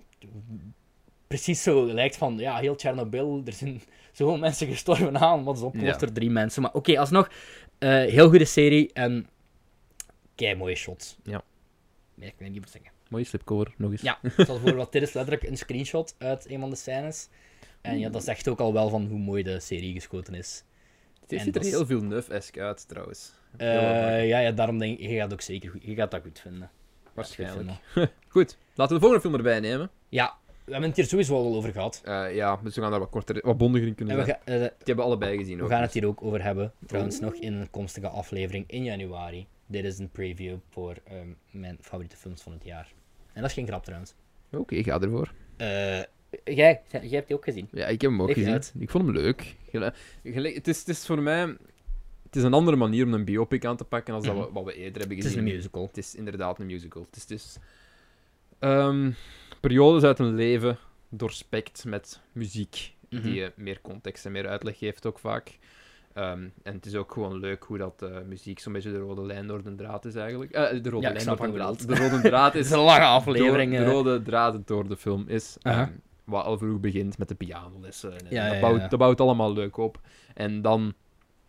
Speaker 1: precies zo lijkt van, ja, heel Chernobyl, er zijn zoveel mensen gestorven aan, wat is opgelost door ja. drie mensen. Maar oké, okay, alsnog, uh, heel goede serie en kei mooie shots.
Speaker 2: Ja.
Speaker 1: Meer kan ik niet meer zeggen.
Speaker 2: Mooie slipcover, nog eens.
Speaker 1: Ja, zoals bijvoorbeeld, dit is letterlijk een screenshot uit een van de scènes. En ja, dat zegt ook al wel van hoe mooi de serie geschoten is.
Speaker 2: Het ziet er is... heel veel neuf-esque uit, trouwens.
Speaker 1: Uh, ja, ja, daarom denk ik, je gaat, ook zeker goed, je gaat dat goed vinden.
Speaker 2: Waarschijnlijk. Goed, goed, laten we de volgende film erbij nemen.
Speaker 1: Ja, we hebben het hier sowieso al over gehad.
Speaker 2: Uh, ja, dus we gaan daar wat korter, wat bondiger in kunnen zijn.
Speaker 1: Ga, uh,
Speaker 2: Die hebben we allebei gezien.
Speaker 1: We
Speaker 2: ook,
Speaker 1: gaan
Speaker 2: dus.
Speaker 1: het hier ook over hebben, trouwens, nog in een komstige aflevering in januari. Dit is een preview voor um, mijn favoriete films van het jaar. En dat is geen grap, trouwens.
Speaker 2: Oké, okay, ga ervoor.
Speaker 1: Uh, jij, jij hebt die ook gezien.
Speaker 2: Ja, ik heb hem ook Ligt gezien. Uit. Ik vond hem leuk. Het is, het is voor mij... Het is een andere manier om een biopic aan te pakken dan mm-hmm. wat we eerder hebben gezien.
Speaker 1: Het is een musical.
Speaker 2: Het is inderdaad een musical. Het is, het is um, periodes uit een leven doorspekt met muziek, mm-hmm. die je meer context en meer uitleg geeft ook vaak. Um, en het is ook gewoon leuk hoe dat uh, muziek zo'n beetje de rode lijn door de draad is eigenlijk. Uh, de rode
Speaker 1: ja,
Speaker 2: lijn
Speaker 1: door
Speaker 2: de draad. De rode draad is...
Speaker 1: Het is een lange aflevering.
Speaker 2: Door, de rode draad door de film is... Um,
Speaker 1: uh-huh.
Speaker 2: Wat al vroeg begint met de pianolessen. En
Speaker 1: ja,
Speaker 2: dat,
Speaker 1: ja,
Speaker 2: bouwt,
Speaker 1: ja.
Speaker 2: dat bouwt allemaal leuk op. En dan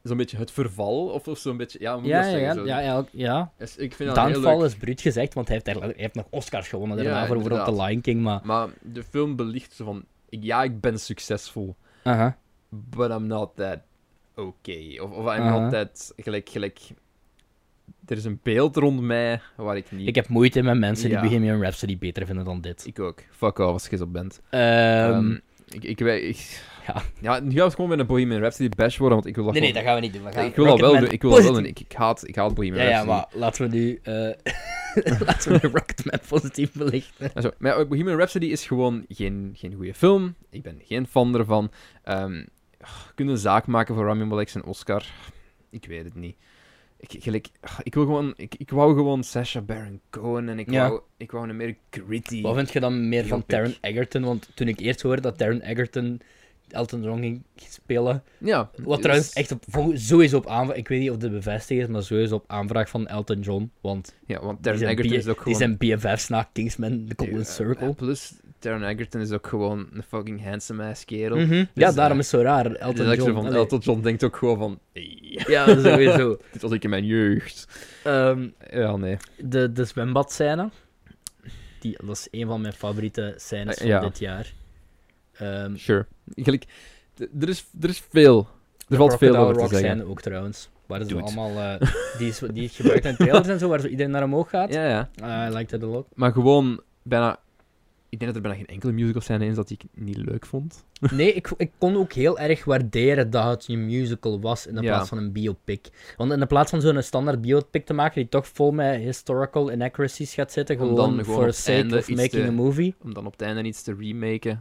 Speaker 2: zo'n beetje het verval, of, of zo'n beetje... Ja, hoe moet
Speaker 1: Ja,
Speaker 2: ik dat
Speaker 1: ja,
Speaker 2: zeggen?
Speaker 1: ja,
Speaker 2: Zo.
Speaker 1: ja, ja, ja.
Speaker 2: Dus ik vind dat heel
Speaker 1: Downfall
Speaker 2: leuk.
Speaker 1: is bruut gezegd, want hij heeft, eigenlijk- hij heeft nog Oscars gewonnen daarna
Speaker 2: Ja,
Speaker 1: voor bijvoorbeeld The
Speaker 2: inderdaad.
Speaker 1: Lion King, maar...
Speaker 2: Maar de film belicht zo van... ik- Ja, ik ben succesvol,
Speaker 1: Aha.
Speaker 2: but I'm not that okay. Of, of I'm
Speaker 1: Aha.
Speaker 2: not that... Gelijk, gelijk... Er is een beeld rond mij waar ik niet...
Speaker 1: Ik heb moeite met mensen die
Speaker 2: Ja.
Speaker 1: Bohemian Rhapsody beter vinden dan dit.
Speaker 2: Ik ook. Fuck off als je zo bent.
Speaker 1: Ehm,
Speaker 2: Ehm, ik, ik, weet- ik,
Speaker 1: ja.
Speaker 2: ja, nu gaan we gewoon met een Bohemian Rhapsody bash worden, want ik wil dat
Speaker 1: nee, nee,
Speaker 2: gewoon-
Speaker 1: dat gaan we niet doen. We gaan
Speaker 2: Ik wil dat wel
Speaker 1: Rocketman
Speaker 2: doen. Ik wil dat wel
Speaker 1: positief-
Speaker 2: doen. Ik, ik, haat, ik haat Bohemian
Speaker 1: Ja, ja,
Speaker 2: Rhapsody.
Speaker 1: maar laten we nu... eh laten we nu Rocketman positief belichten.
Speaker 2: En zo. Maar ja, Bohemian Rhapsody is gewoon geen, geen goede film. Ik ben geen fan ervan. Um, kun je een zaak maken voor Rami Malek en Oscar? Ik weet het niet. Ik, gelijk, ik, wil gewoon, ik, ik wou gewoon Sacha Baron Cohen en ik,
Speaker 1: Ja.
Speaker 2: wou, ik wou een meer gritty...
Speaker 1: Wat vind je dan meer van
Speaker 2: Biopic.
Speaker 1: Taron Egerton? Want toen ik eerst hoorde dat Taron Egerton Elton John ging spelen...
Speaker 2: Ja.
Speaker 1: Wat
Speaker 2: is-
Speaker 1: trouwens echt op, vol- sowieso op aanvraag... Ik weet niet of dit bevestigd is, maar sowieso op aanvraag van Elton John. Want
Speaker 2: Ja, want
Speaker 1: die
Speaker 2: Taron
Speaker 1: zijn,
Speaker 2: Egerton
Speaker 1: B-
Speaker 2: is ook
Speaker 1: die
Speaker 2: gewoon...
Speaker 1: zijn B F F's na Kingsman, The Golden
Speaker 2: Ja,
Speaker 1: Circle.
Speaker 2: plus, Taron Egerton is ook gewoon een fucking handsome-ass kerel.
Speaker 1: Mhm.
Speaker 2: Dus,
Speaker 1: Ja,
Speaker 2: eh,
Speaker 1: daarom is het zo raar.
Speaker 2: Elton
Speaker 1: Elton
Speaker 2: John,
Speaker 1: John.
Speaker 2: van,
Speaker 1: allee.
Speaker 2: Elton John denkt ook gewoon van... Hey,
Speaker 1: Ja, sowieso.
Speaker 2: dit was ik in mijn jeugd.
Speaker 1: Ehm,
Speaker 2: Ja, nee.
Speaker 1: de, de zwembadscène. Die, dat is een van mijn favoriete scènes
Speaker 2: Eh,
Speaker 1: van
Speaker 2: ja.
Speaker 1: dit jaar. Ehm
Speaker 2: Sure. Gelijk, d- er is, er is veel. Er valt veel
Speaker 1: Crocodile
Speaker 2: over te
Speaker 1: Rock
Speaker 2: zeggen.
Speaker 1: scène ook trouwens. Waar ze
Speaker 2: Dude.
Speaker 1: allemaal... eh, die, is, die is gebruikt in trailers en zo, waar zo iedereen naar omhoog gaat.
Speaker 2: Ja, ja.
Speaker 1: Ah, I liked it a lot.
Speaker 2: Maar gewoon bijna... Ik denk dat er bijna geen enkele musical scène is dat ik niet leuk vond.
Speaker 1: Nee, ik, ik kon ook heel erg waarderen dat het een musical was in de
Speaker 2: Ja.
Speaker 1: plaats van een biopic. Want in de plaats van zo'n standaard biopic te maken die toch vol met historical inaccuracies gaat zitten,
Speaker 2: Om
Speaker 1: gewoon
Speaker 2: dan gewoon
Speaker 1: for
Speaker 2: op
Speaker 1: the
Speaker 2: het
Speaker 1: sake
Speaker 2: einde
Speaker 1: of
Speaker 2: iets
Speaker 1: making
Speaker 2: te-
Speaker 1: a movie.
Speaker 2: Om dan op het einde iets te remaken.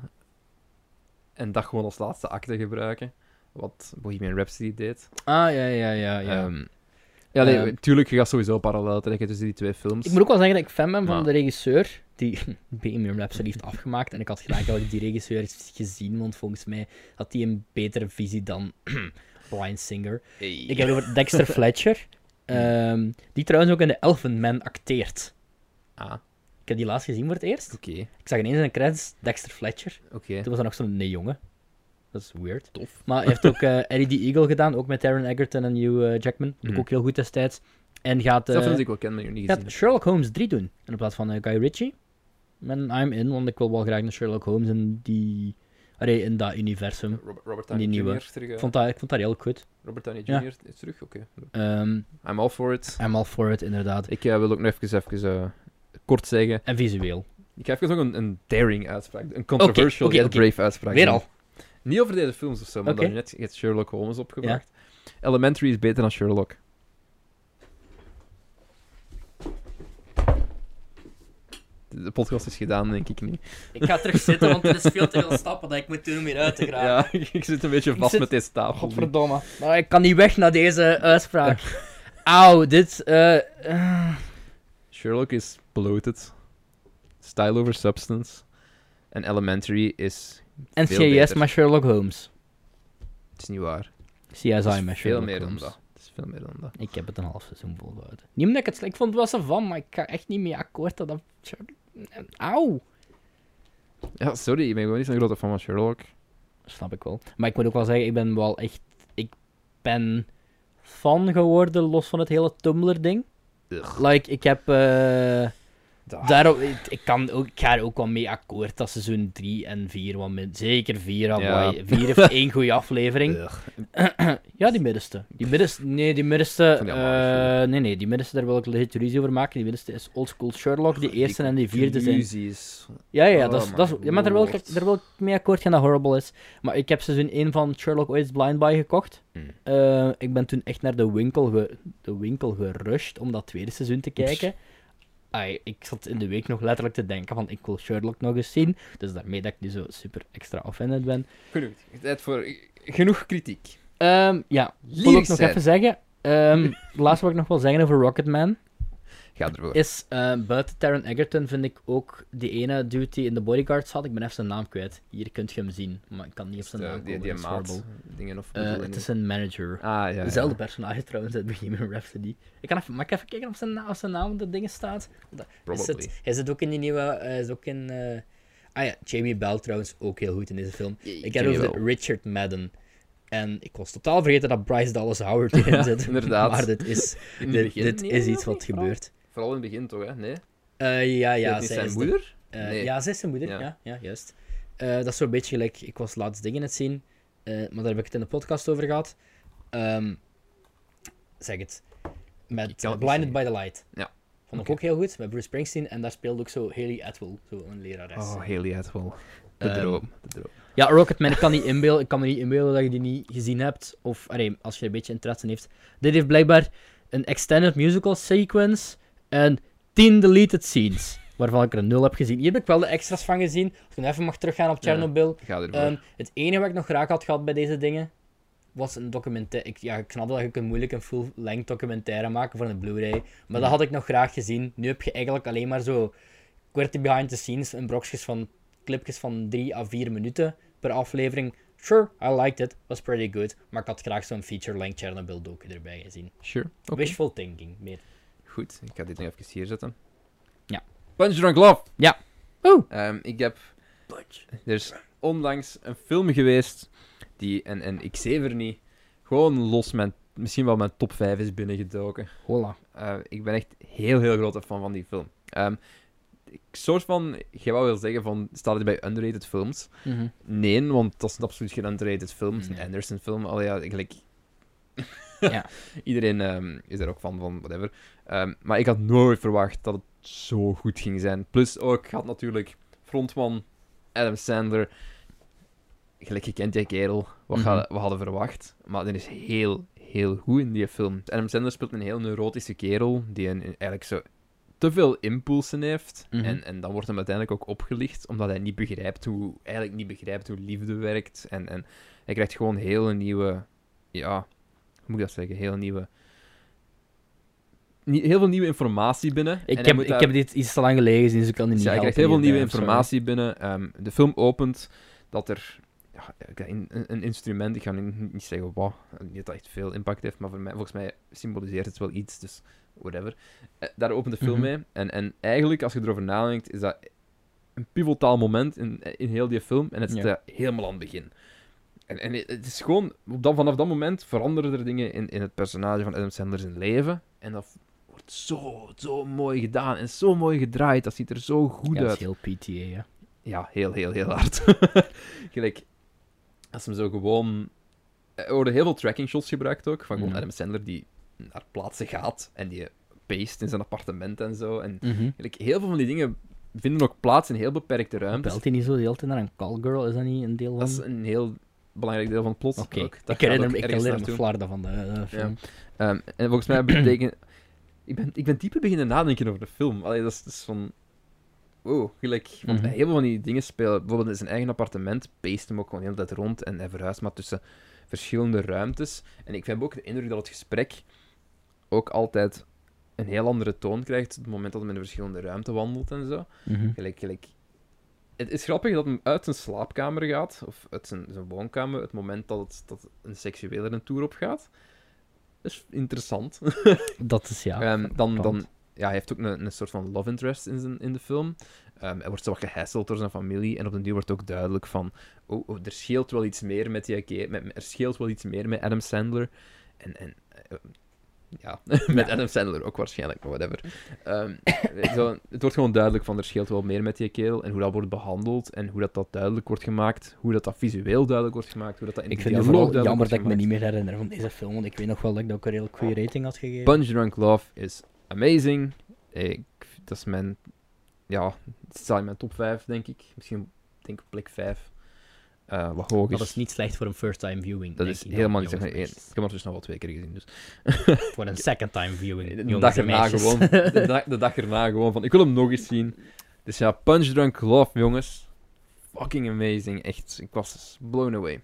Speaker 2: En dat gewoon als laatste acte gebruiken. Wat Bohemian Rhapsody deed.
Speaker 1: Ah, ja, ja, ja. ja.
Speaker 2: Ehm, ja, nee,
Speaker 1: Ehm.
Speaker 2: tuurlijk, je gaat sowieso parallel trekken tussen die twee films.
Speaker 1: Ik moet ook wel zeggen dat ik fan ben van
Speaker 2: Maar-
Speaker 1: de regisseur die Bohemian Rhapsody heeft afgemaakt. En ik had graag dat ik die regisseur eens gezien, want volgens mij had hij een betere visie dan Bryan Singer.
Speaker 2: Hey.
Speaker 1: Ik heb het over Dexter Fletcher, ehm, die trouwens ook in The Elephant Man acteert.
Speaker 2: Ah,
Speaker 1: Ik heb die laatst gezien voor het eerst.
Speaker 2: oké.
Speaker 1: Ik zag ineens in de credits Dexter Fletcher.
Speaker 2: Oké.
Speaker 1: Toen was er nog zo'n nee jongen. Dat is weird.
Speaker 2: Tof.
Speaker 1: Maar hij heeft ook eh, Eddie the Eagle gedaan, ook met Taron Egerton en Hugh eh, Jackman. Vond ik
Speaker 2: Mhm.
Speaker 1: ook heel goed destijds. En gaat,
Speaker 2: Dat
Speaker 1: eh,
Speaker 2: vind ik wel ken, maar nog niet
Speaker 1: gaat
Speaker 2: gezien.
Speaker 1: Sherlock Holmes drie doen, in plaats van eh, Guy Ritchie. En I'm in, want ik wil wel graag een Sherlock Holmes in die... Allee, in dat universum.
Speaker 2: Robert, Robert
Speaker 1: Die
Speaker 2: Downey
Speaker 1: nieuwe.
Speaker 2: junior terug. eh,
Speaker 1: Ik vond dat, ik vond dat heel goed.
Speaker 2: Robert Downey
Speaker 1: Ja.
Speaker 2: junior is terug, oké.
Speaker 1: Ehm
Speaker 2: I'm all for it.
Speaker 1: I'm all for it, inderdaad.
Speaker 2: Ik eh, wil ook nog even, even eh, kort zeggen.
Speaker 1: En visueel.
Speaker 2: Ik ga even nog een, een daring uitspraak. Een controversial
Speaker 1: oké,
Speaker 2: yet
Speaker 1: oké.
Speaker 2: brave uitspraak.
Speaker 1: Weer
Speaker 2: doen.
Speaker 1: al.
Speaker 2: Niet over deze films of zo, maar
Speaker 1: Oké.
Speaker 2: dat je net je hebt Sherlock Holmes opgebracht. Elementary is beter dan Sherlock. De podcast is gedaan, denk ik niet.
Speaker 1: Ik ga terug zitten, want het is veel te veel stappen dat ik moet doen om hier uit te geraken.
Speaker 2: Ja, ik zit een beetje vast
Speaker 1: zit-
Speaker 2: met deze tafel.
Speaker 1: Godverdomme. Maar ik kan niet weg na deze uitspraak. Auw, dit... eh eh.
Speaker 2: Sherlock is bloated. Style over substance. En Elementary is
Speaker 1: En
Speaker 2: veel
Speaker 1: C S
Speaker 2: beter.
Speaker 1: met Sherlock Holmes.
Speaker 2: Het is niet waar.
Speaker 1: C S I
Speaker 2: Het is
Speaker 1: met
Speaker 2: veel
Speaker 1: Sherlock
Speaker 2: meer dan
Speaker 1: Holmes.
Speaker 2: dat. Het is veel meer dan dat.
Speaker 1: Ik heb het een half seizoen volgehouden. Niet omdat ik het... Ik vond het wel zo van, maar ik ga echt niet mee akkoord dat dat... Auw.
Speaker 2: Ja, sorry, ik ben gewoon niet zo'n grote fan van Sherlock.
Speaker 1: Snap ik wel. Maar ik moet ook wel zeggen, ik ben wel echt... Ik ben fan geworden, los van het hele Tumblr-ding.
Speaker 2: Ugh.
Speaker 1: Like, ik heb... eh
Speaker 2: Daar.
Speaker 1: daarop, ik, ik kan ook, ik ga er ook wel mee akkoord dat seizoen drie en vier, want met, zeker vier,
Speaker 2: Ja.
Speaker 1: ja. vier heeft één goede aflevering.
Speaker 2: Ugh.
Speaker 1: Ja, die middenste. Die middenste, nee, die middenste,
Speaker 2: vond die allemaal
Speaker 1: eh, nee, nee, die middenste, daar wil ik legit ruzie over maken. Die middenste is Old School Sherlock, die eerste en die vierde zijn...
Speaker 2: Conclusies.
Speaker 1: Ja, ja,
Speaker 2: Oh
Speaker 1: dat is,
Speaker 2: my
Speaker 1: dat is, ja, maar daar wil, ik,
Speaker 2: lord.
Speaker 1: daar wil ik mee akkoord gaan dat horrible is. Maar ik heb seizoen één van Sherlock ooit Blind Buy gekocht.
Speaker 2: Hmm.
Speaker 1: Eh, ik ben toen echt naar de winkel, ge, de winkel gerushed om dat tweede seizoen te kijken. Ai, ik zat in de week nog letterlijk te denken van ik wil Sherlock nog eens zien. Dus daarmee dat ik nu zo super extra offended ben.
Speaker 2: Genoeg. Tijd voor genoeg kritiek.
Speaker 1: Ehm, ja, wil ik
Speaker 2: Lyrisch
Speaker 1: nog
Speaker 2: zijn.
Speaker 1: even zeggen. Ehm het laatste wat ik nog wil zeggen over Rocketman
Speaker 2: Ga ervoor.
Speaker 1: is, eh, buiten Taron Egerton vind ik ook die ene dude die in de Bodyguards had. Ik ben even zijn naam kwijt. Hier kunt je hem zien, maar ik kan niet op zijn
Speaker 2: De-
Speaker 1: naam
Speaker 2: die,
Speaker 1: komen.
Speaker 2: die
Speaker 1: dat is
Speaker 2: maat.
Speaker 1: horrible.
Speaker 2: Dingen of
Speaker 1: Eh, het is een manager.
Speaker 2: Ah, ja. ja.
Speaker 1: Dezelfde personage trouwens uit Bohemian Rhapsody. Ik kan even, mag ik even kijken of zijn, na- of zijn naam op de dingen staat? Hij
Speaker 2: Probably.
Speaker 1: zit, hij zit ook in die nieuwe... Hij is ook in... eh, Ah ja, Jamie Bell trouwens ook heel goed in deze film. Ik heb
Speaker 2: Jamie
Speaker 1: over de
Speaker 2: Bell.
Speaker 1: Richard Madden. En ik was totaal vergeten dat Bryce Dallas Howard erin zit.
Speaker 2: Inderdaad.
Speaker 1: Maar dit is, dit, dit
Speaker 2: nee,
Speaker 1: is
Speaker 2: nee,
Speaker 1: iets
Speaker 2: nee,
Speaker 1: wat
Speaker 2: vooral,
Speaker 1: gebeurt.
Speaker 2: Vooral in het begin toch, hè? Nee?
Speaker 1: Uh, ja, ja.
Speaker 2: Is
Speaker 1: zij
Speaker 2: zijn
Speaker 1: is
Speaker 2: moeder?
Speaker 1: De, uh,
Speaker 2: nee.
Speaker 1: Ja, zij is zijn moeder. Ja, ja, ja juist. Uh, dat is zo'n beetje gelijk... Ik was laatst dingen het zien, uh, maar daar heb ik het in de podcast over gehad. Um, zeg het. Met uh, Blinded by the Light.
Speaker 2: Ja.
Speaker 1: Vond ik okay. ook heel goed, met Bruce Springsteen. En daar speelde ook zo Hayley Atwell, zo een lerares.
Speaker 2: Oh, Hayley Atwell. De
Speaker 1: um,
Speaker 2: droom. De droom.
Speaker 1: Ja, Rocketman, ik kan, niet inbeelden, ik kan me niet inbeelden dat je die niet gezien hebt. Of, allee, als je een beetje interesse heeft. Dit heeft blijkbaar een extended musical sequence en tien deleted scenes. Waarvan ik er een nul heb gezien. Hier heb ik wel de extra's van gezien. Als ik even mag teruggaan op Chernobyl.
Speaker 2: Ja, ga ervoor.
Speaker 1: Um, het enige wat ik nog graag had gehad bij deze dingen, was een documentaire. Ik, ja, ik snap dat je kunt moeilijk een full-length documentaire maken voor een Blu-ray. Maar ja. dat had ik nog graag gezien. Nu heb je eigenlijk alleen maar zo quirty behind the scenes en brokjes van clipjes van drie à vier minuten per aflevering. Sure, I liked it. Was pretty good. Maar ik had graag zo'n feature-length Chernobyl docu erbij gezien.
Speaker 2: Sure. Okay.
Speaker 1: Wishful thinking, meer.
Speaker 2: Goed, ik ga dit nog even hier zetten.
Speaker 1: Ja.
Speaker 2: Punch Drunk Love!
Speaker 1: Ja. Oeh!
Speaker 2: Um, ik heb... Er is onlangs een film geweest die, en, en ik zever niet, gewoon los mijn, misschien wel mijn top vijf is binnengedoken.
Speaker 1: Hola.
Speaker 2: Uh, ik ben echt heel, heel grote fan van die film. Um, ik soort van, je wou wel zeggen van, staat het bij underrated films?
Speaker 1: Mm-hmm.
Speaker 2: Nee, want dat is absoluut geen underrated film. Het is
Speaker 1: Nee.
Speaker 2: een Anderson film. Allee, ja, gelijk...
Speaker 1: ja.
Speaker 2: Iedereen um, is er ook fan van, whatever. Um, maar ik had nooit verwacht dat het zo goed ging zijn. Plus ook had natuurlijk frontman Adam Sandler. Gelijk, je kent die kerel. Wat
Speaker 1: Mm-hmm.
Speaker 2: ga, we hadden verwacht. Maar die is heel, heel goed in die film. Adam Sandler speelt een heel neurotische kerel. Die een, een, eigenlijk zo te veel impulsen heeft.
Speaker 1: Mm-hmm.
Speaker 2: En, en dan wordt hem uiteindelijk ook opgelicht. Omdat hij niet begrijpt hoe, eigenlijk niet begrijpt hoe liefde werkt. En, en hij krijgt gewoon heel een nieuwe... Ja, hoe moet ik dat zeggen? Heel nieuwe... Heel veel nieuwe informatie binnen.
Speaker 1: Ik,
Speaker 2: en
Speaker 1: heb,
Speaker 2: moet
Speaker 1: ik
Speaker 2: daar...
Speaker 1: heb dit iets te lang gelezen, dus ik kan die niet
Speaker 2: Dus ja, hij
Speaker 1: helpen
Speaker 2: krijgt heel veel nieuwe
Speaker 1: hierbij,
Speaker 2: informatie binnen. Um, de film opent dat er... Ja, een, een instrument, ik ga nu niet zeggen wat, niet dat dat echt veel impact heeft, maar voor mij, volgens mij symboliseert het wel iets, dus whatever. Uh, daar opent de film
Speaker 1: Mm-hmm.
Speaker 2: mee. En, en eigenlijk, als je erover nadenkt, is dat een pivotaal moment in, in heel die film. En het zit
Speaker 1: Ja.
Speaker 2: uh, helemaal aan het begin. En, en het is gewoon, op dat, vanaf dat moment veranderen er dingen in, in het personage van Adam Sandler zijn leven. En dat wordt zo, zo mooi gedaan en zo mooi gedraaid. Dat ziet er zo goed
Speaker 1: Ja, dat
Speaker 2: uit.
Speaker 1: is heel P T A, ja.
Speaker 2: Ja, heel, heel, heel hard. Gelijk, als hem zo gewoon... Er worden heel veel tracking shots gebruikt ook, van gewoon
Speaker 1: Ja.
Speaker 2: Adam Sandler die naar plaatsen gaat en die paste in zijn appartement en zo. En
Speaker 1: Mm-hmm.
Speaker 2: gelijk, heel veel van die dingen vinden ook plaats in heel beperkte ruimtes.
Speaker 1: Belt hij niet zo de hele tijd naar een callgirl? Is dat niet een deel van...
Speaker 2: Dat is een heel belangrijk deel van het plot.
Speaker 1: Oké,
Speaker 2: ook.
Speaker 1: ik
Speaker 2: Dat
Speaker 1: herinner
Speaker 2: gaat
Speaker 1: me,
Speaker 2: ook
Speaker 1: ik
Speaker 2: ergens
Speaker 1: herinner me
Speaker 2: naartoe.
Speaker 1: flarden van de uh, film.
Speaker 2: Um, en volgens mij betekent... ik, ben, ik ben dieper beginnen nadenken over de film. Allee, dat is, dat is van... Wow, gelijk. Want
Speaker 1: Mhm.
Speaker 2: heel veel van die dingen spelen... Bijvoorbeeld in zijn eigen appartement paste hem ook gewoon de hele tijd rond en hij verhuist maar tussen verschillende ruimtes. En ik heb ook de indruk dat het gesprek ook altijd een heel andere toon krijgt op het moment dat hij in een verschillende ruimte wandelt en zo.
Speaker 1: Mhm.
Speaker 2: Gelijk, gelijk... Het is grappig dat hij uit zijn slaapkamer gaat, of uit zijn, zijn woonkamer, het moment dat, het, dat een seksuele een tour op gaat. Dat is interessant.
Speaker 1: Dat is ja.
Speaker 2: Ehm, dan,
Speaker 1: frappant.
Speaker 2: dan, ja, hij heeft ook een, een soort van love interest in, zijn, in de film. Ehm, hij wordt zo wat gehasseld door zijn familie. En op den duur wordt ook duidelijk van... Oh, oh, er scheelt wel iets meer met die... ke- Met, er scheelt wel iets meer met Adam Sandler. En... en uh, ja, met Adam Sandler ook waarschijnlijk, maar whatever. Um, zo, het wordt gewoon duidelijk van er scheelt wel meer met die kerel. En hoe dat wordt behandeld. En hoe dat, dat duidelijk wordt gemaakt. Hoe dat, dat visueel duidelijk wordt gemaakt. Hoe dat, dat in
Speaker 1: Ik
Speaker 2: de
Speaker 1: vind het
Speaker 2: dialoog
Speaker 1: vooral
Speaker 2: duidelijk
Speaker 1: jammer dat ik me
Speaker 2: wordt
Speaker 1: niet meer herinner van deze film, want ik weet nog wel dat ik dat ook een redelijk goede rating had gegeven.
Speaker 2: Punch Drunk Love is amazing. Ik, dat is mijn... Ja, het staat in mijn top vijf, denk ik. Misschien denk ik op plek vijf. Uh, wat hoog is.
Speaker 1: Dat is niet slecht voor een first-time viewing.
Speaker 2: Dat
Speaker 1: denk
Speaker 2: is
Speaker 1: ik,
Speaker 2: helemaal niet
Speaker 1: jongens,
Speaker 2: slecht. Ik
Speaker 1: meisjes.
Speaker 2: heb het dus nog wel twee keer gezien. Dus.
Speaker 1: Voor een second-time viewing.
Speaker 2: De
Speaker 1: jongens
Speaker 2: dag
Speaker 1: en
Speaker 2: erna
Speaker 1: meisjes.
Speaker 2: gewoon. De dag, de dag erna gewoon van... Ik wil hem nog eens zien. Dus ja, Punch Drunk Love, jongens. Fucking amazing. Echt. Ik was blown away.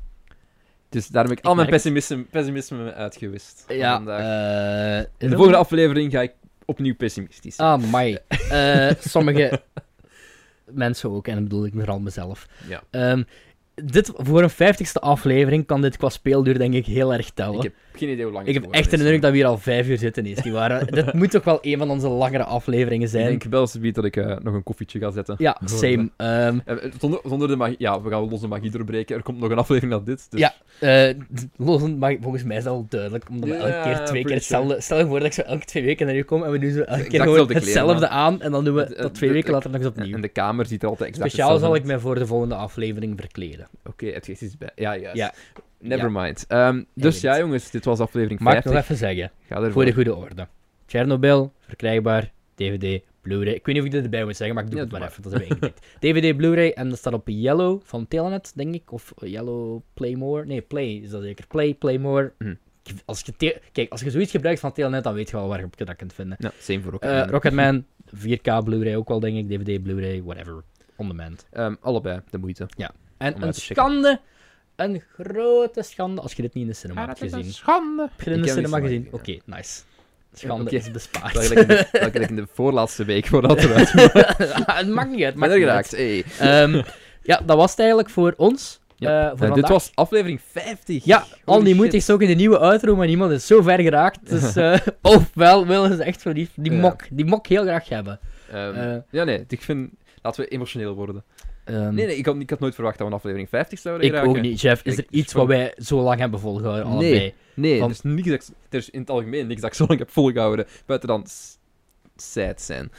Speaker 2: Dus daar heb ik,
Speaker 1: Ik
Speaker 2: al mijn
Speaker 1: merk-
Speaker 2: pessimisme, pessimisme uitgewist. van
Speaker 1: Ja,
Speaker 2: vandaag.
Speaker 1: eh...
Speaker 2: In de volgende aflevering ga ik opnieuw pessimistisch zijn.
Speaker 1: Ah, my. Eh sommige mensen ook, en dan bedoel ik vooral mezelf.
Speaker 2: Ja.
Speaker 1: Ehm, dit, voor een vijftigste aflevering kan dit qua speelduur denk ik heel erg tellen.
Speaker 2: Ik heb geen idee hoe lang
Speaker 1: Ik
Speaker 2: het
Speaker 1: heb echt de indruk dat we hier al vijf uur zitten, is die waar. Dit moet toch wel een van onze langere afleveringen zijn.
Speaker 2: Ik denk wel zoiets dat ik uh, nog een koffietje ga zetten.
Speaker 1: Ja, same. Um,
Speaker 2: uh, zonder, zonder de magie... Ja, we gaan losse magie doorbreken. Er komt nog een aflevering naar dit. Dus...
Speaker 1: Ja, uh, lozen, maar volgens mij is dat wel duidelijk. Omdat we
Speaker 2: Ja,
Speaker 1: elke keer twee keer hetzelfde...
Speaker 2: sure.
Speaker 1: Stel je voor dat ik zo elke twee weken naar u kom en we doen zo elke keer
Speaker 2: Exact
Speaker 1: gewoon
Speaker 2: dezelfde
Speaker 1: hetzelfde
Speaker 2: kleren
Speaker 1: aan. En dan doen we
Speaker 2: Het-
Speaker 1: dat twee
Speaker 2: het-
Speaker 1: weken later nog eens opnieuw.
Speaker 2: En de kamer ziet er altijd exact
Speaker 1: Speciaal zal ik
Speaker 2: hetzelfde
Speaker 1: mij voor de volgende aflevering verkleden.
Speaker 2: uit. Oké, okay, het geeft iets bij. Ja, juist.
Speaker 1: Ja.
Speaker 2: Nevermind. Um, dus ja, jongens, dit was aflevering
Speaker 1: Mag ik
Speaker 2: vijftig.
Speaker 1: nog even zeggen,
Speaker 2: Ga ervoor.
Speaker 1: voor de goede orde. Chernobyl, verkrijgbaar, D V D, Blu-ray. Ik weet niet of ik dit erbij moet zeggen, maar ik doe
Speaker 2: Ja,
Speaker 1: het maar
Speaker 2: doe
Speaker 1: even. Dat hebben we ingetikt. D V D, Blu-ray en dat staat op Yellow van Telenet, denk ik. Of Yellow Playmore. Nee, Play is dat zeker. Play, Playmore.
Speaker 2: Hm.
Speaker 1: Als je te- Kijk, als je zoiets gebruikt van Telenet, dan weet je wel waar je dat kunt vinden.
Speaker 2: Ja, same voor
Speaker 1: Uh,
Speaker 2: Rocketman.
Speaker 1: Rocketman, vier K Blu-ray ook wel, denk ik. D V D, Blu-ray, whatever. On demand.
Speaker 2: Um, allebei, de moeite.
Speaker 1: En
Speaker 2: Om
Speaker 1: een
Speaker 2: uit te checken.
Speaker 1: schande, een grote schande, als je dit niet in de cinema hebt gezien.
Speaker 2: schande.
Speaker 1: Heb je dit in de
Speaker 2: Ik heb
Speaker 1: cinema
Speaker 2: het
Speaker 1: gezien?
Speaker 2: niet
Speaker 1: Oké,
Speaker 2: gezien,
Speaker 1: nice. Schande
Speaker 2: Oké.
Speaker 1: is bespaard.
Speaker 2: Dat ik in de, dat ik in de voorlaatste week voordat eruit.
Speaker 1: Het maakt niet uit,
Speaker 2: Maar
Speaker 1: maakt
Speaker 2: er
Speaker 1: niet
Speaker 2: geraakt.
Speaker 1: uit.
Speaker 2: Hey.
Speaker 1: Ehm, ja, dat was het eigenlijk voor ons.
Speaker 2: Ja.
Speaker 1: eh, voor
Speaker 2: Uh, dit
Speaker 1: vandaag.
Speaker 2: was aflevering vijftig.
Speaker 1: Ja, al
Speaker 2: Holy
Speaker 1: die moeite
Speaker 2: shit.
Speaker 1: is ook in de nieuwe outro, maar niemand is zo ver geraakt. Dus, eh, ofwel willen ze echt voor die, die
Speaker 2: Ja.
Speaker 1: mok, die mok heel graag hebben.
Speaker 2: Um,
Speaker 1: Eh.
Speaker 2: ja, nee, ik vind... Laten we emotioneel worden.
Speaker 1: Ehm,
Speaker 2: Nee, nee, ik had, ik had nooit verwacht dat we een aflevering vijftig zouden
Speaker 1: ik
Speaker 2: geraken.
Speaker 1: ook niet, Jeff. Is er
Speaker 2: Ik-
Speaker 1: iets wat wij zo lang hebben volgehouden,
Speaker 2: Nee.
Speaker 1: allebei?
Speaker 2: Nee,
Speaker 1: Van-
Speaker 2: er is, niks dat ik- er is in het algemeen niks dat ik zo lang heb volgehouden. Buiten dan s- sad zijn.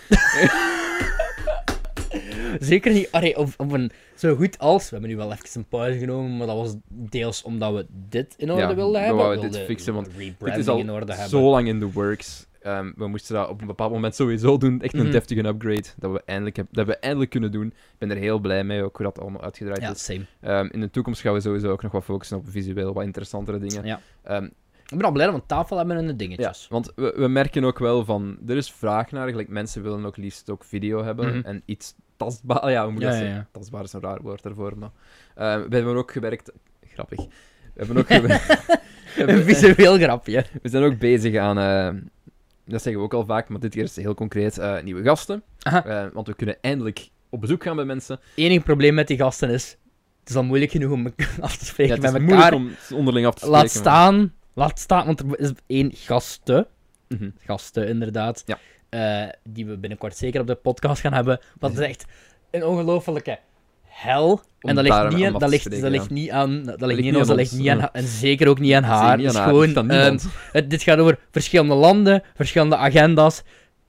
Speaker 1: Zeker niet, allee, op, op een zo goed als... We hebben nu wel even een pauze genomen, maar dat was deels omdat we dit in orde
Speaker 2: Ja,
Speaker 1: wilden
Speaker 2: we
Speaker 1: hebben.
Speaker 2: wouden
Speaker 1: We
Speaker 2: dit
Speaker 1: wilden
Speaker 2: fixen, want
Speaker 1: rebranding
Speaker 2: Dit is al
Speaker 1: in orde hebben.
Speaker 2: zo lang in the works. Um, we moesten dat op een bepaald moment sowieso doen. Echt een
Speaker 1: Mhm.
Speaker 2: deftige upgrade. Dat we, eindelijk heb, dat we eindelijk kunnen doen. Ik ben er heel blij mee, ook hoe dat allemaal uitgedraaid
Speaker 1: Ja,
Speaker 2: is.
Speaker 1: same.
Speaker 2: Um, in de toekomst gaan we sowieso ook nog wat focussen op visueel wat interessantere dingen.
Speaker 1: Ja.
Speaker 2: Um,
Speaker 1: Ik ben al blij dat we een tafel hebben en de
Speaker 2: ja,
Speaker 1: dingetjes.
Speaker 2: want we, we merken ook wel van... Er is vraag naar, gelijk mensen willen ook liefst ook video hebben.
Speaker 1: Mhm.
Speaker 2: En iets tastbaar... Ja, hoe moet ik
Speaker 1: Ja,
Speaker 2: dat
Speaker 1: ja,
Speaker 2: zeggen?
Speaker 1: ja.
Speaker 2: Tastbaar is een raar woord daarvoor, maar... Um, we hebben ook gewerkt... Grappig. We hebben ook gewerkt... we
Speaker 1: Een
Speaker 2: hebben-
Speaker 1: visueel grapje.
Speaker 2: We zijn ook bezig aan, uh, dat zeggen we ook al vaak, maar dit keer is het heel concreet, uh, nieuwe gasten.
Speaker 1: Aha.
Speaker 2: Uh, want we kunnen eindelijk op bezoek gaan bij mensen.
Speaker 1: Enige probleem met die gasten is... Het is al moeilijk genoeg om af te
Speaker 2: Ja,
Speaker 1: spreken
Speaker 2: het is
Speaker 1: met
Speaker 2: moeilijk
Speaker 1: elkaar.
Speaker 2: om het onderling af te spreken.
Speaker 1: Laat staan... Laat staan, want er is één gasten.
Speaker 2: Maar... Mhm.
Speaker 1: Gasten, inderdaad.
Speaker 2: Ja.
Speaker 1: eh, die we binnenkort zeker op de podcast gaan hebben. Wat is echt een ongelofelijke hel. En dat
Speaker 2: daar
Speaker 1: ligt, niet
Speaker 2: aan
Speaker 1: aan,
Speaker 2: af
Speaker 1: dat
Speaker 2: te
Speaker 1: ligt,
Speaker 2: spreken,
Speaker 1: dat ligt
Speaker 2: ja.
Speaker 1: niet aan... Dat ligt
Speaker 2: ligt
Speaker 1: niet aan
Speaker 2: niet
Speaker 1: ons, dat
Speaker 2: aan
Speaker 1: ligt
Speaker 2: ons,
Speaker 1: niet aan
Speaker 2: ja.
Speaker 1: haar. En zeker ook niet aan haar.
Speaker 2: Niet aan
Speaker 1: Het is
Speaker 2: haar,
Speaker 1: gewoon...
Speaker 2: ligt aan
Speaker 1: ehm,
Speaker 2: niemand.
Speaker 1: het, dit gaat over verschillende landen, verschillende agenda's.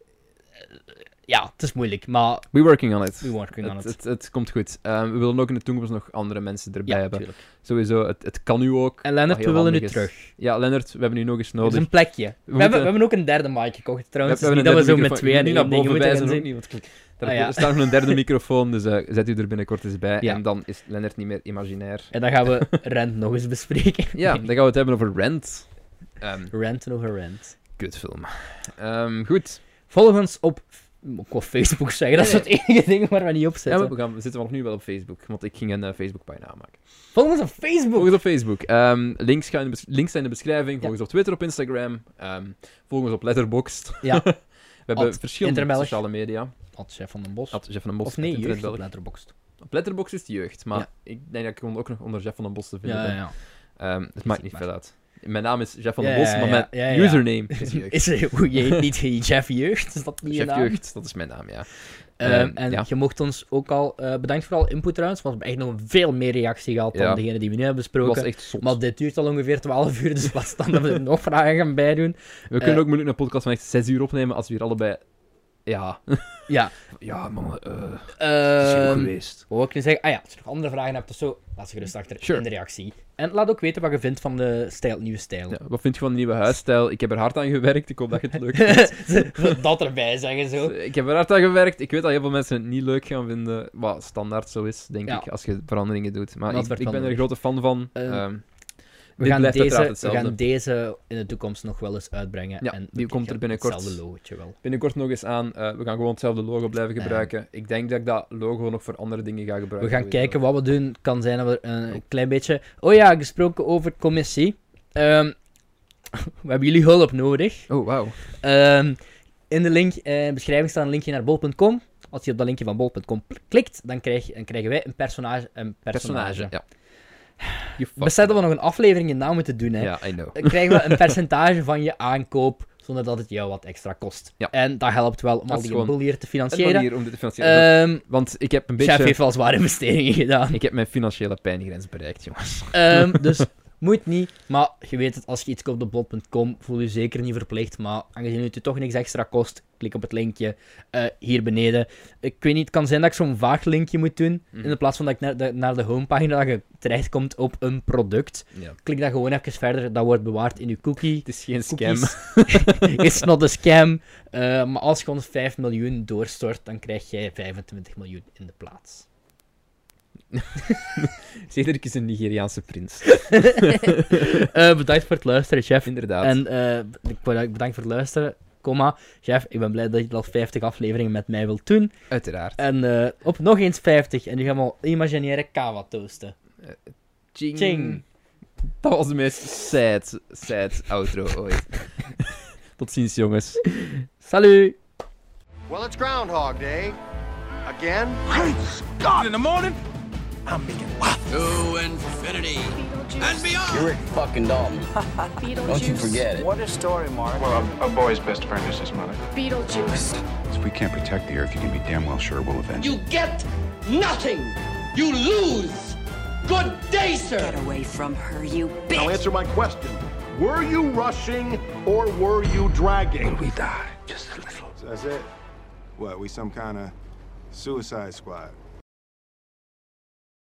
Speaker 1: Ja, het is moeilijk, maar
Speaker 2: We're working on it.
Speaker 1: we working on
Speaker 2: Het,
Speaker 1: it.
Speaker 2: het, het komt goed. Uh, we willen ook in de toekomst nog andere mensen erbij
Speaker 1: Ja,
Speaker 2: hebben.
Speaker 1: tuurlijk.
Speaker 2: Sowieso, het, het kan nu ook.
Speaker 1: En Lennart,
Speaker 2: wat
Speaker 1: we
Speaker 2: heel
Speaker 1: willen nu
Speaker 2: handig is.
Speaker 1: terug.
Speaker 2: Ja, Lennart, we hebben nu nog eens
Speaker 1: Er is
Speaker 2: nodig.
Speaker 1: een plekje. We,
Speaker 2: moeten-
Speaker 1: hebben, we hebben ook een derde mic gekocht, trouwens.
Speaker 2: We
Speaker 1: Het is
Speaker 2: hebben
Speaker 1: niet dat we
Speaker 2: een
Speaker 1: zo
Speaker 2: derde
Speaker 1: met twee en
Speaker 2: microfoon.
Speaker 1: één
Speaker 2: Niet
Speaker 1: dingen
Speaker 2: naar
Speaker 1: moeten
Speaker 2: boven
Speaker 1: gaan
Speaker 2: wijzen ook
Speaker 1: zien.
Speaker 2: niet, want daar
Speaker 1: Ah, ja.
Speaker 2: er staat nog een derde microfoon, dus uh, zet u er binnenkort eens bij.
Speaker 1: Ja.
Speaker 2: En dan is Lennart niet meer imaginair.
Speaker 1: En dan gaan we Rent nog eens bespreken.
Speaker 2: Ja, dan gaan we het hebben over Rent. Um,
Speaker 1: Rent over Rent.
Speaker 2: kutfilm. Um, goed.
Speaker 1: Volg ons op... Ik wil Facebook zeggen, dat is
Speaker 2: Nee,
Speaker 1: het enige ding waar we niet op
Speaker 2: Ja,
Speaker 1: zitten.
Speaker 2: we, gaan, we zitten vanaf nu wel op Facebook, want ik ging een uh, Facebook-pagina aanmaken.
Speaker 1: Volg ons op Facebook!
Speaker 2: Volg ons op Facebook. Um, links, gaan in de bes- links zijn in de beschrijving. Volg
Speaker 1: Ja.
Speaker 2: ons op Twitter, op Instagram. Um, volg ons op Letterboxd.
Speaker 1: Ja.
Speaker 2: We hebben
Speaker 1: At
Speaker 2: verschillende
Speaker 1: Interbelg.
Speaker 2: sociale media.
Speaker 1: At Chef van den Bos.
Speaker 2: At Jeff van den Bos.
Speaker 1: Of nee,
Speaker 2: at
Speaker 1: jeugd op
Speaker 2: Internetbelg.
Speaker 1: Letterboxd.
Speaker 2: Op Letterboxd is het jeugd, maar
Speaker 1: Ja.
Speaker 2: ik denk dat ik hem ook nog onder Jeff van den Bos te vinden
Speaker 1: Ja,
Speaker 2: ben.
Speaker 1: ja, ja.
Speaker 2: Um, het maakt niet
Speaker 1: maar.
Speaker 2: veel uit. Mijn naam is Jeff van
Speaker 1: Ja,
Speaker 2: den Bos,
Speaker 1: ja,
Speaker 2: maar
Speaker 1: ja,
Speaker 2: mijn
Speaker 1: ja, ja.
Speaker 2: username is jeugd.
Speaker 1: Is er, hoe je heet niet Jeff Jeugd? Is dat niet je
Speaker 2: Jeff
Speaker 1: naam?
Speaker 2: Jeugd, dat is mijn naam, ja.
Speaker 1: Ehm,
Speaker 2: Ehm,
Speaker 1: en
Speaker 2: ja.
Speaker 1: je mocht ons ook al... eh, bedankt voor al input trouwens, want we hebben echt nog veel meer reactie gehad dan
Speaker 2: Ja.
Speaker 1: degene die we nu hebben
Speaker 2: Dat was
Speaker 1: besproken.
Speaker 2: echt zot.
Speaker 1: Maar dit duurt al ongeveer twaalf uur, dus laat staan dat we er nog vragen gaan bijdoen.
Speaker 2: We kunnen
Speaker 1: eh,
Speaker 2: ook moeilijk een podcast van echt zes uur opnemen als we hier allebei... Ja.
Speaker 1: Ja.
Speaker 2: Ja, man. eh het is genoeg
Speaker 1: Ehm
Speaker 2: geweest.
Speaker 1: Wat wil ik nu zeggen? Ah ja, als je nog andere vragen hebt of zo, laat ze gerust achter
Speaker 2: Sure.
Speaker 1: in de reactie. En laat ook weten wat je vindt van de stijl, nieuwe stijl.
Speaker 2: Ja, wat vind je van de nieuwe huisstijl? Ik heb er hard aan gewerkt. Ik hoop dat je het leuk vindt.
Speaker 1: Dat erbij zeggen zo.
Speaker 2: Ik heb er hard aan gewerkt. Ik weet dat heel veel mensen het niet leuk gaan vinden. Wat standaard zo is, denk
Speaker 1: Ja.
Speaker 2: ik, als je veranderingen doet. Maar
Speaker 1: Dat
Speaker 2: ik,
Speaker 1: werd
Speaker 2: ik
Speaker 1: wel
Speaker 2: ben er een
Speaker 1: nodig.
Speaker 2: grote fan van.
Speaker 1: Ehm,
Speaker 2: Ehm,
Speaker 1: We
Speaker 2: dit
Speaker 1: gaan,
Speaker 2: blijft
Speaker 1: deze,
Speaker 2: uiteraard
Speaker 1: we
Speaker 2: hetzelfde.
Speaker 1: gaan deze in de toekomst nog wel eens uitbrengen.
Speaker 2: Ja,
Speaker 1: en
Speaker 2: die komt er binnenkort.
Speaker 1: Hetzelfde logotje wel.
Speaker 2: Binnenkort nog eens aan. Eh, we gaan gewoon hetzelfde logo blijven gebruiken. Ik denk dat ik dat logo nog voor andere dingen ga
Speaker 1: We
Speaker 2: gebruiken.
Speaker 1: gaan
Speaker 2: sowieso.
Speaker 1: kijken wat we doen. Het kan zijn dat we een klein beetje... Oh ja, gesproken over commissie. Ehm, we hebben jullie hulp nodig.
Speaker 2: Oh, wauw.
Speaker 1: Ehm, in de link, eh, in de beschrijving staat een linkje naar bol punt com. Als je op dat linkje van bol punt com klikt, dan, krijg, dan krijgen wij een personage. Een personage.
Speaker 2: Personage, ja.
Speaker 1: Besef dat we nog een aflevering na moeten doen, hè.
Speaker 2: Ja, I know.
Speaker 1: Dan krijgen we een percentage van je aankoop, zonder dat het jou wat extra kost.
Speaker 2: Ja.
Speaker 1: En dat helpt wel om
Speaker 2: Dat
Speaker 1: al
Speaker 2: is
Speaker 1: die
Speaker 2: gewoon
Speaker 1: boel hier te
Speaker 2: Een
Speaker 1: financieren.
Speaker 2: manier om dit te financieren.
Speaker 1: Ehm
Speaker 2: Want ik heb een beetje...
Speaker 1: Chef heeft wel zware investeringen gedaan.
Speaker 2: Ik heb mijn financiële pijngrens bereikt, jongens.
Speaker 1: Ehm, dus moet niet, maar je weet het, als je iets koopt op bol punt com, voel je zeker niet verplicht. Maar aangezien het je toch niks extra kost, klik op het linkje uh, hier beneden. Ik weet niet, het kan zijn dat ik zo'n vaag linkje moet doen,
Speaker 2: Mhm.
Speaker 1: in plaats van dat ik naar de, naar de homepagina dat je terechtkomt op een product.
Speaker 2: Ja.
Speaker 1: Klik dan gewoon even verder, dat wordt bewaard in je cookie.
Speaker 2: Het is geen scam.
Speaker 1: It's not a scam. Uh, maar als je gewoon vijf miljoen doorstort, dan krijg jij vijfentwintig miljoen in de plaats.
Speaker 2: Cedric is een Nigeriaanse prins.
Speaker 1: uh, bedankt voor het luisteren, chef.
Speaker 2: Inderdaad.
Speaker 1: En uh, ik bedankt voor het luisteren. Komma, chef, ik ben blij dat je al vijftig afleveringen met mij wilt doen.
Speaker 2: Uiteraard.
Speaker 1: En uh, op nog eens vijftig. En nu gaan we al imaginaire kava toasten.
Speaker 2: Uh, ching.
Speaker 1: Ching.
Speaker 2: Dat was de meest sad, sad outro ooit. Tot ziens, jongens.
Speaker 1: Salut!
Speaker 3: Well, it's Groundhog Day. Again?
Speaker 4: Great Scott! In the morning, I'm making wow.
Speaker 5: To infinity and beyond.
Speaker 6: You're Rick fucking Dalton. Don't you forget it.
Speaker 7: What a story, Mark.
Speaker 8: Well, a, a boy's best friend is his mother.
Speaker 9: Beetlejuice.
Speaker 8: If we can't protect the Earth, you can be damn well sure we'll avenge
Speaker 5: You get nothing. You lose. Good day, sir.
Speaker 9: Get away from her, you bitch.
Speaker 3: Now answer my question. Were you rushing or were you dragging?
Speaker 8: we die just a little.
Speaker 10: So that's it? What, we some kind of Suicide Squad?